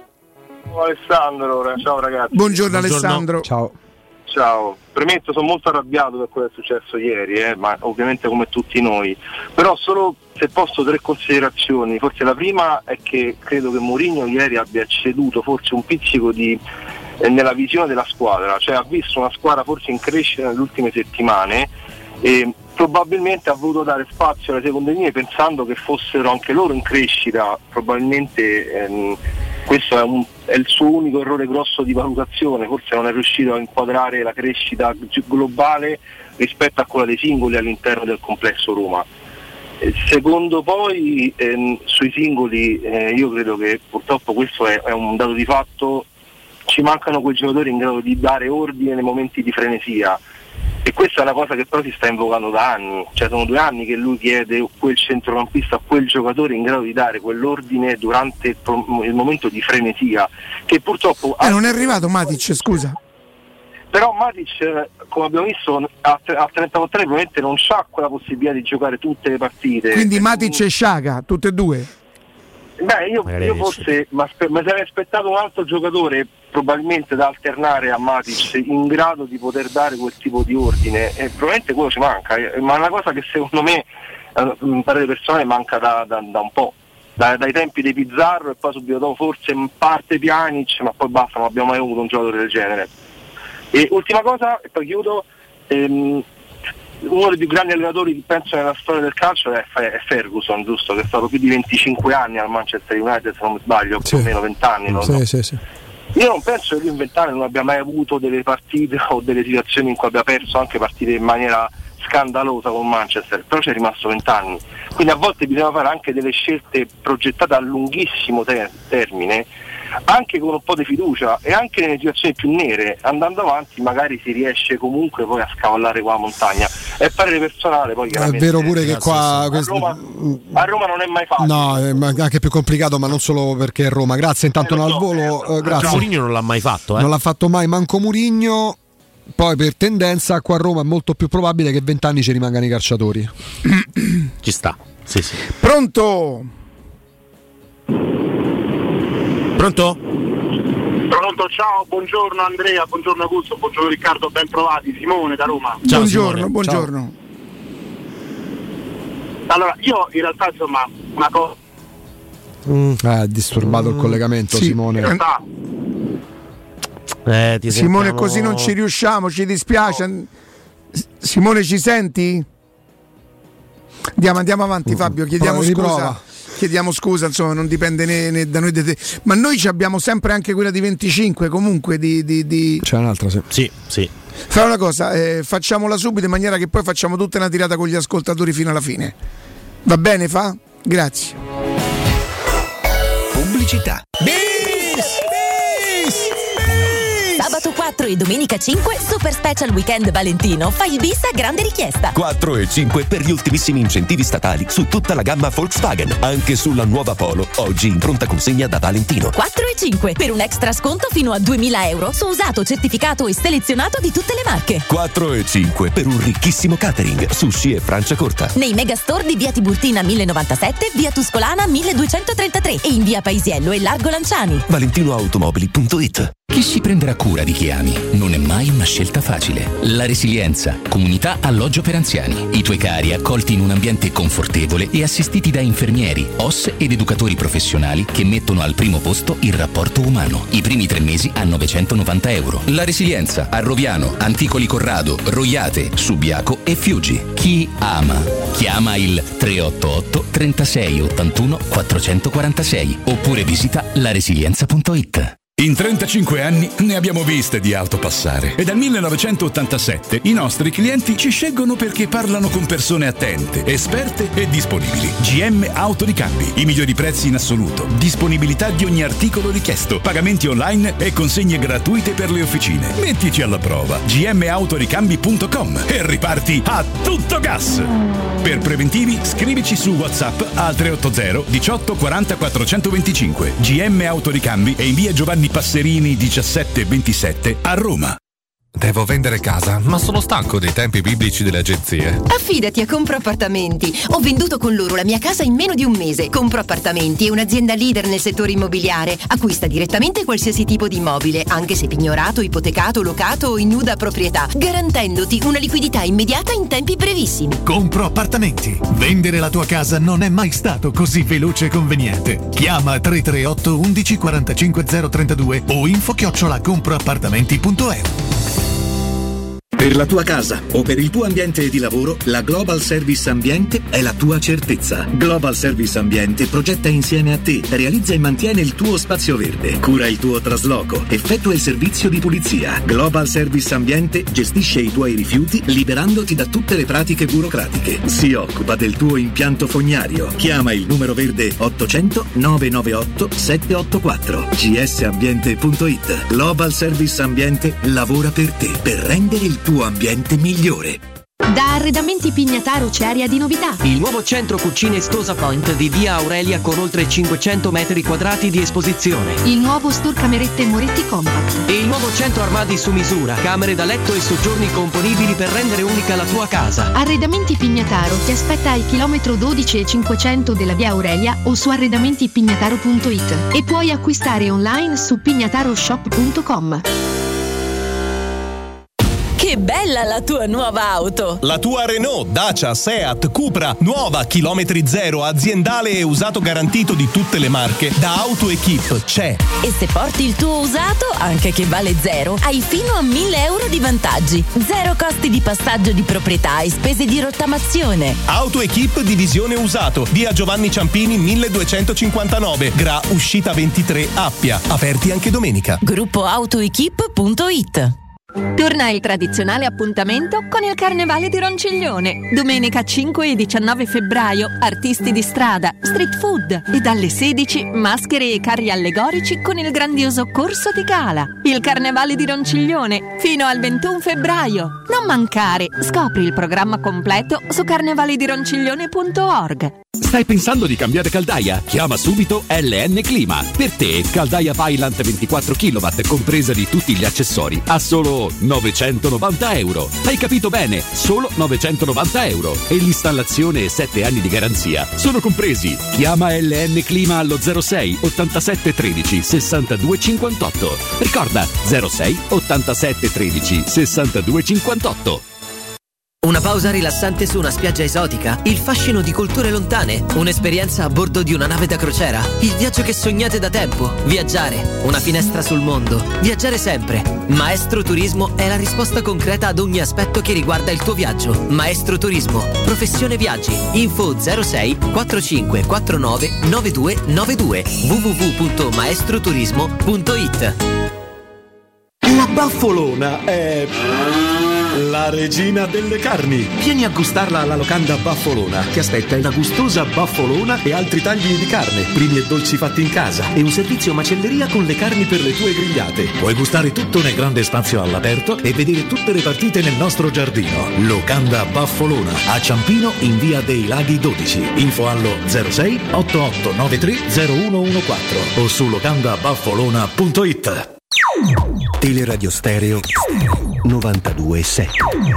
Alessandro, ciao ragazzi. Buongiorno, Buongiorno. Alessandro. Ciao. Ciao, premetto, sono molto arrabbiato per quello che è successo ieri, eh, ma ovviamente come tutti noi, però solo se posso tre considerazioni. Forse la prima è che credo che Mourinho ieri abbia ceduto forse un pizzico di nella visione della squadra, cioè ha visto una squadra forse in crescita nelle ultime settimane e probabilmente ha voluto dare spazio alle seconde linee pensando che fossero anche loro in crescita. Probabilmente ehm, questo è, un, è il suo unico errore grosso di valutazione, forse non è riuscito a inquadrare la crescita globale rispetto a quella dei singoli all'interno del complesso Roma. Secondo poi ehm, sui singoli eh, io credo che purtroppo questo è, è un dato di fatto. Ci mancano quei giocatori in grado di dare ordine nei momenti di frenesia e questa è una cosa che però si sta invocando da anni, cioè sono due anni che lui chiede quel centrocampista, quel giocatore in grado di dare quell'ordine durante il, il momento di frenesia che purtroppo eh, non è arrivato Matic, scusa. Però Matic, come abbiamo visto, a trentaquattro anni probabilmente non c'ha quella possibilità di giocare tutte le partite. Quindi Matic e Sciaga, tutte e due? Beh, io, io forse mi sarei aspettato un altro giocatore probabilmente da alternare a Matic in grado di poter dare quel tipo di ordine e probabilmente quello ci manca, eh, ma è una cosa che secondo me eh, in parere personale manca da, da, da un po', da, dai tempi dei Pizarro e poi subito dopo forse in parte Pjanic, ma poi basta, non abbiamo mai avuto un giocatore del genere. E ultima cosa, e poi chiudo, ehm, uno dei più grandi allenatori penso nella storia del calcio è, è Ferguson, giusto? Che è stato più di venticinque anni al Manchester United, se non mi sbaglio, sì. più o meno venti anni. No? Sì, sì, sì. Io non penso che lui in vent'anni non abbia mai avuto delle partite o delle situazioni in cui abbia perso anche partite in maniera scandalosa con Manchester, però c'è rimasto vent'anni. Quindi a volte bisogna fare anche delle scelte progettate a lunghissimo ter- termine, anche con un po' di fiducia e anche nelle situazioni più nere, andando avanti magari si riesce comunque poi a scavallare qua la montagna. È parere personale, poi è vero pure che qua a Roma, a Roma non è mai facile. No, è anche più complicato, ma non solo perché è Roma. Grazie intanto eh, no, al volo, eh, grazie. Mourinho non l'ha mai fatto, eh. Non l'ha fatto mai manco Mourinho. Poi per tendenza qua a Roma è molto più probabile che vent'anni ci rimangano i calciatori. Ci sta. Sì, sì. Pronto? Pronto? Pronto, ciao, buongiorno Andrea, buongiorno Augusto, buongiorno Riccardo, ben trovati. Simone da Roma. Ciao, buongiorno, Simone. Buongiorno. Ciao. Allora, io in realtà insomma una cosa. Mm. Ha disturbato mm. il collegamento, sì. Simone. In realtà Eh, ti Simone, sentiamo... così non ci riusciamo, ci dispiace. Simone, ci senti? Andiamo, andiamo avanti, Fabio, chiediamo Prova, scusa. riprova. Chiediamo scusa, insomma, non dipende né, né da noi né da te. Ma noi ci abbiamo sempre anche quella di venticinque, comunque di... di, di... C'è un'altra, sì. Sì, sì. Fai una cosa, eh, facciamola subito in maniera che poi facciamo tutta una tirata con gli ascoltatori fino alla fine. Va bene, fa? Grazie. Pubblicità. Sabato quattro e domenica cinque, Super Special Weekend Valentino. Fai il bis a grande richiesta. quattro e cinque per gli ultimissimi incentivi statali su tutta la gamma Volkswagen, anche sulla nuova Polo, oggi in pronta consegna da Valentino. quattro e cinque per un extra sconto fino a duemila euro su usato certificato e selezionato di tutte le marche. quattro e cinque per un ricchissimo catering, sushi e Franciacorta. Nei megastore di via Tiburtina mille novantasette, via Tuscolana milleduecentotrentatré e in via Paisiello e Largo Lanciani. valentinoautomobili punto it. Chi si prenderà cura di chi ami non è mai una scelta facile. La Resilienza, comunità alloggio per anziani. I tuoi cari accolti in un ambiente confortevole e assistiti da infermieri, O S ed educatori professionali che mettono al primo posto il rapporto umano. I primi tre mesi a novecentonovanta euro. La Resilienza a Roviano, Anticoli Corrado, Roiate, Subiaco e Fiuggi. Chi ama? Chiama il tre otto otto trentasei ottantuno quattrocentoquarantasei oppure visita la resilienza punto it. In trentacinque anni ne abbiamo viste di auto passare e dal millenovecentottantasette i nostri clienti ci scelgono perché parlano con persone attente, esperte e disponibili. G M Autoricambi, i migliori prezzi in assoluto, disponibilità di ogni articolo richiesto, pagamenti online e consegne gratuite per le officine. Mettici alla prova g m autoricambi punto com e riparti a tutto gas. Per preventivi scrivici su WhatsApp al tre otto zero diciotto quaranta quattrocentoventicinque. G M Autoricambi e in via Giovanni Passerini diciassette ventisette a Roma. Devo vendere casa, ma sono stanco dei tempi biblici delle agenzie. Affidati a Compro Appartamenti. Ho venduto con loro la mia casa in meno di un mese. Compro Appartamenti è un'azienda leader nel settore immobiliare. Acquista direttamente qualsiasi tipo di immobile, anche se pignorato, ipotecato, locato o in nuda proprietà, garantendoti una liquidità immediata in tempi brevissimi. Compro Appartamenti. Vendere la tua casa non è mai stato così veloce e conveniente. Chiama tre tre otto undici quarantacinque zero trentadue o info chiocciola comproappartamenti punto e u. Per la tua casa o per il tuo ambiente di lavoro, la Global Service Ambiente è la tua certezza. Global Service Ambiente progetta insieme a te, realizza e mantiene il tuo spazio verde, cura il tuo trasloco, effettua il servizio di pulizia. Global Service Ambiente gestisce i tuoi rifiuti liberandoti da tutte le pratiche burocratiche. Si occupa del tuo impianto fognario. Chiama il numero verde ottocento nove nove otto sette otto quattro g s ambiente punto it. Global Service Ambiente lavora per te, per rendere il tuo ambiente migliore. Da Arredamenti Pignataro c'è aria di novità. Il nuovo centro cucine Stosa Point di via Aurelia con oltre cinquecento metri quadrati di esposizione. Il nuovo store camerette Moretti Compact. E il nuovo centro armadi su misura, camere da letto e soggiorni componibili per rendere unica la tua casa. Arredamenti Pignataro ti aspetta al chilometro dodici e cinquecento della via Aurelia o su arredamenti pignataro punto it e puoi acquistare online su pignataroshop punto com. Che bella la tua nuova auto! La tua Renault, Dacia, Seat, Cupra, nuova, chilometri zero, aziendale e usato garantito di tutte le marche, da AutoEquip c'è. E se porti il tuo usato, anche che vale zero, hai fino a mille euro di vantaggi. Zero costi di passaggio di proprietà e spese di rottamazione. AutoEquip Divisione Usato, via Giovanni Ciampini milleduecentocinquantanove, Gra Uscita ventitré, Appia, aperti anche domenica. Gruppo autoequip punto it. Torna il tradizionale appuntamento con il Carnevale di Ronciglione. Domenica cinque e diciannove febbraio, artisti di strada, street food e dalle sedici maschere e carri allegorici con il grandioso corso di gala. Il Carnevale di Ronciglione fino al ventuno febbraio. Non mancare, scopri il programma completo su carnevale di ronciglione punto org. Stai pensando di cambiare caldaia? Chiama subito L N Clima. Per te, caldaia Vaillant ventiquattro chilowatt compresa di tutti gli accessori a solo novecentonovanta euro. Hai capito bene, solo novecentonovanta euro. E l'installazione e sette anni di garanzia sono compresi. Chiama L N Clima allo zero sei ottantasette tredici sessantadue cinquantotto. Ricorda zero sei ottantasette tredici sessantadue cinquantotto. Una pausa rilassante su una spiaggia esotica? Il fascino di culture lontane? Un'esperienza a bordo di una nave da crociera? Il viaggio che sognate da tempo? Viaggiare, una finestra sul mondo. Viaggiare sempre. Maestro Turismo è la risposta concreta ad ogni aspetto che riguarda il tuo viaggio. Maestro Turismo, professione viaggi. Info zero sei quarantacinque quarantanove novantadue novantadue w w w punto maestroturismo punto it. La Baffolona è la regina delle carni. Vieni a gustarla alla locanda Baffolona. Ti aspetta una gustosa baffolona e altri tagli di carne, primi e dolci fatti in casa e un servizio macelleria con le carni per le tue grigliate. Puoi gustare tutto nel grande spazio all'aperto e vedere tutte le partite nel nostro giardino. Locanda Baffolona a Ciampino in via dei Laghi dodici. Info allo zero sei ottantotto novantatré zero uno quattordici o su locanda baffolona punto it. Teleradio Stereo novantadue sette.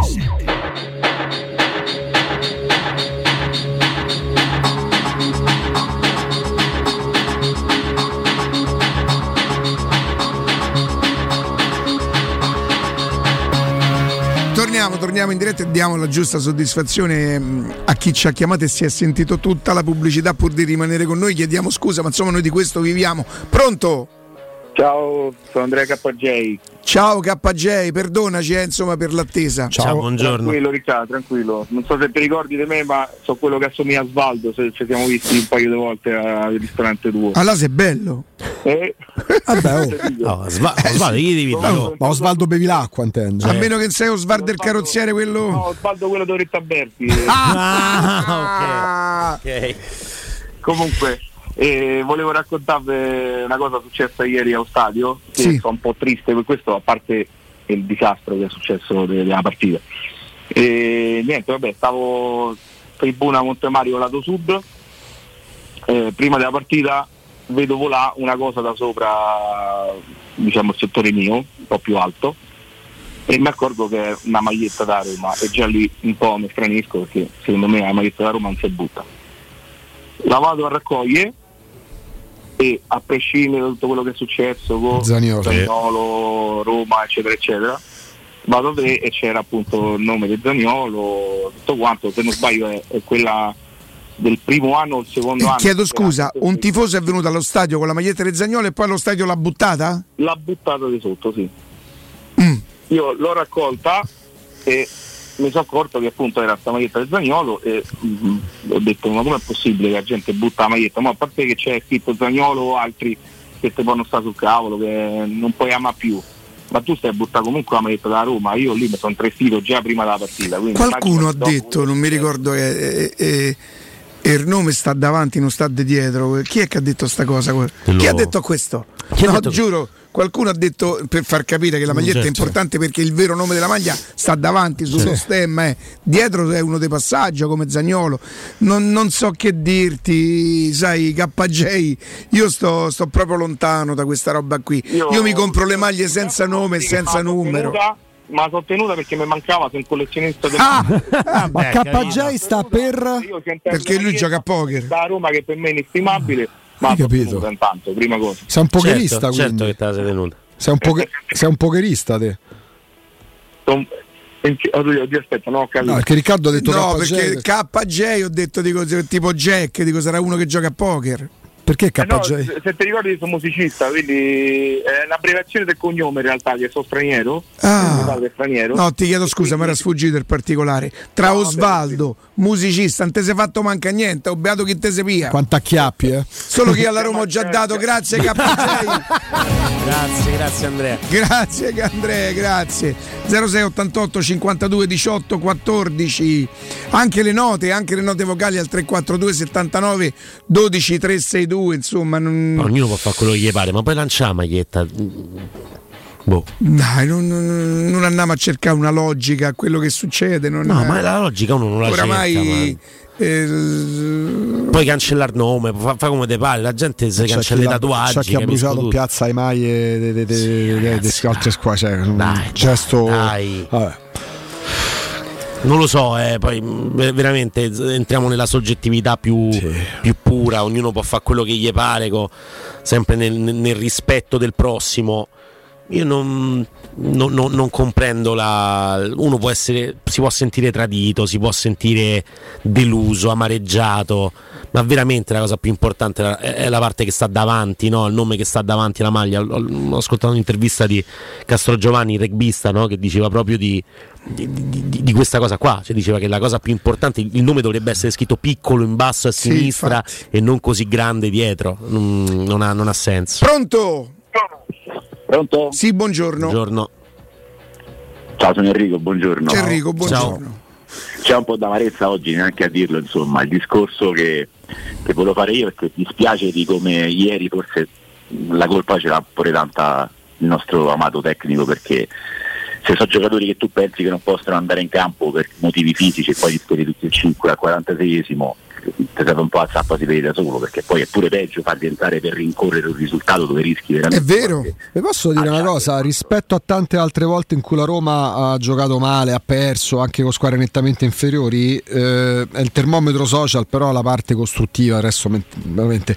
Torniamo, torniamo in diretta e diamo la giusta soddisfazione a chi ci ha chiamato e si è sentito tutta la pubblicità pur di rimanere con noi. Chiediamo scusa, ma insomma noi di questo viviamo. Pronto? Ciao, sono Andrea K J. Ciao K J, perdonaci eh, insomma per l'attesa. Ciao, Ciao buongiorno. Tranquillo Riccardo, tranquillo. Non so se ti ricordi di me, ma so quello che assomiglia a Svaldo, se ci siamo visti un paio di volte al ristorante tuo. Allora sei bello. Eh? Vabbè, oh. No, Sva- Osvaldo, gli devi dire? No, ma Osvaldo bevi l'acqua, intendo. A meno che non sei Osvaldo il carrozziere, quello. No, Osvaldo quello di Oretta Berti. Ah, ok. Ok. Comunque, eh, volevo raccontarvi una cosa successa ieri allo stadio, che Sì. sono un po' triste per questo, a parte il disastro che è successo de- della partita. E niente, vabbè, stavo tribuna Montemario lato sud, eh, prima della partita vedo volare una cosa da sopra, diciamo il settore mio, un po' più alto, e mi accorgo che è una maglietta da Roma, e già lì un po' mi stranisco perché secondo me la maglietta da Roma non si butta. La vado a raccogliere e, a prescindere da tutto quello che è successo con Zaniolo, Zaniolo, Roma eccetera eccetera, vado a vedere e c'era appunto il nome di Zaniolo, tutto quanto, se non sbaglio è, è quella del primo anno o il secondo anno. Chiedo scusa, un tifoso è venuto allo stadio con la maglietta di Zaniolo e poi allo stadio l'ha buttata? L'ha buttata di sotto, sì. Io l'ho raccolta e mi sono accorto che appunto era sta maglietta di Zaniolo e mm, ho detto ma com'è possibile che la gente butta la maglietta? Ma a parte che c'è scritto Zaniolo o altri che te possono stare sul cavolo, che non puoi amare più, ma tu stai a buttare comunque la maglietta da Roma. Io lì mi sono trestito già prima della partita. Qualcuno ha detto, non mi ricordo, eh, eh, eh, il nome sta davanti, non sta di dietro. Chi è che ha detto sta cosa? Chi Lo- ha detto questo? Chi ha No, detto- giuro, qualcuno ha detto, per far capire che la maglietta è Certo. importante, perché il vero nome della maglia sta davanti sullo Sì. stemma, eh. Dietro è uno dei passaggi come Zaniolo. Non, non so che dirti, sai, K J, io sto, sto proprio lontano da questa roba qui. Io, Io- mi compro le maglie senza nome e senza numero. Ma sono tenuta perché mi mancava, sono un collezionista del Ah, ma K J sta per. Perché lui gioca a poker. da Roma, che per me è inestimabile, ma Hai sono capito. tenuta intanto, prima cosa. Sei un pokerista, certo, quindi. certo che te la sei tenuta. Sei un, poche- sei un pokerista te. Son- Oddio, oddio, aspetta, no, ho capito. No, perché Riccardo ha detto No, K J. perché K J ho detto dico, tipo Jack, dico sarà uno che gioca a poker. Perché K Eh no, J? se se ti ricordi sono musicista, quindi è un'abbreviazione del cognome in realtà, che sono straniero. Ah. Mi pare che è straniero. No, ti chiedo scusa, mi era sfuggito il particolare. Tra No, vabbè, Osvaldo, musicista, non te sei fatto manca niente, ho beato chi te se pia. Quanto acchiappi, eh? Solo che alla Roma ho già dato, grazie K J. Grazie, grazie Andrea. Grazie Andrea, grazie. zero sei ottantotto cinquantadue diciotto quattordici. Anche le note, anche le note vocali al tre quattro due settantanove dodici trecentosesantadue, insomma, non... Ognuno può fare quello che gli pare, ma poi lancia la maglietta. Boh. Dai, non, non, non andiamo a cercare una logica a quello che succede. Non No, ma la logica uno non la oramai, cerca. eh, Puoi cancellare il nome, fa, fa come te pare, la gente si C'è cancella chi i l'ha- tatuaggi. c'è chi ha capisco bruciato in tutto. piazza le maglie de- de- de- de- de- delle altre squadre. Cioè, un Dai, gesto. dai. Vabbè. Non lo so, eh, poi mh, veramente entriamo nella soggettività più, più pura, ognuno può fare quello che gli pare, co- sempre nel, nel rispetto del prossimo. io non, non, non, non comprendo la. Uno può essere, si può sentire tradito, si può sentire deluso, amareggiato, ma veramente la cosa più importante è la parte che sta davanti, no? Il nome che sta davanti alla maglia. Ho, ho ascoltato un'intervista di Castrogiovanni, il rugbista, no? Che diceva proprio di, di, di, di questa cosa qua, cioè diceva che la cosa più importante, il nome dovrebbe essere scritto piccolo in basso a Sì, sinistra infatti. e non così grande dietro, non, non, ha, non ha senso. Pronto? Pronto? Sì, buongiorno. Buongiorno. Ciao, sono Enrico, buongiorno. C'è Enrico, buongiorno. C'è un po' d'amarezza oggi, neanche a dirlo, insomma, il discorso che, che volevo fare io, perché dispiace di come ieri forse la colpa ce l'ha pure tanta il nostro amato tecnico, perché se sono giocatori che tu pensi che non possono andare in campo per motivi fisici e poi li speri tutti e cinque al quarantaseiesimo, ti serve un po' a zappa si vede da solo, perché poi è pure peggio farli entrare per rincorrere un risultato dove rischi veramente. È vero. Vi posso dire una cosa, rispetto a tante altre volte in cui la Roma ha giocato male, ha perso anche con squadre nettamente inferiori, eh, è il termometro social, però la parte costruttiva, il resto veramente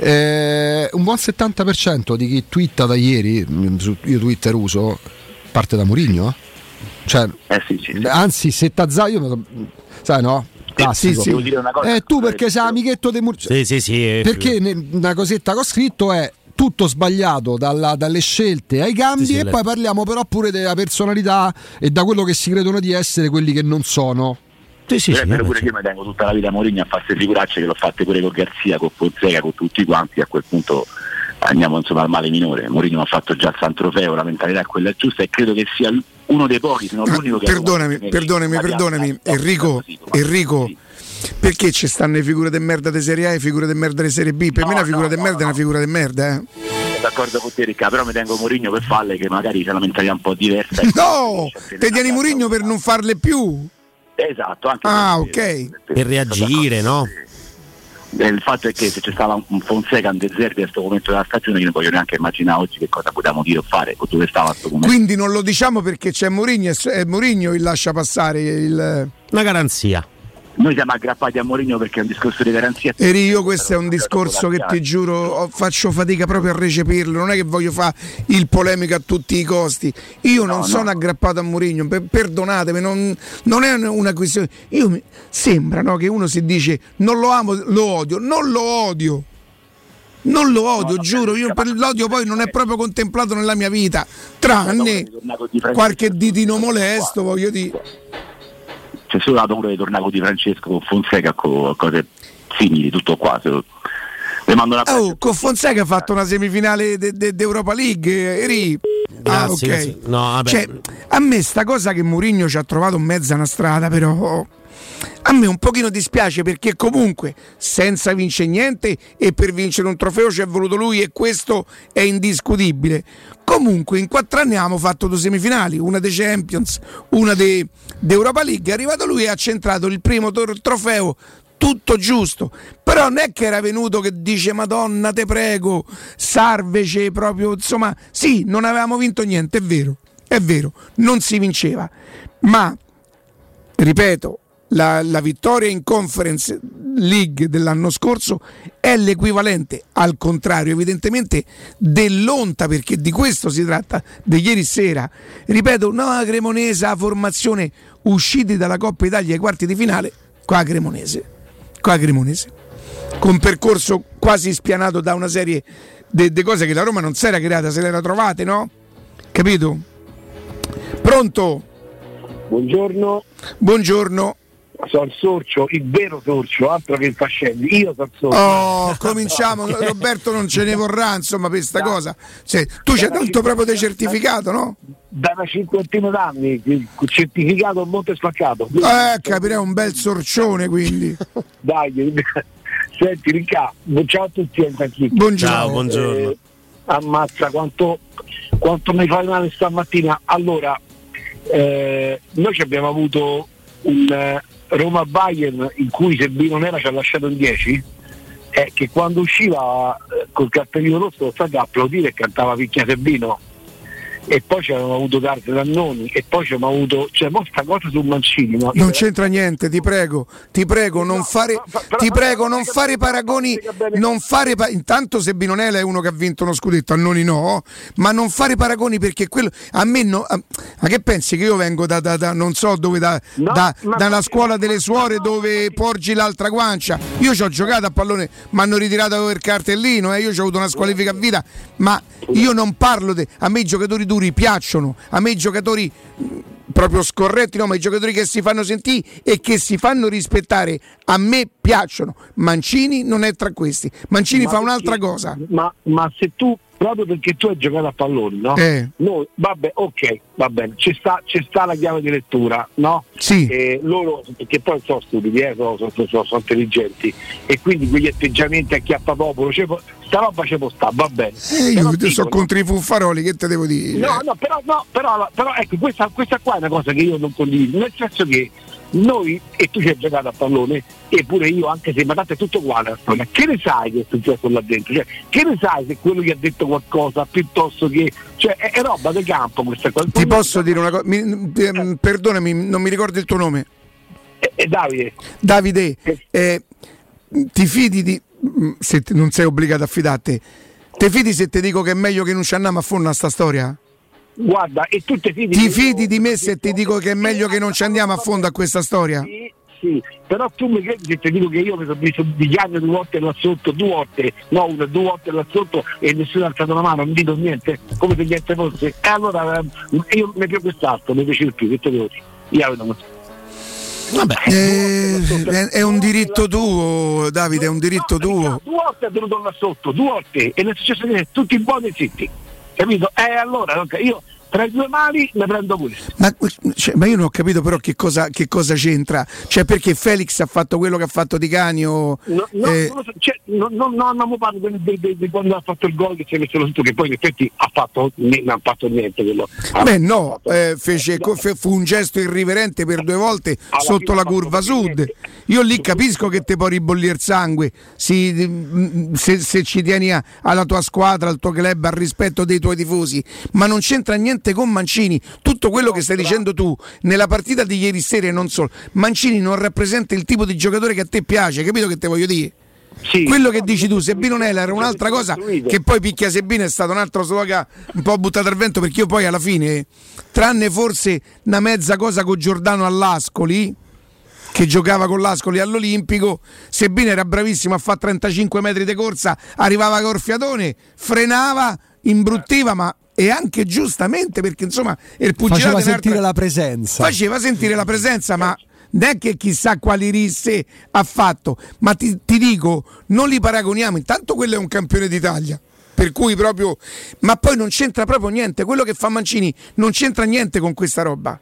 eh, un buon settanta per cento di chi twitta da ieri, io Twitter uso, parte da Mourinho, cioè, eh sì, sì, sì. anzi se Tazzaio, sai no? Classico. Sì, sì. Devo dire una cosa, eh, tu perché sei amichetto dei Mourinho, sì, sì, sì, perché ne, una cosetta che ho scritto è tutto sbagliato dalla, dalle scelte ai cambi, sì, sì, e lei. Poi parliamo però pure della personalità e da quello che si credono di essere quelli che non sono. Sì, sì, sì, però pure io mi tengo tutta la vita a Mourinho a farsi figuracce, che l'ho fatte pure con Garzia, con Fonseca, con tutti quanti. A quel punto andiamo insomma al male minore. Mourinho ha fatto già il San Trofeo, la mentalità è quella giusta e credo che sia uno dei pochi, se non l'unico che perdonami, ha perdonami, perdonami, Enrico, Enrico, perché ci stanno le figure di merda di Serie A e figure di merda di Serie B? Per no, me una figura no, di no, merda no. è una figura di merda, eh. D'accordo con te, Ricca, però mi tengo Mourinho per falle che magari c'è una mentalità un po' diversa. No, te tieni Mourinho per non farle più. Esatto, anche ah, per, ok. Per, per, per reagire, no? Il fatto è che se c'è stato un Fonseca in De Zerbi a questo momento della stagione, io non voglio neanche immaginare oggi che cosa potevamo dire o fare o dove stava questo momento. Quindi non lo diciamo perché c'è Mourinho, è Mourinho il lascia passare il... una garanzia. Noi siamo aggrappati a Mourinho perché è un discorso di garanzia. E io questo è un discorso che ti giuro faccio fatica proprio a recepirlo. Non è che voglio fare il polemico a tutti i costi. Io non no, sono no. aggrappato a Mourinho, per, perdonatemi, non, non è una questione. Io mi, sembra no, che uno si dice non lo amo, lo odio. Non lo odio. Non lo odio, no, giuro, io per l'odio poi non è proprio contemplato nella mia vita, tranne qualche ditino molesto, voglio dire. C'è solo la paura di tornare con Di Francesco, con Fonseca, con cose simili, tutto qua. Le mando una oh, con Fonseca ha fatto una semifinale d'Europa League, eri... Ah, ok. No, vabbè. Cioè, a me sta cosa che Mourinho ci ha trovato in mezzo a una strada, però a me un pochino dispiace perché comunque senza vincere niente e per vincere un trofeo ci è voluto lui e questo è indiscutibile. Comunque in quattro anni abbiamo fatto due semifinali, una dei Champions, una di Europa League, è arrivato lui e ha centrato il primo tor- trofeo, tutto giusto, però non è che era venuto che dice Madonna te prego, salvece proprio, insomma sì, non avevamo vinto niente, è vero, è vero, non si vinceva, ma ripeto, La, la vittoria in Conference League dell'anno scorso è l'equivalente, al contrario evidentemente, dell'onta, perché di questo si tratta, di ieri sera. Ripeto, no, a Cremonese, la formazione usciti dalla Coppa Italia ai quarti di finale, qua a Cremonese, qua a Cremonese, con percorso quasi spianato da una serie di cose che la Roma non si era creata, se le era trovate, no? Capito? Pronto? Buongiorno. Buongiorno. Sono il sorcio, il vero sorcio, altro che il Fascelli, io sono il sorcio. Oh, cominciamo, Roberto non ce ne vorrà, insomma, per sta da, cosa. Cioè, tu c'hai tanto proprio di certificato, no? Da una cinquantina d'anni, certificato Monte Spaccato. Eh, capirei, un bel sorcione, quindi. Dai, senti Ricca, ciao a tutti. Buongiorno. Ciao, buongiorno. Eh, ammazza, quanto, quanto mi fai male stamattina. Allora, eh, noi ci abbiamo avuto un... Eh, Roma-Bayern in cui Serbino Nera ci ha lasciato in dieci, è che quando usciva eh, col cartellino rosso sta a applaudire e cantava Picchia Serbino, e poi ci avevamo avuto Carte Dannoni e poi ci abbiamo avuto, cioè questa cosa su Mancini, no? Non c'entra niente, ti prego, ti prego, non fare, ti prego, non fare paragoni, non fare pa- intanto se Binonella è uno che ha vinto uno scudetto, Annoni no, ma non fare paragoni perché quello a me no, a, ma che pensi che io vengo da, da, da non so dove da, No, da, ma- dalla scuola delle suore dove porgi l'altra guancia? Io ci ho giocato a pallone, mi hanno ritirato per cartellino, eh, io ci ho avuto una squalifica a vita, ma io non parlo de, a me i giocatori duri piacciono, a me i giocatori proprio scorretti, no, ma i giocatori che si fanno sentire e che si fanno rispettare a me piacciono. Mancini non è tra questi. Mancini Ma fa perché- un'altra cosa. Ma, ma se tu, proprio perché tu hai giocato a pallone, no? Eh. Noi, vabbè, ok, va bene, ci sta, ci sta la chiave di lettura, no? Sì. E loro, perché poi sono stupidi, eh, sono, sono, sono, sono intelligenti, e quindi quegli atteggiamenti a chiappapopolo, cioè, sta roba ci può sta, va bene. Eh, Però io dico, sono no? contro i fuffaroli, che te devo dire? No, no, però, no, però, però ecco, questa, questa qua è una cosa che io non condivido, nel senso che noi, e tu ci hai giocato a pallone, e pure io, anche se ma tanto è tutto uguale la storia, che ne sai che è successo là dentro? Cioè, che ne sai se quello gli ha detto qualcosa piuttosto che, cioè è, è roba del campo questa cosa. Ti posso dire una cosa? Mi- ehm, perdonami, non mi ricordo il tuo nome. E, e Davide. Davide, eh, ti fidi di. Se t- non sei obbligato a fidarti, ti fidi se ti dico che è meglio che non ci andiamo a fondo a sta storia? Guarda, e tu ti fidi, Ti fidi di me se ti dico che è meglio che non ci andiamo a fondo a questa storia? Sì, sì, però tu mi credi se ti dico che io mi sono visto di Gianni due volte là sotto, due volte, no, una, due volte là sotto e nessuno ha alzato la mano, non dico niente, come se niente fosse. E allora eh, io mi piace quest'altro, mi piace di più, che te devo dire? Io la vedo così. Vabbè, eh, è, è un diritto tuo, Davide, è un diritto tuo. Due volte è venuto là sotto, due volte, e non è successo niente, tutti buoni e zitti, capito? E eh, allora okay, io tra i due mali ne prendo questo. Ma, cioè, ma io non ho capito però che cosa, che cosa c'entra, cioè perché Felix ha fatto quello che ha fatto Di Canio? No, no, eh, non lo so, cioè, no, no, no, non mi parlo di, di, di, di quando ha fatto il gol che si è messo lo sotto, che poi in effetti ha fatto, non ha fatto niente quello. Beh no, eh, fece, fu un gesto irriverente per due volte sotto la curva sud. Io lì capisco che te può ribollire il sangue, si, se, se ci tieni a, alla tua squadra, al tuo club, al rispetto dei tuoi tifosi, ma non c'entra niente con Mancini. Tutto quello che stai dicendo tu nella partita di ieri sera e non solo, Mancini non rappresenta il tipo di giocatore che a te piace, capito che te voglio dire? Sì, quello che dici tu, Sebinonella era un'altra cosa, che poi picchia Sebino è stato un altro slogan un po' buttato al vento, perché io poi alla fine, tranne forse una mezza cosa con Giordano all'Ascoli, che giocava con l'Ascoli all'Olimpico, Sebino era bravissimo a fare trentacinque metri di corsa, arrivava col fiatone, frenava, imbruttiva, ma e anche giustamente, perché insomma il pugilato faceva sentire la presenza faceva sentire la presenza, ma non è che chissà quali risse ha fatto, ma ti, ti dico, non li paragoniamo, intanto quello è un campione d'Italia, per cui proprio, ma poi non c'entra proprio niente, quello che fa Mancini non c'entra niente con questa roba,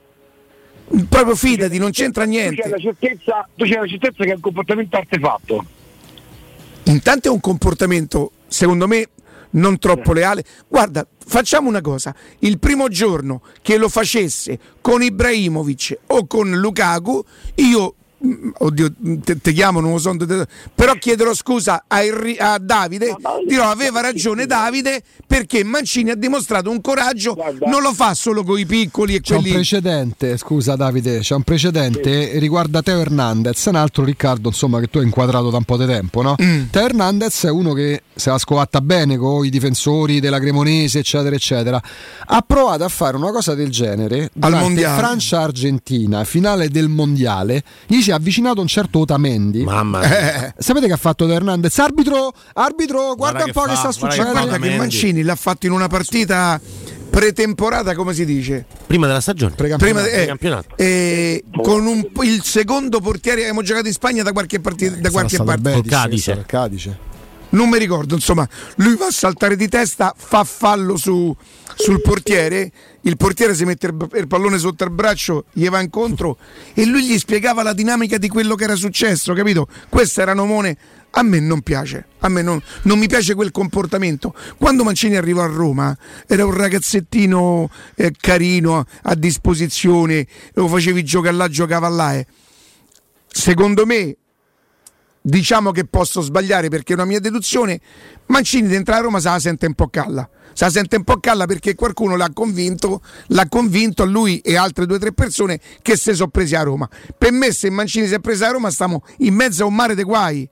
proprio fidati, non c'entra niente. Tu c'hai la certezza, tu c'hai la certezza che è un comportamento artefatto. Intanto è un comportamento, secondo me, non troppo leale. Guarda, facciamo una cosa, il primo giorno che lo facesse con Ibrahimovic o con Lukaku, io oddio te, te chiamo, non lo so, però chiederò scusa a, a Davide, dirò aveva ragione Davide, perché Mancini ha dimostrato un coraggio, non lo fa solo con i piccoli e c'è quelli. un precedente, scusa Davide, c'è un precedente, sì. Riguarda Teo Hernandez, un altro Riccardo insomma che tu hai inquadrato da un po' di tempo, no? Mm. Teo Hernandez è uno che se la scovatta bene con i difensori della Cremonese eccetera eccetera, ha provato a fare una cosa del genere al mondiale, Francia-Argentina, finale del mondiale, gli si è avvicinato un certo Otamendi. Mamma mia. Eh, sapete che ha fatto De Hernandez? Arbitro, arbitro, guarda, guarda un po' che, che sta succedendo. Guarda che Mancini l'ha fatto in una partita pretemporata, come si dice? Prima della stagione. Prima de- eh, eh, con un, il secondo portiere, abbiamo giocato in Spagna da qualche partita, da qualche parte. Cadice. Cadice. Non mi ricordo, insomma, lui va a saltare di testa, fa fallo su, sul portiere, il portiere si mette il, il pallone sotto il braccio, gli va incontro e lui gli spiegava la dinamica di quello che era successo, capito? Questo era Nomone, a me non piace, a me non, non mi piace quel comportamento. Quando Mancini arrivò a Roma era un ragazzettino eh, carino, a disposizione, lo facevi giocare là, giocava là. Eh. Secondo me diciamo che posso sbagliare perché è una mia deduzione, Mancini dentro la Roma se la sente un po' calla. Se la sente un po' calla perché qualcuno l'ha convinto, l'ha convinto a lui e altre due o tre persone che si sono presi a Roma. Per me se Mancini si è preso a Roma stiamo in mezzo a un mare di guai.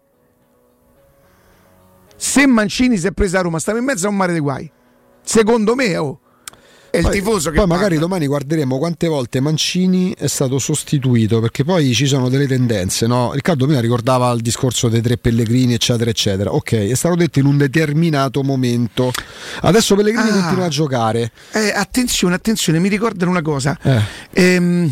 Se Mancini si è preso a Roma stiamo in mezzo a un mare di guai. Secondo me, oh. È il poi, tifoso che poi parla. Magari domani guarderemo quante volte Mancini è stato sostituito, perché poi ci sono delle tendenze, no? Riccardo prima ricordava il discorso dei tre Pellegrini eccetera eccetera, ok, è stato detto in un determinato momento, adesso Pellegrini ah, continua a giocare, eh, attenzione attenzione mi ricordano una cosa, eh. ehm,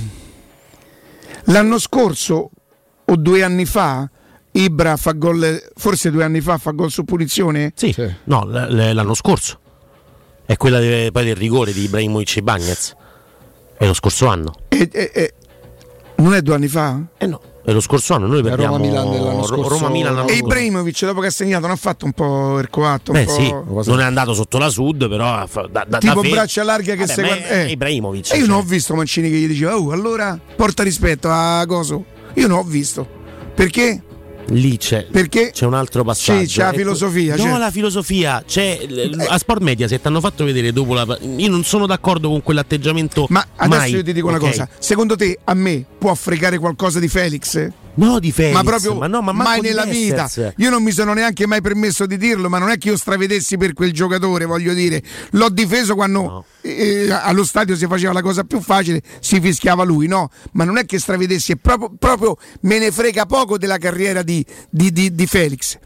l'anno scorso o due anni fa Ibra fa gol, forse due anni fa fa gol su punizione? Sì, sì. No, l- l'anno scorso è quella de, poi del rigore di Ibrahimovic e Bagnez. È lo scorso anno. E, e, e, non è due anni fa? Eh no, è lo scorso anno. Noi perdiamo Roma-Milan dell'anno scorso. Roma-Milan e Ibrahimovic dopo che ha segnato non ha fatto un po' il coatto? Beh po'... sì, non è andato sotto la Sud, però da, da, tipo da braccia larghe che Vabbè, se guarda... è eh. Ibrahimovic. E io cioè. non ho visto Mancini che gli diceva oh allora porta rispetto a coso. Io non ho visto. Perché? Lì c'è, perché c'è un altro passaggio. Sì, c'è la filosofia. No, c'è. la filosofia. C'è a Sport Mediaset hanno fatto vedere dopo la. Io non sono d'accordo con quell'atteggiamento. Ma adesso mai. io ti dico okay. una cosa. Secondo te a me può fregare qualcosa di Felix? No, di Felix. Ma proprio ma no, ma mai nella vita. Io non mi sono neanche mai permesso di dirlo, ma non è che io stravedessi per quel giocatore, voglio dire. L'ho difeso quando no. eh, allo stadio si faceva la cosa più facile, si fischiava lui, no? Ma non è che stravedessi, è proprio, proprio me ne frega poco della carriera di, di, di, di Felix.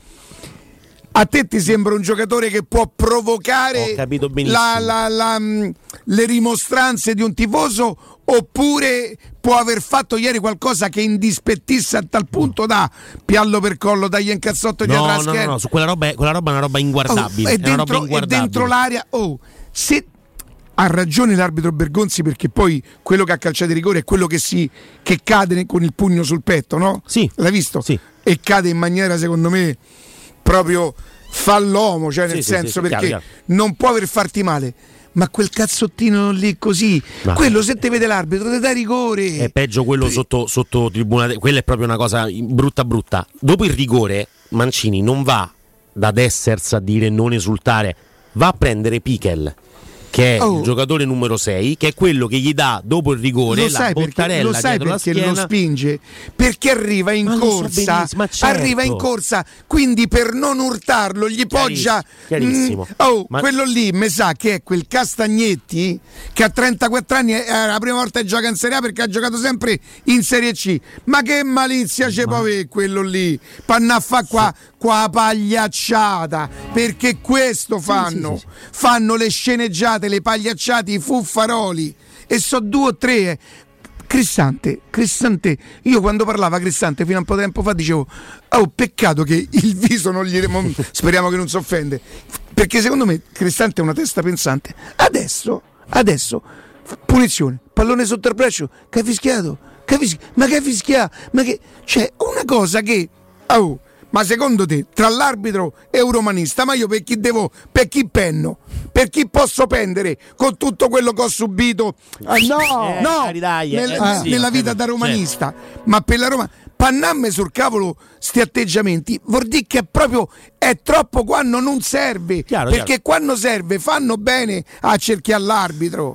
A te ti sembra un giocatore che può provocare la, la, la, le rimostranze di un tifoso, oppure può aver fatto ieri qualcosa che indispettisse a tal punto da piallo per collo, dagli incazzotto di no, atrás? No, no, no, su quella roba è, quella roba è una roba inguardabile. Oh, è, è, dentro, una roba inguardabile. È dentro l'area. Oh, se ha ragione l'arbitro Bergonzi, perché poi quello che ha calciato di rigore è quello che si che cade con il pugno sul petto, no? Sì. L'hai visto? Sì. E cade in maniera, secondo me, proprio fa l'uomo, cioè nel sì, senso sì, sì, perché chiaro, chiaro. non può aver farti male. Ma quel cazzottino lì così, ma quello se te vede l'arbitro ti dà rigore. È peggio quello P- sotto, sotto tribuna, quella è proprio una cosa brutta brutta. Dopo il rigore Mancini non va da Dessers a dire non esultare, va a prendere Pichel, che è oh. il giocatore numero sei, che è quello che gli dà dopo il rigore lo la sai bottarella perché, lo sai dietro perché la schiena. Lo spinge perché arriva in ma corsa so certo. arriva in corsa, quindi per non urtarlo gli poggia chiarissimo. Mm, oh ma... quello lì mi sa che è quel Castagnetti che a trentaquattro anni è la prima volta che gioca in Serie A, perché ha giocato sempre in Serie C. Ma che malizia c'è ma... poi quello lì panna fa qua sì. qua pagliacciata, perché questo fanno sì, sì, sì. fanno le sceneggiate, le pagliacciate, i fuffaroli, e so due o tre. Cristante, Cristante, io quando parlava Cristante fino a un po' di tempo fa dicevo oh peccato che il viso non gli speriamo che non si offende, perché secondo me Cristante è una testa pensante. Adesso, adesso punizione, pallone sotto il braccio, che ha fischiato, che ha fischiato, ma che ha fischiato, ma che c'è una cosa che oh, ma secondo te tra l'arbitro e un romanista, ma io per chi devo, per chi penno, per chi posso pendere con tutto quello che ho subito ah, no, eh, no carità, nel, eh, sì, nella vita da romanista, certo. Ma per la Roma pannamme sul cavolo sti atteggiamenti vuol dire che è proprio è troppo quando non serve, chiaro, perché chiaro. Quando serve fanno bene a cerchiare l'arbitro.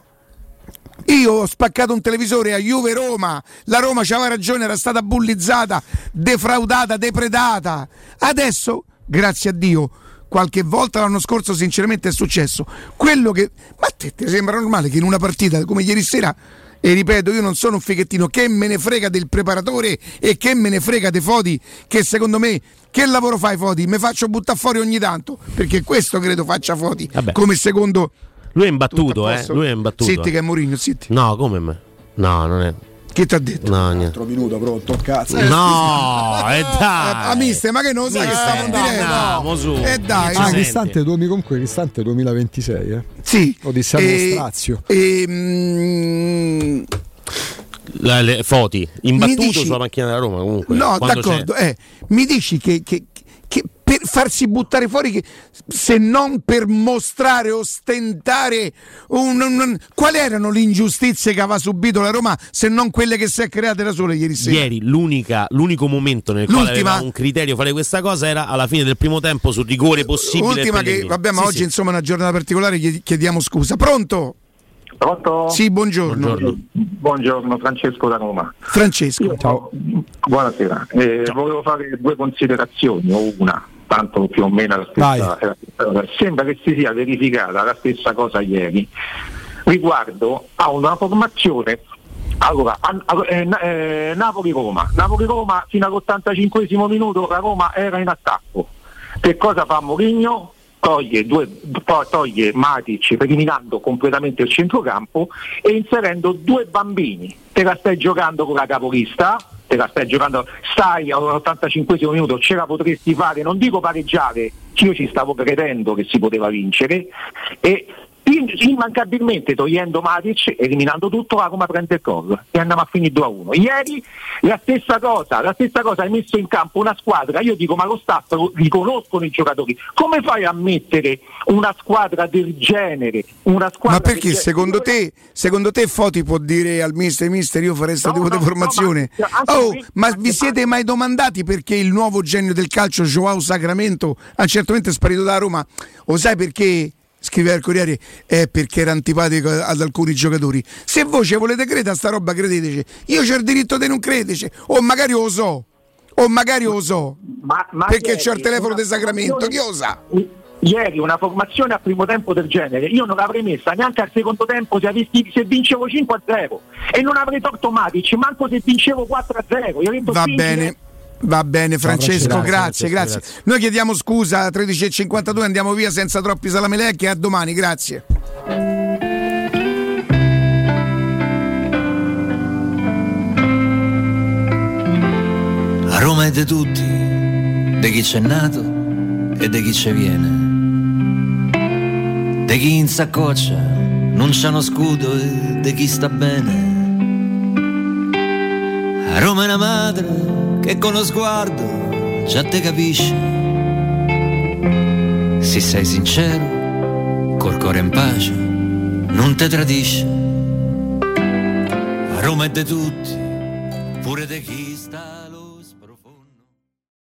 Io ho spaccato un televisore a Juve Roma, la Roma c'aveva ragione, era stata bullizzata, defraudata, depredata. Adesso, grazie a Dio, qualche volta l'anno scorso sinceramente è successo quello che... Ma a te ti sembra normale che in una partita come ieri sera, e ripeto io non sono un fighettino, che me ne frega del preparatore e che me ne frega dei Foti, che secondo me che lavoro fai Foti? Me faccio buttare fuori ogni tanto, perché questo credo faccia Foti. Vabbè. Come secondo... Lui è imbattuto, eh? Lui è imbattuto. Zitti che è Mourinho, zitti. No, come me? No, non è. Che ti ha detto? No, niente. Altro minuto pronto, cazzo. Eh, no, e eh, dai. A mister, ma che non sai eh, che stavo in diretta? No, su. E eh, dai. Ah, Cristante, comunque Cristante duemilaventisei, eh? Sì. Odissea e, Strazio. E, mm, La, le, Foti, imbattuto dici, sulla macchina della Roma comunque. No, d'accordo. Eh, mi dici che, che, che per farsi buttare fuori, che, se non per mostrare, ostentare un, un, quali erano le ingiustizie che aveva subito la Roma, se non quelle che si è create da sola ieri sera? Ieri l'unica, l'unico momento nel L'ultima, quale aveva un criterio fare questa cosa era alla fine del primo tempo sul rigore possibile. Ultima che vabbè, ma sì, oggi sì. Insomma è una giornata particolare, chiediamo scusa. Pronto? Pronto? Sì, buongiorno. Buongiorno, buongiorno Francesco da Roma. Francesco, Io, ciao. Buonasera. Eh, volevo fare due considerazioni, o una, tanto più o meno la stessa. Eh, sembra che si sia verificata la stessa cosa ieri riguardo a una formazione. Allora, eh, eh, Napoli-Roma. Napoli-Roma fino all'ottantacinquesimo minuto la Roma era in attacco. Che cosa fa Mourinho? Toglie, due, toglie Matic eliminando completamente il centrocampo e inserendo due bambini. Te la stai giocando con la capolista, te la stai giocando, stai all'ottantacinquesimo minuto, ce la potresti fare, non dico pareggiare, io ci stavo credendo che si poteva vincere, e immancabilmente togliendo Matic, eliminando tutto, la Roma prende il gol e andiamo a finire due a uno. Ieri la stessa cosa, la stessa cosa, hai messo in campo una squadra, io dico ma lo staff lo riconoscono i giocatori, come fai a mettere una squadra del genere? Una squadra ma perché del secondo genere? te secondo te Foti può dire al mister mister io farei sta no, tipo no, di formazione? No, ma, oh, me, ma vi siete mai domandati perché il nuovo genio del calcio Joao Sacramento ha certamente sparito da Roma? O sai perché? Scrive al Corriere, è perché era antipatico ad alcuni giocatori. Se voi ci volete credere a sta roba, credeteci. Io c'ho il diritto di non credere, o magari lo so, o magari lo so, ma, ma perché c'ho il telefono di Sacramento, chi lo sa? Ieri una formazione a primo tempo del genere io non l'avrei messa neanche al secondo tempo se, avessi, se vincevo cinque a zero e non avrei tolto Matic, manco se vincevo quattro a zero. Io ho detto va bene. Va bene Francesco, Ciao, grazie, grazie, grazie, grazie. Noi chiediamo scusa a tredici e cinquantadue, andiamo via senza troppi salamelecchi, a domani, grazie. A Roma è di tutti, di chi c'è nato e di chi ci viene, di chi in saccoccia non c'ha uno scudo e di chi sta bene. A Roma è una madre che con lo sguardo già te capisce, se sei sincero, col cuore in pace, non te tradisce. A Roma è di tutti, pure di chi